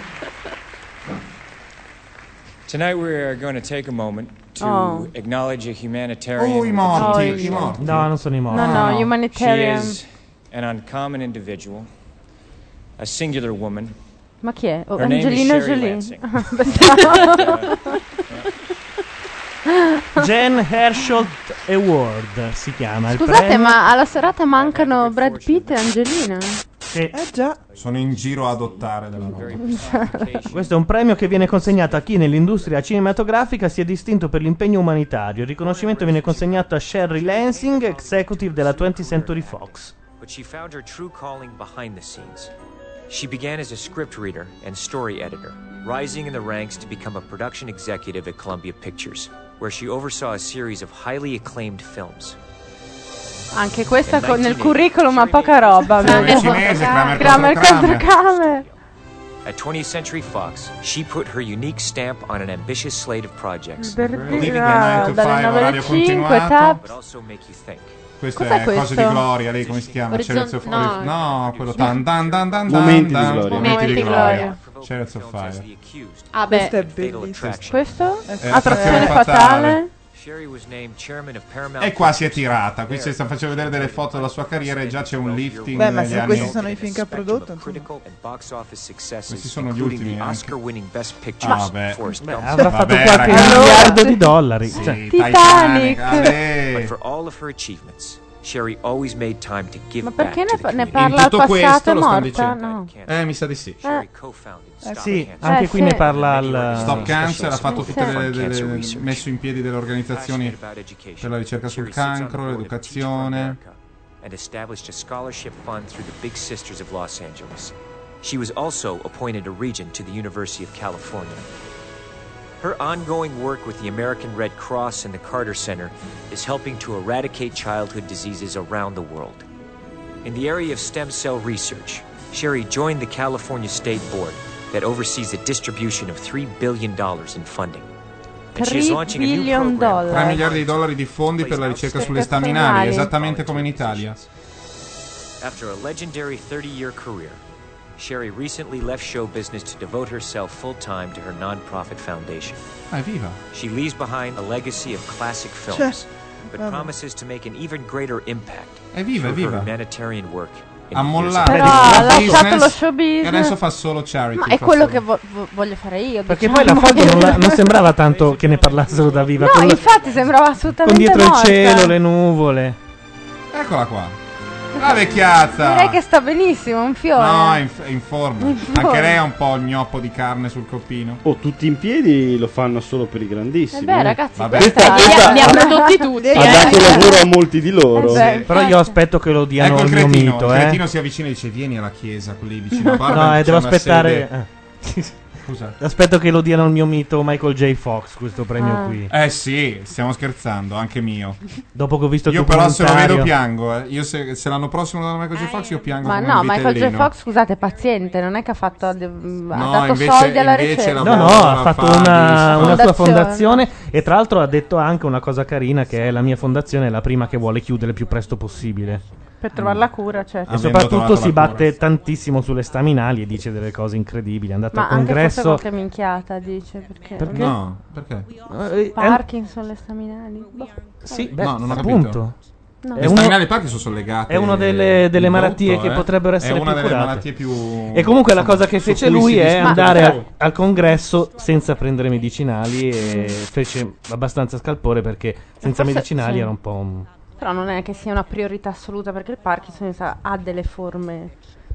Tonight we're going to take a moment to acknowledge a humanitarian. I morti. No, non sono i morti. No, humanitarian. She is an uncommon individual, a singular woman. Ma chi è? Her name is Angelina Sherry Jolie. Lansing. Jen Herschel Award si chiama. il Scusate, premio. ma alla serata mancano Brad Pitt e Angelina? Sì. Già. Sono in giro a adottare della roba. Questo è un premio che viene consegnato a chi nell'industria cinematografica si è distinto per l'impegno umanitario. Il riconoscimento viene consegnato a Sherry Lansing, executive della 20th Century Fox. But she found her true calling behind the scenes. She began as a script reader and story editor, rising in the ranks to become a production executive at Columbia Pictures, where she oversaw a series of highly acclaimed films. Anche questa nel curriculum ha poca roba. Cinese, Kramer contro Kramer. At 20th Century Fox, she put her unique stamp on an ambitious slate of projects. Dalle 9 alle 5, But also make you think. Questo Cos'è è questo? Cose di Gloria, lei come si chiama? Chariots of Fire. No, quello Momenti di gloria. Momenti di gloria. Chariots of Fire. Ah beh, Questo è bellissimo. questo? Attrazione Attrazione fatale. fatale. Sherry was named chairman of Paramount. E qua si è tirata. Qui si sta facendo vedere delle foto della sua carriera e già c'è un lifting. Beh, ma negli se anni. questi sono i film che ha prodotto, insomma. Critical and box office successes, Questi sono gli including ultimi the anche. Oscar-winning Best Picture, beh. Forrest Beh, Gump. avrà fatto Vabbè, qualche ragazzi. miliardo di dollari. Sì, Cioè. Titanic. But for all of her achievements, Sherry always made time to give Ma back perché to the ne community. parla al tutto passato? questo È lo stanno morta? dicendo. No. Mi sa di sì. Sherry co-founded Stop Sì, Cancer. anche qui sì. ne parla al Stop Cancer ha fatto Sì. tutte messo in piedi delle organizzazioni per la ricerca sul cancro, l'educazione. And established a scholarship fund through the Big Sisters of Los Angeles. She was also appointed a regent to the University of California. Her ongoing work with the American Red Cross and the Carter Center is helping to eradicate childhood diseases around the world. In the area of stem cell research, Sherry joined the California State Board that oversees the distribution of $3 billion in funding. And she is launching a new $3 program. billion. 3 miliardi di dollari di fondi per la ricerca sulle staminali, esattamente come in Italia. After a legendary 30-year career, Sherry recently left show business to devote herself full-time to her non-profit foundation. Ah, evviva! She leaves behind a legacy of classic films, but promises to make an even greater impact Evviva, through her evviva! humanitarian work. in Ha the years mollato Però il ha lasciato lo business show business. e adesso fa solo charity. Ma è fa quello solo- che voglio fare io. Perché diciamo. poi la foto non sembrava tanto che ne parlassero da viva. No, con, infatti sembrava assolutamente con dietro morta. il cielo, le nuvole. Eccola qua. La vecchiazza! Direi che sta benissimo, un fiore. No, è in forma. In forma. Anche lei ha un po' il gnoppo di carne sul coppino. Oh, tutti in piedi lo fanno solo per i grandissimi. Beh, ragazzi, Vabbè. questa Li ha prodotti tutti. Ha dato lavoro a molti di loro. Beh, Però io aspetto che lo diano Ecco il il mio cretino. mito, Il cretino si avvicina e dice: vieni alla chiesa, lì vicino a Barbara. No, c'è devo una aspettare. sede- Scusa. Aspetto che lo diano il mio mito Michael J. Fox, questo premio qui. Sì, stiamo scherzando, anche mio. Dopo che ho visto il Io però se lo documentario. vedo piango. Io se l'anno prossimo danno Michael J. Fox io piango Ma come no, un Michael J. vitellino. Fox, scusate, è paziente, non è che ha fatto ha dato invece- soldi alla invece ricerca. No, no, ha fatto una sua fondazione e tra l'altro ha detto anche una cosa carina che è la mia fondazione è la prima che vuole chiudere il più presto possibile. Per trovare la cura, certo. E soprattutto si batte tantissimo sulle staminali e dice delle cose incredibili. È andato Ma al anche forse congresso. qualche minchiata dice perché. Perché? No, perché? Parkinson, le staminali. Boh. Sì, beh, No, non ho appunto. capito. No. Le staminali Parkinson sono legate. È una delle di malattie brutto, che potrebbero essere È una più delle curate. malattie più. E comunque la insomma, cosa che su fece cui lui si è discute. andare al congresso senza prendere medicinali e fece abbastanza scalpore perché senza forse- medicinali sì. era un po' un Però non è che sia una priorità assoluta, perché il Parkinson ha delle forme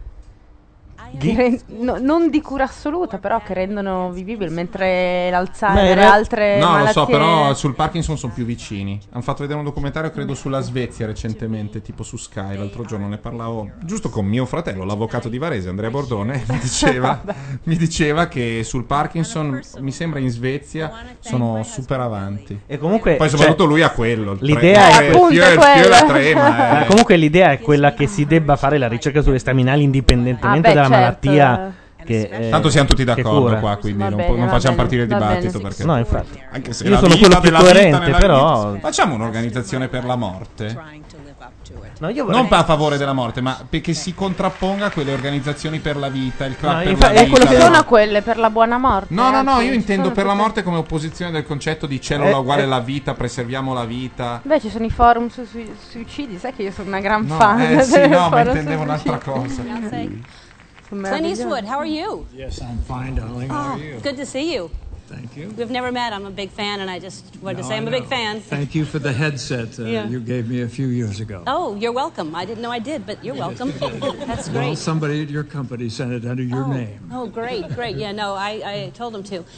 non di cura assoluta, però che rendono vivibile, mentre l'Alzheimer e altre No, malattie... lo so, però sul Parkinson sono più vicini. Hanno fatto vedere un documentario, credo, sulla Svezia recentemente, tipo su Sky. L'altro giorno ne parlavo giusto con mio fratello, l'avvocato di Varese, Andrea Bordone, mi diceva che sul Parkinson, mi sembra in Svezia, sono super avanti. E comunque, poi soprattutto lui ha quello. L'idea è la trema. Comunque l'idea è quella che si debba fare la ricerca sulle staminali indipendentemente dalla malattia. Che, tanto siamo tutti d'accordo qua, quindi non facciamo partire il dibattito, sì. perché No, infatti. anche se Io la sono vita quello più della coerente, vita nella però vita. Facciamo un'organizzazione per la morte. No, io vorrei... Non a favore della morte, ma perché si contrapponga a quelle organizzazioni per la vita, il club per E la quello vita. che sono quelle per la buona morte. No, io intendo per la morte come opposizione del concetto di cellula uguale alla vita, preserviamo la vita. Beh, ci sono i forum sui suicidi, sai che io sono una gran No, fan. sì, no, ma forum intendevo sui un'altra suicidi. cosa. Clint Eastwood, how are you? Yes, I'm fine, darling. How Oh, are you? good to see you. Thank you. We've never met. I'm a big fan, and I just wanted to say I'm a big fan. Thank you for the headset Yeah. you gave me a few years ago. Oh, you're welcome. I didn't know I did, but you're welcome. That's Well, great. somebody at your company sent it under your name. Oh, great. Yeah, no, I told him to.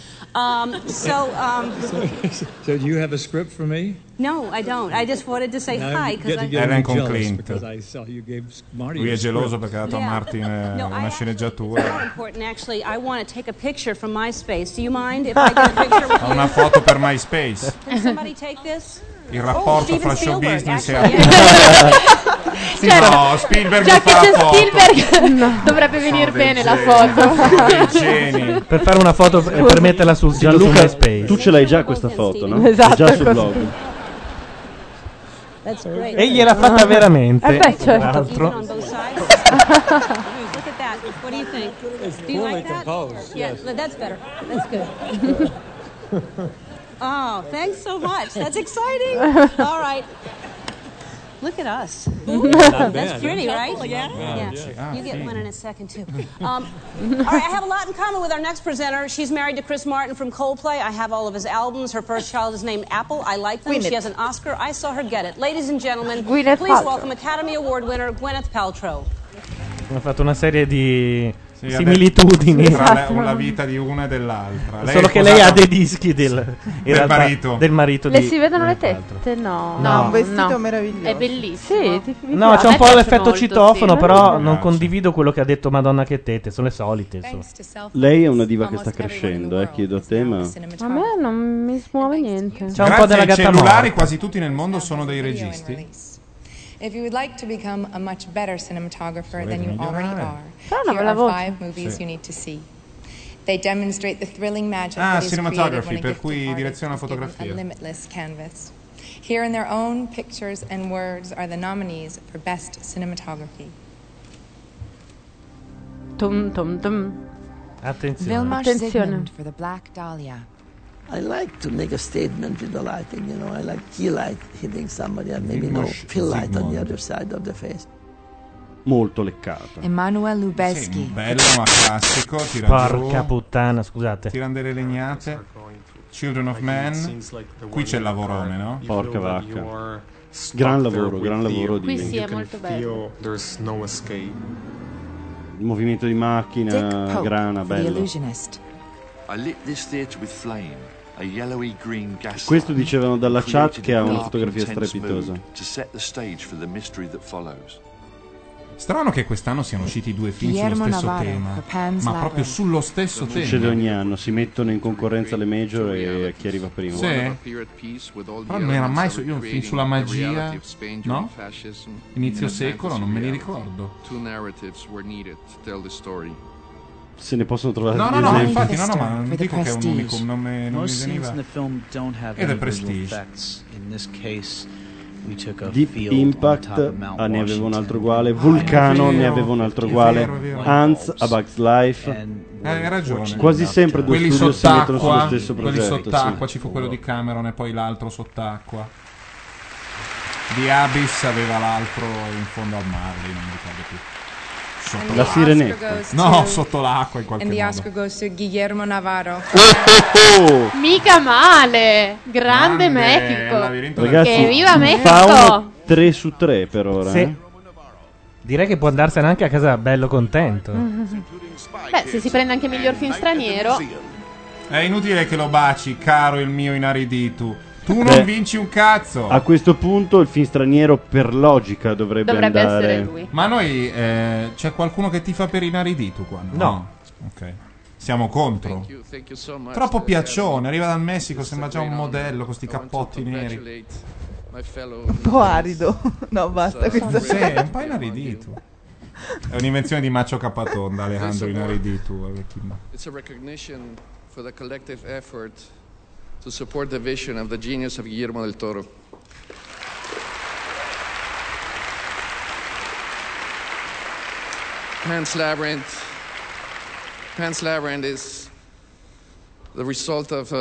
So do you have a script for me? No, I don't. I just wanted to say hi because Ellen con Clint. Because I saw you gave Marty Lui a è geloso script. perché ha dato a Martin No, una sceneggiatura. Very important, actually. I want to take a picture from MySpace. Do you mind if I get a picture with Ho you? una foto per MySpace. Can somebody take this? Il rapporto Steven fra show Spielberg, business e actually, Sì, no, Spielberg Già mi che fa c'è la foto. Spielberg dovrebbe venire bene la foto. Per fare una foto e per metterla sul sito su Gianluca, MySpace. tu ce l'hai già questa foto, no? Esatto, È già sul così. blog. That's great. E gliel'ha fatta veramente. Beh, tra certo. l'altro. Even on both sides. Look at that. What do you think? Do you like that? composed, Yeah, that's better. That's good. Oh, thanks so much. That's exciting. All right. Look at us. Not That's bad, pretty, huh? right? Yeah. Yeah. You get one in a second, too. All right, I have a lot in common with our next presenter. She's married to Chris Martin from Coldplay. I have all of his albums. Her first child is named Apple. I like them. Gwyneth. She has an Oscar. I saw her get it. Ladies and gentlemen, Gwyneth please Paltrow. welcome Academy Award winner Gwyneth Paltrow. Hanno fatto una serie di Sì, similitudini tra la vita di una e dell'altra. Solo che lei ha dei dischi del marito. del marito Le di si vedono le Gwyneth tette? No. No. Un vestito No. meraviglioso. È bellissimo. Sì, No, c'è un po' l'effetto citofono, sì. però Mi non piace. condivido quello che ha detto Madonna che tette, sono le solite, insomma. Lei è una diva che sta crescendo, chiedo a te, ma... A me non mi smuove niente. C'è un Grazie po' della ai gatta cellulari morta. quasi tutti nel mondo sono dei registi. If you would like to become a much better cinematographer than you already are, Però una here bella are voce. 5 movies Sì. you need to see. They demonstrate the thrilling magic Ah, that is created cinematography, when a per gifted cui artist direzione is given fotografia. a limitless canvas. Here in their own pictures and words are the nominees for Best Cinematography. Tum, tum, tum. Attenzione. Vilmos Attenzione. Zsigmond for The Black Dahlia. I like to make a statement with the lighting, you know. I like key light hitting somebody and maybe no Vilmos fill light on Zsigmond. the other side of the face. Molto leccata. Emanuel Sì, Lubezki. bello ma classico. Tira Porca giù, puttana, scusate. tirano delle legnate. Children of Men. Qui c'è il lavorone, no? Porca vacca. Gran lavoro Qui di sì, è molto bello. There's no escape. il movimento di macchina, Dick Pope grana, for The bello. Illusionist. I lit this theatre with flame, a yellowy green gas. Questo dicevano dalla chat che ha una Dark, fotografia intense strepitosa. mood to set the stage for the mystery that follows. Strano che quest'anno siano usciti due film sullo Guillermo stesso Navarro, tema, for Pan's ma proprio Labyrinth. sullo stesso Succede tema. ogni anno, si mettono in concorrenza le major e chi arriva prima. Sì. Però non era mai io un film sulla magia, no? Inizio secolo, non me li ricordo. Se ne possono trovare No, degli no, esempi. infatti, no, ma non For the dico che è un Prestige. unicum, non mi Most scenes veniva. in the film don't have E any The visual Prestige. effects. In this case, we took a Deep field on Impact top of Mount ne aveva un altro Washington. uguale, Vulcano è ne vero, aveva un altro è uguale, vero, è vero. Hans, A Bug's Life. Hai ragione. Quasi sempre due Quelli studio si mettono sullo sott'acqua, stesso quelli progetto. sott'acqua, sì. ci fu quello di Cameron e poi l'altro sott'acqua. The Abyss aveva l'altro in fondo al mare, lì non mi ricordo più. Sotto And La the Sirenetta. Oscar goes No, to- sotto l'acqua in qualche And the modo. Oscar goes to Guillermo Navarro. Mica male. Grande Mexico. Ragazzi, che viva il Mexico. fauno 3 su 3 per ora. Sì. Direi che può andarsene anche a casa bello contento. Beh, se si prende anche miglior film straniero. È inutile che lo baci, caro il mio inaridito. Tu non vinci un cazzo. A questo punto il film straniero per logica dovrebbe andare. Essere lui. Ma noi c'è qualcuno che tifa per inaridito qua? No. Ok. Siamo contro. Thank you so much. Troppo piaccione, arriva dal Messico, sembra già un modello con sti cappotti neri. Un po' arido. No, basta questo. Sì, è un po' inaridito. È un'invenzione di Macio Capatonda, Alejandro inaridito. It's a recognition for the collective effort to support the vision of the genius of Guillermo del Toro. Pan's Labyrinth is the result of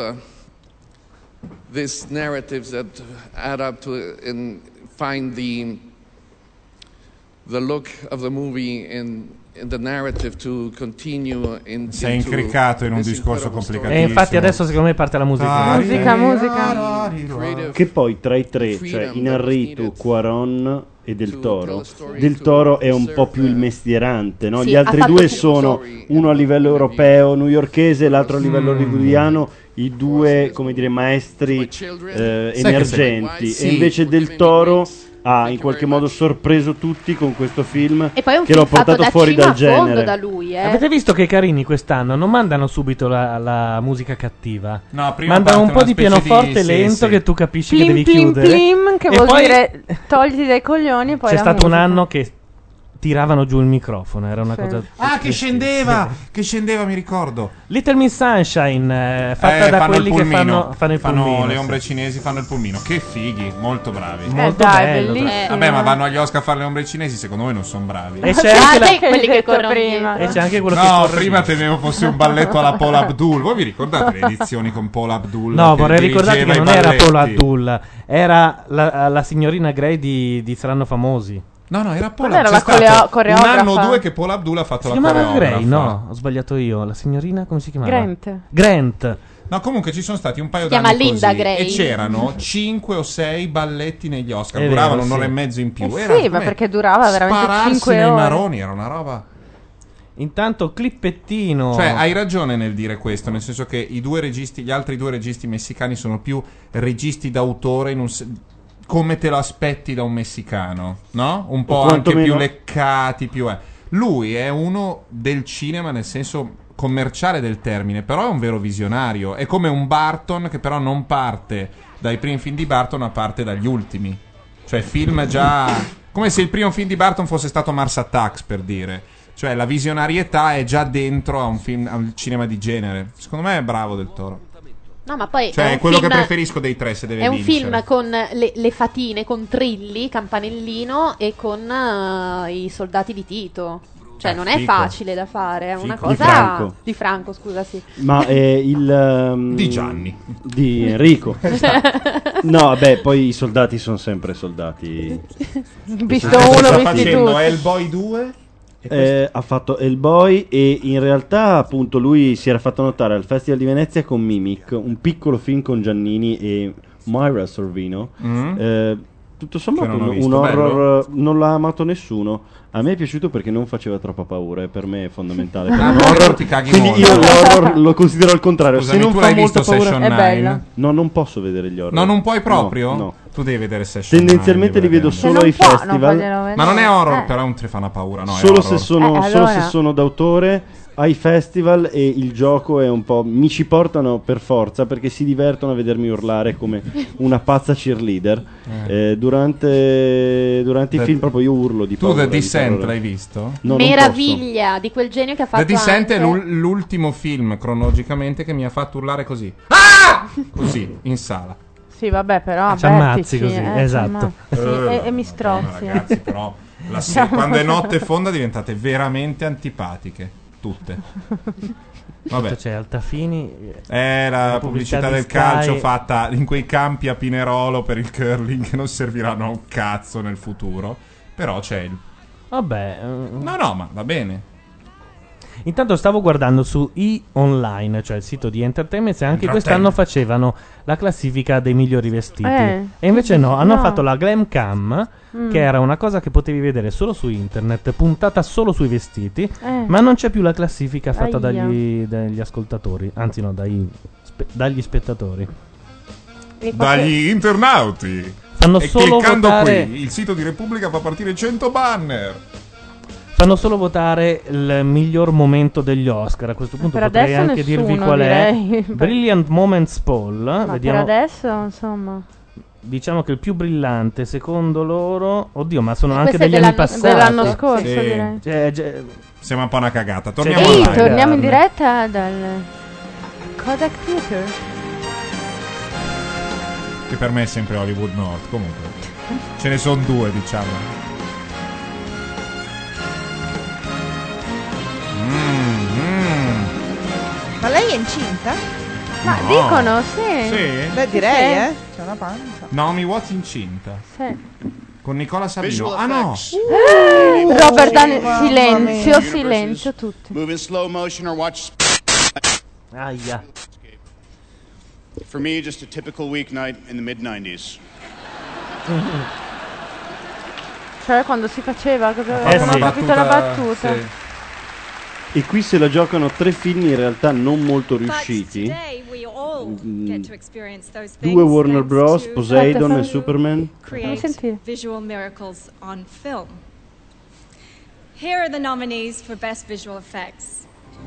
these narratives that add up to and find the look of the movie in the narrative to continue in. Sei incricato in un discorso complicatissimo. E infatti adesso secondo me parte la musica. Musica. Che poi tra i tre, cioè Inarritu, Cuarón e Del Toro. Del Toro è un po' più il mestierante, no? Sì, Gli altri ha fatto due tutto. sono uno a livello europeo, newyorkese, l'altro a livello hollywoodiano, i due, come dire, maestri emergenti. Sì. E invece Del Toro ha in qualche modo sorpreso tutti con questo film E poi è un che film l'ho portato fatto da fuori cima dal a fondo genere. da lui, Avete visto che carini quest'anno? Non mandano subito la musica cattiva. No, prima mandano parte un po' una di specie pianoforte di- lento sì. che tu capisci Plim che devi plim chiudere. plim, che E vuol poi dire togliti dai coglioni e poi c'è la stato un musica. anno che tiravano giù il microfono, era una Sì. cosa. Ah, che scendeva, mi ricordo. Little Miss Sunshine, fatta da fanno quelli il che pulmino. fanno il pulmino. le sì. ombre cinesi, fanno il pulmino. Che fighi, molto bravi. Molto dai, bello. bellissimo. Vabbè, ma vanno agli Oscar a fare le ombre cinesi, secondo me non sono bravi. E c'è anche la- quelli che corrono prima. e c'è anche quello che No, corre prima dietro. temevo fosse un balletto alla Paula Abdul. Voi vi ricordate le edizioni con Paula Abdul? No, che vorrei ricordare dirigeva che i non era balletti? Paula Abdul, era la signorina Grey di Saranno Famosi. No, era Paula. Quella era C'è la stato un coreografa. anno o due che Paula Abdul ha fatto Si la chiamava coreografa. Grey? No, ho sbagliato io. La signorina come si chiamava? Grant. Grant. No, comunque ci sono stati un paio Si d'anni chiama Linda così, Gray. e c'erano 5 o 6 balletti negli Oscar. È Duravano vero, un'ora sì. e mezzo in più. Eh Era sì, ma come perché durava veramente spararsi 5 nei ore. maroni, era una roba. Intanto clippettino. Cioè, hai ragione nel dire questo, nel senso che gli altri due registi messicani sono più registi d'autore come te lo aspetti da un messicano, no? Un po' anche più leccati, Lui è uno del cinema nel senso commerciale del termine, però è un vero visionario. È come un Barton che però non parte dai primi film di Barton, ma parte dagli ultimi. Cioè film già... come se il primo film di Barton fosse stato Mars Attacks, per dire. Cioè la visionarietà è già dentro a un film, a un cinema di genere. Secondo me è bravo Del Toro. No, ma poi Cioè è è un quello film, che preferisco dei tre se deve è un vincere. film con le fatine, con Trilli, Campanellino e con i soldati di Tito. Cioè non è fico. facile da fare, è una Fico. cosa Di Franco. di Franco, scusa, sì. Ma è il Di Gianni. Di Enrico. No, vabbè, poi i soldati sono sempre soldati. Visto Cosa uno, sta visti facendo tutti. Hellboy 2? Ha fatto Hellboy e in realtà appunto lui si era fatto notare al Festival di Venezia con Mimic, un piccolo film con Giannini e Moira Sorvino. Tutto sommato Che non ho un visto, horror non l'ha amato nessuno. A me è piaciuto perché non faceva troppa paura e per me è fondamentale. Per un perché horror, ti caghi quindi molto. io l'horror lo considero al contrario. Scusami, se non tu fa l'hai molta visto paura Session È bella. No, non posso vedere gli horror. No, non puoi proprio? No. Tu devi vedere Session Tendenzialmente li vedo Se solo non ai può, non festival. faglielo vedere. Ma non è horror, però non ti fa una paura, no? Solo è se horror. sono allora. d'autore ai festival e il gioco è un po'. Mi ci portano per forza perché si divertono a vedermi urlare come una pazza cheerleader. Durante i film proprio io urlo di Tu paura. The di Descent terrore. l'hai visto? No, non Meraviglia di quel genio che ha fatto The Descent anche... è l'ultimo film cronologicamente che mi ha fatto urlare così. Ah! Così, in sala. Sì, vabbè, però Ci ammazzi avvertici, così, esatto. ammazzi, e mi strozzi. No, ragazzi, però quando è notte fonda diventate veramente antipatiche. Tutte. Vabbè. C'è Altafini. La pubblicità di del Sky. calcio fatta in quei campi a Pinerolo per il curling che non serviranno a un cazzo nel futuro. Però c'è il... Vabbè. No, ma va bene. Intanto stavo guardando su e-online, cioè il sito di Entertainment, e anche quest'anno facevano la classifica dei migliori vestiti. E invece no, hanno fatto la Glam Cam, che era una cosa che potevi vedere solo su internet, puntata solo sui vestiti, ma non c'è più la classifica fatta dagli ascoltatori, anzi no, dagli spettatori. Dagli internauti. Fanno e solo cliccando votare... qui, il sito di Repubblica fa partire 100 banner. Fanno solo votare il miglior momento degli Oscar. A questo punto per potrei anche nessuno, dirvi qual direi. è. Brilliant Moments Poll. Ma Vediamo. per adesso, insomma. Diciamo che il più brillante, secondo loro. Oddio, ma sono anche Questo è degli anni passati. dell'anno scorso, direi. Sembra un po' una cagata. Torniamo Ehi, online. torniamo in diretta dal Kodak Theater. Che per me è sempre Hollywood North. Comunque, ce ne sono due, diciamo. Ma lei è incinta? Ma No. dicono, sì. Sì? Beh, direi, C'è una pancia. Naomi Watts incinta. Sì. Con Nicola Savino. Visual Ah no! Robert Downey, mamma silenzio, mia. silenzio tutti. Move in slow motion or watch. Aia. For me, just a typical weeknight in the mid-90s. Cioè quando si faceva, cosa sì. non ho capito la battuta. Sì. E qui se la giocano tre film in realtà non molto riusciti. Due Warner Bros, Poseidon e Superman. Create visual miracles on film. Here are the nominees for Best Visual Effects.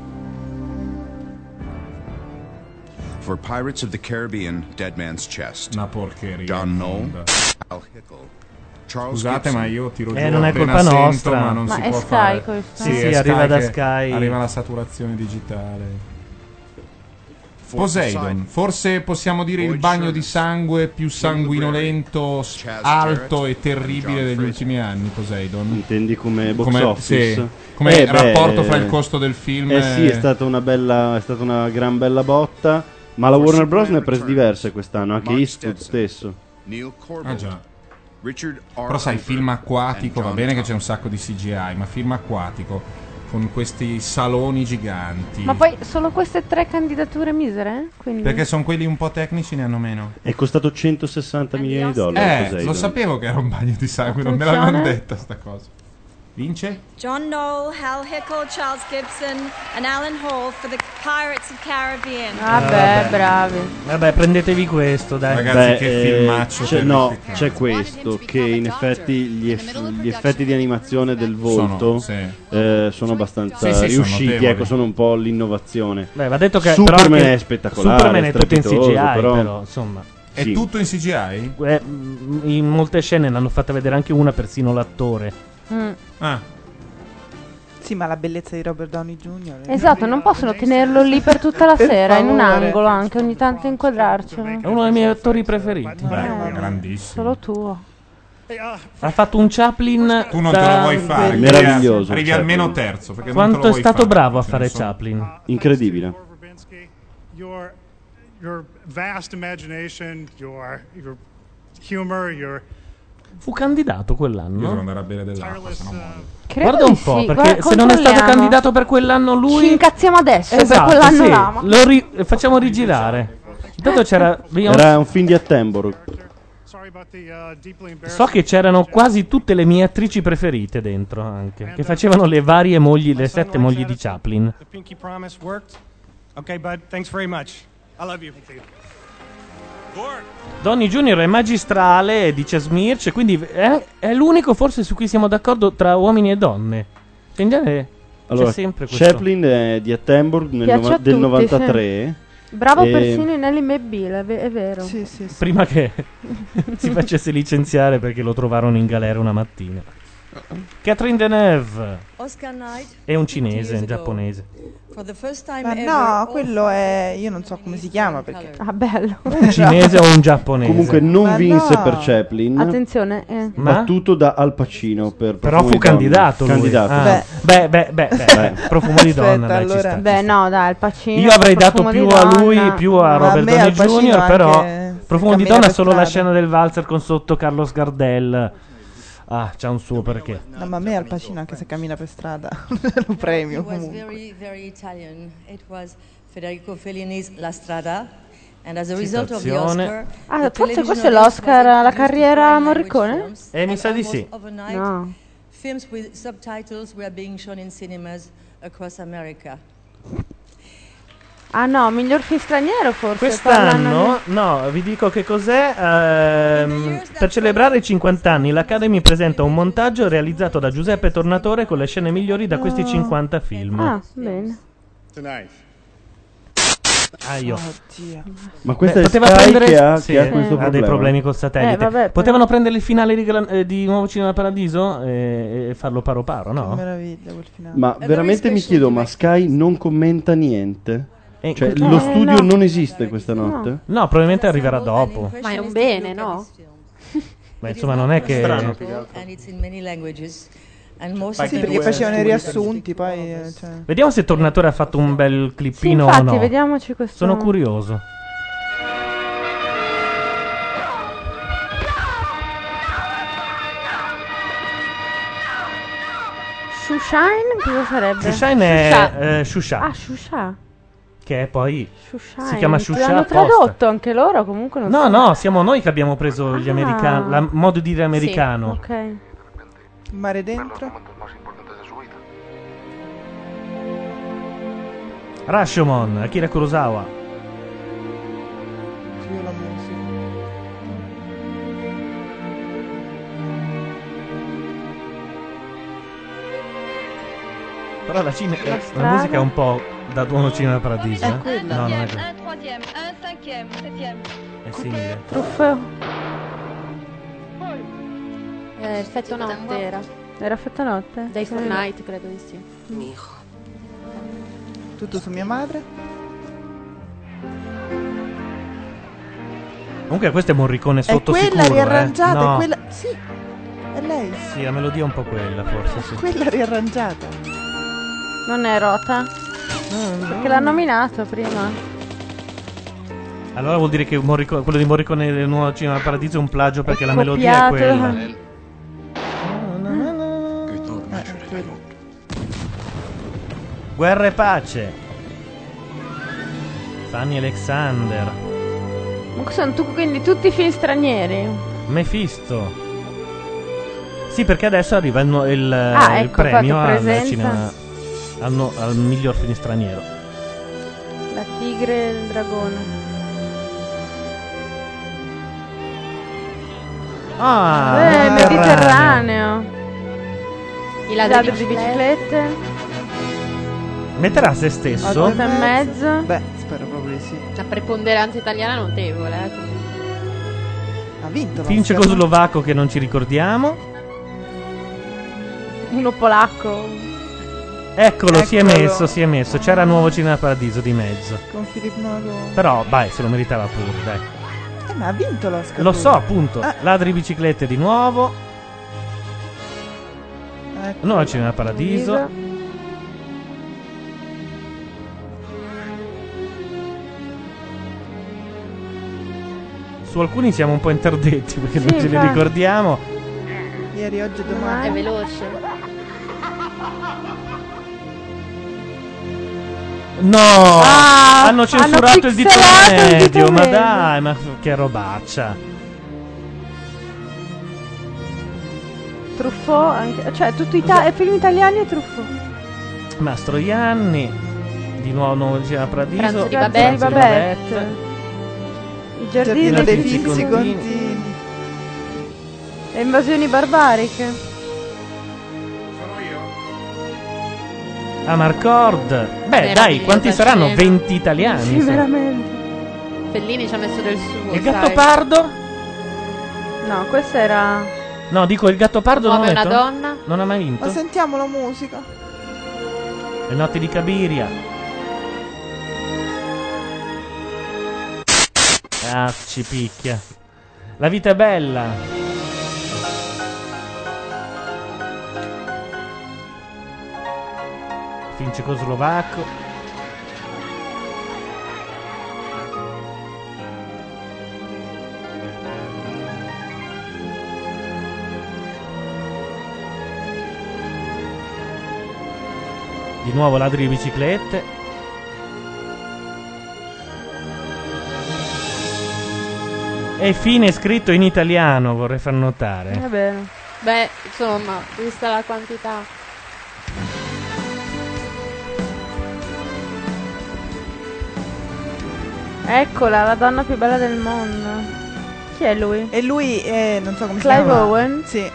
For Pirates of the Caribbean, Dead Man's Chest. Una porcheria. John Knoll, Al Hickel. Charles Scusate, Gibson. ma io tiro giù non è appena colpa sento, nostra. ma non Ma si è può Sky fare. questo. Sì, è arriva da che Sky. Arriva la saturazione digitale. For Poseidon, Poseidon. forse possiamo dire il bagno di sangue più sanguinolento, alto e terribile degli ultimi anni. Poseidon. Intendi come box office? Sì. Come rapporto fra il costo del film sì, è stata una gran bella botta. Ma la Warner Bros ne ha prese diverse quest'anno, anche Eastwood stesso. Neil Corbett. Ah già. Richard R. Però sai, film acquatico, and va John bene che Thomas. c'è un sacco di CGI, ma film acquatico con questi saloni giganti. Ma poi solo queste 3 candidature misere? Quindi... Perché sono quelli un po' tecnici, ne hanno meno. È costato 160 milioni di dollari. Poseidon. Lo sapevo che era un bagno di sangue, non me Attenzione. l'avevano detta sta cosa. Vince? John Knoll, Hal Hickel, Charles Gibson, and Alan Hall for the Pirates of Caribbean. Vabbè, bravi. Vabbè, prendetevi questo, dai. Ragazzi, che filmaccio No, terrificante. c'è questo, che in effetti gli effetti di animazione del volto sono abbastanza Sì, sono riusciti, notevoli. ecco, sono un po' l'innovazione. Beh, va detto che Superman però anche è spettacolare, Superman è tutto in strepitoso, CGI, però insomma. È Sì. tutto in CGI? In molte scene ne hanno fatta vedere anche una, persino l'attore. Ah. Sì, ma la bellezza di Robert Downey Jr. Esatto, non possono tenerlo lì per tutta la Per sera, in un favore. angolo anche, ogni tanto inquadrarcelo. È uno dei miei attori preferiti. Grandissimo. Solo tuo. Ha fatto un Chaplin. Tu non te lo vuoi fare. Meraviglioso. Arrivi Chaplin. almeno terzo. Perché non Quanto te lo è vuoi stato fare. bravo a Ce ne fare sono. Chaplin? Incredibile. Your vast imagination, your humor, your Fu candidato quell'anno. Io devo andare a bere dell'acqua, sennò muoio. Credo Guarda un di po', sì. perché Guarda, se non è stato controlliamo. candidato per quell'anno lui. Ci incazziamo adesso Esatto, per quell'anno sì. là. ma- Lo facciamo rigirare. Intanto c'era. Era un film di Attenborough. So che c'erano quasi tutte le mie attrici preferite dentro anche. Che facevano le varie mogli, le 7 mogli di Chaplin. the Pinky Promise worked. Okay, bud, thanks very much. I love you. Donny Jr. è magistrale, dice Smirch, quindi è l'unico forse su cui siamo d'accordo tra uomini e donne. Cioè, in genere Allora, c'è sempre questo. Chaplin è di Attenborough Piace a del tutti, 93. Bravo E- persino in Ellie McBeal, è vero. Sì, sì, sì. Prima che si facesse licenziare perché lo trovarono in galera una mattina. Catherine Deneuve Oscar night. è un cinese, 50 un years ago. giapponese. For the first time Ma ever, no, quello è. Io non so come si chiama perché. Ah, bello. Un cinese o un giapponese? Comunque non Ma vinse no. per Chaplin. Attenzione, Ma? Battuto da Al Pacino per Però Profumo fu di Donna. candidato lui. Candidato. Ah. Beh, Profumo di donna, dai, ci sta. Beh, no, dai, il Pacino. Io avrei dato Profumo più di a lui, donna. più a Ma a Robert me Al Downey Pacino Jr., però anche Profumo di Cammina donna per solo la strada. scena del valzer con sotto Carlos Gardel. c'ha un suo perché. No, ma a me Al Pacino, anche se cammina per strada, lo premio It was comunque. very, very Italian. It was Federico Fellini's La Strada, and as a result of the Citazione. Oscar, Forse questo è l'Oscar alla carriera Morricone? Mi sa di sì. overnight, No. films with subtitles were being shown in cinemas across America. Ah no, miglior film straniero forse. Quest'anno, no, vi dico che cos'è. Per celebrare i 50 anni, l'Academy presenta un montaggio realizzato da Giuseppe Tornatore con le scene migliori da questi 50 film. Ah, bene. Tonight. Io. Ma questa è poteva Sky prendere che ha sì, questo ha problema. dei problemi col satellite. Vabbè, Potevano prendere il finale di Nuovo Cinema Paradiso e farlo paro paro, no? Che meraviglia quel finale. Ma veramente mi chiedo, ma Sky non commenta niente? Cioè, no. lo studio no. non esiste questa notte? No, probabilmente arriverà dopo. Ma è un bene, no? Ma insomma, non è che. And it's in many languages. And most of Sì, the perché facevano i riassunti, poi... cioè. Vediamo se Tornatore ha fatto un bel Sì, clippino infatti, o no. vediamoci questo. Sono curioso. Shushain cosa sarebbe? Shushain è Shusha, Ah, Shusha. che è poi Shushain. si chiama Shusha L'hanno apposta. tradotto anche loro, comunque non No, so. no, siamo noi che abbiamo preso gli americani, la modo di dire americano. Ok. Mare dentro. Rashomon, Akira Kurosawa. Io la musica. Però la strada. musica è un po' da Nuovo Cinema Paradiso. È quella. No, non è così. Un troisième, un cinquième, septième. È simile. Truffeo. Effetto notte era. Era Effetto notte? Day for Night, credo di sì. Tutto su mia madre. Comunque questo è Morricone È sotto quella sicuro, riarrangiata, No. è quella... Sì, è lei. Sì, la melodia è un po' quella, forse, sì. Quella riarrangiata. Non è Rota? Perché l'ha nominato prima. Allora vuol dire che quello di Morricone del Nuovo Cinema Paradiso è un plagio perché la melodia è copiato. quella. Guerra e pace. Fanny Alexander. Ma sono quindi tutti film stranieri? Mephisto. Sì, perché adesso arriva il il ecco, premio fatto al presenza. cinema al miglior film straniero. La tigre e il dragone. Mediterraneo. I ladri di biciclette. Metterà se stesso. 8 e mezzo. Beh, spero proprio di sì. Una preponderanza italiana notevole, Ha vinto Film l'Oscar, no? cecoslovacco che non ci ricordiamo. Uno polacco. Eccolo, si è Eccolo. messo. C'era Nuovo Cinema Paradiso di mezzo. Con Philip Marlowe. Però, vai, se lo meritava pure, dai. Ma ha vinto l'Oscar. Lo lui. so, appunto. Ah. Ladri biciclette di nuovo. Ecco. Nuovo Cinema Paradiso. Su alcuni siamo un po' interdetti perché Sì, non ce li infatti. ricordiamo. Ieri, oggi e è domani. veloce. No! hanno censurato il dito medio. Ma dai, ma che robaccia. Truffaut anche, cioè tutti film italiani e Truffaut. Mastroianni. Di nuovo Nuovo Cinema Paradiso. Pranzo di Pranzo di Babette. Babette. Il Giardino giardino dei Vizi vizi continui. continui. Le invasioni barbariche. Amarcord. Beh, dai, quanti Meravigliosa saranno? scena. 20 italiani. Sì, insomma. veramente. Fellini ci ha messo del suo. Il sai. Gattopardo? No, questo era. No, dico il Gattopardo non Uomo e lo una metto? donna? Non ha mai vinto? Ma sentiamo la musica. Le notti di Cabiria. Ah, ci picchia. La vita è bella. Film cecoslovacco. Di nuovo ladri di biciclette. E fine scritto in italiano, vorrei far notare. bene. Beh, insomma, vista la quantità. Eccola, la donna più bella del mondo. Chi è lui? E lui non so come si Clive chiama. Owen? Sì.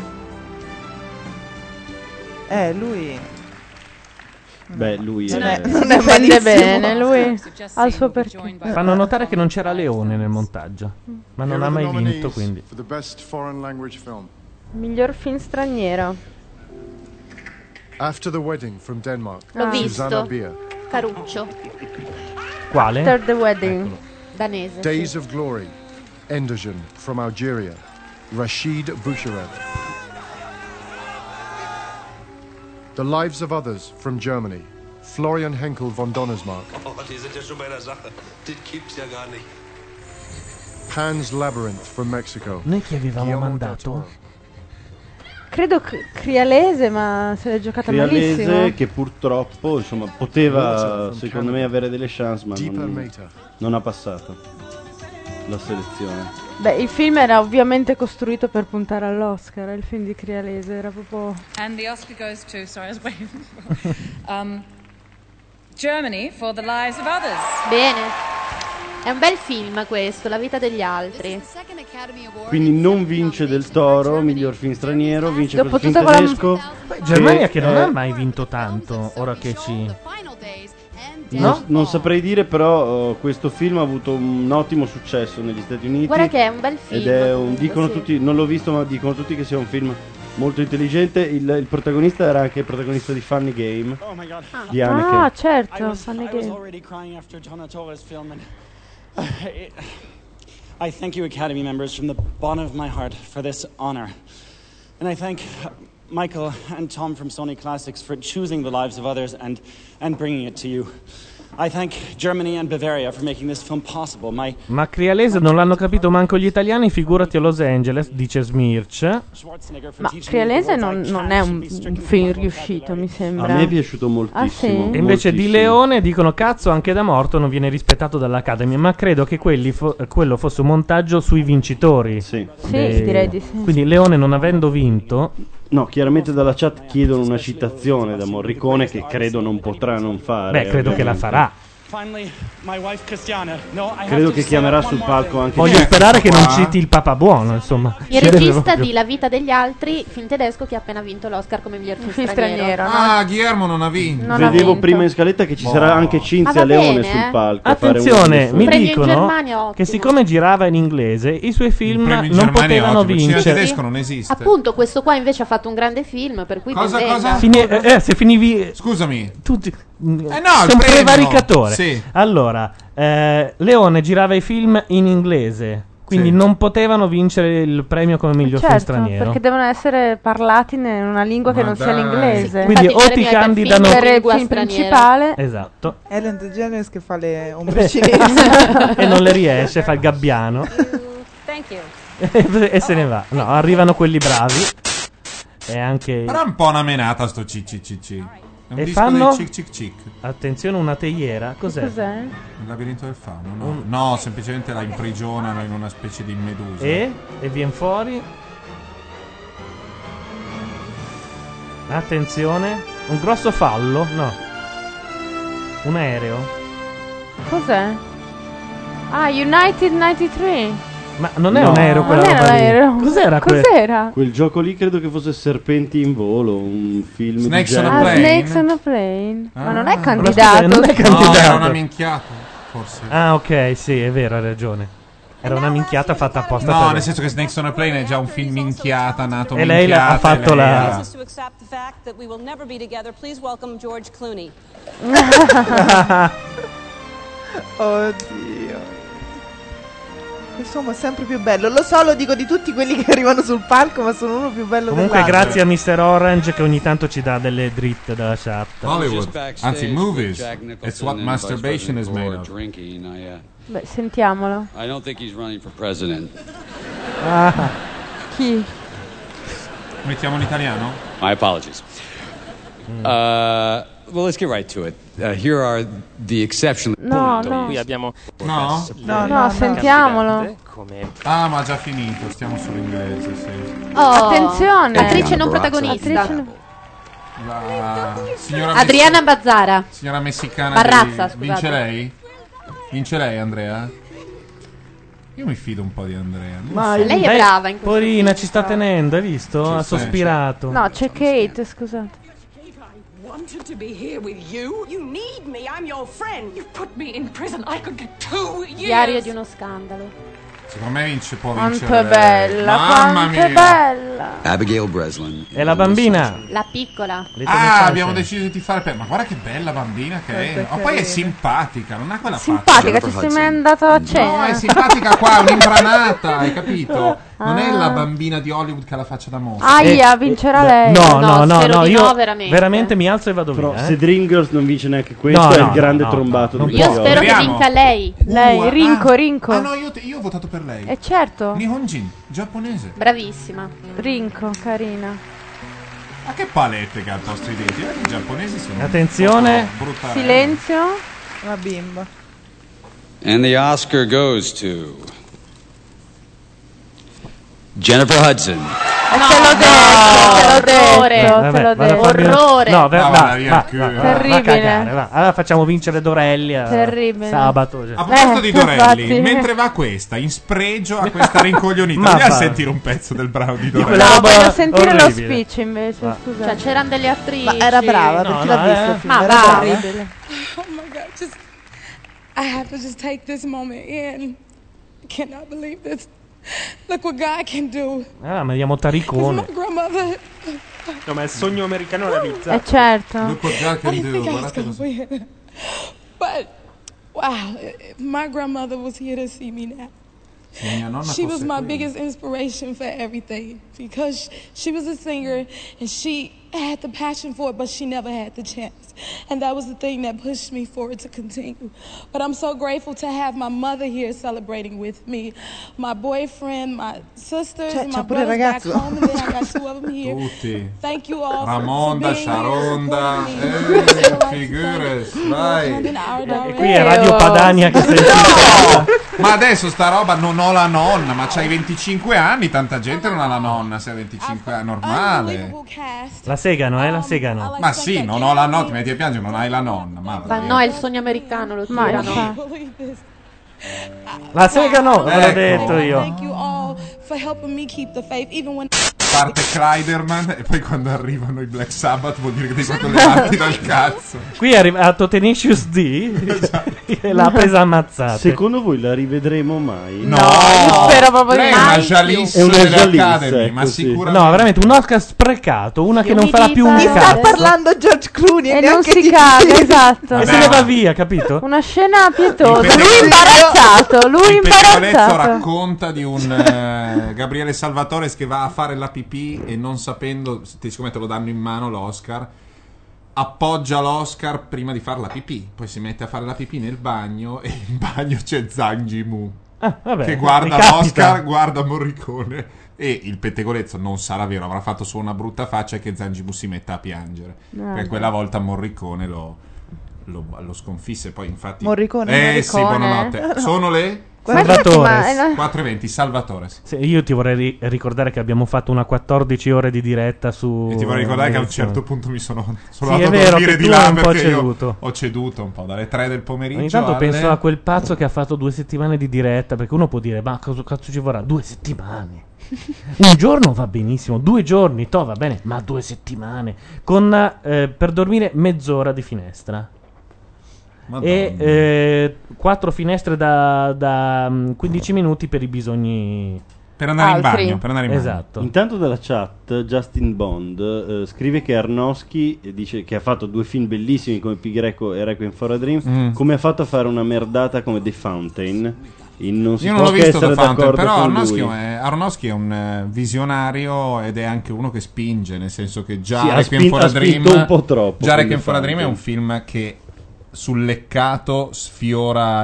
Lui. Beh, lui Non è... è- non è Difende malissimo. bene, lui ha il suo perché. Fanno notare che non c'era Leone nel montaggio, ma non ha mai vinto, quindi. For the best foreign language film. Miglior film straniero. After the Wedding from Denmark. L'ho Susanna visto. Bier. Caruccio. Quale? After the Wedding. Danese. Days of Glory. Endogen from Algeria. Rashid Boucherev. The Lives of Others from Germany. Florian Henkel von Donnersmarck. Oh, die sind ja schon bei der Sache. Das gibt's ja gar nicht. Pan's Labyrinth from Mexico. Noi chi avevamo Guillermo mandato? Credo Crialese, ma se l'è giocata Crialese malissimo. che purtroppo insomma poteva secondo me avere delle chance, ma non ha passato la selezione. Beh, il film era ovviamente costruito per puntare all'Oscar, il film di Crialese, era proprio... And the Oscar goes to, sorry, I was waiting for, Germany for The Lives of Others. Bene. È un bel film questo, La vita degli altri. Quindi non vince Del Toro, miglior film straniero, vince Dopo questo film tutta tedesco. Germania che non ha mai vinto tanto, ora che ci... Non saprei dire, però questo film ha avuto un ottimo successo negli Stati Uniti. Guarda che è un bel film. Ed è dicono sì. tutti, non l'ho visto, ma dicono tutti che sia un film molto intelligente. Il protagonista era anche il protagonista di Funny Game di Haneke. Ah, certo, Funny I was Game. already crying after Donatello's film, and I thank you, Academy members, from the bottom of my heart for this honor. And I thank Michael and Tom from Sony Classics for choosing The Lives of Others and bringing it to you. I thank Germany and Bavaria for making this film possible. Ma Crialese non l'hanno capito manco gli italiani, figurati a Los Angeles, dice Smirch. Ma Crialese non è un film riuscito, mi sembra. A me è piaciuto moltissimo. Ah, sì? E invece di Leone dicono cazzo, anche da morto non viene rispettato dall'Academy, ma credo che quello fosse un montaggio sui vincitori. Sì, direi di sì. Quindi Leone non avendo vinto... No, chiaramente dalla chat chiedono una citazione da Morricone che credo non potrà non fare. Beh, credo che la farà. Finally, my wife Christiana. No, I Credo have che to chiamerà say sul one more palco anche Voglio sperare che non citi il Papa Buono, insomma. Il regista di La vita degli altri, film tedesco che ha appena vinto l'Oscar come miglior film straniero. Ah, Guillermo non ha vinto. Vedevo prima in scaletta che ci sarà anche Cinzia Ah, va Leone bene, sul palco. a fare Attenzione, una mi Premio in dicono Germania, ottimo. che siccome girava in inglese, i suoi film premio in non Germania è potevano ottimo, il cinema vincere. tedesco non esiste. Appunto, questo qua invece ha fatto un grande film, per cui Cosa, ben cosa? venga. Se finivi... Scusami. Tutti... no, sei il un premio, prevaricatore. sì. Allora, Leone girava i film in inglese, quindi non potevano vincere il premio come miglior film Certo, straniero. perché devono essere parlati in una lingua che Ma non sia dai. l'inglese. Quindi o ti candidano per il film principale Esatto. Ellen DeGeneres che fa le ombre cinesi. E non le riesce, fa il gabbiano Thank you. e se ne va. No, arrivano quelli bravi. E anche Però è un po' una menata sto CCCC. È un e disco fanno dei Cic Cic Cic. attenzione, una teiera. Cos'è? Il labirinto del fauno? No, no, semplicemente la imprigionano in una specie di medusa. E viene fuori. Attenzione, un grosso fallo. No, un aereo. Cos'è? Ah, United 93. Ma non è No. un aereo quella Non era roba lì. l'aereo. Cos'era quel- Cos'era? Quel gioco lì credo che fosse Serpenti in volo, un film Snakes di on a genere. Plane. Snakes on a Plane. Ma non è Ma candidato. scusa, non è No, candidato. era una minchiata, forse. Ah, ok, sì, è vero, hai ragione. Era una minchiata fatta apposta No, per nel senso che Snakes on a Plane è già un film minchiata, nato E lei minchiata. ha fatto e lei la- era- To accept the fact that we will never be together, please welcome George Clooney. Oddio. Quest'uomo è sempre più bello. Lo so, lo dico di tutti quelli che arrivano sul palco, ma sono uno più bello Comunque dell'altro. grazie a Mr. Orange che ogni tanto ci dà delle dritte dalla chat. Hollywood, anzi movies. It's what masturbation is made of. Drinking, Beh, sentiamolo. I don't think he's running for president. Chi? Mettiamo in italiano? My apologies. Well, let's get right to it. Here are the exceptional. No, no. Qui abbiamo No, sentiamolo. Ah, ma ha già finito, stiamo sull'inglese, sì. Attenzione. Attrice non protagonista. La signora Adriana Bazzara. Signora messicana Barrazza, Vince scusate. lei? Vince lei, Andrea? Io mi fido un po' di Andrea. non Ma so. lei è brava in questo. Porina ci sta tenendo, hai visto? Sì, Ha sì. sospirato. No, c'è Kate, scusate. Wanted to be here with you. You need me. I'm your friend. You put me in prison. I could get 2 years. Diario di uno scandalo. Secondo me può Quanto vincere. è bella, Mamma quanto è mia. bella. Abigail Breslin. E la bambina? La piccola. Abbiamo deciso di fare ma guarda che bella bambina che è. Guarda Ma che poi è carina. simpatica, non ha quella Simpatica, faccia. ci sei mai andato a cena? No, è simpatica qua, è un'imbranata, hai capito? Non è la bambina di Hollywood che ha la faccia da mostro. Aia, vincerà lei. No, di io no, veramente. mi alzo e vado Però via. se Dreamgirls non vince neanche questo, No, è no, il grande no, trombato no, del Io playoff. spero che vinca lei. Lei, Rinko. Ah no, io ho votato per lei. Certo. Nihonjin, giapponese. Bravissima. Rinko, carina. Ma che palette che ha al posto i denti? I giapponesi sono. Attenzione. Brutta Silenzio. Una bimba. And the Oscar goes to Jennifer Hudson. Te l'ho detto. Orrore. No, Ma va via va, il va, culo. va, Terribile. va a cagare, va. Allora facciamo vincere Dorelli Terribile. sabato. A proposito di Dorelli, infatti. mentre va questa, in spregio a questa rincoglionita, Ma andiamo a va. sentire un pezzo del bravo di Dorelli. quella No, roba voglio sentire lo orribile. speech invece, Va. scusa. Cioè, c'erano delle attrici. Ma era brava, per No, chi no, l'ha visto il film. Ma Era va. brava. Terribile. Oh my God, I have to just take this moment in. I cannot believe this. Look what God can do. Ah, ma vediamo Taricone. My grandmother. No, ma è il sogno americano realizzato. Certo. Look what God I can didn't do. think I was Guardate gonna così. win. But wow, if my grandmother was here to see me now. Se mia nonna She was fosse my qui. biggest inspiration for everything because she was a singer and she had the passion for it, but she never had the chance. And that was the thing that pushed me forward to continue. But I'm so grateful to have my mother here celebrating with me, my boyfriend, my sisters, Cioè, and c'ha my pure il brothers back ragazzo. home, and then I got 2 of them here. Tutti. Thank you all Ramonda, for being Sharonda, here. figures, vai. E qui è Radio Padania che senti. Ma adesso sta roba non ho la nonna, ma c'hai 25 anni, tanta gente non ha la nonna se ha 25 anni, normale. La segano, la segano. Ma sì, non ho la nonna, ti metti a piangere, non hai la nonna. Ma Ma no, è il sogno americano, lo tirano. La segano, ve l'ho Ecco. detto io. Thank you all for helping me keep the faith, even when. parte Kleiderman e poi quando arrivano i Black Sabbath vuol dire che devi proprio levarti dal cazzo. Qui è arrivato Tenacious D e l'ha presa ammazzata. Secondo voi la rivedremo mai? No, io spero proprio di Lei no. è una Mai Jalisse più. È una delle Jalisse, Academy, ma ecco, sicuramente. No, veramente un Oscar sprecato, una che non farà più un Ti sta cazzo. parlando George Clooney E non neanche si di- caga, esatto. E se ne va via, capito? Una scena pietosa. Il Lui imbarazzato, lui Il pettegolezzo imbarazzato. racconta di un Gabriele Salvatore che va a fare la pipì e non sapendo, siccome te lo danno in mano l'Oscar, appoggia l'Oscar prima di fare la pipì, poi si mette a fare la pipì nel bagno e in bagno c'è Zhang Yimou vabbè, che guarda mi capita. l'Oscar, guarda Morricone e il pettegolezzo non sarà vero, avrà fatto solo una brutta faccia che Zhang Yimou si metta a piangere perché quella volta Morricone lo sconfisse, poi infatti Morricone. sì, buonanotte. Sono le Salvatore. 4:20 Salvatore. Sì, io ti vorrei ricordare che abbiamo fatto una 14 ore di diretta su. E ti vorrei ricordare che a un certo punto mi sono Sì, andato è a vero dormire che di tu là hai un po' perché io ceduto. ho ceduto un po' dalle 3 del pomeriggio. Ogni tanto alle... penso a quel pazzo che ha fatto 2 settimane di diretta, perché uno può dire ma cosa cazzo ci vorrà? 2 settimane. Un giorno va benissimo, 2 giorni, va bene, ma 2 settimane con per dormire mezz'ora di finestra. Madonna. E 4 finestre da 15 minuti per i bisogni per andare in altri. bagno, per andare in bagno. Esatto. Intanto dalla chat Justin Bond scrive che Aronofsky dice che ha fatto 2 film bellissimi come Pi Greco e Requiem for a Dream, come ha fatto a fare una merdata come The Fountain. Non si Io può non l'ho che visto essere The Fountain, d'accordo però con Aronofsky è un visionario ed è anche uno che spinge, nel senso che già Sì, ha Requiem for a Dream spinto un po' troppo già con Requiem The for a Dream è Fountain. un film che sul leccato sfiora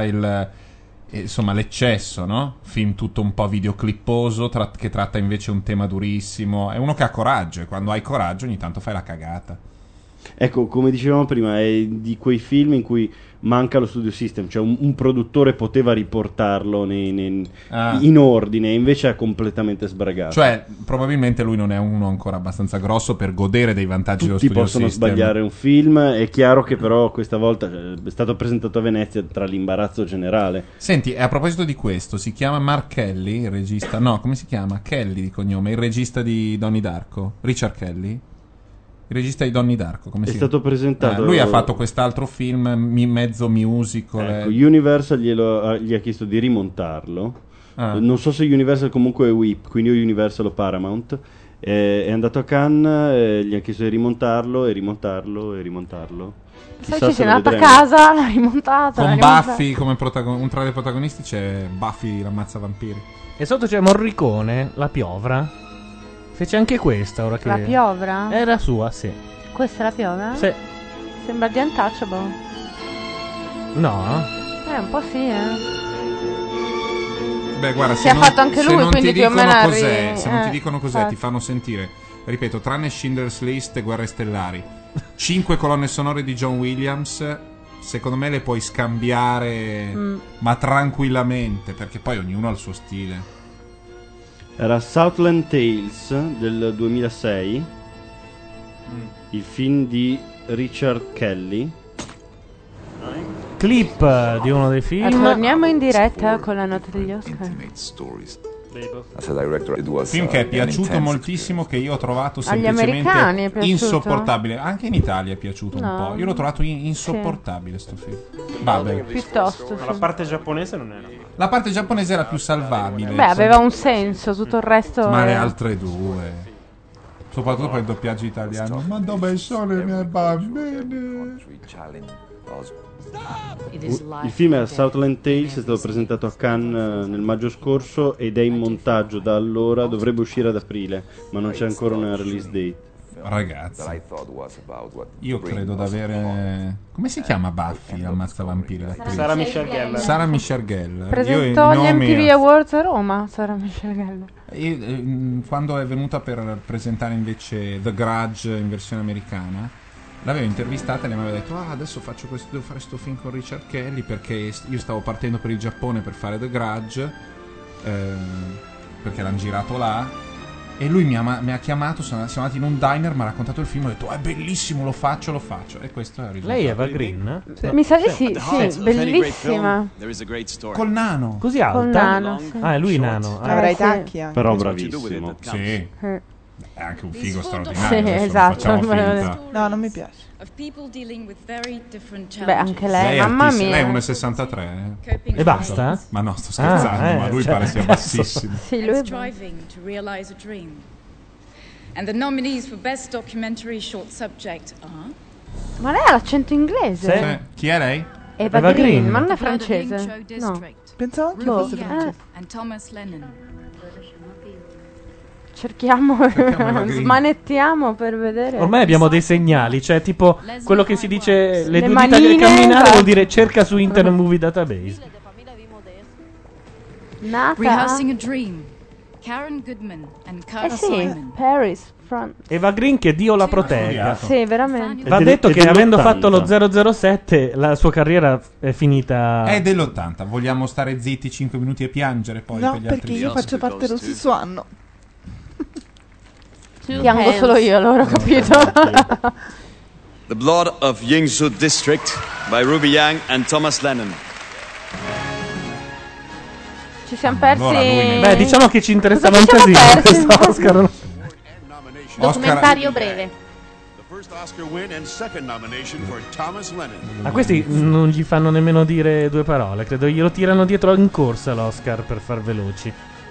insomma l'eccesso, no? Film tutto un po' videoclipposo che tratta invece un tema durissimo. È uno che ha coraggio e quando hai coraggio ogni tanto fai la cagata. Ecco, come dicevamo prima, è di quei film in cui manca lo studio system, cioè un produttore poteva riportarlo in ordine, invece è completamente sbragato. Cioè, probabilmente lui non è uno ancora abbastanza grosso per godere dei vantaggi dello Tutti studio possono system. sbagliare un film, è chiaro che però questa volta è stato presentato a Venezia tra l'imbarazzo generale. Senti, a proposito di questo, si chiama Mark Kelly, il regista... No, come si chiama? Kelly di cognome, il regista di Donnie Darko. Richard Kelly? Il regista di Donnie Darko, come È si stato presentato... lui ha fatto quest'altro film mezzo musical. Ecco, Universal gli ha chiesto di rimontarlo. Non so se Universal comunque è WIP, quindi o Universal o Paramount. È andato a Cannes, gli ha chiesto di rimontarlo. Chissà Ci se sei lo andata a vedremo. casa, l'ha rimontata. Con l'ha rimontata. Buffy come un tra i protagonisti c'è Buffy l'ammazza vampiri. E sotto c'è Morricone, La piovra. Fece anche questa ora che... La piovra? Era sua, sì. Questa è la piovra? Sì. Sembra di Untouchable. No? Un po' sì, Beh, guarda, Si è fatto anche lui, quindi più o meno se non ti dicono cos'è, infatti. ti fanno sentire, ripeto, tranne Schindler's List e Guerre Stellari, 5 colonne sonore di John Williams, secondo me le puoi scambiare, ma tranquillamente, perché poi ognuno ha il suo stile. Era Southland Tales del 2006, il film di Richard Kelly. Clip di uno dei film. Torniamo in diretta con la nota degli Oscar. Film che è piaciuto moltissimo, che io ho trovato Agli americani è semplicemente piaciuto? insopportabile. Anche in Italia è piaciuto No. un po'. Io l'ho trovato insopportabile sto film. Vabbè. Piuttosto, Ma la parte giapponese non era. La parte giapponese era più salvabile. Beh, aveva un senso, tutto il resto. Ma le era- altre due. Soprattutto per il doppiaggio italiano. Ma dove sono i miei bambini? Il film è Southland Tales, è stato presentato a Cannes nel maggio scorso ed è in montaggio da allora, dovrebbe uscire ad aprile, ma non c'è ancora una release date. Ragazzi, io credo d'avere... Come si chiama Buffy ammazza vampiri? l'attrice? Sarah Michelle Gellar. Sarah Michelle Gellar. Presentò Io i gli nomi- MTV Awards a Roma, Sarah Michelle Gellar. Quando è venuta per presentare invece The Grudge in versione americana, l'avevo intervistata e lei mi aveva detto: adesso faccio questo, devo fare sto film con Richard Kelly, perché io stavo partendo per il Giappone per fare The Grudge, perché l'hanno girato là. E lui mi ha chiamato, siamo andati in un diner, mi ha raccontato il film, ho detto: è bellissimo, lo faccio. E questo è il risultato. Lei è Eva Green? Mi sa di sì, bellissima. Col nano. Così alta? Col nano, sì. Ah, è lui nano. Avrà i sì. tacchi anche. Però bravissimo. Sì. È anche un figo Sì, straordinario. adesso non esatto. facciamo finta. No, non mi piace. Beh, anche lei, Lei è mamma altissima, mia. lei è 1,63. E basta? Ma no, sto scherzando, ma lui pare sia bassissimo. Sì, lui è striving to realize a dream. And the nominees for Best Documentary Short Subject are Ma lei ha l'accento inglese. Sì. Chi è lei? Eva Green, ma non è francese. No. Pensavo anche Boh, fosse francese. and Thomas Lennon. Cerchiamo, Eva Green. smanettiamo per vedere. Ormai abbiamo dei segnali, cioè tipo quello che si dice le Le due dita manine, che camminare esatto. vuol dire cerca su Internet Movie Database. Nata. Rehearsing a Dream. Karen Goodman and Carla sì, Simon. Paris, France. Eva Green che Dio la protegga. Sì, veramente. Va detto che avendo fatto lo 007 la sua carriera è finita. È dell'80. Vogliamo stare zitti 5 minuti e piangere poi No, per gli perché altri io film? faccio parte dello stesso anno. Piango solo io, allora ho capito. The Blood of Yingzhou District by Ruby Yang and Thomas Lennon. Ci siamo persi. Beh, diciamo che ci interessava un Cosa ci casino siamo persi? questo Oscar. Documentario breve. First Oscar win and second nomination for Thomas Lennon. Ma questi non gli fanno nemmeno dire due parole, credo glielo tirano dietro in corsa l'Oscar per far veloci.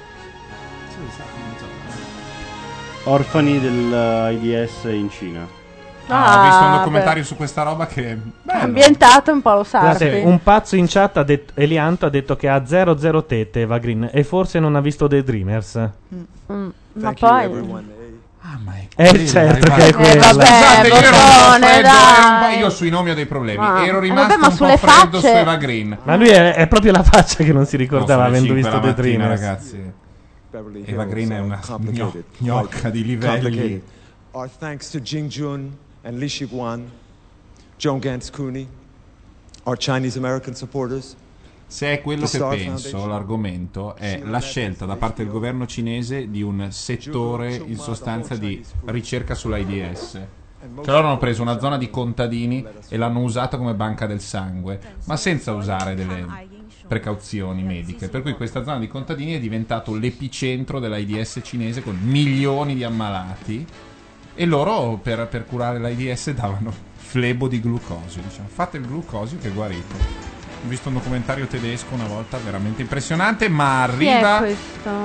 Orfani dell'AIDS in Cina. Ho visto un documentario su questa roba che bello. Ambientato un po' lo Sarpi. Guardate, un pazzo in chat ha detto, Elianto ha detto che ha 00 tette Eva Green e forse non ha visto The Dreamers. Ma poi Certo che è quella. Scusate, io ero un po' Botone, freddo, dai. io sui nomi ho dei problemi. Ma- Ero vabbè, rimasto ma un po' sulle freddo su facce- Eva Green. Ma lui è proprio la faccia che non si ricordava No, sono le avendo 5 visto la The mattina, Dreamers. ragazzi. Eva Green è una gnocca di livelli. Complicated. Our thanks to Jing Jun, and Li Shiguan, Joan Gantz Cooney, our Chinese American supporters. Se è quello che penso, l'argomento è la scelta da parte del governo cinese di un settore in sostanza di ricerca sull'AIDS. Cioè loro hanno preso una zona di contadini e l'hanno usata come banca del sangue, ma senza usare delle precauzioni mediche. Per cui questa zona di contadini è diventato l'epicentro dell'AIDS cinese con milioni di ammalati e loro per curare l'AIDS davano flebo di glucosio. Diciamo, fate il glucosio che guarite. Ho visto un documentario tedesco una volta veramente impressionante, ma arriva Chi è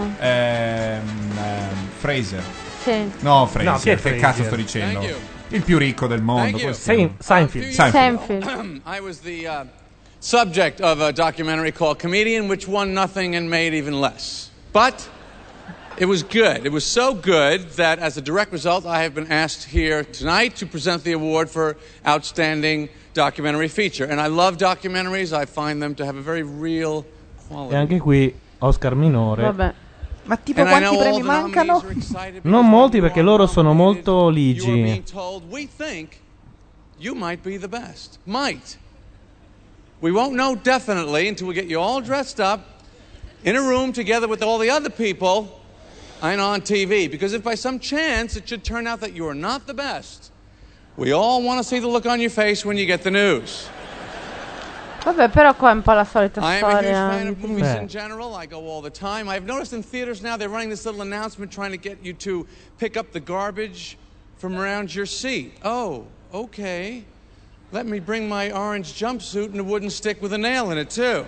questo? Fraser. Sì. No, Fraser, No, chi è che Fraser? cazzo sto dicendo? Il più ricco del mondo. Seinfeld. I was the subject of a documentary called Comedian, which won nothing and made even less. But it was good. It was so good that as a direct result, I have been asked here tonight to present the award for Outstanding Documentary Feature. And I love documentaries. I find them to have a very real quality. E anche qui Oscar minore. Vabbè. Ma tipo quanti premi mancano? Non molti perché loro sono molto You are being ligi. told, we think you might be the best. Might. We won't know definitely until we get you all dressed up in a room together with all the other people and on TV. Because if by some chance it should turn out that you are not the best, we all want to see the look on your face when you get the news. Vabbè, però qua è un po' la solita I am a huge storia. fan of movies in general. I go all the time. I've noticed in theaters now they're running this little announcement trying to get you to pick up the garbage from around your seat. Oh, okay. Let me bring my orange jumpsuit and a wooden stick with a nail in it too.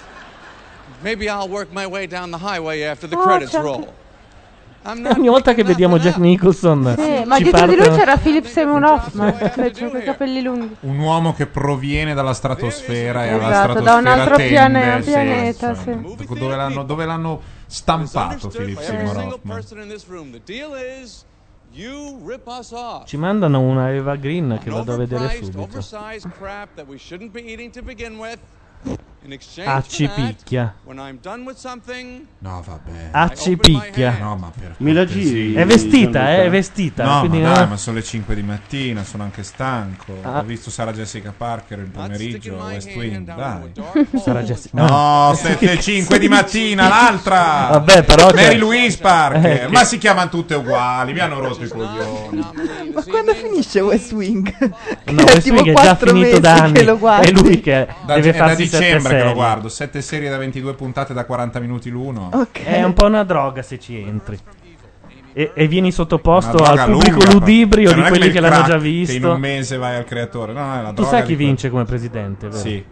Maybe I'll work my way down the highway after the credits roll. Ogni volta che vediamo Jack Nicholson Sì, ma ci dietro di lui partono- c'era Philip Seymour Hoffman, cioè con i capelli lunghi. Un uomo che proviene dalla stratosfera e alla Esatto, stratosfera da un altro tende, pianeta, sì, sì. insomma. Dove l'hanno stampato Philip Seymour Hoffman? Person in this room. The deal is you rip us off. Ci mandano una Eva Green che vado a vedere Overpriced, subito. oversized crap that we shouldn't be eating to begin with. In exchange Ah, for ci that, picchia. when I'm done with something, No, vabbè. Ah, ci picchia. No, ma per Me la cortesia. giri? È vestita, è vestita. No, quindi ma dai, no. ma sono le 5 di mattina, sono anche stanco. Ah. Ho visto Sarah Jessica Parker il pomeriggio, West Wing, dai. Sarà Jessica. No, 7-5 di mattina, l'altra. Vabbè, però Mary c'è- Louise Parker. che- Ma si chiamano tutte uguali, mi hanno rotto i coglioni. Ma quando finisce West Wing? No, West Wing è già finito da anni. Che lo guardi. È lui che deve È da farsi sette dicembre che lo serie. guardo, 7 serie da 22 puntate da 40 minuti l'uno. È un po' una droga se ci entri. E vieni sottoposto Una droga al pubblico lunga, ludibrio cioè, di non è quelli come che il l'hanno crack già che in visto. un mese vai al creatore. No, è la Tu droga sai chi di vince come presidente, vero? Sì.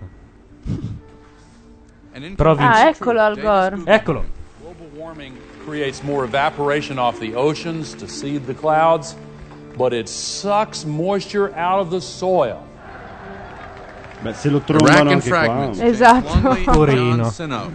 Però vince. Ah, eccolo Al Gore. Eccolo. Global warming creates more evaporation off the oceans to seed the clouds, but it sucks moisture out of the soil. Beh, se lo trombano anche qua. Esatto. Porino.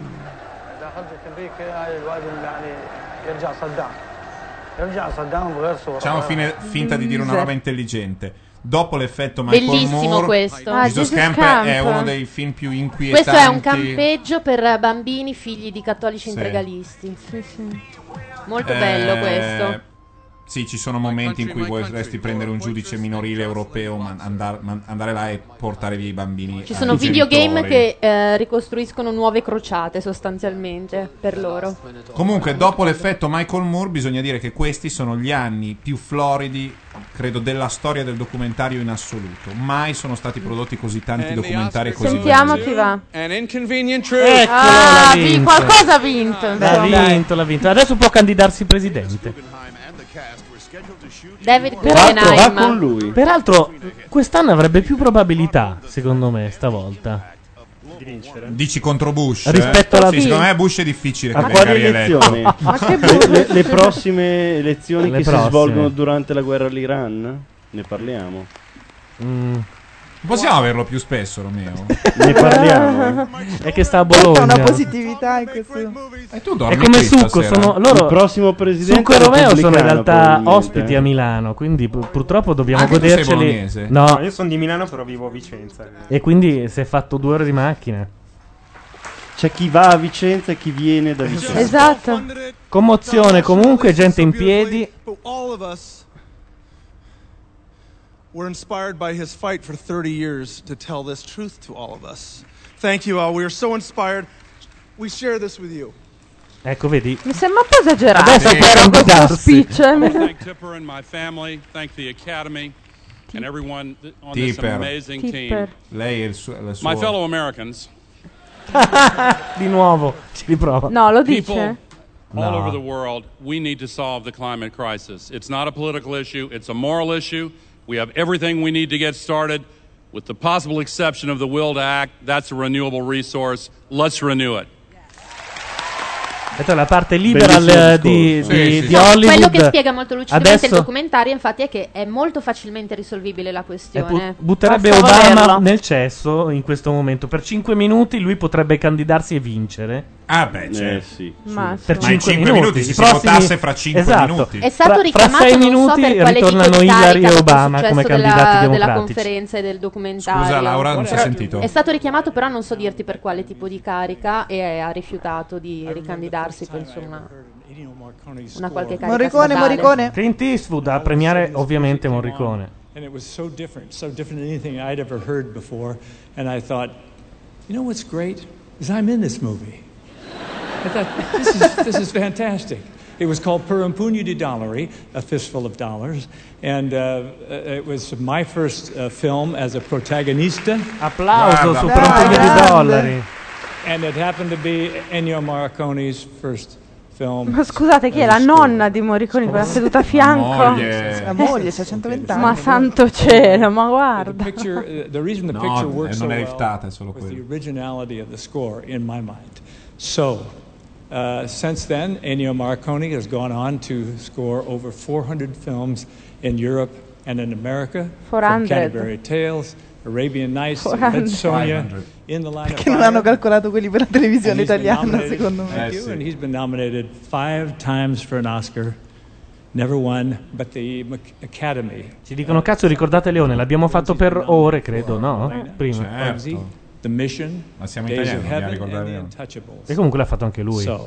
Facciamo finta di dire una roba intelligente. Dopo l'effetto Michael Bellissimo Moore, questo. Jesus Camp è uno dei film più inquietanti. Questo è un campeggio per bambini figli di cattolici Sì. integralisti. Molto bello questo. Sì, ci sono momenti in cui vorresti prendere un giudice minorile europeo, ma andare là e portare via i bambini. Ci sono ai videogame genitori. che ricostruiscono nuove crociate sostanzialmente per loro. Comunque, dopo l'effetto Michael Moore, bisogna dire che questi sono gli anni più floridi, credo, della storia del documentario in assoluto. Mai sono stati prodotti così tanti documentari e così Sentiamo belli. chi va. an inconvenient truth. Eccolo, Ah, l'ha vinto. qualcosa ha vinto. L'ha vinto. Adesso può candidarsi presidente. David Peraltro, Guggenheim. Peraltro, quest'anno avrebbe più probabilità, secondo me, stavolta. Dici contro Bush? Rispetto alla- Sì, secondo me Bush è difficile A che quali venga elezioni? rieletto. Ma che le prossime elezioni Le che prossime. si svolgono durante la guerra all'Iran? Ne parliamo. Possiamo averlo più spesso, Romeo? Ne parliamo. È che sta a Questa è Bologna. una positività in questo. E tu dormi È come qui Succo, stasera? sono loro. Il prossimo presidente Succo e è Romeo sono in repubblicano, realtà probabilmente. ospiti a Milano, quindi purtroppo dobbiamo Anche tu sei goderceli. bolognese? No, Io sono di Milano, però vivo a Vicenza. e quindi si è fatto 2 ore di macchina. C'è chi va a Vicenza e chi viene da Vicenza. Esatto. Commozione comunque, gente in piedi. We're inspired by his fight for 30 years to tell this truth to all of us. Thank you all. We are so inspired. We share this with you. Ecco, vedi. Mi sembra un po' esagerato Adesso però questo darsi. speech. Thank Tipper and my family. Thank the Academy and everyone on this Tipper. amazing Tipper. team. Lei è il suo. My fellow Americans. Di nuovo, ci riprova. No, lo People dice. all over the world, we need to solve the climate crisis. It's not a political issue, it's a moral issue. We have everything we need to get started. With the possible exception of the will to act, that's a renewable resource. Let's renew it. Questa è la parte liberal di No, Hollywood. quello che spiega molto lucidamente Adesso il documentario, infatti, è che è molto facilmente risolvibile la questione. butterebbe Basta Obama volerlo. nel cesso in questo momento. Per 5 minuti lui potrebbe candidarsi e vincere. Ah, beh, certo. sì. Ma Per Ma in 5 5 minuti, se I si votasse fra 5 esatto. minuti. È stato fra richiamato 6 non so minuti per quale tipo ritornano di Hillary carica e dopo il Obama come successo candidati della democratici. conferenza e del documentario. Scusa, Laura, non si è sentito. È stato richiamato, però non so dirti per quale tipo di carica, e ha rifiutato di ricandidarsi, penso una qualche carica statale. Clint Eastwood a premiare ovviamente Morricone. And it was so different than anything I'd ever heard before. And I thought, you know what's great? Is I'm in this movie. I thought, this is fantastic. It was called Per un pugno di dollari, A Fistful of Dollars. And it was my first film as a protagonista. Applauso su Per un pugno di dollari. And it happened to be Ennio Morricone's first film. Ma scusate, chi è la nonna di Morricone, quella seduta a fianco? La moglie, c'ha 120 anni. Ma santo cielo, ma guarda. The reason the No, picture works so non è well riftata, è solo was the quello. originality of the score in my mind. So, since then, Ennio Morricone has gone on to score over 400 films in Europe and in America. 400. From Canterbury Tales, Arabian Nights, 400. Red Sonja, 500. In the Line of Perché non Fire. hanno calcolato quelli per la televisione And he's been italiana, nominated- secondo me. Thank you. And he's been nominated 5 times for an Oscar. Never won, but the Academy. Ci dicono, cazzo, ricordate Leone, l'abbiamo fatto per ore, credo, no? Prima. Bugsy, The Mission, Ma siamo Days italiani, of dobbiamo Heaven, ricordare and The Leone. Untouchables. E comunque l'ha fatto anche lui. So,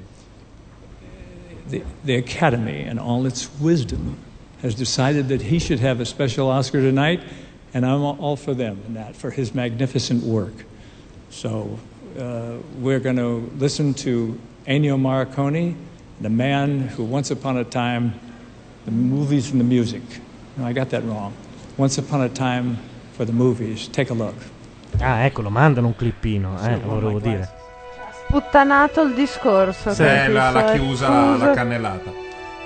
the Academy, in all its wisdom, has decided that he should have a special Oscar tonight, and I'm all for them in that, for his magnificent work. So, we're going to listen to Ennio Morricone, the man who once upon a time, the movies and the music. No, I got that wrong. Once upon a time for the movies. Take a look. Ah, ecco, lo mandano un clippino, volevo dire. Sputtanato il discorso. Sì, Clint la Eastwood. chiusa, Scusa. la cannellata.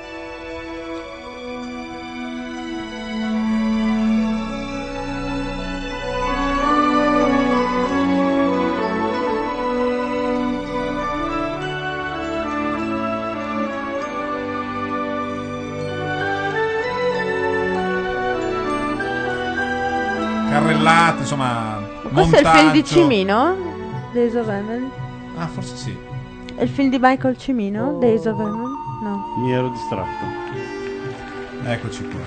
Carrellate, insomma, Questo è il film di montaggio. Cimino? Days of Heaven? Ah, forse sì. È il film di Michael Cimino? Days of Heaven? No. Mi ero distratto. Eccoci qua.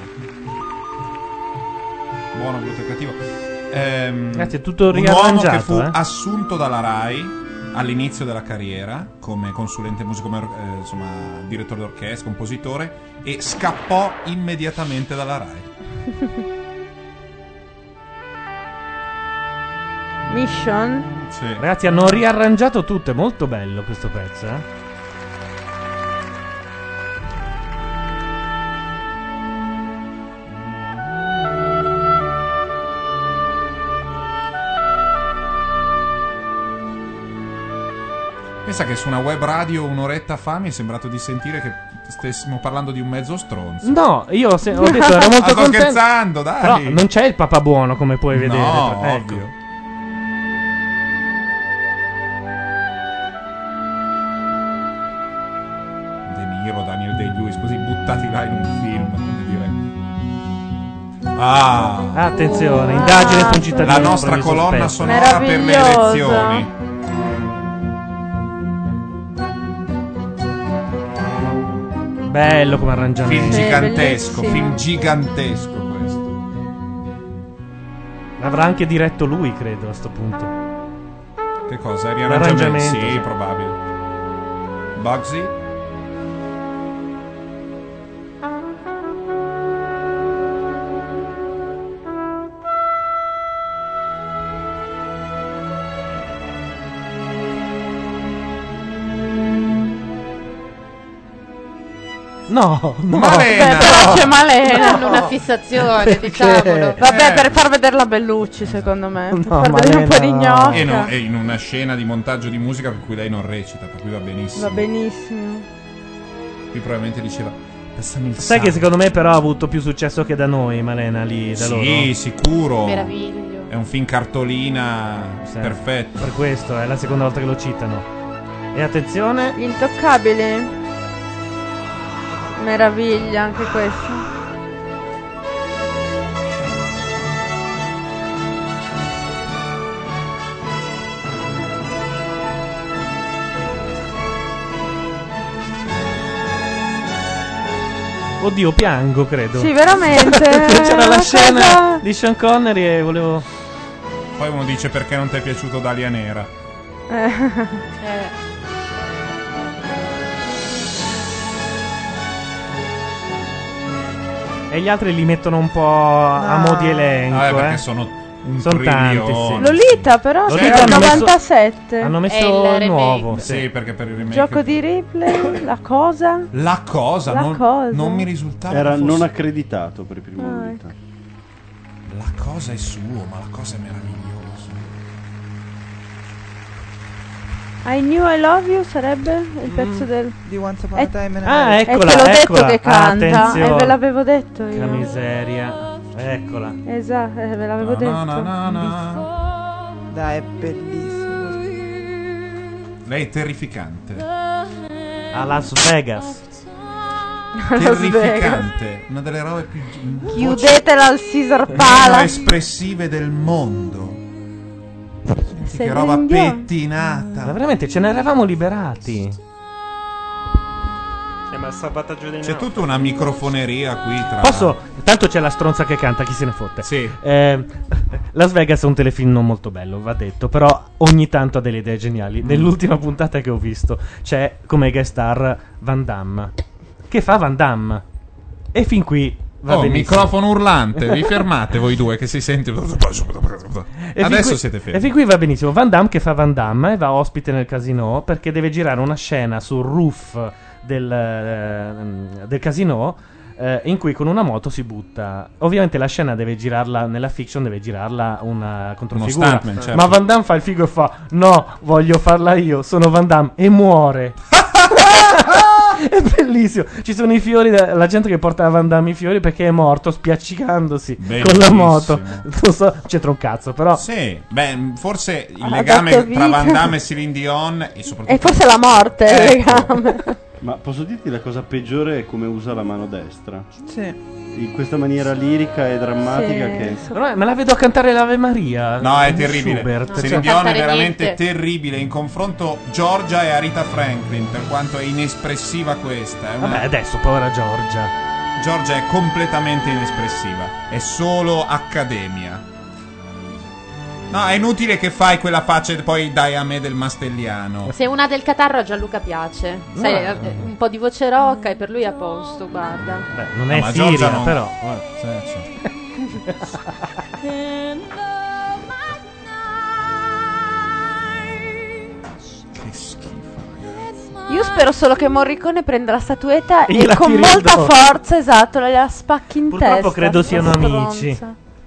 Buono, brutto e cattivo. Ragazzi, è tutto un uomo che riarrangiato, fu eh. assunto dalla RAI all'inizio della carriera come consulente musico, insomma, direttore d'orchestra, compositore, e scappò immediatamente dalla RAI. Mission? Sì. Ragazzi, hanno riarrangiato tutto, è molto bello questo pezzo, Pensa che su una web radio un'oretta fa mi è sembrato di sentire che stessimo parlando di un mezzo stronzo. No, io ho detto ero molto sto contento. scherzando, dai. Però non c'è il papà buono, come puoi vedere. No, ecco. ovvio. De Niro, Daniel Day-Lewis, così buttati là in un film, come dire. Ah, Attenzione, indagine su un cittadino. la nostra preso colonna sospetto. sonora per le elezioni. Bello come arrangiamento. Film gigantesco, film gigantesco questo. L'avrà anche diretto lui, credo, a sto punto. Che cosa? Riarrangiamento? L'arrangiamento, Sì, sì. probabile. Bugsy? No, no. Vabbè, però c'è Malena. Hanno una fissazione, Perché? diciamolo. Vabbè, per far vedere la Bellucci, secondo me. Per No, far vedere un po' di Malena. gnocca. E in una scena di montaggio di musica per cui lei non recita, per cui va benissimo. Va benissimo. Qui probabilmente diceva passami il Sai sangue. che secondo me però ha avuto più successo che da noi, Malena, lì da loro? Sì, sicuro. Meraviglio. È un film cartolina Sì. perfetto. Per questo è la seconda volta che lo citano. E attenzione, Gli Intoccabili. Meraviglia anche questo. oddio, piango, credo. Sì, veramente. C'era la Una scena cosa- di Sean Connery e volevo... Poi uno dice perché non ti è piaciuto Dalia Nera. E gli altri li mettono un po' a mo' di elenco, perché sono un Sono tanti, trilione. sì. Lolita però Lolita c'era il hanno messo- 97. hanno messo È il il remake. nuovo. Sì, perché per il remake. Gioco di Ripley, la cosa. La cosa, La non, cosa. non mi risultava. Era che fosse- non accreditato per il primo Ah, Lolita. La cosa è suo, ma la cosa è meravigliosa. I Knew I Love You sarebbe il pezzo del di Once Upon a Time in Ah, America. eccola, te l'ho detto eccola. che canta, Attenzione. e ve l'avevo detto io. Che miseria. Eccola. Esatto, ve l'avevo No, detto. no, no, no. Dai, è bellissimo. Lei è terrificante. A Las Vegas. Terrificante. Una delle robe più Chiudetela al Caesar meno Palace. espressive del mondo. Senti Sei che roba indiano. pettinata. Ma veramente ce ne eravamo liberati. Ma il salvataggio dei C'è tutta una microfoneria qui tra. Posso? Tanto c'è la stronza che canta, chi se ne fotte. Sì. Las Vegas è un telefilm non molto bello, va detto, però ogni tanto ha delle idee geniali. Nell'ultima puntata che ho visto c'è come guest star Van Damme, che fa Van Damme. E fin qui va benissimo. Microfono urlante, vi fermate voi due che si sente. E fin Adesso qui- siete E fermi. fin qui va benissimo. Van Damme che fa Van Damme e va ospite nel casino perché deve girare una scena sul roof del casino in cui con una moto si butta. Ovviamente la scena deve girarla nella fiction, deve girarla una controfigura. Uno stuntman, certo. Ma Van Damme fa il figo e fa: no, voglio farla io, sono Van Damme, e muore. È bellissimo. Ci sono i fiori, la gente che porta a Van Damme i fiori perché è morto spiaccicandosi con la Bellissimo. moto. Non so, c'entra un cazzo, però. Sì, beh, forse il Ha legame dato tra vita. Van Damme e Celine Dion e soprattutto E forse la morte il Ecco. legame. Ma posso dirti la cosa peggiore è come usa la mano destra? Sì. In questa maniera lirica e drammatica Sì, che... Però me la vedo a cantare l'Ave Maria. No, è di terribile. Schubert. Celine Cioè, Dion è cantare veramente niente. terribile. In confronto Georgia e Aretha Franklin, per quanto è inespressiva questa. È una- Vabbè, adesso, povera Giorgia. Georgia è completamente inespressiva. È solo accademia. No, è inutile che fai quella faccia e poi dai a me del Mastelliano. Se una del catarro a Gianluca piace. Sai, No. un po' di voce rocca e per lui è a posto, guarda. Beh, non No, è ma Siria, Giorgia non- però. Che schifo. Io spero solo che Morricone prenda la statuetta E e gliela con tiri molta addosso. forza, esatto, la spacchi in Purtroppo testa. credo sta siano stronza. amici.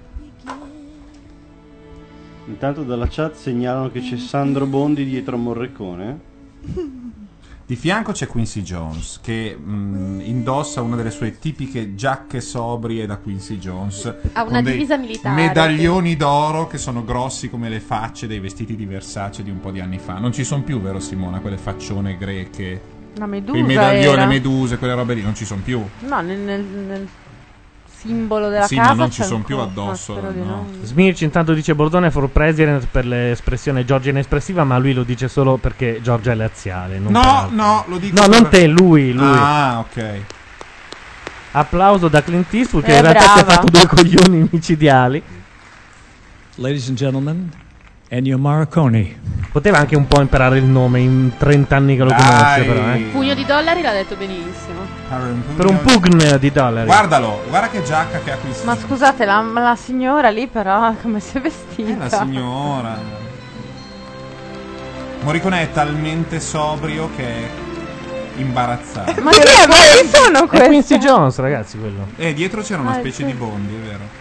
Intanto dalla chat segnalano che c'è Sandro Bondi dietro a Morricone. Di fianco c'è Quincy Jones che indossa una delle sue tipiche giacche sobrie da Quincy Jones. Ha una con dei divisa militare. medaglioni d'oro che sono grossi come le facce dei vestiti di Versace di un po' di anni fa. Non ci sono più, vero Simona? Quelle faccione greche. Una medusa Quei medaglioni, era. meduse, quelle robe lì non ci sono più. No, nel simbolo della Sì, casa ma non c'è ci sono più ancora, addosso, ma spero di no. Smirci intanto dice Bordone for president per l'espressione Giorgia inespressiva, ma lui lo dice solo perché Giorgia è laziale. Non per No, altro. no, lo dico No, non per- te, lui. Ah, ok. Applauso da Clint Eastwood che in realtà brava. si è fatto due coglioni micidiali. Ladies and gentlemen, Ennio Morricone. Poteva anche un po' imparare il nome in 30 anni che lo Dai. conosce, però. Pugno di dollari l'ha detto benissimo. Per un pugn di dollari. Guardalo, guarda che giacca che ha qui. Ma scusate, la signora lì però come si è vestita? La signora. Morricone è talmente sobrio che imbarazzato. Ma chi è? Ma chi sono È questi? Quincy Jones, ragazzi, quello. Dietro c'era una specie sì. di Bondi, è vero.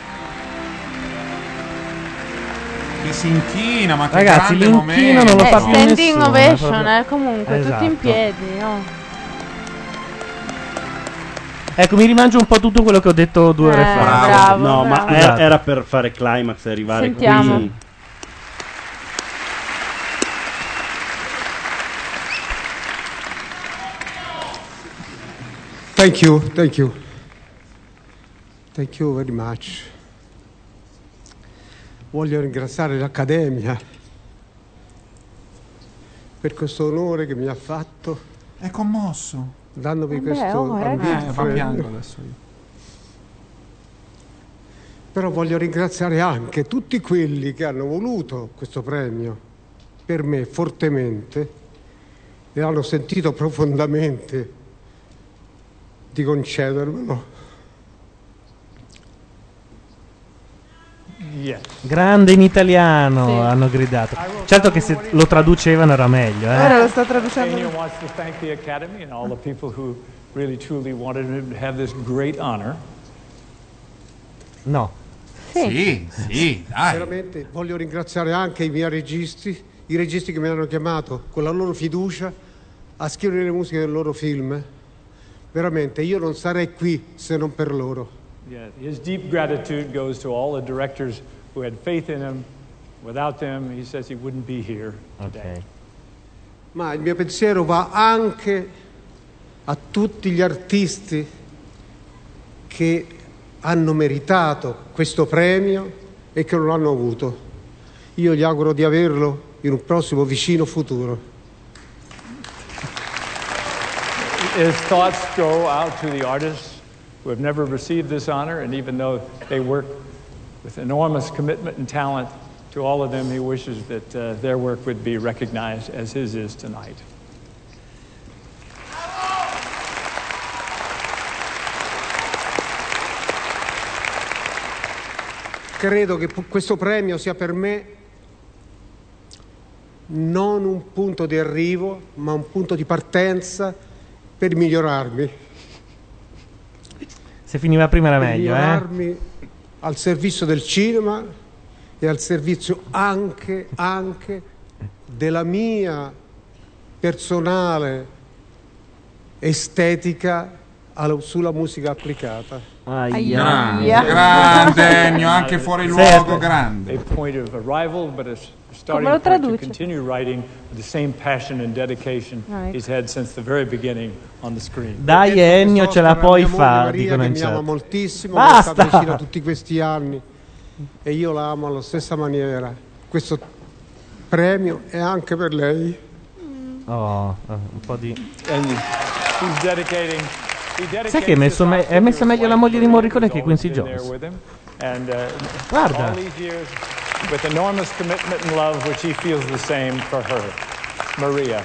Che si inchina, ma che Ragazzi, grande l'inchino momento. non lo fa più Standing nessuno, ovation, proprio. comunque, tutti Esatto. in piedi. Oh. Ecco, mi rimangio un po' tutto quello che ho detto 2 ore fa. bravo, No, ma bravo. era per fare climax e arrivare Sentiamo. qui. Thank you, thank you. Thank you very much. Voglio ringraziare l'Accademia per questo onore che mi ha fatto. È commosso. Dandomi Vabbè, questo ragazzi. Fa piango adesso io. Però voglio ringraziare anche tutti quelli che hanno voluto questo premio per me fortemente e hanno sentito profondamente di concedermelo. Grande in italiano, hanno gridato. Certo che se lo traducevano era meglio, Ora lo sta traducendo. Daniel wants to thank the Academy and all the people who really truly wanted him to have this great honor. No. Sì, dai. Veramente voglio ringraziare anche i miei registi, i registi che mi hanno chiamato con la loro fiducia a scrivere le musiche del loro film. Veramente, io non sarei qui se non per loro. Yeah, his deep gratitude goes to all the directors who had faith in him. Without them, he says he wouldn't be here today. Ma il mio pensiero va anche a tutti gli artisti che hanno meritato questo premio e che non l'hanno avuto. Io gli auguro di averlo in un prossimo vicino futuro. His thoughts go out to the artists who have never received this honor, and even though they work with enormous commitment and talent, to all of them he wishes that their work would be recognized as his is tonight. Credo che questo premio sia per me non un punto di arrivo, ma un punto di partenza per migliorarmi. Se finiva prima era Per meglio, migliorarmi al servizio del cinema e al servizio anche della mia personale estetica sulla musica applicata. Grande Ennio, anche fuori luogo, grande. A point of arrival, but a starting Come lo point to traduce? continue writing with the same passion and dedication ecco. he's had since the very beginning on the screen. Dai Ennio, ce la puoi Mia moglie fare, Maria, dicono che in mi ama chat. moltissimo, che è stata Basta! vicina tutti questi anni e io la amo alla stessa maniera. Questo premio è anche per lei. Oh, un po' di... He's dedicating. Sai che è messa meglio la moglie di Morricone che Quincy Jones? Guarda. All these years with enormous commitment and love, which he feels the same for her, Maria.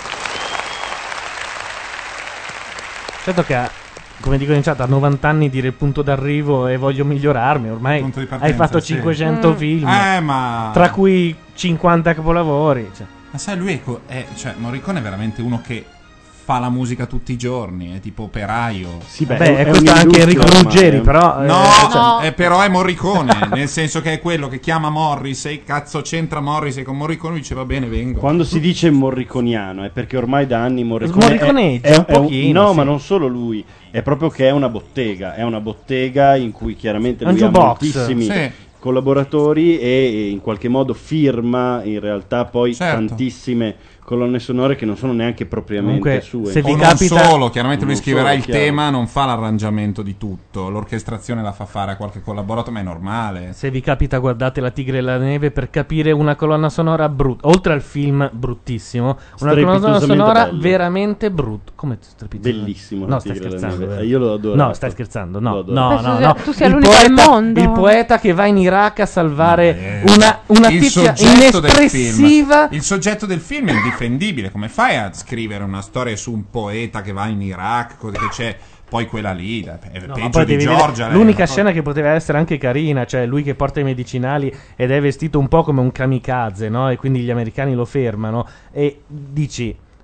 Certo che come dicono in chat, a 90 anni dire il punto d'arrivo e voglio migliorarmi, ormai Punto di partenza, hai fatto sì. 500 film, ma... tra cui 50 capolavori. Cioè. Ma sai, lui cioè, Morricone è veramente uno che fa la musica tutti i giorni, è tipo operaio. Sì, beh, è questo anche Enrico Ruggeri, però... No, però è Morricone, nel senso che è quello che chiama Morrissey, cazzo c'entra Morrissey con Morricone, lui dice va bene, vengo. Quando si dice morriconiano è perché ormai da anni Morricone Smorriconeggia un pochino, no, sì. ma non solo lui, è proprio che è una bottega in cui chiaramente Un lui ha jukebox. moltissimi Sì. collaboratori e in qualche modo firma in realtà poi Certo. tantissime colonne sonore che non sono neanche propriamente Comunque, sue. se vi O capita- non solo, chiaramente lui Non scriverà solo, il chiaro. tema, non fa l'arrangiamento di tutto, l'orchestrazione la fa fare a qualche collaboratore, ma è normale. Se vi capita, guardate La Tigre e la Neve per capire una colonna sonora brutta. Oltre al film bruttissimo, una colonna Strepitosamente sonora bello. veramente brutta. Come strepitosa? Bellissimo No, La stai Tigre e la scherzando. Neve. vero? Io lo adoro. No, stai scherzando. No, Lo adoro. no, Penso no, sia- no. tu sia l'unico al mondo. Il poeta che va in Iraq a salvare una Il tizia soggetto del inespressiva. film. Il soggetto del film è indifendibile. Come fai a scrivere una storia su un poeta che va in Iraq? Che c'è poi quella lì, è No, ma peggio poi di devi Giorgia. vedere l'unica scena che poteva essere anche carina, cioè lui che porta i medicinali ed è vestito un po' come un kamikaze, no? E quindi gli americani lo fermano e dici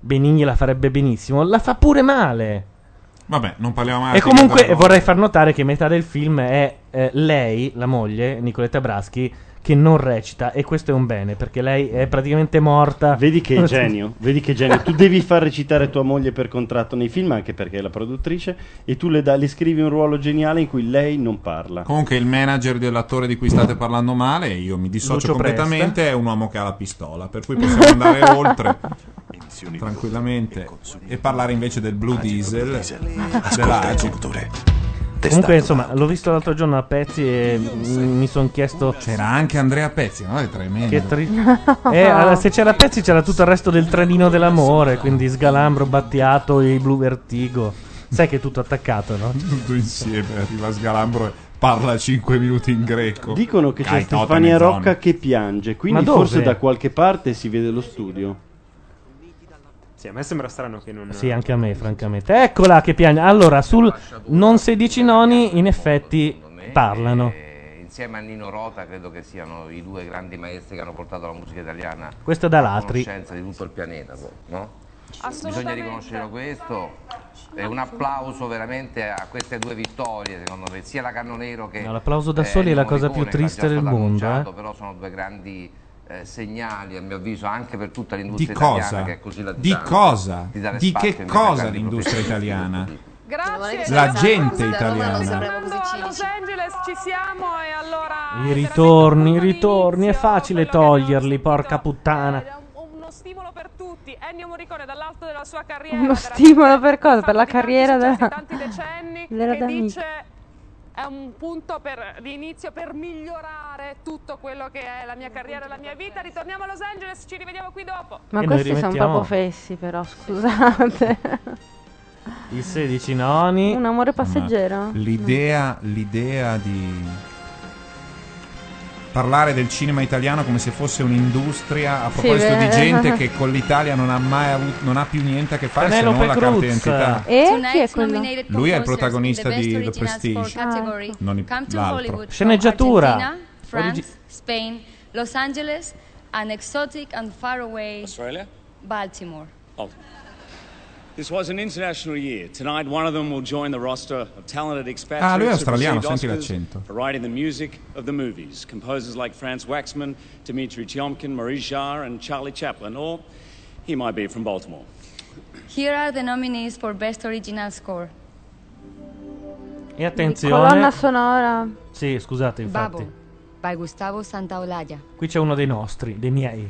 Benigni la farebbe benissimo, la fa pure male. Vabbè, non parliamo mai. E comunque vorrei far notare che metà del film è lei, la moglie, Nicoletta Braschi, che non recita, e questo è un bene, perché lei è praticamente morta. Vedi che è genio, vedi che genio. Tu devi far recitare tua moglie per contratto nei film, anche perché è la produttrice, e tu le scrivi un ruolo geniale in cui lei non parla. Comunque il manager dell'attore di cui state parlando male, io mi dissocio Lucio completamente, Presta. è un uomo che ha la pistola, per cui possiamo andare oltre tranquillamente e parlare invece del Blue Diesel della Agit. Comunque, insomma, l'ho visto l'altro giorno a pezzi e mi sono chiesto. C'era anche Andrea Pezzi, no? È tremendo. Se c'era Pezzi c'era tutto il resto del trenino dell'amore, quindi Sgalambro, Battiato, i Blue Vertigo. Sai che è tutto attaccato, no? Tutto insieme, arriva Sgalambro e parla 5 minuti in greco. Dicono che c'è Stefania Rocca che piange, quindi forse da qualche parte si vede lo studio. Sì, a me sembra strano che non... Sì, anche a me, francamente. Eccola che piange. Allora, sul Non 16 noni, in effetti, parlano. Insieme a Nino Rota credo che siano i due grandi maestri che hanno portato la musica italiana Questo è da alla Latri. conoscenza di tutto il pianeta, no? Bisogna riconoscere questo. E un applauso veramente a queste due vittorie, secondo me, sia la Cannonero che No, l'applauso da soli è la cosa più triste del mondo, però sono due grandi segnali, a mio avviso, anche per tutta l'industria Di cosa? italiana, che è così latitante, Di cosa? dare Di spazio che ai cosa grandi l'industria professionisti italiana? Grazie. La gente italiana. A Los Angeles ci siamo e allora I ritorni, è facile toglierli, porca puttana. uno stimolo per tutti. Ennio Morricone dall'alto della sua carriera. Uno stimolo per cosa? Per la carriera tanti decenni della che D'Amico. dice è un punto di inizio per migliorare tutto quello che è la mia carriera e la mia vita. Ritorniamo a Los Angeles, ci rivediamo qui dopo. Ma questi sono proprio fessi, però, scusate. I 16 noni. Un amore passeggero? L'idea di parlare del cinema italiano come se fosse un'industria, a proposito di gente che con l'Italia non ha più niente a che fare se non la carta d'identità. E chi è quello? Lui è il protagonista di The Prestige. Non l'altro. Sceneggiatura. Argentina, France, Spain, Los Angeles, an exotic and faraway Baltimore. This was an international year. Tonight, one of them will join the roster of talented Lui è expatriates who australiano, received senti Oscars l'accento. for writing the music of the movies. Composers like Franz Waxman, Dmitri Tiomkin, Maurice Jarre, and Charlie Chaplin, or he might be from Baltimore. Here are the nominees for Best Original Score. E attenzione. Colonna sonora. Sì, scusate, infatti. Babo, by Gustavo Santaolalla. Qui c'è uno dei nostri, dei miei.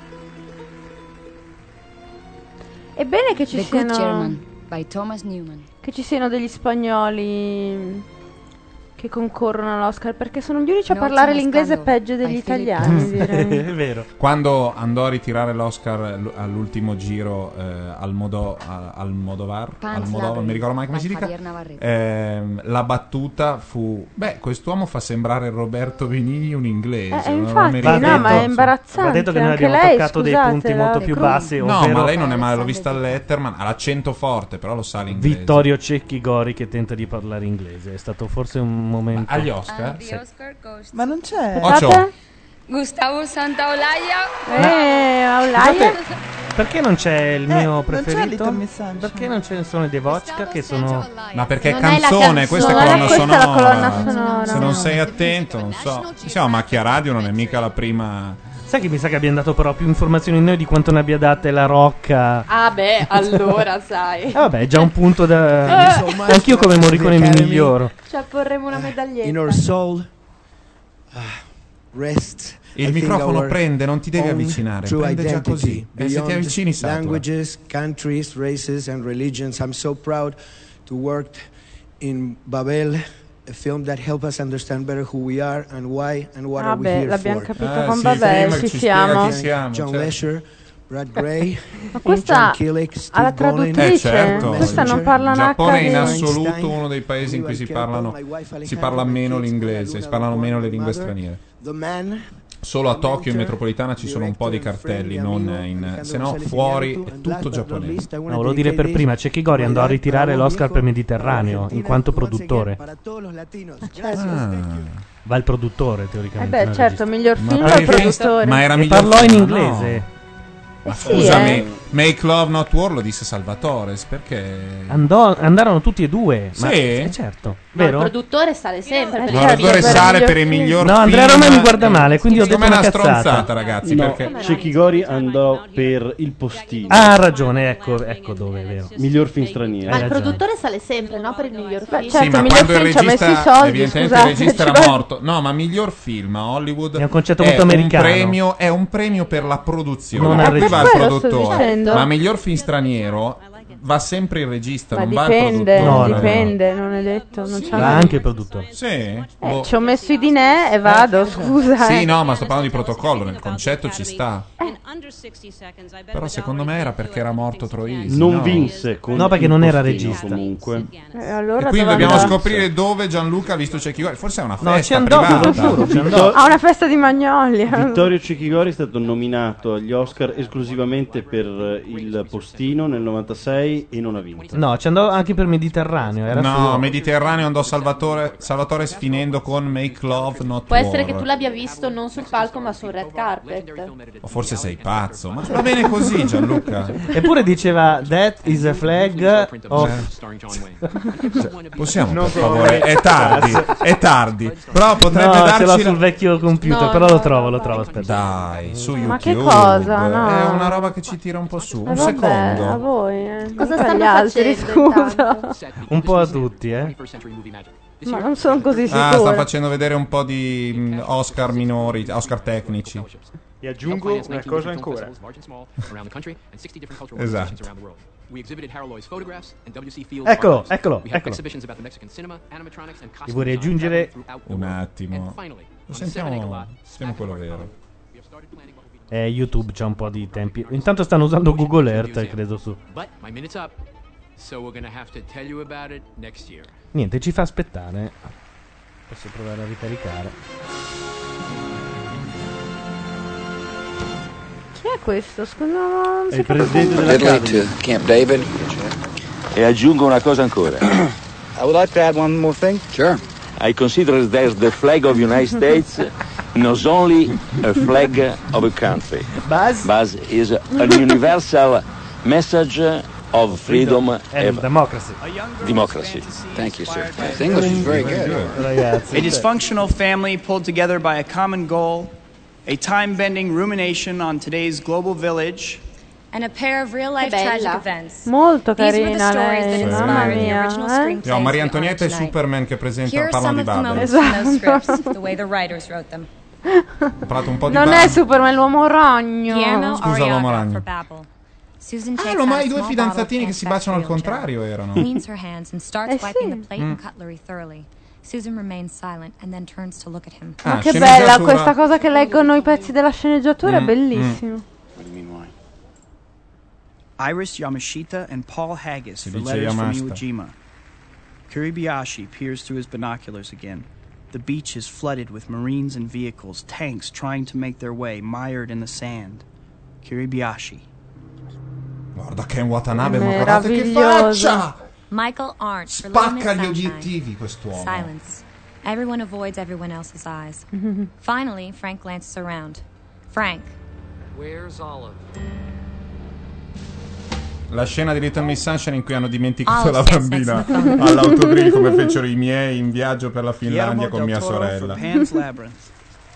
È bene che ci The Good siano German, by Thomas Newman. che ci siano degli spagnoli che concorrono all'Oscar, perché sono gli unici a No, parlare sono l'inglese scandalo. peggio degli italiani, direi. È vero. Quando andò a ritirare l'Oscar all'ultimo giro Almodovar, non mi ricordo mai come si dica, la battuta fu: beh, quest'uomo fa sembrare Roberto Benigni un inglese, un infatti, americano. no, ma è imbarazzante. Va detto che noi anche abbiamo lei, toccato dei scusate, punti molto più bassi. No, ovvero ma lei non è mai, l'ho vista a Letterman, ha l'accento forte, però lo sa l'inglese. Vittorio Cecchi Gori che tenta di parlare inglese. È stato forse un momento. Agli Oscar? The Oscar goes to Ma non c'è. Gustavo Santaolalla. Olaya. Perché non c'è il mio non c'è preferito? Little Miss Sunshine. Perché non ce ne sono dei Vodka che sono. Ma perché è Non è la canzone, questa è canzone, colonna questa è la sonora. colonna sonora. Se non sei attento, non so. Siamo a Macchia Radio, non è mica la prima. Sai che mi sa che abbiamo dato però più informazioni noi di quanto ne abbia date la Rocca. Ah beh, allora sai. Vabbè, è già un punto da. Anch'io come Morricone mi miglioro. Ci apporremo una medaglietta. In our soul rest. Il microfono prende, non ti devi avvicinare, prende già così. E se ti avvicini satura. Languages, countries, races and religions. I'm so proud to work in Babel, a film that helps us understand better who we are and why and what are we here l'abbiamo for. capito con Babel, ci siamo. John Lesher, Brad Gray, Ma questa alla traduttrice, questa non parla Il Giappone è in HD. assoluto uno dei paesi in cui si parla meno l'inglese, si parlano meno le lingue straniere. Solo a Tokyo in metropolitana ci sono un po' di cartelli, se no fuori è tutto giapponese. No, volevo dire per prima, Cecchi Gori andò a ritirare l'Oscar per Mediterraneo in quanto produttore. Va il produttore teoricamente. Beh, certo, miglior film Ma al produttore. Ma era e miglior parlò in film, inglese. no. Ma scusami, Make Love Not War lo disse Salvatore, perché Andarono tutti e due. Ma Sì? certo. No, il Vero? produttore sale sempre. il produttore sale per il miglior No, Andrea film. Roma mi guarda male, quindi ho detto Secondo me una è una cazzata. stronzata, ragazzi, No, perché Cecchigori andò per Il Postino. Ah, ha ragione, ecco dove è vero. Miglior film straniero. Ma il produttore sale sempre, no? Per il miglior film. sì, ma quando il regista evidentemente il regista era morto. No, ma miglior film a Hollywood è un concetto molto americano. È un premio per la produzione. Non Ma al qui va il regista. Quello sto produttore. dicendo. Ma miglior film straniero va sempre il regista, Ma non va il dipende, produttore. dipende, non è detto. Non c'hanno- Va anche il produttore. Sì. Boh. Ci ho messo i dinè e vado, scusa. Sì, no, ma sto parlando di protocollo, nel concetto ci sta. Però secondo me era perché era morto Troisi. Non no? vinse con No, perché Il non era Postino, regista. comunque. Allora E quindi dove dobbiamo andava? scoprire dove Gianluca ha visto Cecchigori. Forse è una festa No, ci andò, privata. giuro, ci andò. A una festa di Magnolia. Vittorio Cecchigori è stato nominato agli Oscar esclusivamente per Il Postino nel 96 e non ha vinto. No, ci andò anche per Mediterraneo. Era No, suo. Mediterraneo andò Salvatore sfinendo con Make Love Not Può War. essere che tu l'abbia visto non sul palco ma sul red carpet. O forse sei pazzo, ma va bene così, Gianluca. Eppure diceva That is a flag of... Possiamo, Non per favore? È tardi. Però potrebbe No, darci ce l'ho sul vecchio computer, però lo trovo, aspetta. Dai, su YouTube. Ma che cosa? No. È una roba che ci tira un po' su. Un Vabbè, secondo. a voi. Cosa Non stanno agli altri, facendo, scusa. Un po' a tutti, eh. Ma non sono così Ah, sicura. sta facendo vedere un po' di Oscar minori, Oscar tecnici. E aggiungo una cosa ancora. Esatto. Eccolo. E vorrei aggiungere un attimo. Sentiamo quello vero. YouTube c'ha un po' di tempi. Intanto stanno usando Google Earth, credo su. Niente, ci fa aspettare. Posso provare a ricaricare. Chi è questo? Scusa, non È si il presidente della Italy Academy. to Camp David. E aggiungo una cosa ancora. I would like to add one more thing. Sure. I consider that the flag of the United States not only a flag of a country, but is an universal message of freedom and democracy. Democracy. Thank you, sir. His English is very good. Ragazzi, A dysfunctional family pulled together by a common goal, a time-bending rumination on today's global village, and a pair of real-life tragic events. Molto These were the carina stories that lei, mamma inspired the mia. original screenplays No, Maria we Antonietta e honored tonight. Superman che presenta, Here are parlano some di of the Babel. moments from those scripts, the way the writers wrote them. Ho parlato un po' di Non Babel. è Superman, l'uomo ragno. Guillermo Scusa, l'uomo Arriaga ragno. for Babel. Susan takes Ah, ma out i a due small fidanzatini bottle che of si baciano al antibacterial contrario gel, erano. cleans her hands and starts wiping sì. the plate and cutlery thoroughly. Susan remains silent and then turns to look at him. Ma che bella questa cosa che leggono i pezzi della sceneggiatura, è bellissimo. Iris Yamashita and Paul Haggis Si for dice letters from Yamashita. Iwo Jima. Kiribayashi peers through his binoculars again. The beach is flooded with Marines and vehicles, tanks trying to make their way, mired in the sand. Kiribayashi. Guarda Ken Watanabe, ma guardate che faccia! Michael Arndt for Little Miss Spacca gli Sunshine. obiettivi quest'uomo. Silence. Everyone avoids everyone else's eyes. Finally, Frank glances around. Frank. Where's Olive? La scena di Little Miss Sunshine in cui hanno dimenticato Olive la stands bambina next to the phone. all'autogrill come fecero i miei in viaggio per la Finlandia Guillermo con del mia Toro sorella. for Pan's Labyrinth.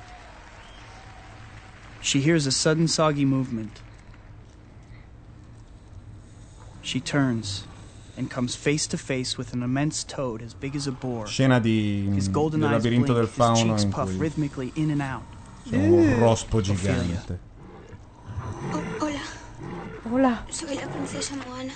She hears a sudden soggy movement. She turns and comes face to face with an immense toad as big as a boar. Scena di His golden del eyes labirinto blink, del his fauno cheeks in puff cui rhythmically in and out. c'è un rospo gigante. Hola, Hola. soy la princesa Moana.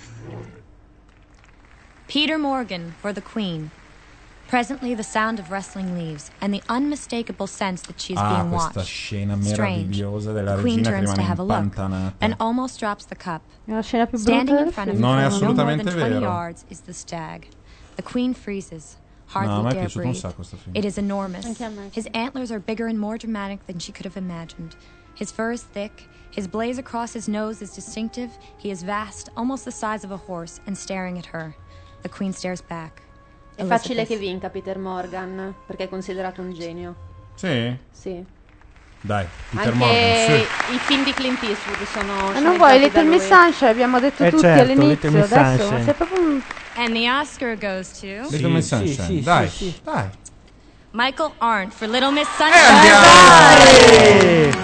Peter Morgan for the Queen. Presently, the sound of rustling leaves and the unmistakable sense that she's Ah, being questa watched. scena Strange. meravigliosa della The Queen regina che turns to rimane have a look impantanata. and almost drops the cup. È la scena più Standing brutta in del front of film. Non è her, no more assolutamente than 20 vero. yards is the stag. The Queen freezes. No, a Hardly me è dare piaciuto un breathe. sacco sto film. It is enormous. Anche a me. His antlers are bigger and more dramatic than she could have imagined. His fur is thick. His blaze across his nose is distinctive. He is vast, almost the size of a horse, and staring at her. The Queen stares back. È facile che vinca Peter Morgan, perché è considerato un genio. Sì? Sì. Dai, Peter Anche Morgan, i film di Clint Eastwood sono Ma non vuoi sceneggiati da Little Miss lui. Sunshine? Abbiamo detto tutti certo, all'inizio. Little Miss Adesso Sunshine. sei proprio un... And the Oscar goes to Little Miss Sunshine, dai, dai. Michael Arndt for Little Miss Sunshine.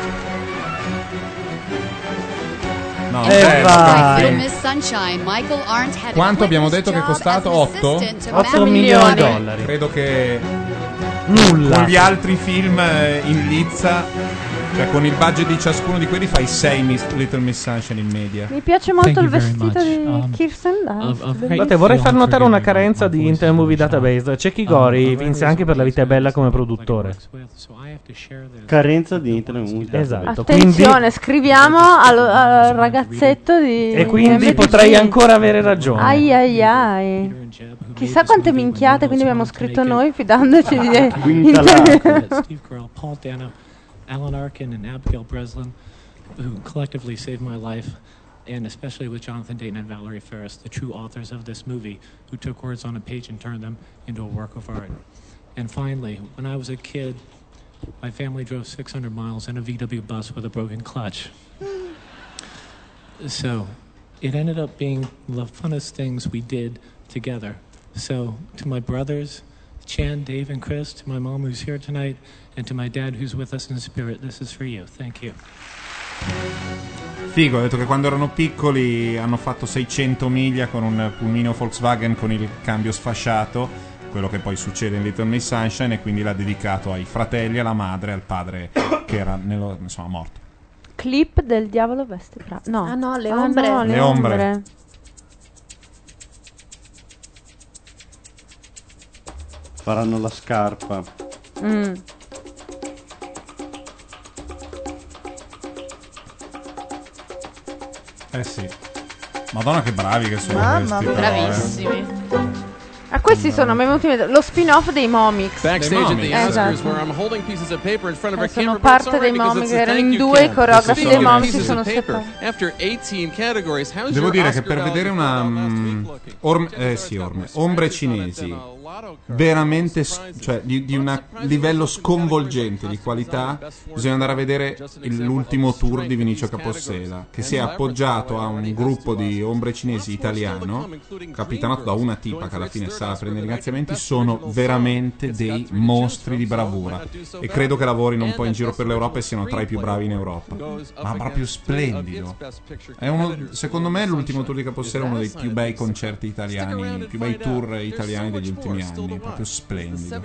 No, Little Miss Sunshine, Michael Arndt had Quanto abbiamo detto che è costato? 8? 8 milioni di dollari. Credo che Nulla. con gli altri film in lizza, cioè con il budget di ciascuno di quelli fai 6 Little Miss Sunshine in media. Mi piace molto il vestito di Kirsten Dunst. Guardate, vorrei far notare una carenza di Internet Movie Database. Cecchi Gori vinse anche per La vita è bella come produttore. Carenza di Internet Movie Database. Esatto. Attenzione, scriviamo al ragazzetto di... E quindi potrei ancora avere ragione. Ai ai ai. Chissà quante minchiate quindi abbiamo scritto noi fidandoci di... Steve Carell, Paul Dano, Alan Arkin, and Abigail Breslin, who collectively saved my life, and especially with Jonathan Dayton and Valerie Ferris, the true authors of this movie, who took words on a page and turned them into a work of art. And finally, when I was a kid, my family drove 600 miles in a VW bus with a broken clutch. So, it ended up being the funnest things we did together. So, to my brothers, Chan, Dave, and Chris, to my mom who's here tonight, and to my dad who's with us in spirit, this is for you. Thank you. Figo, ha detto che quando erano piccoli hanno fatto 600 miglia con un pulmino Volkswagen con il cambio sfasciato, quello che poi succede in Little Miss Sunshine, e quindi l'ha dedicato ai fratelli, alla madre e al padre che era morto. Clip del Diavolo veste Prada. No. Ah no, le ombre. No, Le ombre. Faranno la scarpa. Sì. Madonna che bravi che sono Mamma questi. mia. Bravissimi. Ah, questi sono lo spin-off dei Momix. Backstage at the Oscars, Esatto. where I'm holding pieces of paper in front of our Sono camera, but it's parte all right dei because Momix, it's a erano thank in you due, i camp. coreografi So dei many Momix si pieces sono of paper. separati. After 18 categories, how's Devo your dire che Oscar per vedere value una ombre cinesi veramente cioè di un livello sconvolgente di qualità, bisogna andare a vedere l'ultimo tour di Vinicio Capossela, che si è appoggiato a un gruppo di ombre cinesi italiano capitanato da una tipa che alla fine sa prendere i finanziamenti. Sono veramente dei mostri di bravura e credo che lavorino un po' in giro per l'Europa e siano tra i più bravi in Europa, ma proprio splendido. È secondo me l'ultimo tour di Capossela è uno dei più bei concerti italiani, più bei tour italiani degli ultimi anni, proprio splendido.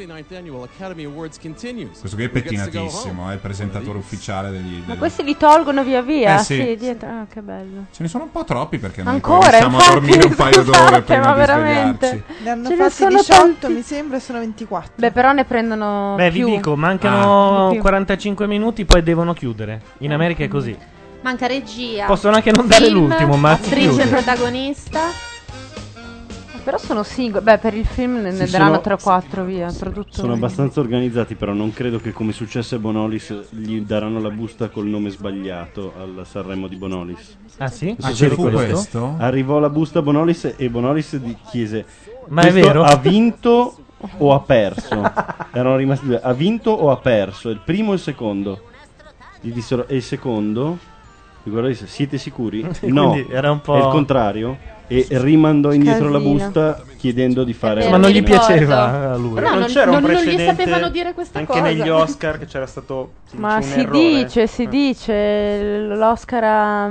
Questo qui è pettinatissimo, è il presentatore ufficiale Ma questi li tolgono via via? Sì. Dietro. Ah, che bello. Ce ne sono un po' troppi perché noi Ancora, poi riusciamo a dormire un paio d'ore scusate, prima ma di veramente. svegliarci. Ne hanno Ce ne fatti sono 18 tanti. mi sembra, e sono 24. Beh, però ne prendono Beh, più. vi dico, mancano di più. 45 minuti, poi devono chiudere. In America è così. Manca regia. Possono anche non dare film, l'ultimo, ma si attrice chiude. protagonista. Però sono singoli. Beh, per il film ne Sì, daranno sono- 3 o 4 via. Produttori. Sono abbastanza organizzati, però non credo che, come successe a Bonolis, gli daranno la busta col nome sbagliato al Sanremo di Bonolis. Ah, sì? Ah, ci fu questo? Arrivò la busta a Bonolis e Bonolis chiese: Ma è "Questo vero?" ha vinto o ha perso? Erano rimasti due: ha vinto o ha perso? Il primo e il secondo. Gli dissero: e il secondo? E quello disse: siete sicuri? No, Quindi era un po'- è il contrario. E rimandò indietro la Casino. busta chiedendo di fare. Ma non gli mi ricordo. piaceva a lui. No, non c'era un non gli precedente sapevano dire questa anche cosa. negli Oscar che c'era stato Ma un si errore. dice l'Oscar a...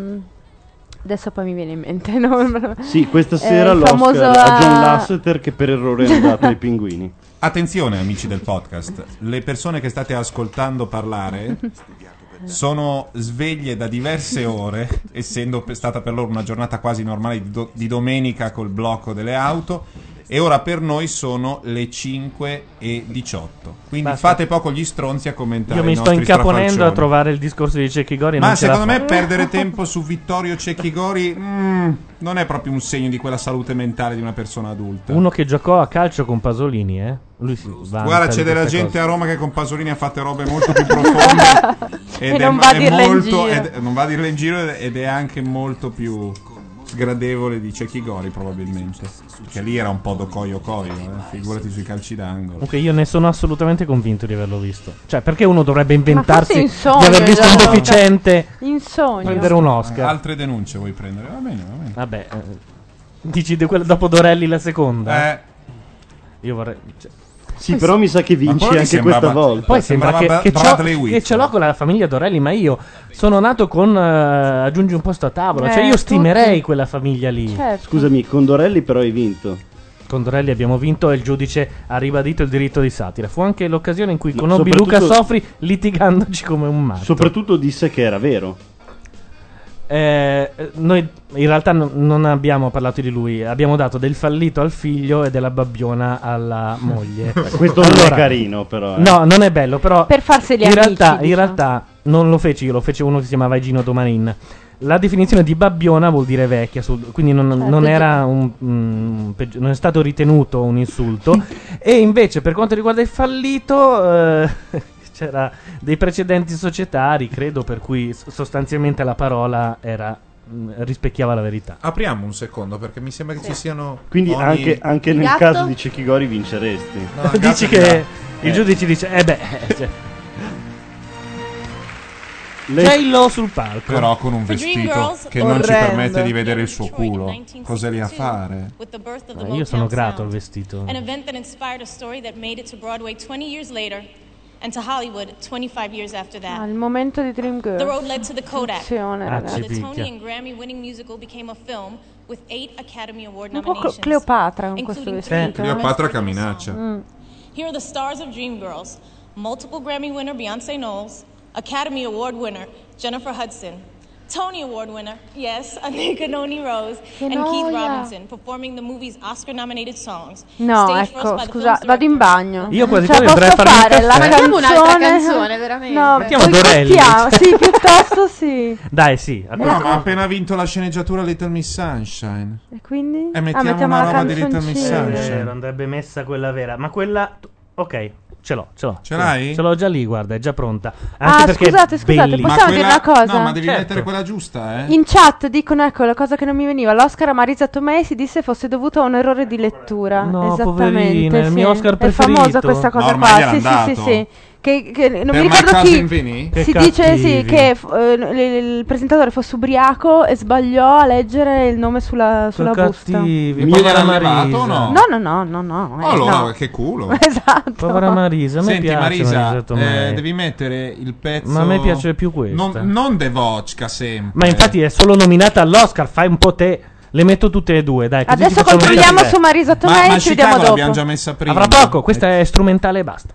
Adesso poi mi viene in mente. No? Sì, questa sera il l'Oscar famoso a John Lasseter che per errore è andato ai Pinguini. Attenzione amici del podcast, le persone che state ascoltando parlare sono sveglie da diverse ore, essendo stata per loro una giornata quasi normale di domenica col blocco delle auto, e ora per noi sono le 5:18. Quindi Basta. fate poco gli stronzi a commentare Io mi i sto nostri incaponendo a strafalcioni. trovare il discorso di Cecchi Gori. Ma non ce la secondo me fa. perdere tempo su Vittorio Cecchi Gori non è proprio un segno di quella salute mentale di una persona adulta. Uno che giocò a calcio con Pasolini, Lui si vanta Guarda, di c'è della queste gente cose. a Roma che con Pasolini ha fatto robe molto più profonde E non va a dirla in giro. non va a dirla in giro ed è anche molto più sgradevole di Cecchi Gori probabilmente, perché lì era un po' docoio figurati sui calci d'angolo. Comunque io ne sono assolutamente convinto di averlo visto. Cioè, perché uno dovrebbe inventarsi in sogno, di aver visto un deficiente in sogno prendere un Oscar? Altre denunce vuoi prendere? Va bene. Vabbè, dici dopo Dorelli la seconda? Io vorrei... Sì, però mi sa che vinci anche questa volta. Poi sembra che ce l'ho con la famiglia Dorelli, ma io sono nato con aggiungi un posto a tavola. Cioè io stimerei quella famiglia lì. Certo. Scusami, con Dorelli però hai vinto. Con Dorelli abbiamo vinto e il giudice ha ribadito il diritto di satira. Fu anche l'occasione in cui conobbi Luca Sofri litigandoci come un matto. Soprattutto disse che era vero. Noi in realtà non abbiamo parlato di lui, abbiamo dato del fallito al figlio e della babbiona alla moglie. Questo non è carino, però. No, non è bello, però. Per farseli in amici, in realtà non lo feci io, lo fece uno che si chiamava Egino Domanin. La definizione di babbiona vuol dire vecchia, quindi non era non è stato ritenuto un insulto. E invece per quanto riguarda il fallito c'era dei precedenti societari, credo, per cui sostanzialmente la parola rispecchiava la verità. Apriamo un secondo perché mi sembra che ci siano. Quindi anche nel caso di Cecchi Gori vinceresti. No, dici che il giudice dice J-Lo sul palco, però con un vestito che non ci permette di vedere il suo culo. Cos'è lì a fare? Io sono grato al vestito. An event that inspired a story that made it to Broadway 20 years later and to Hollywood 25 years after that. Il momento di Dreamgirls. The road led to the Kodak. Ragazzi. The Tony and Grammy winning musical became a film with 8 Academy Award un po' nominations. Cleopatra con questo vestito. Cleopatra camminaccia. Here are the stars of Dreamgirls. Multiple Grammy winner Beyoncé Knowles, Academy Award winner Jennifer Hudson, Tony Award winner, yes, Anika Noni Rose, and Keith Robinson performing the movie's Oscar-nominated songs. No, ecco, scusa, vado in bagno. Io quasi poi andrei a fare la Mettiamo un'altra canzone, canzone, veramente. No, Mettiamo Dorelli. sì, piuttosto sì. Dai, sì. No, ma ha appena vinto la sceneggiatura Little Miss Sunshine. E quindi? Mettiamo una roba di Little Miss Sunshine. Andrebbe messa quella vera, ma quella... Ok. Ce l'ho. Ce l'hai? Ce l'ho già lì, guarda, è già pronta. Anche perché scusate, possiamo dire una cosa? No, ma devi mettere quella giusta, In chat dicono, ecco, la cosa che non mi veniva. L'Oscar a Marisa Tomei si disse fosse dovuto a un errore di lettura. No, esattamente. Poverina, è il mio Oscar preferito. È famosa questa cosa qua. Sì. Che non mi ricordo chi si dice che il presentatore fosse ubriaco e sbagliò a leggere il nome sulla busta. Povera Marisa. No. Allora, che culo. Esatto. Povera Marisa, a me Senti, piace Marisa, devi mettere il pezzo. Ma a me piace più questa. Non De Vochka sempre. Ma infatti è solo nominata all'Oscar, fai un po' te. Le metto tutte e due, dai. Adesso controlliamo su Marisa Tomei e ci vediamo dopo. L'abbiamo già messa prima. Avrà poco, questa è strumentale e basta.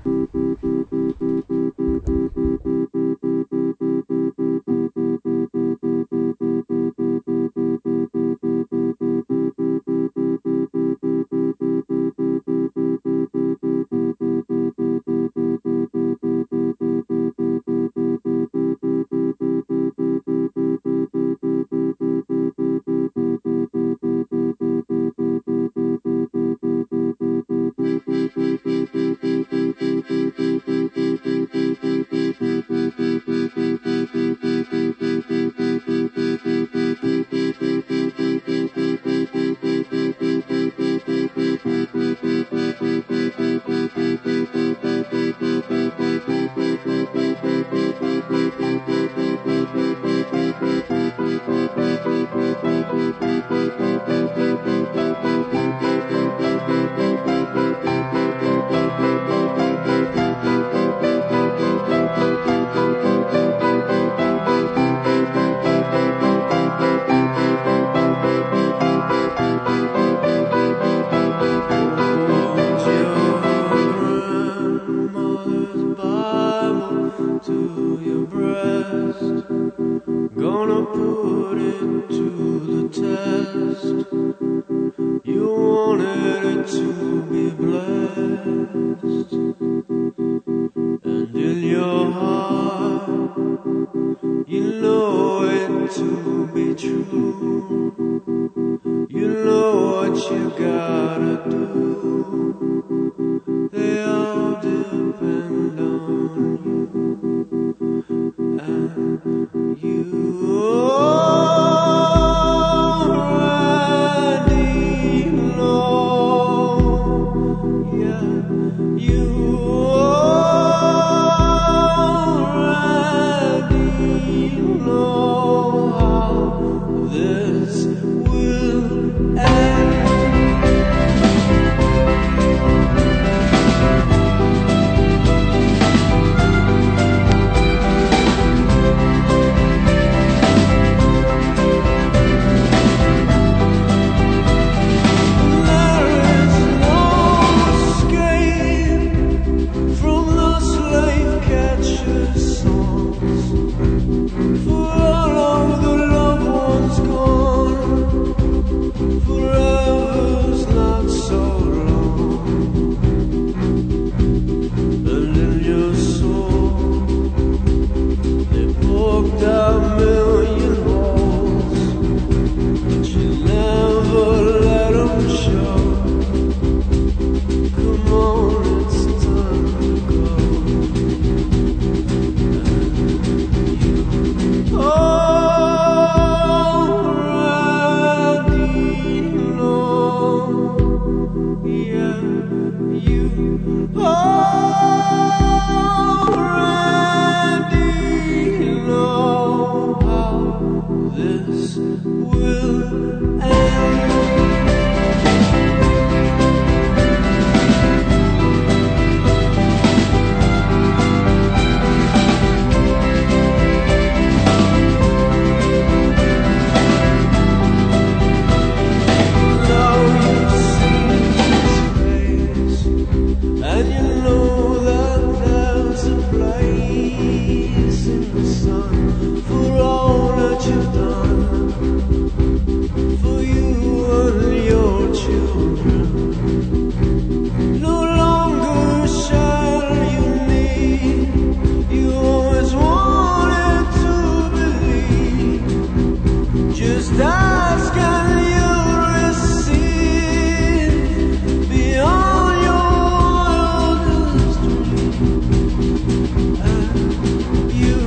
the sun for all that you've done for you and your children. No longer shall you need, you always wanted to believe. Just ask and you'll receive beyond your wildest dream. And you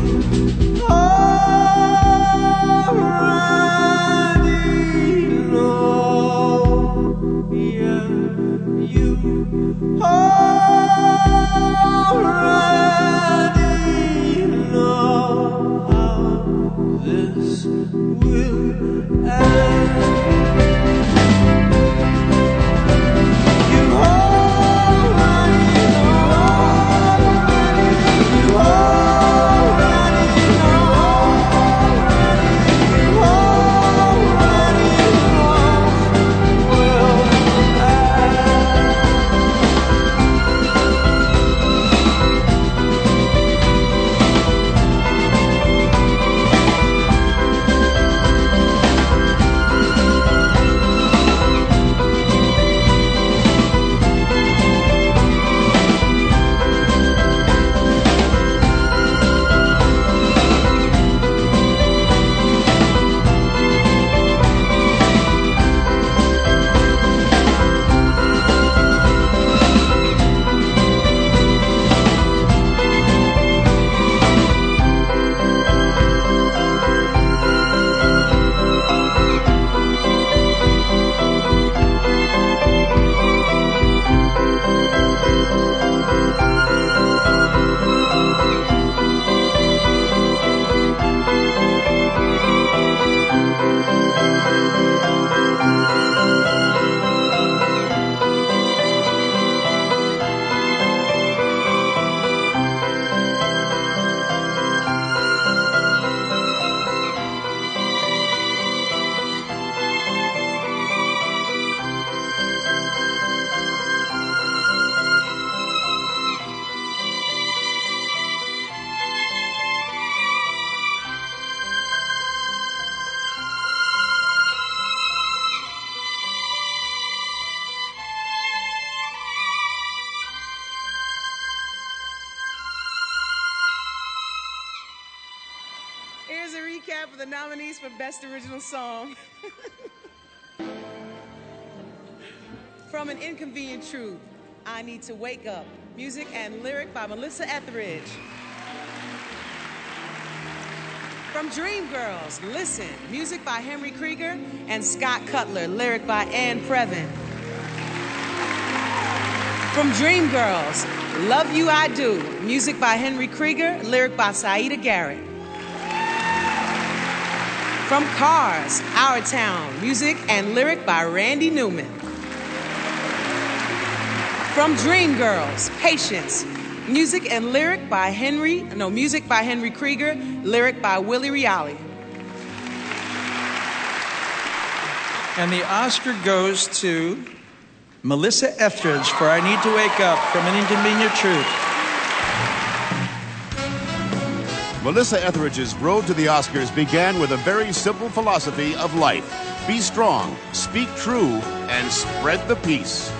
already know, yeah, you already know how this will end. You already Here's a recap of the nominees for Best Original Song. From An Inconvenient Truth, I Need to Wake Up. Music and lyric by Melissa Etheridge. From Dreamgirls, Listen. Music by Henry Krieger and Scott Cutler. Lyric by Ann Previn. From Dreamgirls, Love You I Do. Music by Henry Krieger. Lyric by Saida Garrett. From Cars, Our Town. Music and lyric by Randy Newman. From Dreamgirls, Patience. Music and lyric by music by Henry Krieger, lyric by Willie Riali. And the Oscar goes to Melissa Etheridge for I Need to Wake Up, From An Inconvenient Truth. Melissa Etheridge's road to the Oscars began with a very simple philosophy of life. Be strong, speak true, and spread the peace.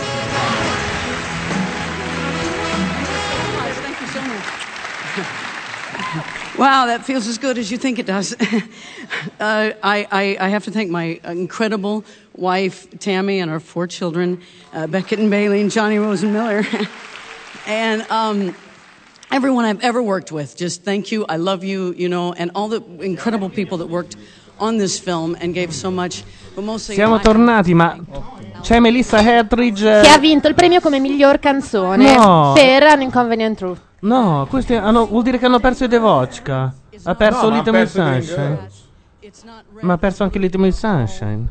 Thank you so much. Wow, that feels as good as you think it does. I have to thank my incredible wife, Tammy, and our 4 children, Beckett and Bailey and Johnny Rosenmiller. And everyone I've ever worked with, just thank you, I love you, and all the incredible people that worked on this film and gave so much, but mostly... Siamo tornati, ma c'è Melissa Etheridge che ha vinto il premio come miglior canzone per An Inconvenient Truth. No, questi vuol dire che hanno perso i Devochka. Ha perso Little Miss Sunshine. Ma ha perso anche Little Miss Sunshine.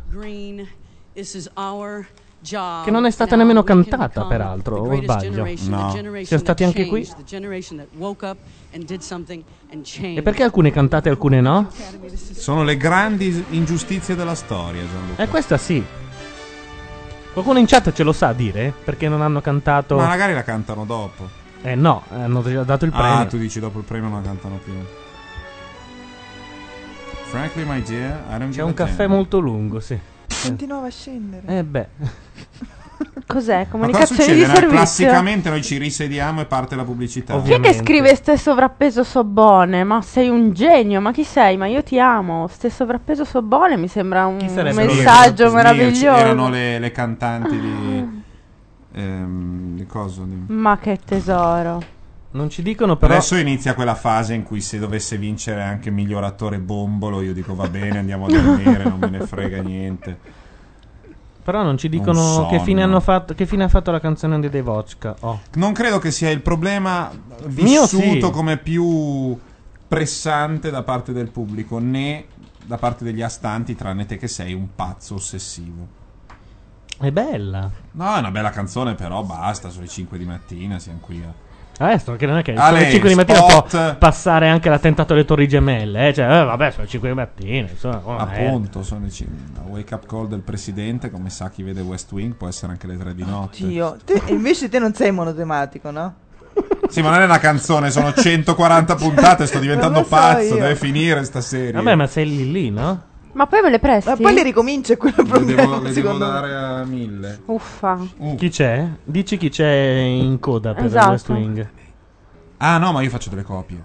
Che non è stata nemmeno cantata, peraltro, o sbaglio? No. Siamo stati anche qui. E perché alcune cantate e alcune no? Sono le grandi ingiustizie della storia, Gianluca. Questa sì. Qualcuno in chat ce lo sa dire? Perché non hanno cantato... Ma magari la cantano dopo. No, hanno già dato il premio. Ah, tu dici dopo il premio non la cantano più. Frankly, my dear, I don't C'è give un a caffè damn. molto lungo, sì. Continuava a scendere. Beh. Cos'è? Ma cosa Comunicazione succede? di Noi servizio? classicamente noi ci risediamo e parte la pubblicità. Chi è che scrive ste sovrappeso sobbone? Ma sei un genio, ma chi sei? Ma io ti amo. Ste sovrappeso sobbone mi sembra un messaggio Sì, meraviglioso. erano le cantanti di coso. Ma che tesoro. Non ci dicono però. Adesso inizia quella fase in cui se dovesse vincere anche miglior attore Bombolo, io dico va bene, andiamo a dormire, non me ne frega niente. Però non ci dicono sonno. che fine ha fatto la canzone di Dave Vodka. Non credo che sia il problema Mio vissuto sì. come più pressante da parte del pubblico, né da parte degli astanti, tranne te che sei un pazzo ossessivo. È bella. No, è una bella canzone, però basta, sono le 5 di mattina, siamo qui a... Adesso che non è che Ale, alle 5 di mattina spot. può passare anche l'attentato alle Torri Gemelle, cioè vabbè, sono le 5 di mattina, insomma, Appunto, sono le la wake up call del presidente, come sa chi vede West Wing, può essere anche le 3 di notte. Dio, invece te non sei monotematico, no? Sì, ma non è una canzone, sono 140 puntate, sto diventando Non lo so pazzo, io. deve finire sta serie. Vabbè, ma sei lì, no? Ma poi me le presti? Ma poi le ricomincia, è quello il Le problema, devo secondo me. dare a 1000. Uffa. Chi c'è? Dici chi c'è in coda per Esatto. West Wing. Ah no, ma io faccio delle copie.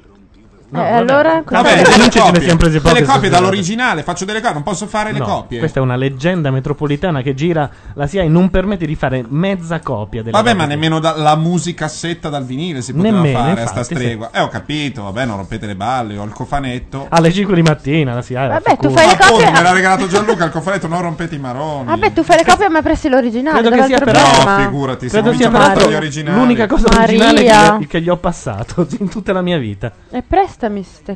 No, allora Vabbè, le delle denunce ce ne copie, siamo prese poche delle copie stasera. dall'originale, faccio delle copie, non posso fare le No, copie. questa è una leggenda metropolitana che gira la SIAE e non permette di fare mezza copia delle Vabbè, robe. ma nemmeno la musicassetta dal vinile si poteva Nemmeno, fare a sta infatti, stregua. Ho capito, vabbè, non rompete le balle, ho il cofanetto. Alle 5 di mattina la SIAE. Vabbè, tu vaffanculo. fai le copie. Me l'ha regalato Gianluca, il cofanetto, non rompete i maroni. Vabbè, tu fai le copie e mi presti l'originale. Credo dov'è che il sia però- problema? No, figurati, Credo siamo sia vinciati peraltro gli originali. l'unica cosa Maria. originale che gli ho passato in tutta la mia vita. E prestami sti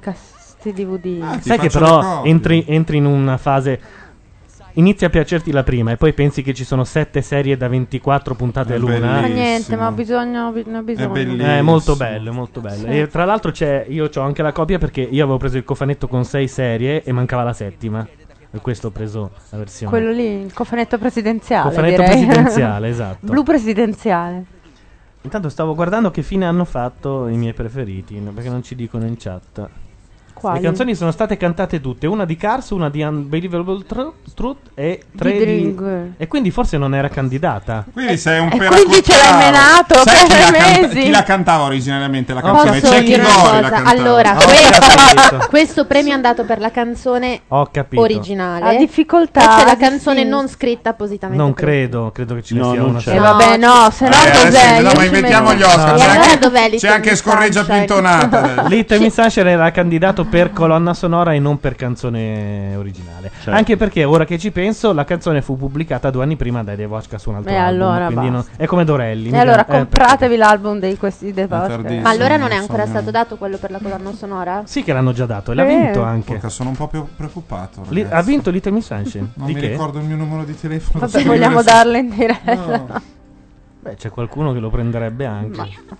DVD. Sai che faccio le però copie. entri in una fase. Inizia a piacerti la prima e poi pensi che ci sono 7 serie da 24 puntate È l'una. Ma niente, ma ho bisogno. Ne ho bisogno. È molto bello, è molto bello. Sì. E tra l'altro io ho anche la copia perché io avevo preso il cofanetto con 6 serie e mancava la settima. Per questo ho preso la versione. Quello lì, il cofanetto presidenziale. Cofanetto direi. presidenziale, esatto. Blu presidenziale. Intanto stavo guardando che fine hanno fatto i miei preferiti, perché non ci dicono in chat. Quali? Le canzoni sono state cantate tutte, una di Cars, una di Unbelievable Truth e 3 Di Dream. E quindi forse non era candidata. Quindi sei un E peracottaro. quindi ce l'hai menato Sai per chi la mesi. chi la cantava originariamente la Posso canzone? C'è chi dire una Gori la cosa? cantava. Allora, capito. questo premio è andato per la canzone Ho capito. originale. Ha difficoltà. E c'è la sì, canzone sì. non scritta appositamente. Non per- credo che ce ne sia non una. c'è. E vabbè, no, se no cos'è? no, Io ma ci inventiamo metto- gli Oscar. No. C'è E allora anche, dov'è c'è Little anche Miss Scorreggia Sunshine? Pintonata. Little Miss Sunshine era candidato per colonna sonora e non per canzone originale. Certo. Anche perché ora che ci penso, la canzone fu pubblicata 2 anni prima da Dave Vodka su un altro E album. allora Quindi basta. è come Dorelli. E allora mica- compratevi l'album dei questi dei tardissimo. Ma allora non è ancora Sono- stato dato quello per la colonna sonora? Sì che l'hanno già dato e l'ha vinto anche. Porca, sono un po' più preoccupato. Li- ragazzi. ha vinto Little Miss Sunshine. Non Di mi che? ricordo il mio numero di telefono. da Vabbè, scrivere vogliamo su- darle in diretta. No. Beh, c'è qualcuno che lo prenderebbe anche.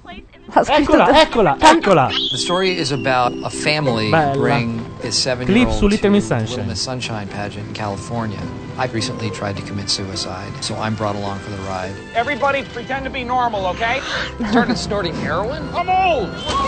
Ha scritto Eccola. The story is about a family Bella. bring a Clip 7-year-old su Little Miss to Sunshine. Little Miss Sunshine pageant in California. I recently tried to commit suicide, so I'm brought along for the ride. Everybody pretend to be normal, okay? Started snorting heroin? I'm old!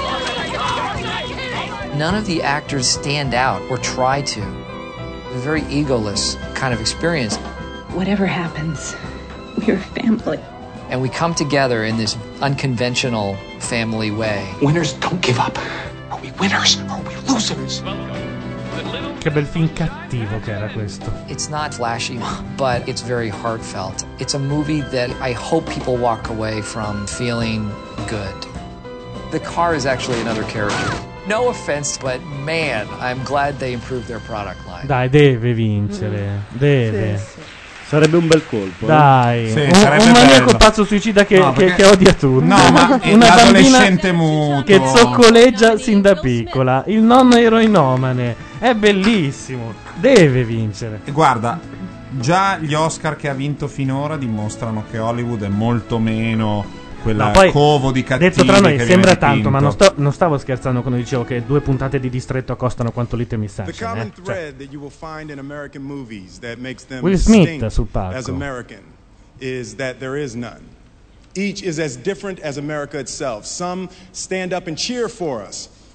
None of the actors stand out or try to. It's a very egoless kind of experience. Whatever happens, we're family. And we come together in this unconventional family way. Winners don't give up. Are we winners or are we losers? Che bel film cattivo che era questo. It's not flashy, but it's very heartfelt. It's a movie that I hope people walk away from feeling good. The car is actually another character. No offense, but man, I'm glad they improved their product line. Dai, deve vincere. Deve. Sarebbe un bel colpo. Dai, Sì, un sarebbe maniaco bello. pazzo suicida che, No, perché- che odia tutto. No, ma è una bambina l'adolescente muto. che zoccoleggia sin da piccola. Il nonno eroinomane. È bellissimo. Deve vincere. E guarda, già gli Oscar che ha vinto finora dimostrano che Hollywood è molto meno quella No, poi, covo di cattivi. detto tra noi, che sembra viene tanto, ma dipinto. non stavo scherzando quando dicevo che 2 puntate di Distretto costano quanto Little Miss The Sunshine. common Cioè, thread that you will find in American movies that makes them Will Smith distinct sul palco. as American is that there is none. Each is as different as America itself. Some stand up and cheer for us.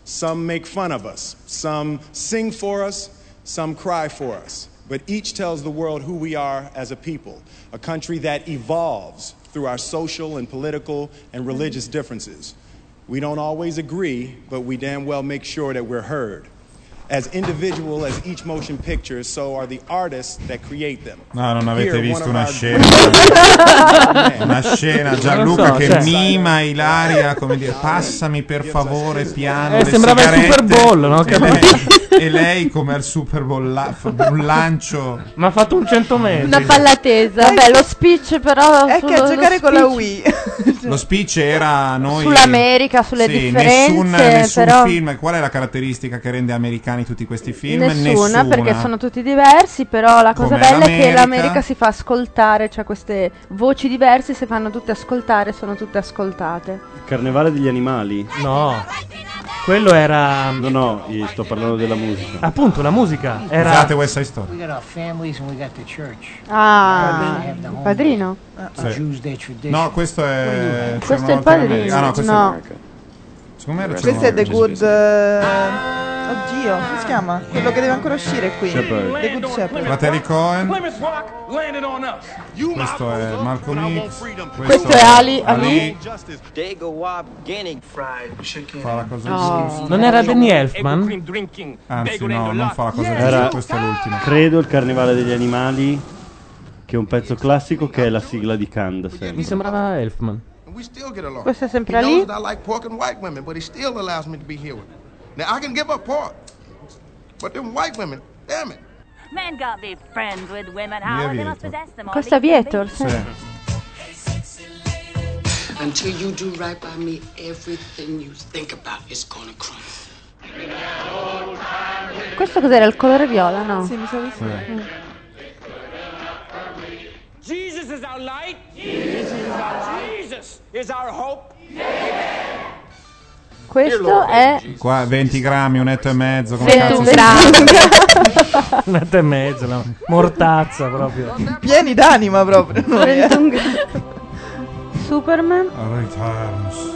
Some make fun of us. Some sing for us. Some cry for us. But each tells the world who we are as a people, a country that evolves through our social and political and religious differences. We don't always agree, but we damn well make sure that we're heard. As individual as each motion picture, so are the artists that create them. No, non avete Here, visto one of una our scena. Una scena, Gianluca che mima Ilaria, come dire, passami per favore piano le sembrava il sigarette. Super Bowl, no? E lei come al Super Bowl un lancio. Ma ha fatto un 100 metri. Una palla tesa. Vabbè, lo speech però È che a giocare con la Wii. Lo speech era noi sull'America, sulle differenze, nessun però film. Qual è la caratteristica che rende americani tutti questi film? nessuna, perché sono tutti diversi, però la cosa Come bella è che l'America. l'America si fa ascoltare, cioè queste voci diverse si fanno tutte ascoltare, sono tutte ascoltate. Carnevale degli animali? No. Quello era. No, io sto parlando della musica. Appunto, la musica. Era. Scusate, West Side Story. We got our families and we got the church. Ah, Have the il home padrino? days. Sì. Jews, their tradition. No, questo è. Questo c'era è il una volta in padrino. America. Ah, no, questo No. è America. Secondo me era Questo è The Good. Oddio, come si chiama? Quello che deve ancora uscire qui. Shepherd. The Good Shepherd. Fratelli Cohen. Plymouth Rock landed on us. You Questo è Malcolm X. Questo è Ali. Fa la cosa Oh. Non era Danny Elfman? Anzi, no, non fa la cosa Era, giusta. Questo è l'ultimo. credo, il Carnevale degli animali, che è un pezzo classico che è la sigla di Candace. Mi sembrava Elfman. We still get along. Questo è sempre He Ali? knows that I like pork and white women, but he still allows me to be here with him. Now I can give up pork, but them white women, damn it. Men can't be friends with women, Via Howard. They must Vietor. possess them. or Questo è leave them Vietor, be. sì. Until you do right by me, everything you think about is gonna crumble. Questo cos'era? Il colore viola, no? Sì, mi sa di sì. Jesus is our light. Jesus is our hope. Questo è Qua 20 grammi, 1,5 come Sì, cazzo 20 si Un etto e mezzo, no? Mortazza proprio. Pieni d'anima proprio. noi, 21 Superman. Returns.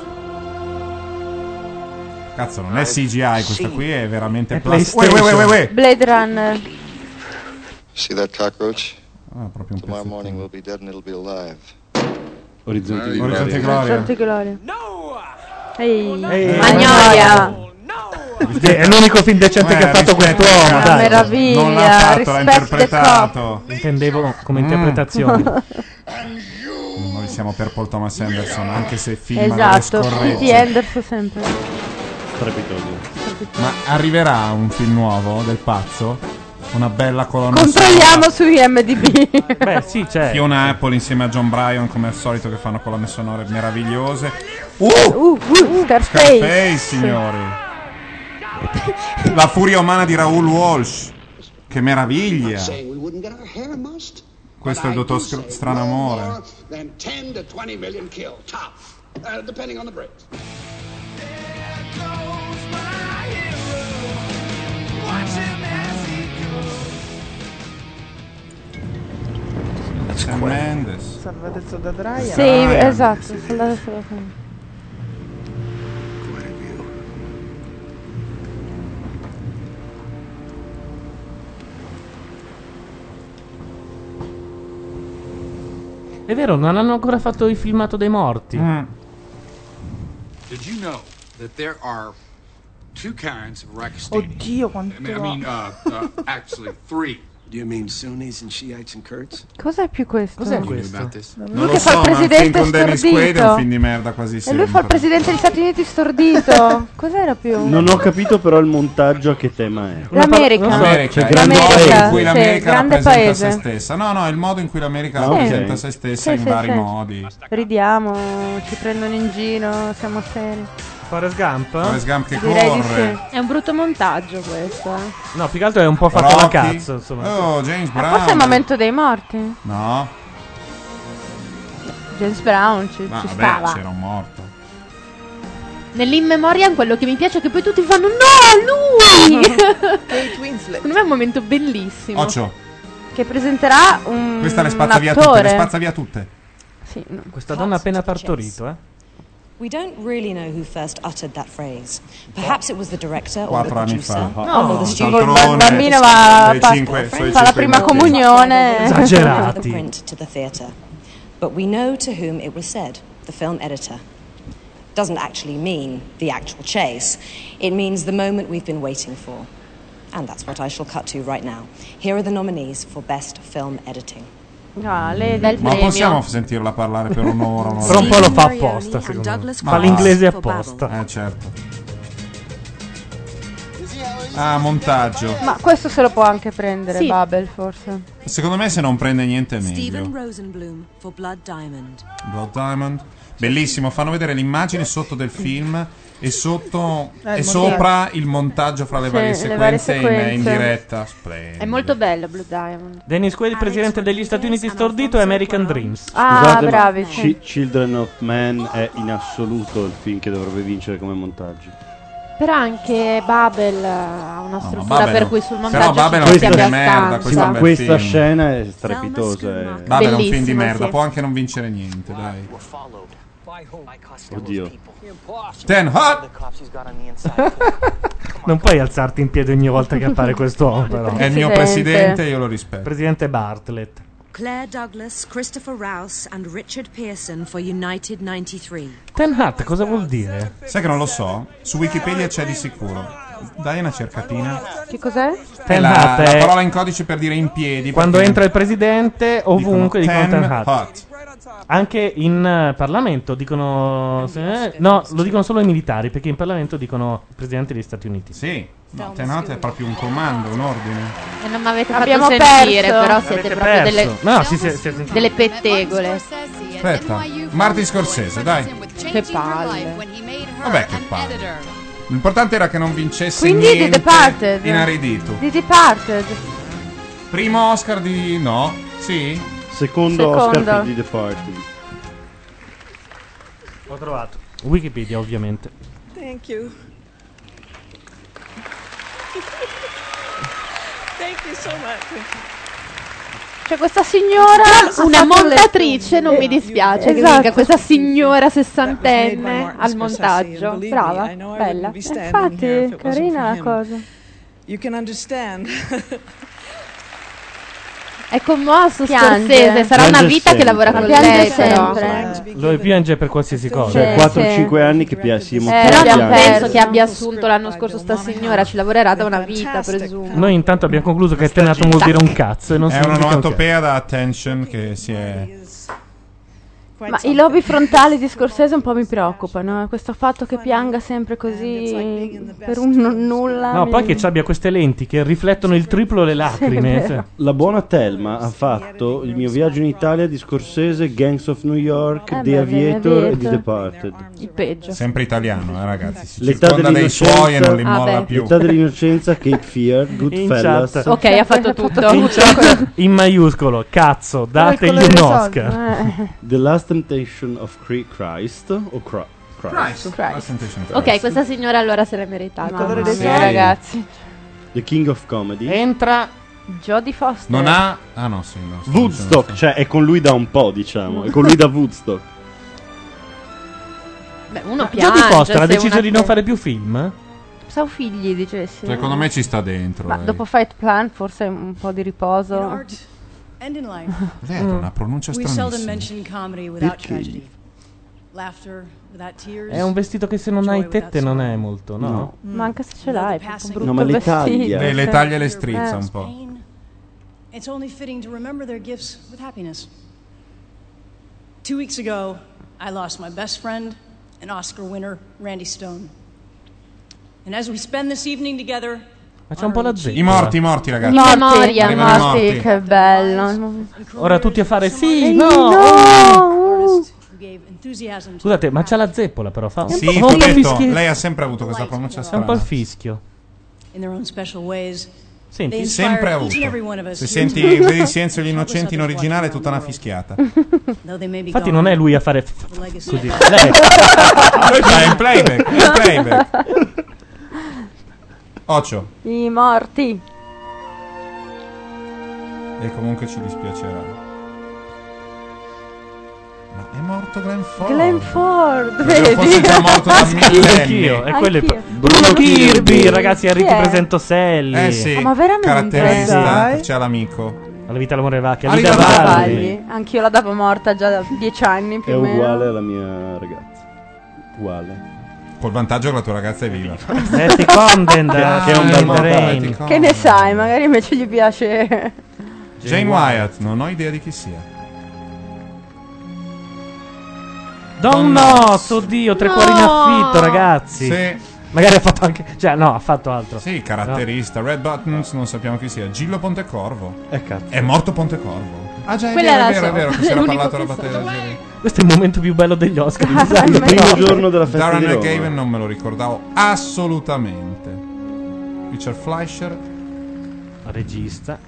Cazzo, non è CGI, questa qui è veramente È plastica. PlayStation. Blade Runner. See that cockroach? Ah, proprio un Tomorrow pezzettino. morning we'll be dead and it'll be alive. Orizzonte di Orizzonte Gloria. Gloria. Santi Gloria. Ehi, Ehi. Magnolia. È l'unico film decente che ha fatto quest'uomo, Una dai. meraviglia. Non l'ha fatto, l'ha Respect the interpretato. Intendevo come interpretazione. Noi siamo per Paul Thomas Anderson, anche se filma delle Esatto, scorregge. P.T. Anderson sempre. Strepitoso. Ma arriverà un film nuovo del pazzo? Una bella colonna Controlliamo su IMDb. Beh, sì, c'è. Fiona Apple insieme a John Bryan, come al solito, che fanno colonne sonore meravigliose. Scarface. Signori. La furia umana di Raoul Walsh. Che meraviglia. Saying we wouldn't get our hair mussed. Questo è il dottor Stranamore. More than 10 to 20 million killed, top, depending on the breaks. Sam Mendes. Salvate il soldato Ryan. Sì, esatto. Soldato Ryan. È vero, non hanno ancora fatto il filmato dei morti. Did you know that there are two kinds of Rakistani? Oddio, quanto I mean, actually three. Do you mean Sunnis and Shiites and Kurds? Cos'è più questo? Cos'è You knew questo? about this? Non Lui lo che fa so, il ma un film presidente con Dennis Quaid è un stordito. film di merda quasi E sempre. lui fa il presidente degli Stati Uniti stordito. Cos'era più? Non ho capito però il montaggio a che tema è. L'America. L'America, Cioè, il grande modo paese. in cui l'America grande rappresenta paese. se stessa. No, no, il modo in cui l'America Ah, rappresenta ok. se stessa Sì, in sì, vari sì. modi. Ridiamo, ci prendono in giro, siamo seri. Forrest Gump? Forrest Gump che Direi di corre. sì. È un brutto montaggio questo. No, più che altro è un po' fatto alla Rocky. cazzo, insomma. Oh, James Ma Brown. forse è il momento dei morti. No, James Brown ci ma vabbè, stava. c'era un morto. Nell'in memoriam quello che mi piace è che poi tutti fanno no, lui! Kate Winslet. Secondo me è un momento bellissimo. Occhio, Che presenterà un questa le spazza un via attore. tutte, le spazza via tutte. Sì, no. Questa donna ha appena partorito, eh. We don't really know who first uttered that phrase. Perhaps it was the director or the 4 anni producer. fa. or the studio. Il bambino va fa la prima comunione. The print to the theatre. But we know to whom it was said, the film editor. Doesn't actually mean the actual chase. It means the moment we've been waiting for. And that's what I shall cut to right now. Here are the nominees for Best Film Editing. Ah, lei del Ma premio. possiamo sentirla parlare per un'ora? Però un po' lo fa apposta, secondo me. Fa l'inglese apposta. Certo. Ah, montaggio. Ma questo se lo può anche prendere, Sì. Babel, forse. Secondo me se non prende niente è Stephen meglio. Rosenblum for Blood Diamond. Blood Diamond. Bellissimo, fanno vedere l'immagine sotto del film e sotto e sopra il montaggio fra le varie sequenze in diretta. Splendido. È molto bello Blue Diamond. Dennis Quaid, presidente degli Stati Uniti stordito, e American Dreams. Scusate, bravi, ma sì. Children of Men è in assoluto il film che dovrebbe vincere come montaggio. Però anche Babel ha una struttura Babel per no. cui sul Però montaggio Babel è ci un si film di abbia merda, questo è un bel Questa film. scena è strepitosa. Babel è un film di Bellissimo, merda, sì. può anche non vincere niente, dai. Oddio. Ten Hot! Non puoi alzarti in piedi ogni volta che appare quest'uomo, però. È il mio presidente, io lo rispetto. Presidente Bartlett. Claire Douglas, Christopher Rouse and Richard Pearson for United 93. Ten Hat cosa vuol dire? Sai che non lo so? Su Wikipedia c'è di sicuro. Dai una cercatina. Che cos'è? È Ten la Hat è parola in codice per dire in piedi. quando perché entra il presidente ovunque dicono Ten Hat. Hot. Anche in Parlamento dicono no, lo dicono solo i militari, perché in Parlamento dicono Presidente degli Stati Uniti. Sì, no, Ten Hot è proprio un comando, un ordine. E non mi avete Abbiamo fatto sentire, perso. però siete Avete proprio perso. No, sì, sì, delle pettegole. Aspetta, Martin Scorsese, dai. Che palle. Vabbè, che palle. L'importante era che non vincesse Quindi The niente Departed. inaridito. The Departed. Primo Oscar di... no? Sì? Secondo Oscar per The Departed. Ho trovato Wikipedia, ovviamente. Thank you. Thank you so much. C'è questa signora, Una montatrice, non mi dispiace che Esatto. dica questa signora sessantenne al montaggio. Brava, bella. Infatti, carina la cosa. You can understand. È commosso Piange. Scorsese, sarà una Piange vita che sempre. lavora con Piange lei però. sempre. Lo piange per qualsiasi cosa. Cioè, Sì, 4-5 anni che si emoziona. Però non piange. penso che abbia assunto l'anno scorso sta signora, ci lavorerà da una vita, presumo. Noi intanto abbiamo concluso che Ten Hat non vuol dire un cazzo e non È significa un cazzo. un'onomatopea da attention che si è... Ma i lobi frontali di Scorsese un po' mi preoccupano. Questo fatto che pianga sempre così per un nulla. No, poi che ci abbia queste lenti che riflettono il triplo le lacrime. Sì, è cioè. La buona Thelma ha fatto Il mio viaggio in Italia di Scorsese, Gangs of New York, The beh, Aviator e The Aviator. Departed. Il peggio. Sempre italiano, ragazzi. Si L'età circonda dei suoi e non li molla beh. più. L'età dell'innocenza, Cape Fear, Goodfellas. chat. Ok, ha fatto tutto. In chat, in maiuscolo, cazzo, dategli un Oscar. The Last Temptation of Christ o Christ. Ok, questa signora allora se l'è meritata. Il colore dei Sì. suoi ragazzi. The King of Comedy. Entra Jodie Foster. Non ha... Ah no, sì. No, Woodstock, cioè è con lui da un po', diciamo. È con lui da Woodstock. Beh, uno piange. Jodie Foster ha se deciso una di non che- fare più film? Sa figli, dicessi. Secondo me ci sta dentro. Ma lei. dopo Fight Plan forse un po' di riposo. And in life, Lei ha una pronuncia we seldom stranissima. mention comedy without Perché? tragedy. Laughter without tears. È un vestito che se non hai tette non è molto, no? Ma anche se ce l'hai, è proprio brutto No, ma il le vestito. taglia. Le taglia e le strizza un po'. Pain. It's only fitting to remember their gifts with happiness. 2 weeks ago, I lost my best friend and Oscar winner, Randy Stone. And as we spend this evening together, Ma c'è un po' la zeppola. I morti, ragazzi. In memoria. Arrivano i Morti, morti. che bello. Ora tutti a fare sì, Ehi, no. who gave enthusiasm to Scusate, ma c'ha la zeppola però. Fa Sì, un ti po' ho detto, fischio. lei ha sempre avuto questa pronuncia È un po' il strana. fischio. in their own special ways. Senti, They Sempre inspire avuto. each and every one of us Se to senti improve vedi Silenzio degli and Innocenti in help us originale è others tutta una watching fischiata. Though they may be infatti gone, non è lui a fare the legacy- così. Lui fa il playback, il playback. Ocio. I morti. E comunque ci dispiacerà. Ma è morto morto Glenn Ford. Glenn Ford, Credevo vedi? fosse già morto da millenni. Anch'io, e quello è Anch'io. Bruno Kirby, ragazzi, a Chi Ricky è? presento Sally. Eh sì, Ah, ma veramente? caratterista, Dai. c'è l'amico. Alla vita l'amore va, che Alida Alida Valli. Valli. Anch'io la davo morta già da 10 anni più È o meno. uguale alla mia ragazza. Uguale. Col vantaggio che la tua ragazza è viva. Betty Comden da Che è un bel Sweet Rain. vantaggio. Che ne sai, magari invece gli piace. Jane Wyatt, non ho idea di chi sia. Don Knotts, oddio, tre cuori in affitto, ragazzi. Sì. Magari ha fatto anche. Cioè, no, ha fatto altro. Sì, caratterista. Red Buttons, non sappiamo chi sia. Gillo Pontecorvo. Cazzo. È morto Pontecorvo. Ah già, è Quella vero, la è vero, so. è vero, che si era L'unico parlato che della so. battaglia del Giri. Questo è il momento più bello degli Oscar. Il primo giorno della festa Darren di Roma. McGavin non me lo ricordavo assolutamente. Richard Fleischer, Regista.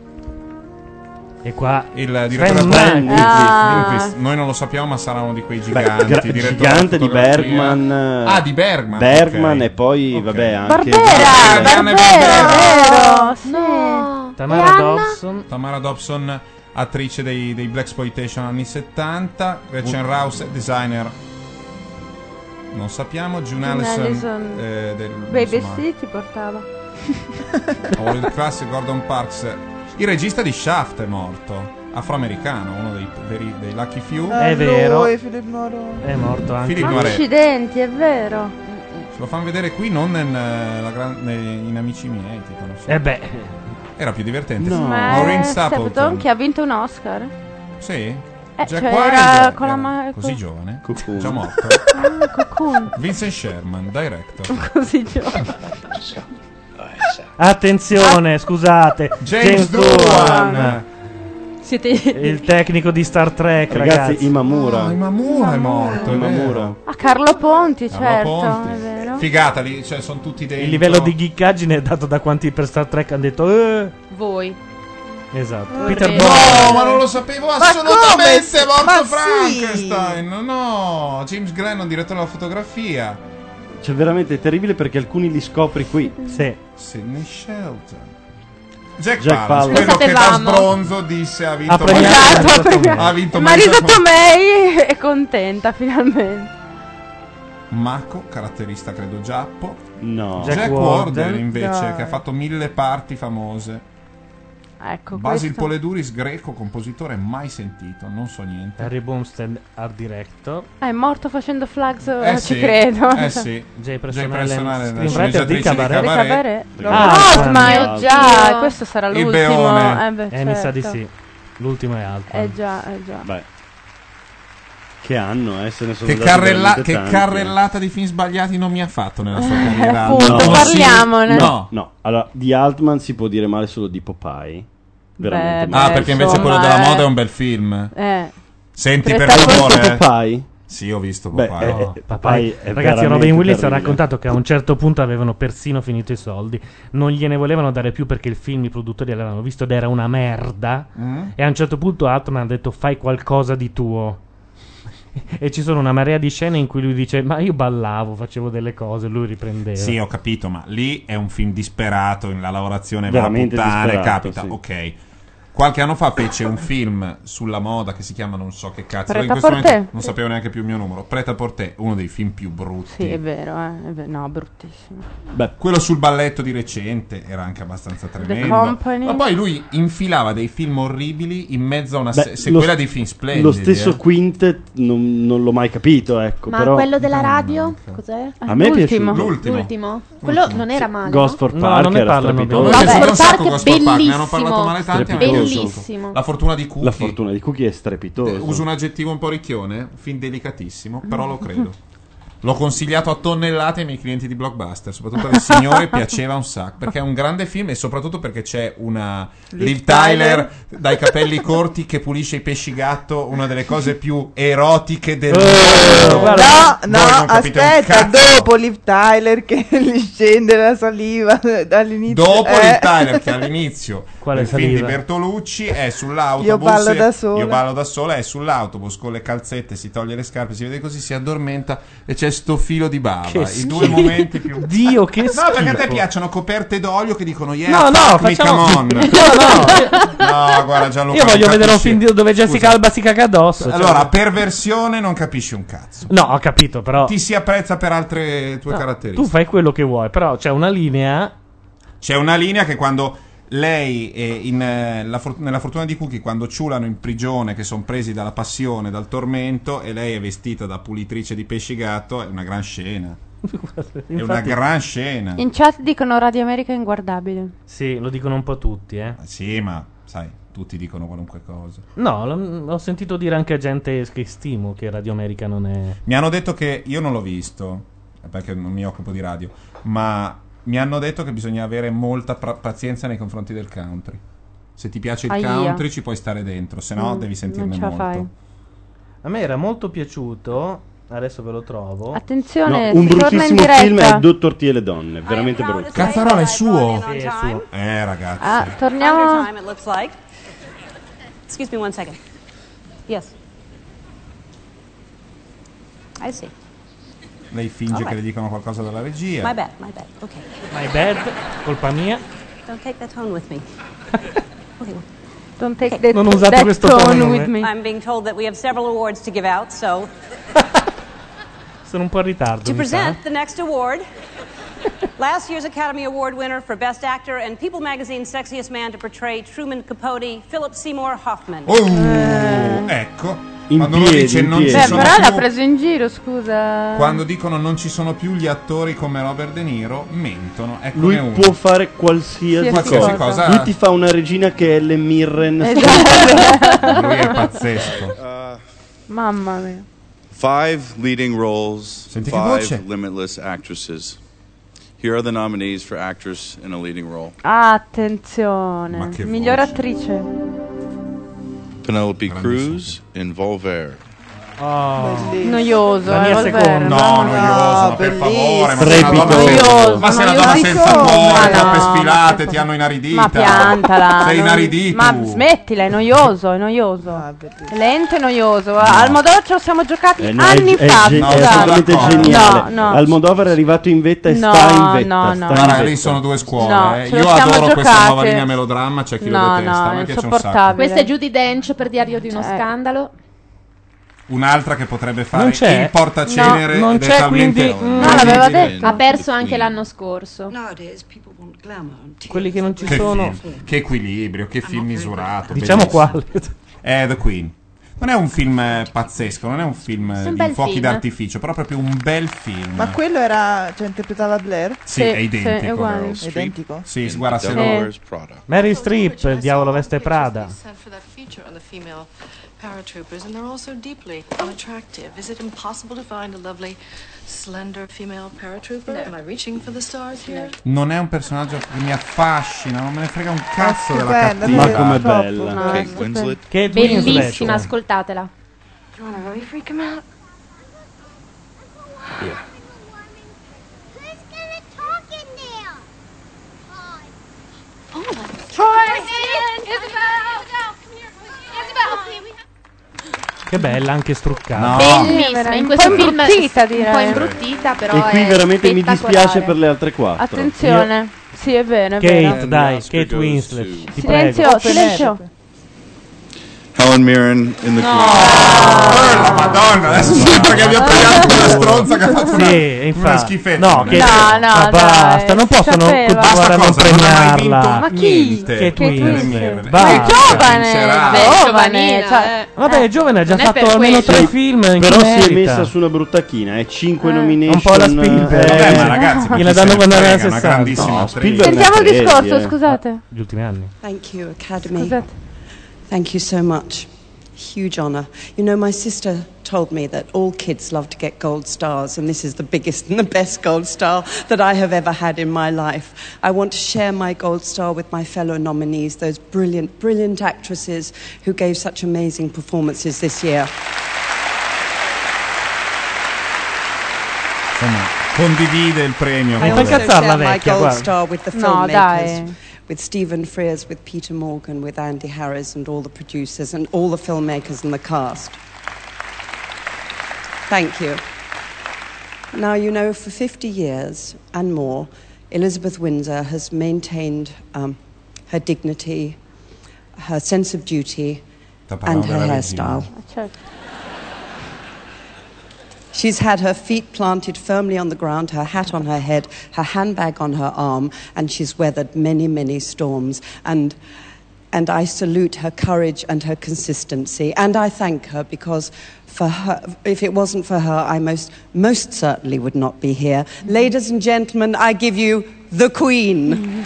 E qua il direttore Sven Sven Nykvist. Nykvist. Noi non lo sappiamo, ma sarà uno di quei giganti. direttore Gigante di fotografia. Bergman. Ah, di Bergman. Bergman ok. e poi, Ok. vabbè, anche. Barbera, vero? Sì. Tamara E Anna? Dobson. Tamara Dobson, attrice dei Blaxploitation anni 70. Gretchen Rouse, designer. Non sappiamo. June Allison, Allison. del Baby insomma, City ti portava. Hollywood Classic, Gordon Parks. Il regista di Shaft è morto, afroamericano, uno dei lucky few. È vero. Lui, Philip Noiret. È morto anche. Philip Noiret. Accidenti, è vero. Ce lo fanno vedere qui, non in Amici miei, tipo, non so. Beh. Era più divertente. No. Maureen Stapleton Stapleton. che ha vinto un Oscar. Sì. Jack Jack cioè Wilder era con la era così giovane. Cocoon. Già morto. Ah, Cocoon. Vincent Sherman, director. Così giovane. Attenzione, scusate. James Doohan. Siete Il tecnico di Star Trek, Ragazzi, ragazzi. Imamura. Imamura è morto. è Imamura. vero. Ah, Carlo Ponti, Carlo certo, Ponti. è vero. Figata lì, cioè sono tutti dentro. Il livello di geekaggine è dato da quanti per Star Trek hanno detto voi. Esatto. Vorrei- Peter No, Boyle. ma non lo sapevo Ma assolutamente. come? È morto Ma sì. Frankenstein. No, James Glennon, direttore della fotografia. Cioè, veramente è terribile perché alcuni li scopri qui. Sì. Sidney Shelton. Jack Jack Palance, Palance. quello che da sapevamo. sbronzo disse ha vinto Ha premiato Esatto, Marisa perché- Tomei. ha vinto Marisa Marisa Tomei è contenta finalmente. Mako, caratterista credo giappo. No. Jack Jack Warden, Warden invece, dai. che ha fatto 1000 parti famose. Ecco, Basil questo. Poleduris, greco, compositore mai sentito, non so niente. Harry Bumstead, art director. È morto facendo Flags, Sì, ci credo. sì. Jay Jay Preston Preston Allen, Allen, screenwriter di sceneggiatrice di Cabaret. Cabaret. Ma Ah, già, Oddio. questo sarà Il l'ultimo. Beone. Beh, mi sa di certo. sì. L'ultimo è altro. Già. Beh. Che anno, se ne sono Che, andati veramente che tanti, carrellata di film sbagliati non mi ha fatto nella sua carriera. Appunto, No. parliamone. No. No, allora, di Altman si può dire male solo di Popeye. Veramente Beh, male. Ah, perché invece insomma, quello della moda è un bel film. Presta Senti, per atenzione. favore. Popeye? Sì, ho visto Beh, Popeye. Popeye è Ragazzi, Robin veramente Williams ha terribile. raccontato che a un certo punto avevano persino finito i soldi. Non gliene volevano dare più perché il film i produttori l'avevano visto ed era una merda. E a un certo punto Altman ha detto fai qualcosa di tuo. E ci sono una marea di scene in cui lui dice ma io ballavo, facevo delle cose, lui riprendeva. Sì, ho capito, ma lì è un film disperato, la lavorazione va a Veramente puttane, disperato, capita, sì. ok. Qualche anno fa fece un film sulla moda che si chiama non so che cazzo, in Prêt à questo porter. momento non sapevo neanche più il mio numero. Prêt-à-porter, uno dei film più brutti. Sì, è vero, no, bruttissimo. Beh, quello sul balletto di recente era anche abbastanza tremendo. Company. Ma poi lui infilava dei film orribili in mezzo a una Beh, sequela lo- di film splendidi. Lo stesso Quintet non l'ho mai capito, ecco. Ma però quello della radio? Cos'è? A me è piaciuto. L'ultimo. Quello non era male. Ghost no? for No, Park non ne era parlano strepitoso. Noi sentiamo un Park sacco Ghost for Park, ne hanno parlato male tanti. a me è piaciuto. Bellissimo. La fortuna di Cookie. La fortuna di Cookie è strepitoso. Uso un aggettivo un po' ricchione, film delicatissimo, però lo credo. L'ho consigliato a tonnellate ai miei clienti di Blockbuster, soprattutto alle signore piaceva un sacco, perché è un grande film e soprattutto perché c'è una Liv Tyler dai capelli corti che pulisce i pesci gatto, una delle cose più erotiche del mondo. No, Voi non capite un aspetta, cazzo. dopo Liv Tyler che gli scende la saliva dall'inizio. Dopo Liv Tyler che all'inizio Quale del film di saliva? Bertolucci è sull'autobus. Io ballo da sola. Io ballo da sola, è sull'autobus con le calzette, si toglie le scarpe, si vede così, si addormenta e c'è sto filo di bava. Che I due momenti più. Dio, che No, schifo. perché a te piacciono coperte d'olio che dicono yeah, No, no, fuck me, facciamo- come on. No, guarda Gianluca. Io voglio non vedere un capisci. film dove Jessica Scusa. Alba si caga addosso. cioè. Allora, per versione non capisci un cazzo. No, ho capito, però. Ti si apprezza per altre tue No, caratteristiche. tu fai quello che vuoi, però c'è una linea. C'è una linea che quando lei è nella fortuna di Cookie, quando ciulano in prigione, che sono presi dalla passione, dal tormento, e lei è vestita da pulitrice di pesci gatto, è una gran scena. È una gran scena. In chat dicono Radio America è inguardabile. Sì, lo dicono un po' tutti, Sì, ma sai, tutti dicono qualunque cosa. No, l'ho sentito dire anche a gente che stimo che Radio America non è. Mi hanno detto che io non l'ho visto, perché non mi occupo di radio, ma mi hanno detto che bisogna avere molta pazienza nei confronti del country. Se ti piace il Aia. country ci puoi stare dentro, se no devi sentirne non ce la molto. fai. A me era molto piaciuto. Adesso ve lo trovo. Attenzione, un si torna in bruttissimo diretta. film è Dottor T e le donne, veramente brutto. Cazzarola è suo. Sì, è suo. Ragazzi. Ah, torniamo. Time it looks like. Excuse me one second. Yes. I see. Lei finge Alright. che le dicono qualcosa dalla regia. My bad, my bad. Okay. My bad, colpa mia. Don't take that tone with me. Okay. Don't take that, Non usate that questo tone tono, with me. I'm being told that we have several awards to give out, so Sono un po' in ritardo. to mi sa. present the next award, last year's Academy Award winner for Best Actor and People Magazine's Sexiest Man to Portray Truman Capote, Philip Seymour Hoffman. Ecco. In Quando lo piedi, dice in non piedi. ci Beh, sono però l'ha più, preso in giro, scusa. quando dicono non ci sono più gli attori come Robert De Niro, mentono. Ecco Lui uno. può fare qualsiasi Qualsiasi cosa. cosa. Lui ti fa una regina che è Ellen Mirren. Lui è pazzesco. Mamma mia. 5 leading roles, Senti che 5 voce. limitless actresses. Here are the nominees for actress in a leading role. Attenzione. Ma che Miglior voce. attrice. Penelope Cruz in Voltaire. Noioso. La mia Voltaire. seconda. No, noioso, ma per favore. Ma sei una donna Noioso, ma sei una donna noiosissimo. senza cuore, Ma no, tappe spilate, ti hanno inaridita. Ma piantala. Sei non- inaridito. Ma smettila, è noioso, è noioso. Lento e noioso. Almodovar ce lo siamo giocati No, anni fa. è scusate. assolutamente geniale. No, no. Almodovar è arrivato in vetta e No, sta in vetta. no, sta no. in Guarda, vetta. lì sono due scuole. No, ce lo Io siamo adoro questa giocate. nuova linea melodramma, c'è chi No, lo detesta. no, a me è piace un sacco. insopportabile. Questa è Judi Dench per Diario di uno scandalo. Un'altra che potrebbe Non fare c'è? il portacenere No, non ed è c'è, talmente quindi- No, l'aveva detto. Ha perso anche l'anno scorso. Quelli che non ci Che sono. film, che equilibrio, che film misurato. Diciamo bellissimo. quale. The Queen. Non è un film pazzesco, non è un film un di bel fuochi film. d'artificio, però proprio un bel film. Ma quello era, cioè, interpretava Blair? Sì, è identico. è uguale. Meryl Streep. Identico? Sì, guarda se Devil lo... Wears Prada. Mary Streep, il diavolo veste Prada. Sent for that feature on the female paratroopers, and they're all so deeply unattractive. Is it impossible to find a lovely, slender female paratrooper? Am I reaching for the stars here? Non è un personaggio che mi affascina, non me ne frega un cazzo della stupenda, cattiva. Ma com'è Troppo, bella. No, Kate stupendo. Winslet. Kate Bellissima, Winslet. ascoltatela. You want to really freak him out? Che bella, anche struccata. No. Bellissima, in un questo po' film imbruttita, un po' direi. imbruttita, però E qui è veramente mi spettacolare. dispiace per le altre 4. Attenzione. Sì, è bene, è vero. Kate, dai, Oscar Kate goes Winslet. to- Ti Silenzio, prego. silenzio. Helen Mirren in The Queen. Oh, Madonna, adesso sembra che abbia tagliato una stronza che ha fatto Sì, una infatti. schifezza. No, Non è che vero. ma basta, dai, non si possono sapeva. continuare a non Basta cosa, non ha mai vinto premiarla. Ma chi? niente. Kate Winslet. È Basta. giovane, Vincerà. Beh, giovane. giovanina, Cioè, Vabbè, è giovane, ha già Non è per fatto almeno quello. 3 film in Però cui si è merita. messa su una bruttachina, 5 nomination. Un po' la Spielberg. Vabbè, ma ragazzi, ma gliela chi se danno ne quando era frega, una 60. grandissima No, attrice. Spielberg Sentiamo il ne ha presi, discorso, scusate. Gli ultimi anni. Thank you, Academy. Scusate. Thank you so much. Huge honor. You know, my sister told me that all kids love to get gold stars, and this is the biggest and the best gold star that I have ever had in my life. I want to share my gold star with my fellow nominees, those brilliant, brilliant actresses who gave such amazing performances this year. Insomma, condivide il premio. Hai I fai also incazzare la share my vecchia, gold guarda. star with the No, filmmakers, dai. with Stephen Frears, with Peter Morgan, with Andy Harris, and all the producers, and all the filmmakers and the cast. Thank you. Now, you know, for 50 years and more, Elizabeth Windsor has maintained her dignity, her sense of duty, and her hairstyle. She's had her feet planted firmly on the ground, her hat on her head, her handbag on her arm, and she's weathered many, many storms. And I salute her courage and her consistency, and I thank her because for her, if it wasn't for her, I most certainly would not be here. Ladies and gentlemen, I give you the Queen.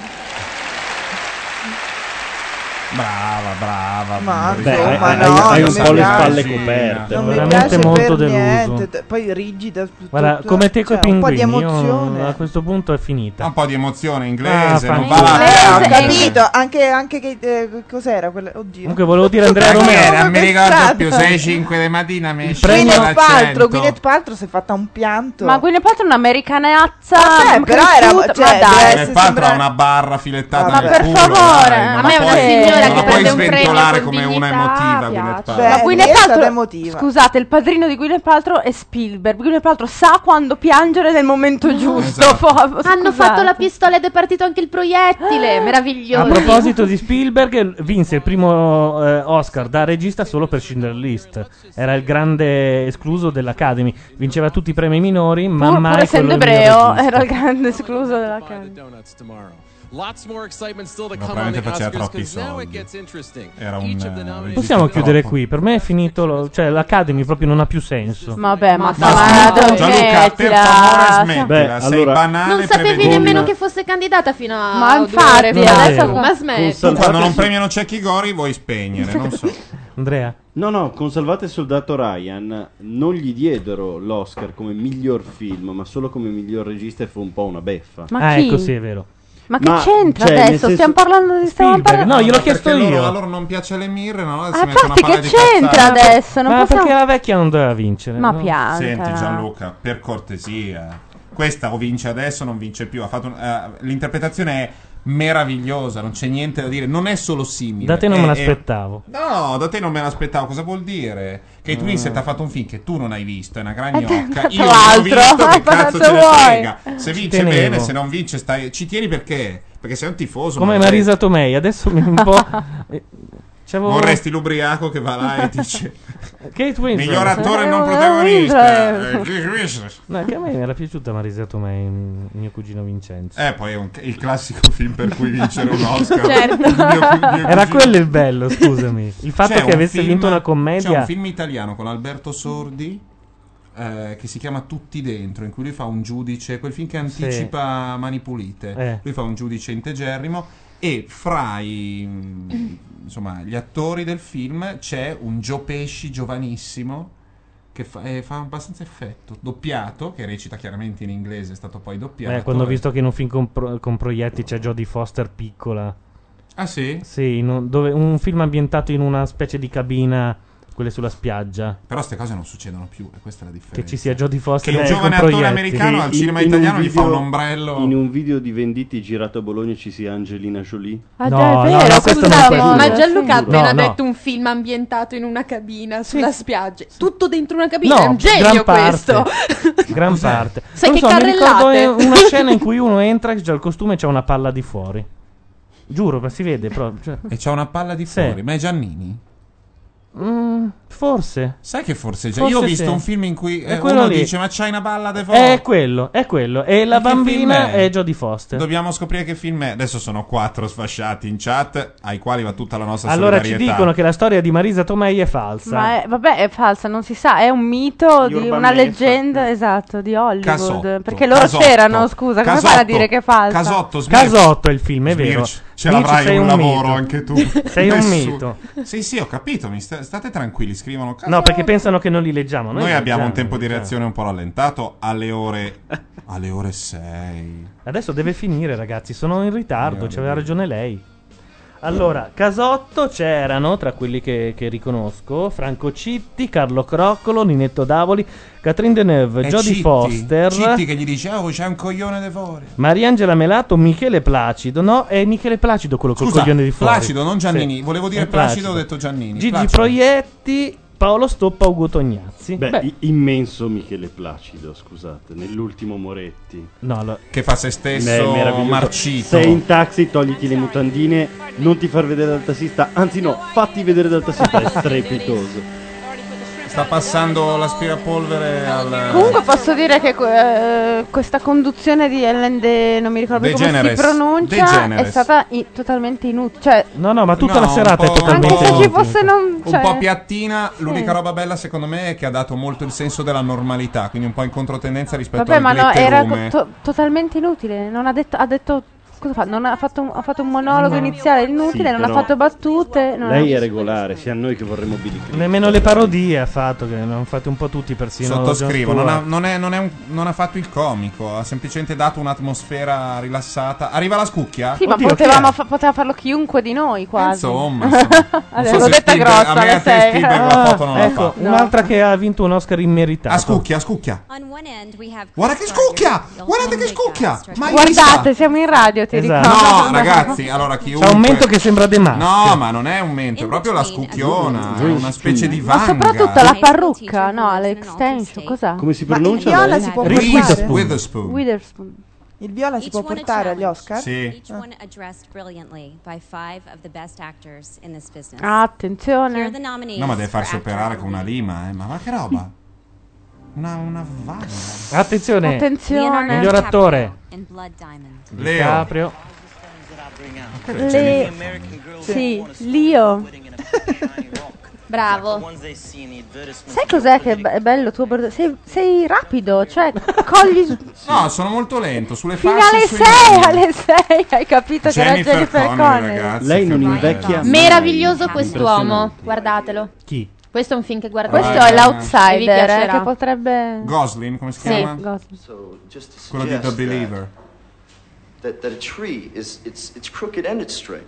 Brava. Hai un po' le spalle coperte. Non mi veramente piace molto per deluso. niente, poi rigida. Guarda, come te coi cioè, un po' di pinguini, emozione. io a questo punto è finita. Un po' di emozione inglese, non fanculo. va Ho capito, anche che cos'era quella? Oddio. Comunque volevo dire Andrea Romero. Non mi ricordo più, 6-5 di mattina mi esce Gwyneth Paltrow si è fatta un pianto. Ma Gwyneth Paltrow è un'americanezza. però era ma dai. Gwyneth Paltrow ha una barra filettata Ma nel per culo, favore, dai, a non me è la una puoi- signora non che la puoi prende un premio sventolare con come una dignità, emotiva piace. Gwyneth Paltrow. Ma Gwyneth riesce ad Paltrow, emotiva. scusate, il padrino di Gwyneth Paltrow è Spielberg. Gwyneth Paltrow sa quando piangere nel momento giusto. Hanno fatto la pistola ed è partito anche il proiettile. Meraviglioso. A proposito di Spielberg, vinse il primo Oscar da regista solo per Schindler's List. Era il grande escluso dell'Academy. Vinceva tutti i premi minori, ma Pur mai essendo quello del ebreo, regista. era il grande escluso della casa. Lots more excitement still to Ma come on the probabilmente faceva Oscars troppi 'cause now it soldi. gets interesting. Era Each of the un nominees- Possiamo chiudere qui, per me è finito, cioè l'Academy proprio non ha più senso. Vabbè, ma Gianluca, per favore smettila, Beh, sei allora- banale Non e sapevi prevedibile. nemmeno che fosse candidata fino a Ma 2 infatti, ore fa. adesso- Ma smetti. Tu quando non premiano Cecchi Gori vuoi spegnere, non so. Andrea? No, con Salvate il soldato Ryan non gli diedero l'Oscar come miglior film, ma solo come miglior regista e fu un po' una beffa. Ma chi? Ecco, sì, è vero. Ma che Ma, c'entra cioè, nel adesso? senso- Stiamo parlando di Spielberg, no, gliel'ho chiesto Perché io. a loro non piace le mirre, no? Adesso Ah, mettono una infatti, palla che di c'entra cazzate. adesso? Non Ma possiamo... perché la vecchia non doveva vincere? Ma no? pianta. Senti Gianluca, per cortesia, questa o vince adesso o non vince più. Ha fatto l'interpretazione è meravigliosa, non c'è niente da dire, non è solo simile. Da te non me l'aspettavo. No, da te non me l'aspettavo. Cosa vuol dire? Kate Winslet ha fatto un film che tu non hai visto, è una gragnocca. tra Io l'ho l'altro, visto, che cazzo ce ne vuoi? frega. Se Ci vince tenevo. bene, se non vince ci tieni perché? Perché sei un tifoso. Come ma Marisa Tomei, adesso un po'. c'avevo- vorresti l'ubriaco che va là e dice Kate Winslet. miglior attore non protagonista. No, che a me era piaciuta Marisa Tomei, mio cugino Vincenzo. Poi è il classico film per cui vincere un Oscar. Certo. Era quello il bello, scusami. Il fatto C'è che un avesse film- vinto una C'è commedia. un film italiano con Alberto Sordi che si chiama Tutti dentro, in cui lui fa un giudice, quel film che anticipa Mani Pulite. Lui fa un giudice integerrimo e fra insomma gli attori del film c'è un Joe Pesci giovanissimo che fa abbastanza effetto, doppiato, che recita chiaramente in inglese, è stato poi doppiato. Quando ho visto che in un film con proietti c'è Jodie Foster piccola. Ah sì? Sì, un film ambientato in una specie di cabina, quelle sulla spiaggia. Però queste cose non succedono più, e questa è la differenza. Che ci sia Jodie Foster Che un con giovane attore proietti. americano al Che cinema in un italiano gli fa un video- ombrello. In un video di Venditi girato a Bologna ci sia Angelina Jolie. Ah, No, già, è no, vero, no, questo non scusate, è possibile. Ma Gianluca ha appena No, no. detto un film ambientato in una cabina sulla spiaggia. Tutto dentro una cabina, No, è un genio gran questo. parte. Gran parte. Sai Non che so, mi ricordo carrellate? una scena in cui uno entra e già il costume c'è una palla di fuori. Giuro, ma si vede proprio. Cioè. E c'ha una palla di Sì. fuori. Ma è Giannini? Forse. Sai che forse c'è? Forse Io ho visto sì. un film in cui È quello uno lì. dice ma c'hai una palla di fuori. È quello. E la Ma che bambina film è? è Jodie Foster. Dobbiamo scoprire che film è. Adesso sono 4 sfasciati in chat ai quali va tutta la nostra Allora ci solidarietà. dicono che la storia di Marisa Tomei è falsa. Ma vabbè, è falsa, non si sa, è un mito di Urban una Mesa. leggenda, esatto, di Hollywood. Casotto. Perché loro Casotto. c'erano, scusa, come fai a dire che è falsa? Casotto è il film, è vero. Ce Mirce, l'avrai sei un un lavoro mito. anche tu. Sei un Nessuno. mito. Sì, ho capito. State tranquilli, scrivono Casotto. No, perché pensano che non li leggiamo. Noi abbiamo un leggiamo, tempo di cioè. reazione un po' rallentato alle ore 6. Adesso deve finire, ragazzi. Sono in ritardo, c'aveva ragione lei. Allora, Casotto c'erano tra quelli che riconosco: Franco Citti, Carlo Croccolo, Ninetto Davoli, Catherine Deneuve, Jodie Foster, Citti che gli dice oh c'è un coglione di fuori. Mariangela Melato, Michele Placido. No, è Michele Placido quello col Scusa, coglione di fuori. Placido, non Giannini. Sì. Volevo dire È Placido, ho detto Giannini. Gigi Placido. Proietti, Paolo Stoppa, Ugo Tognazzi. Immenso Michele Placido, scusate, nell'ultimo Moretti. No, che fa se stesso meraviglioso. marcito. Sei in taxi, togliti le mutandine, non ti far vedere dal tassista, anzi no, fatti vedere dal tassista, è strepitoso. Sta passando l'aspirapolvere al... Comunque posso dire che questa conduzione di Ellen non mi ricordo come si DeGeneres. pronuncia, DeGeneres. è stata totalmente inutile. Cioè, No, ma tutta No, la serata un è po'- totalmente anche se ci inutile. fosse non... un cioè- po' piattina, l'unica Sì. roba bella secondo me è che ha dato molto il senso della normalità, quindi un po' in controtendenza rispetto Vabbè, al ma no, era glitterume. totalmente inutile. Non ha detto cosa fa? Non ha fatto un monologo No. iniziale inutile, Sì, non ha però fatto battute. non Lei ha- è regolare, sia noi che vorremmo Billy Clinton. Nemmeno le parodie ha fatto, che ne hanno fatte un po' tutti, persino Sottoscrivo, Jon non, Stewart. non ha fatto il comico, ha semplicemente dato un'atmosfera rilassata. Arriva la scucchia? Sì, ma poteva farlo chiunque di noi quasi. Insomma, Adesso l'ho detta grossa, a me alle a te sei. Spielberg la foto non la Ecco, fa. un'altra che ha vinto un Oscar immeritato. A scucchia. Guarda che scucchia! Guardate che scucchia! Mai Guardate, vista? siamo in radio, ti Esatto. ricordo. No, ragazzi, allora chiunque... C'ha un mento che sembra De Maschio. No, ma non è un mento, è proprio la scucchiona, è una specie di Ma vanga. soprattutto la parrucca, no, l'extension, cos'ha? Come si Ma il pronuncia viola lei? si può Reese portare? Witherspoon. Witherspoon. Il viola si può portare agli Oscar? Sì. Each one addressed brilliantly by 5 of the best actors in this business. Ah, attenzione. Here are the nominees No, ma deve for farsi actor operare of con the una lima, ma che roba? Una vanga. Attenzione, Attenzione. miglior attore. in Blood Diamond. Leo. DiCaprio. Sì, Leo. Bravo. Sai cos'è che è bello tuo bordo? Sei rapido, cioè cogli No, sono molto lento, sulle fino fasce alle sui 6, nomi. alle 6 hai capito che era Jennifer Jennifer Connelly, Connelly. ragazzi. Lei non che invecchia bello. Meraviglioso quest'uomo. Impressionante. Guardatelo. Chi? Questo è un film che guardate. Questo è E vi l'outsider piacerà. che potrebbe Gosling, come si Sì. chiama? Gosling. So just to Quello di The suggest Believer. that a tree is it's crooked and it's straight.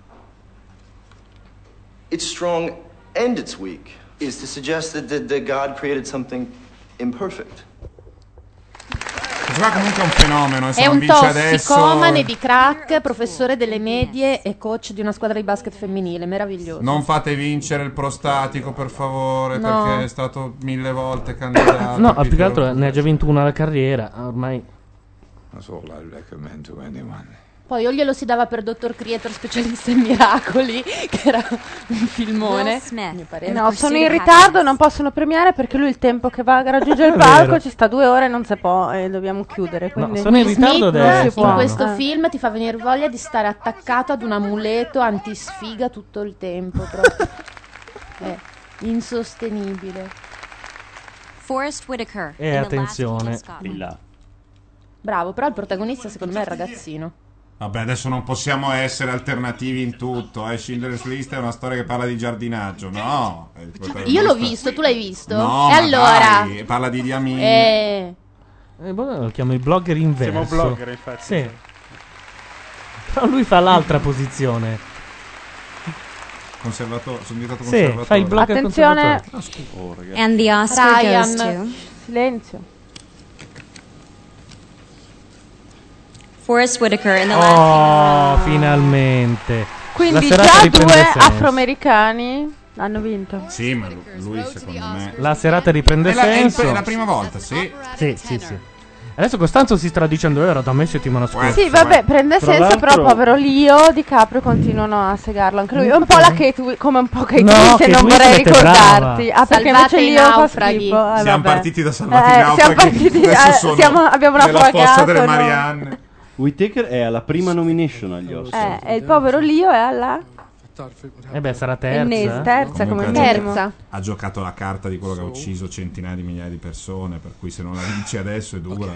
It's strong and it's weak. Is to suggest that God created something imperfect. Questo qua comunque è un fenomeno, e se È non un vince adesso... tossicomane di crack, professore delle medie e coach di una squadra di basket femminile. Meraviglioso. Non fate vincere il prostatico, per favore, No. perché è stato 1000 volte candidato. No, più che altro ne ha già vinto una alla carriera, ormai. That's all I recommend to anyone. Poi o glielo si dava per Dottor Creator, specialista in miracoli, che era un filmone. Mi pare. No, sono in ritardo, non possono premiare perché lui il tempo che va a raggiungere il È palco vero. ci sta 2 ore e non si può e dobbiamo chiudere. Quindi... sono in ritardo Smith adesso. in questo Ah. film ti fa venire voglia di stare attaccato ad un amuleto antisfiga tutto il tempo. Proprio. È insostenibile. Forrest Whitaker. E attenzione. Di là. Bravo, però il protagonista secondo me è il ragazzino. Vabbè, adesso non possiamo essere alternativi in tutto. Schindler's List è una storia che parla di giardinaggio. No. è il protagonista. Io l'ho visto, tu l'hai visto? No, e ma allora? dai, parla di Diamine. Lo chiamo il blogger inverso. Siamo blogger, infatti. Sì. Però lui fa l'altra posizione. Conservatore, sono diventato Sì, conservatore. fa il blogger Attenzione. conservatore. And the Oscar Ryan. goes to Silenzio. Forrest Whitaker in the last Oh, finalmente. Quindi La serata già riprende 2 senso. afroamericani hanno vinto. Sì, ma lui secondo me... La serata riprende È la, senso. è la prima volta, sì. Sì, sì, sì. Adesso Costanzo si sta dicendo era da me settimana scorsa. Sì, vabbè, prende Tra senso, però l'altro- povero Leo DiCaprio continuano a segarlo anche lui. È un po' la Kate, come un po' Kate No, Winslet, Kate non vorrei Winslet è ricordarti. brava. Ah, perché Salvate invece i Leo fa naufraghi. schifo. Siamo vabbè. partiti da salvati i Siamo naufraghi. partiti, Adesso sono abbiamo nella fossa naufragato. delle no? Marianne. Whittaker è alla prima nomination agli Oscar. E il povero Leo è alla beh, sarà terza. terza come Comunque minimo. ha giocato la carta di quello che ha ucciso centinaia di migliaia di persone, per cui se non la vinci adesso è dura.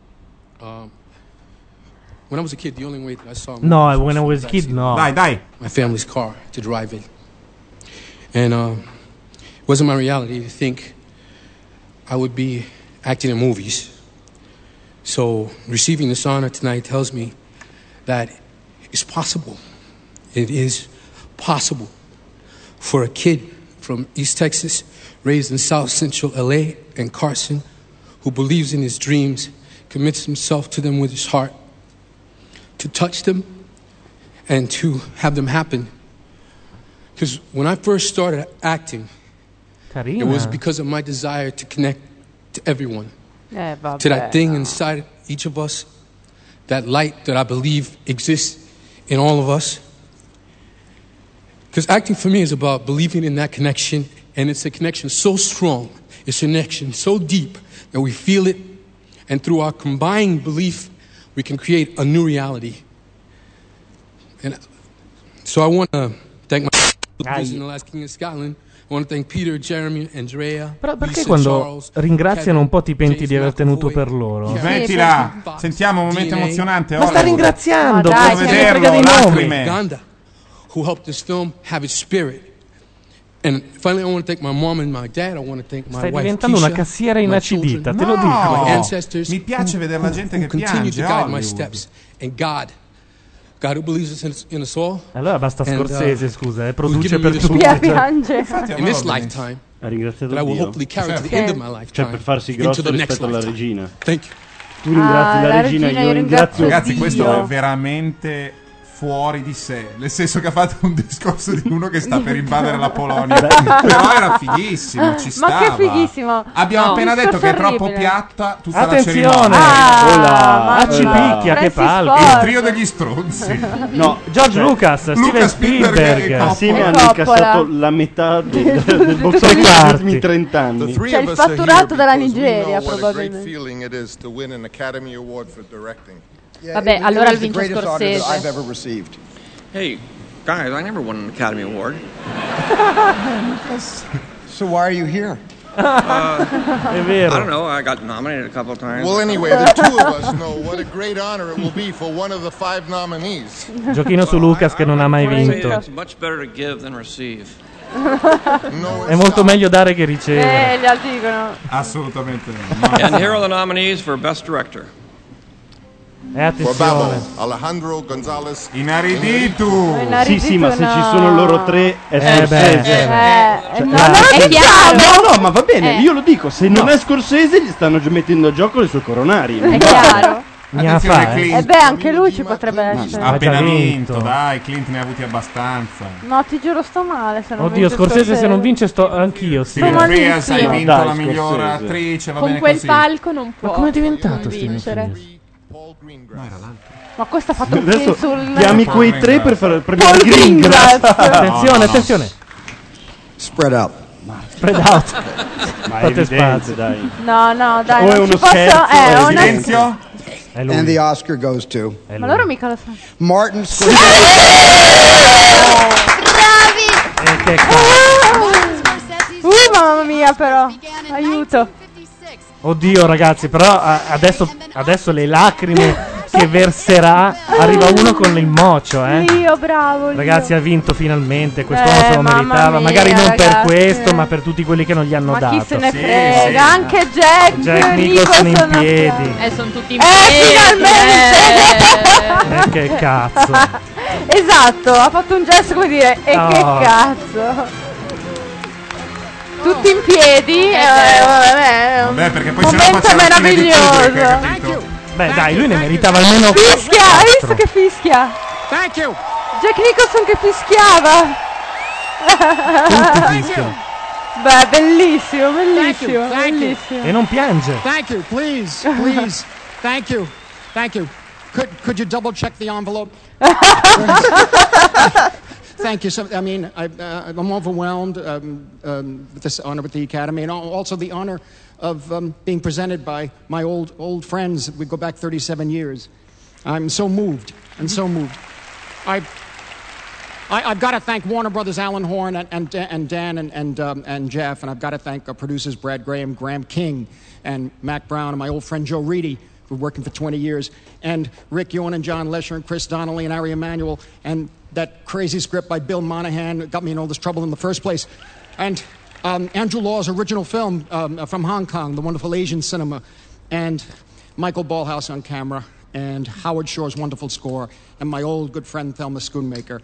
When I was a kid, the only way that I saw No, movies when I from was the a kid, backseat no. of Dai, dai. my family's car to drive in, and it wasn't my reality to think I would be acting in movies. So receiving this honor tonight tells me that it's possible. It is possible for a kid from East Texas, raised in South Central LA and Carson, who believes in his dreams, commits himself to them with his heart, to touch them and to have them happen. Because when I first started acting, Carina. It was because of my desire to connect to everyone, Vabbè. to that thing inside each of us, that light that I believe exists in all of us. Because acting for me is about believing in that connection, and it's a connection so strong, it's a connection so deep that we feel it, and through our combined belief, we can create a new reality. And so I want to thank my in the Last King of Scotland. I want to thank Peter, Jeremy, Andrea, Però perché Lisa, quando Charles, ringraziano un po' ti penti di aver tenuto per loro? Smettila, sentiamo un momento emozionante. Ma sta Hollywood. ringraziando, No, dai, se ne vederlo, frega di lacrime. Uganda, who helped this film have its spirit. And finally, I want to thank my mom and my dad. I want to thank my Stai wife, diventando Keisha, una cassiera my inacidita, children, te lo dico. my ancestors. Mi piace vedere la gente che continue piange, to guide my Hollywood. steps, and God who believes in us all. Allora basta Scorsese, scusa, produce who's per given me tutti. this piange. In this lifetime, Ha ringraziato that I will Dio. hopefully carry to the end of my lifetime. Cioè per farsi into grosso the next rispetto alla lifetime. regina. Thank you. Tu ringrazi la regina, io ringrazio Ragazzi, Dio. questo è veramente fuori di sé, nel senso che ha fatto un discorso di uno che sta per invadere la Polonia. Però era fighissimo, ci Ma stava. che fighissimo. Abbiamo No. appena detto che è troppo Orribile. piatta tutta Attenzione! la cerimonia. Ah, ci picchia, che palco. Il trio degli stronzi. No, George Lucas, Steven Spielberg. Assieme E hanno Coppola. incassato la metà del box office negli ultimi 30 anni. C'è il fatturato della Nigeria, probabilmente. feeling it is to win an Academy Award for directing. Vabbè, allora il vince Scorsese. I've ever received. Hey, guys, I never won an Academy Award. So why are you here? È vero. I don't know. I got nominated a couple of times. Well, anyway, the two of us know what a great honor it will be for one of the 5 nominees. Giochino su Lucas che non ha mai vinto. It's much better to give than receive. È molto meglio dare che ricevere. Gli altri dicono. Assolutamente And here are the nominees for Best Director. E attenzione. Alejandro Gonzalez Inariditu. Sì, ma se ci sono loro tre è Scorsese. È chiaro. No, ma va bene, io lo dico, se non è Scorsese gli stanno già mettendo a gioco le sue coronari. È chiaro. Attenzione, E beh, anche lui ci potrebbe essere. Ha appena già vinto, vinto. dai, Clint ne ha avuti abbastanza. No, ti giuro, sto male. Se non Oddio, vince Scorsese se non vince sto anch'io. Sì. Steven Spears, hai malissimo. vinto Dai, la miglior Scorsese. attrice, va Con bene quel così. palco non può. Ma come è diventato Steven vincere? Spears? Ma questo ha fatto un Adesso film sul. chiami quei tre per far premiare Paul Greengrass. Greengrass. Attenzione, attenzione. Spread out. Spread out. Ma è Fate evidente, spazio. dai. No, no, dai, O è non uno ci posso. scherzo, è una... Silenzio. È lui. And the Oscar goes to Ma loro mica lo sanno. Martin Scorsese. Che cazzo. Mamma mia, però. Aiuto. Oddio, ragazzi, però adesso le lacrime che verserà. Arriva uno con il mocio, Dio, bravo. Dio. Ragazzi, ha vinto finalmente. Quest'uomo se lo mamma meritava. mia, Magari non per ragazzi. questo, ma per tutti quelli che non gli hanno Ma dato. chi se ne frega? Anche Jack Nicholson in piedi. Sono tutti in piedi. finalmente! Che cazzo. Esatto, ha fatto un gesto come dire, e Oh. che cazzo? Tutti in piedi, Vabbè, perché poi se no momento faceva la fine di Kubrick, meraviglioso. capito? Beh, dai, lui ne meritava almeno Fischia, hai visto 4. che fischia? Thank you. Jack Nicholson che fischiava. Tutti fischiano. Beh, bellissimo, bellissimo, Thank you. bellissimo. E non piange. Thank you. Please, please. Thank you. Thank you. Could you double check the envelope? Thank you. So, I mean, I'm overwhelmed with this honor with the Academy, and also the honor of being presented by my old friends. We go back 37 years. I'm so moved, and so moved. I've got to thank Warner Brothers, Alan Horn, and Dan and Jeff, and I've got to thank our producers Brad Graham, Graham King, and Mac Brown, and my old friend Joe Reedy, who were working for 20 years, and Rick Yorn and John Lesher and Chris Donnelly and Ari Emanuel, and that crazy script by Bill Monahan that got me in all this trouble in the first place, and Andrew Law's original film from Hong Kong, The Wonderful Asian Cinema, and Michael Ballhaus on camera, and Howard Shore's wonderful score, and my old good friend Thelma Schoonmaker.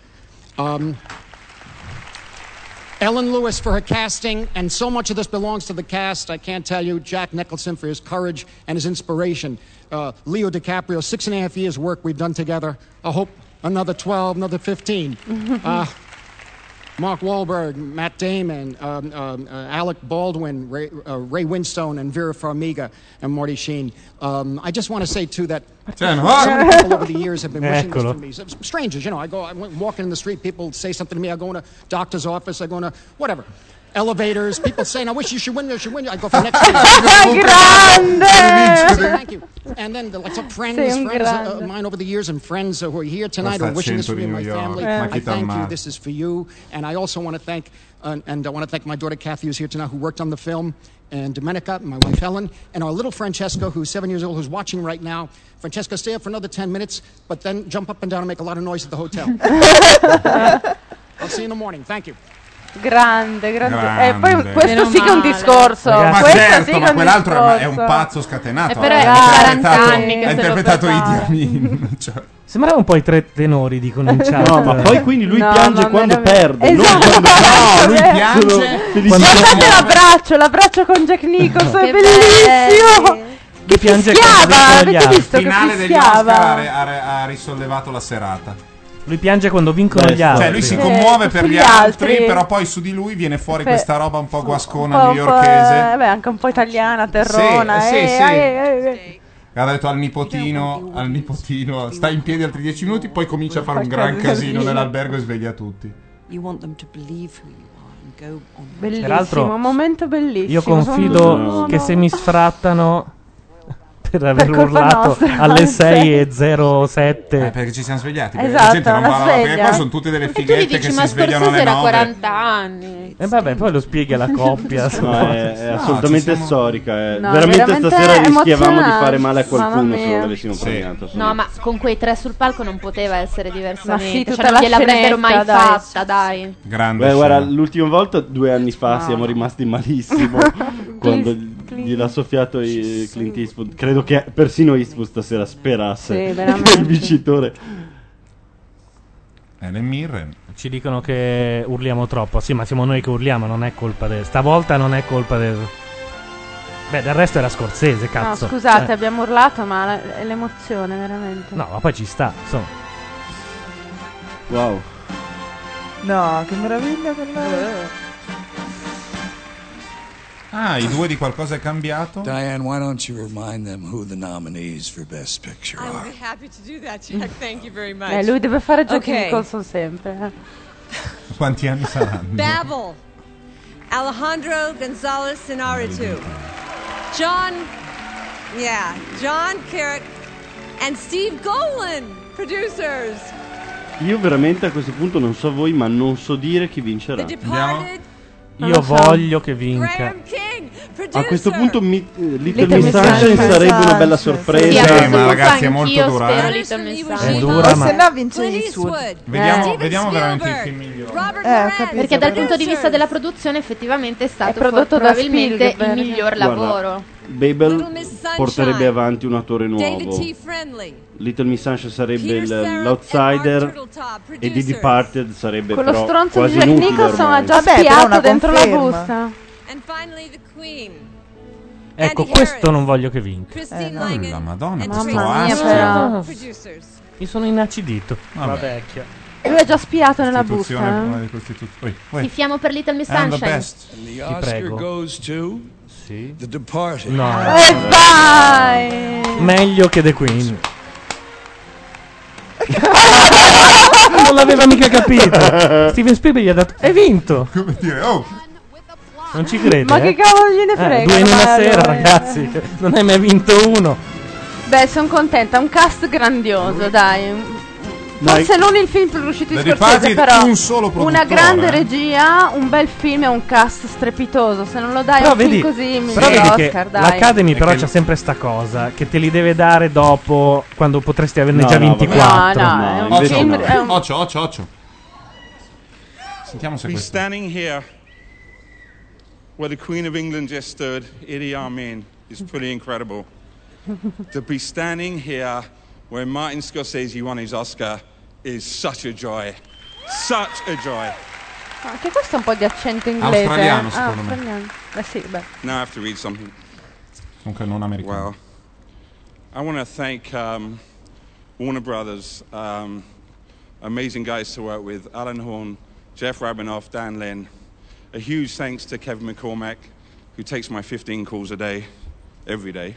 Ellen Lewis for her casting, and so much of this belongs to the cast, I can't tell you. Jack Nicholson for his courage and his inspiration. Leo DiCaprio, 6.5 years' work we've done together. I hope another 12, another 15. Mark Wahlberg, Matt Damon, Alec Baldwin, Ray Winstone, and Vera Farmiga, and Marty Sheen. I just want to say, too, that so many people over the years have been wishing this for me. Strangers, you know, I'm walking in the street, people say something to me, I go in a doctor's office, I go in a whatever. Elevators, people saying, I wish you should win. I go for next year. Grande! Thank you. And then like some friends of mine over the years and friends who are here tonight are wishing this for me and my family. I thank you. This is for you. And I also want to thank, my daughter Kathy, who's here tonight, who worked on the film, and Domenica, and my wife Helen, and our little Francesco, who's 7 years old, who's watching right now. Francesco, stay up for another 10 minutes, but then jump up and down and make a lot of noise at the hotel. I'll see you in the morning. Thank you. Grande. E poi questo sì che è un discorso. Ma questo certo, sì che ma quell'altro è un pazzo scatenato. Però è 40 anni che ha se lo interpretato prepara. Idi Amin. Cioè. Sembrava un po' i tre tenori, dicono in chat. No, ma poi quindi lui piange quando perde. Esatto. No, lui piange. Guardate l'abbraccio con Jack Nicholson, è bellissimo. Che piange fischiava, avete visto Il finale che degli fischiava? Oscar ha risollevato la serata. Lui piange quando vincono gli altri. Cioè lui si commuove per gli altri, però poi su di lui viene fuori questa roba un po' guascona newyorkese. Beh, anche un po' italiana, terrona. Sì. Ha detto al nipotino, stai in piedi altri 10 minuti, poi comincia a fare un gran casino nell'albergo e sveglia tutti. You want them to believe who you are and go on. Bellissimo, Peraltro, un momento bellissimo. Io confido che se mi sfrattano per aver colpa urlato nostra, alle 6:07 perché ci siamo svegliati. Esatto, la gente non una va perché sveglia. qua sono tutte delle E tu gli fighette dici, che ma si svegliano alle Scorsese era 9. 40 anni. E vabbè, poi lo spieghi alla coppia. No, è assolutamente storica. No, veramente stasera rischiavamo di emozionante. fare male a qualcuno Mamma se mia. non l'avessimo premiato. No, ma con quei tre sul palco non poteva essere Ma sì, diversamente. tutta Cioè, non la gliel'avrebbero mai scenetta, dai. fatta, dai. Grande Beh, guarda, scena. l'ultima volta 2 anni fa siamo rimasti malissimo quando gliel'ha soffiato Clint Eastwood. Credo che persino Eastwood stasera sperasse Sì, veramente. che il vincitore. Helen Mirren. Ci dicono che urliamo troppo. Sì, ma siamo noi che urliamo, non è colpa del. Stavolta non è colpa del. Beh, del resto era Scorsese, No, cazzo. scusate, abbiamo urlato, ma è l'emozione, veramente. No, ma poi ci sta, insomma. Wow. No, che meraviglia quella. Ah, i due di qualcosa è cambiato? Diane, why don't you remind them who the nominees for Best Picture I would are? be happy to do that, Jack. Thank you very much. Lui deve fare Jack Okay. Nicholson sempre. Quanti anni saranno? Babel, Alejandro Gonzalez Inarritu, John Carrick, and Steve Golan, producers. Io veramente a questo punto non so voi, ma non so dire chi vincerà. The Departed, Io voglio che vinca. Graham King, A questo punto Little Little Miss Miss Sunshine Sunshine. sarebbe una bella sorpresa. Sì, ma ragazzi è molto Io dura. spero Little Miss Sunshine. È dura, O se ma. no vince Eastwood. Vediamo veramente il film migliore. Ho capito, Perché dal però. punto di vista della produzione effettivamente è stato prodotto da probabilmente Spielberg. il miglior Guarda, lavoro. Babel porterebbe avanti un attore David nuovo. T. Friendly, Little Miss Sunshine sarebbe Peter Sarah and l'outsider Mark Turteltaub, e The producers. Departed sarebbe Quello però stronzo di quasi Jack inutile Nicholson ormai. ha già Vabbè, però spiato una dentro la conferma. busta. And finally the Queen, Ecco, Andy questo Harris, non voglio che vinca. Christine Oh, Langan, la Madonna, and questo Mamma Tracy mia, Morgan, però. producers. Mi sono inacidito. La Vabbè. vecchia. Lui ha già spiato nella Costituzione, busta. una di Costituzione. Tifiamo per Little Miss And the Sunshine. best. And the Ti Oscar prego. goes to Sì. The Departed. No. Vai! Meglio che The Queen. Non l'aveva mica capito. Steven Spielberg gli ha dato. Hai vinto. Come dire, oh, Non ci crede. Ma che cavolo gliene frega? 2 in una Mario, sera, ragazzi. Non hai mai vinto uno. Beh, sono contenta. Un cast grandioso, dai. Dai. Forse non il film più riuscito di The Scorsese, Departed, però un solo una produttore, grande regia, un bel film e un cast strepitoso. Se non lo dai Però a un film vedi, così, però miglior vedi Oscar, che dai. l'Academy però Perché- c'ha sempre sta cosa che te li deve dare dopo, quando potresti averne No, già no, 24. No, no, è un invece film. no. È un... Occhio. Sentiamo se Be questo. standing here where the Queen of England just stood, Idi Amin, is pretty incredible. To be standing here where Martin Scorsese won his Oscar is such a joy. Such a joy. Anche questo è un po' di accento inglese. Australiano, secondo me. Australiano. Beh, sì, beh. Now I have to read something. Comunque non americano. Well, I want to thank Warner Brothers, amazing guys to work with, Alan Horn, Jeff Rabinoff, Dan Lynn. A huge thanks to Kevin McCormack, who takes my 15 calls a day, every day.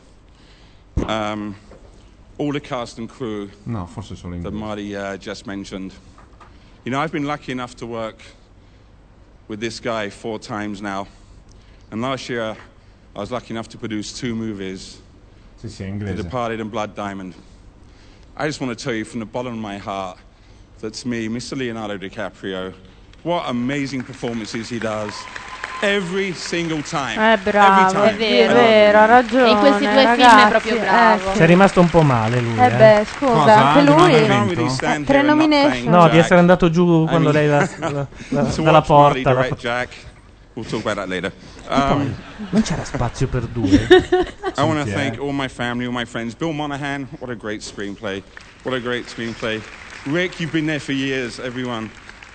All the cast and crew that Marty just mentioned. You know, I've been lucky enough to work with this guy 4 times now. And last year, I was lucky enough to produce 2 movies, The Departed and Blood Diamond. I just want to tell you from the bottom of my heart, that's me, Mr. Leonardo DiCaprio. What amazing performances he does. Every single time. Bravo, Every time. è vero, ha ragione. E in questi 2 film è proprio bravo. Ci è rimasto un po' male lui. Beh, scusa, Cosa? anche Di non lui. aver vinto? 3 nomination. No, di essere andato giù quando lei dalla porta. Jack. We'll talk about that later. E poi, non c'era spazio per 2. I want to thank all my family, all my friends. Bill Monahan, what a great screenplay. What a great screenplay. Rick, you've been there for years, everyone.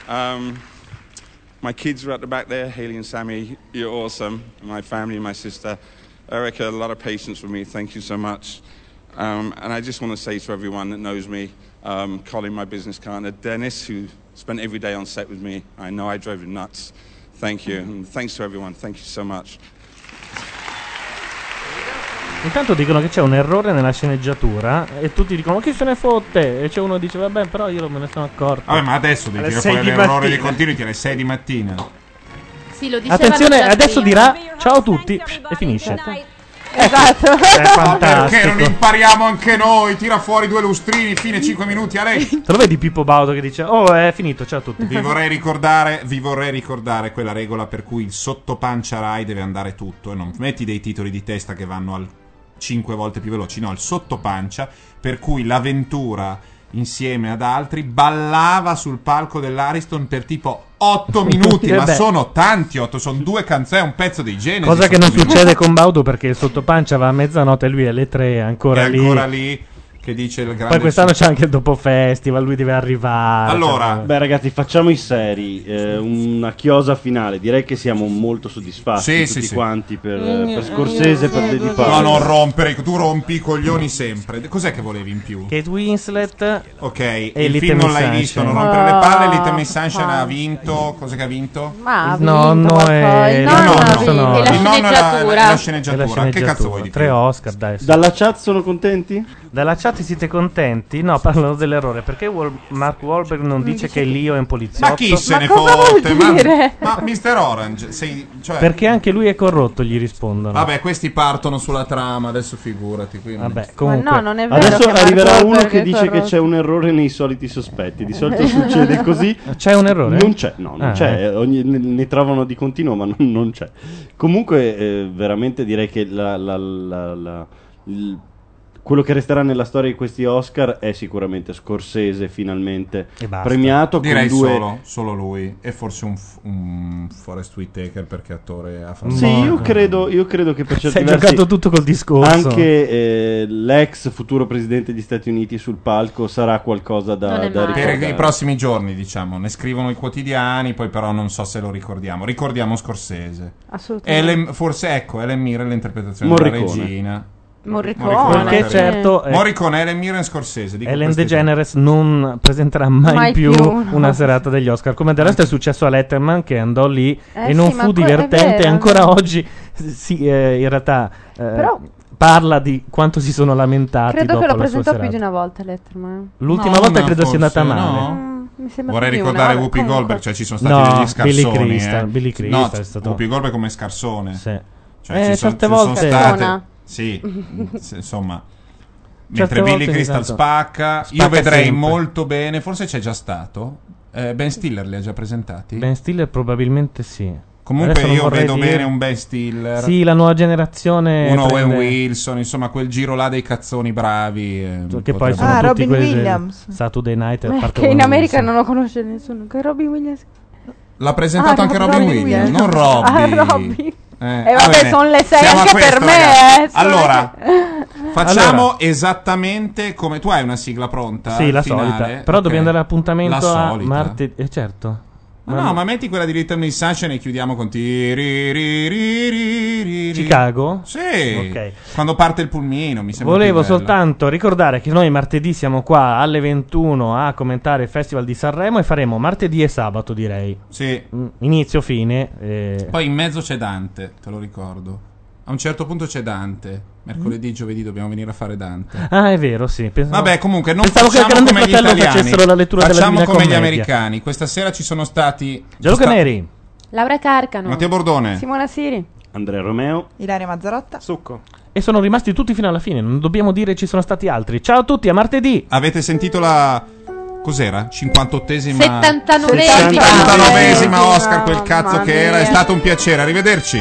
My kids are at the back there, Haley and Sammy, you're awesome. My family, my sister. Erica, a lot of patience with me, thank you so much. And I just want to say to everyone that knows me, Colin, my business partner, Dennis, who spent every day on set with me. I know I drove him nuts. Thank you, and thanks to everyone, thank you so much. Intanto dicono che c'è un errore nella sceneggiatura e tutti dicono chi se ne fotte, e c'è uno che dice vabbè però io non me ne sono accorto. Vabbè, ma adesso devi tirare fuori l'errore di continuity alle 6 di mattina. Sì, lo dicevano Attenzione, già adesso prima. dirà ciao a tutti e finisce. Esatto. È fantastico. Perché non impariamo anche noi? Tira fuori 2 lustrini, fine 5 minuti a lei. Te lo vedi Pippo Baudo che dice oh è finito, ciao a tutti. Vi vorrei ricordare quella regola per cui il sottopancia Rai deve andare tutto e non metti dei titoli di testa che vanno al 5 volte più veloci, no, il sottopancia, per cui l'avventura insieme ad altri ballava sul palco dell'Ariston per tipo 8 minuti, ma sono tanti 8, sono 2 canzoni, un pezzo dei generi. Cosa che non succede con Baudo perché il sottopancia va a mezzanotte e lui alle 3 è ancora lì. Che dice il grande. Poi quest'anno c'è anche il dopo festival, lui deve arrivare. Allora, beh ragazzi, facciamo i seri. Una chiosa finale. Direi che siamo molto soddisfatti tutti quanti per Scorsese, per The Departed. No, non rompere, tu rompi i coglioni sempre. Cos'è che volevi in più? Kate Winslet. Ok, e il Little film non Miss l'hai visto, non Sunshine. rompere le palle. Little Miss Sunshine ha vinto. Cos'è che ha vinto? Ma ha Il nonno vinto e qualcosa. il nonno. E la Il nonno e sceneggiatura. la sceneggiatura. Che cazzo vuoi di più? 3 Oscar, dai. Dalla chat sono contenti? Dalla chat siete contenti? No, parlano dell'errore. Perché Mark Wahlberg non dice che Leo è un poliziotto? Ma chi se ne cosa fotte? vuol dire? Ma Mr. Orange, cioè... Perché anche lui è corrotto, gli rispondono. Vabbè, questi partono sulla trama, adesso figurati. Qui Vabbè, comunque. Ma no, non è vero. Adesso che Mark arriverà uno Wahlberg che è dice che corrotto. c'è un errore nei soliti sospetti. Di solito succede così. C'è un errore? Non c'è, no, non c'è. Ne trovano di continuo, ma non c'è. Comunque, veramente direi che quello che resterà nella storia di questi Oscar è sicuramente Scorsese finalmente premiato. Direi con 2 solo lui e forse un Forest Whitaker perché attore afro. Sì, io credo che per certi Sei versi giocato tutto col discorso. anche l'ex futuro presidente degli Stati Uniti sul palco sarà qualcosa da ricordare. Per i prossimi giorni, diciamo, ne scrivono i quotidiani, poi però non so se lo ricordiamo. Ricordiamo Scorsese. Assolutamente. Forse Helen Mirren l'interpretazione Morricone. della regina. Morricone. Perché certo Morricone, Ellen Mirren, Scorsese. Dico Ellen questi DeGeneres non presenterà mai più no. una serata degli Oscar. Come del resto è successo a Letterman che andò lì e non sì, ma fu è divertente. vero, Ancora oggi in realtà Però- parla di quanto si sono lamentati. Credo dopo che lo la sua presentò più serata. di una volta Letterman. L'ultima No, volta una credo sia andata forse, male. no? Mi sembra Vorrei più di ricordare una. Whoopi Comunque. Goldberg, cioè ci sono stati No, degli scarsoni. Billy Crystal, No, è stato- Whoopi Goldberg come scarsone. Sì. Cioè, ci certe ci sono volte- state. Sì, insomma. Certe Mentre Billy volte Crystal esatto. spacca, io Spacca vedrei sempre. molto bene. Forse c'è già stato. Ben Stiller li ha già presentati? Ben Stiller probabilmente sì. Comunque Adesso non io vorrei vedo dire- bene un Ben Stiller. Sì, la nuova generazione Uno Owen prende- Wilson, insomma quel giro là dei cazzoni bravi. che poi sono tutti Robin quelli del Williams. Saturday Night, a parte Che in Owen America Wilson. non lo conosce nessuno. Che Robin Williams. L'ha presentato anche Robin Robin Williams, Williams. non Robbie. Ah, Robbie. Va vabbè, bene. sono le 6 Siamo a anche questo, per me. ragazzi. Sono Allora, le- facciamo esattamente come tu hai una sigla pronta. Sì, la finale? solita. Però Ok. dobbiamo dare appuntamento La a solita. martedì. Certo. No, ma metti quella di Little Miss Sunshine e chiudiamo con Chicago? Sì. Ok. Quando parte il pulmino, mi sembra. Volevo più bello. soltanto ricordare che noi martedì siamo qua alle 21 a commentare il Festival di Sanremo e faremo martedì e sabato, direi. Sì. Inizio, fine. Poi in mezzo c'è Dante, te lo ricordo. A un certo punto c'è Dante. Mercoledì, giovedì dobbiamo venire a fare Dante. Ah, è vero, sì. Vabbè, comunque non pensavo che il facciamo Grande come gli Fratello italiani. facessero la lettura della Facciamo Divina come gli Commedia. americani. Questa sera ci sono stati Gianluca Neri, Laura Carcano, Matteo Bordone, Simona Siri, Andrea Romeo, Ilaria Mazzarotta, Succo. E sono rimasti tutti fino alla fine. Non dobbiamo dire ci sono stati altri. Ciao a tutti, a martedì. Avete sentito la... Cos'era? 58esima 79esima Oscar, quel cazzo che era. È stato un piacere, arrivederci.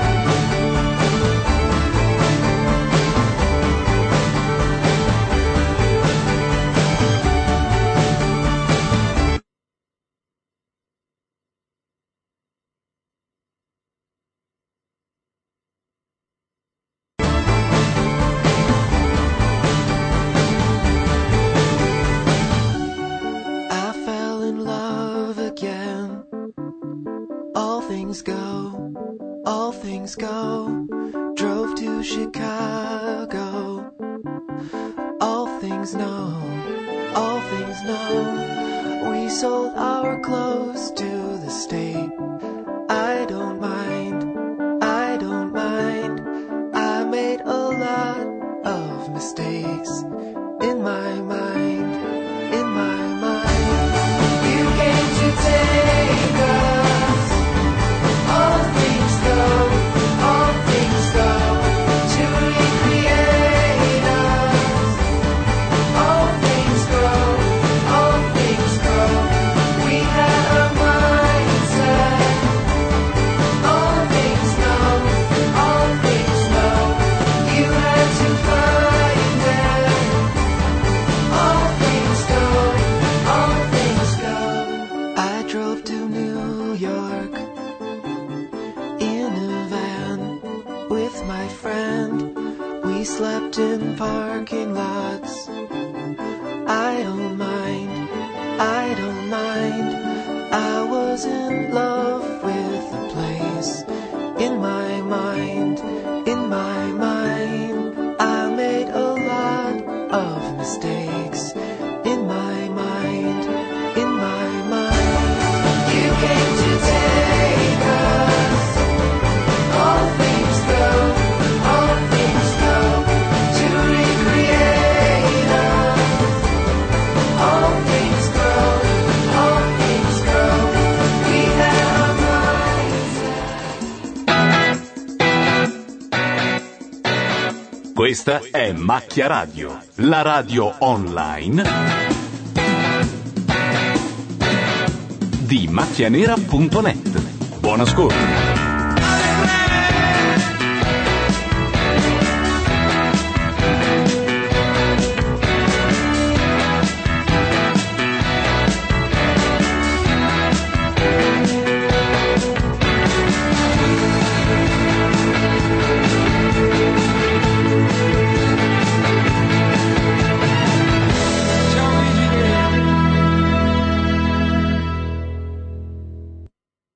I fell in love again. All things go, all things go. Drove to Chicago. All things know, all things know. We sold our clothes to the state. I don't mind, I don't mind. I made a lot of mistakes in my mind, in my mind. You came to take us. All things go, all things go. To recreate us. All things grow, all things grow. We had a mindset. All things know, all things know. You had to find it. All things go, all things go. I drove to New York in a van with my friend. We slept in parking lots. I don't mind, I don't mind. I was in love with the place. In my mind, in my mind. I made a lot of mistakes. In my mind, in my mind. You came to take us. All things go, all things go. To recreate us. All things grow, all things grow. We had a mindset. Questa è Macchia Radio, la radio online di macchianera.net. Buon ascolto.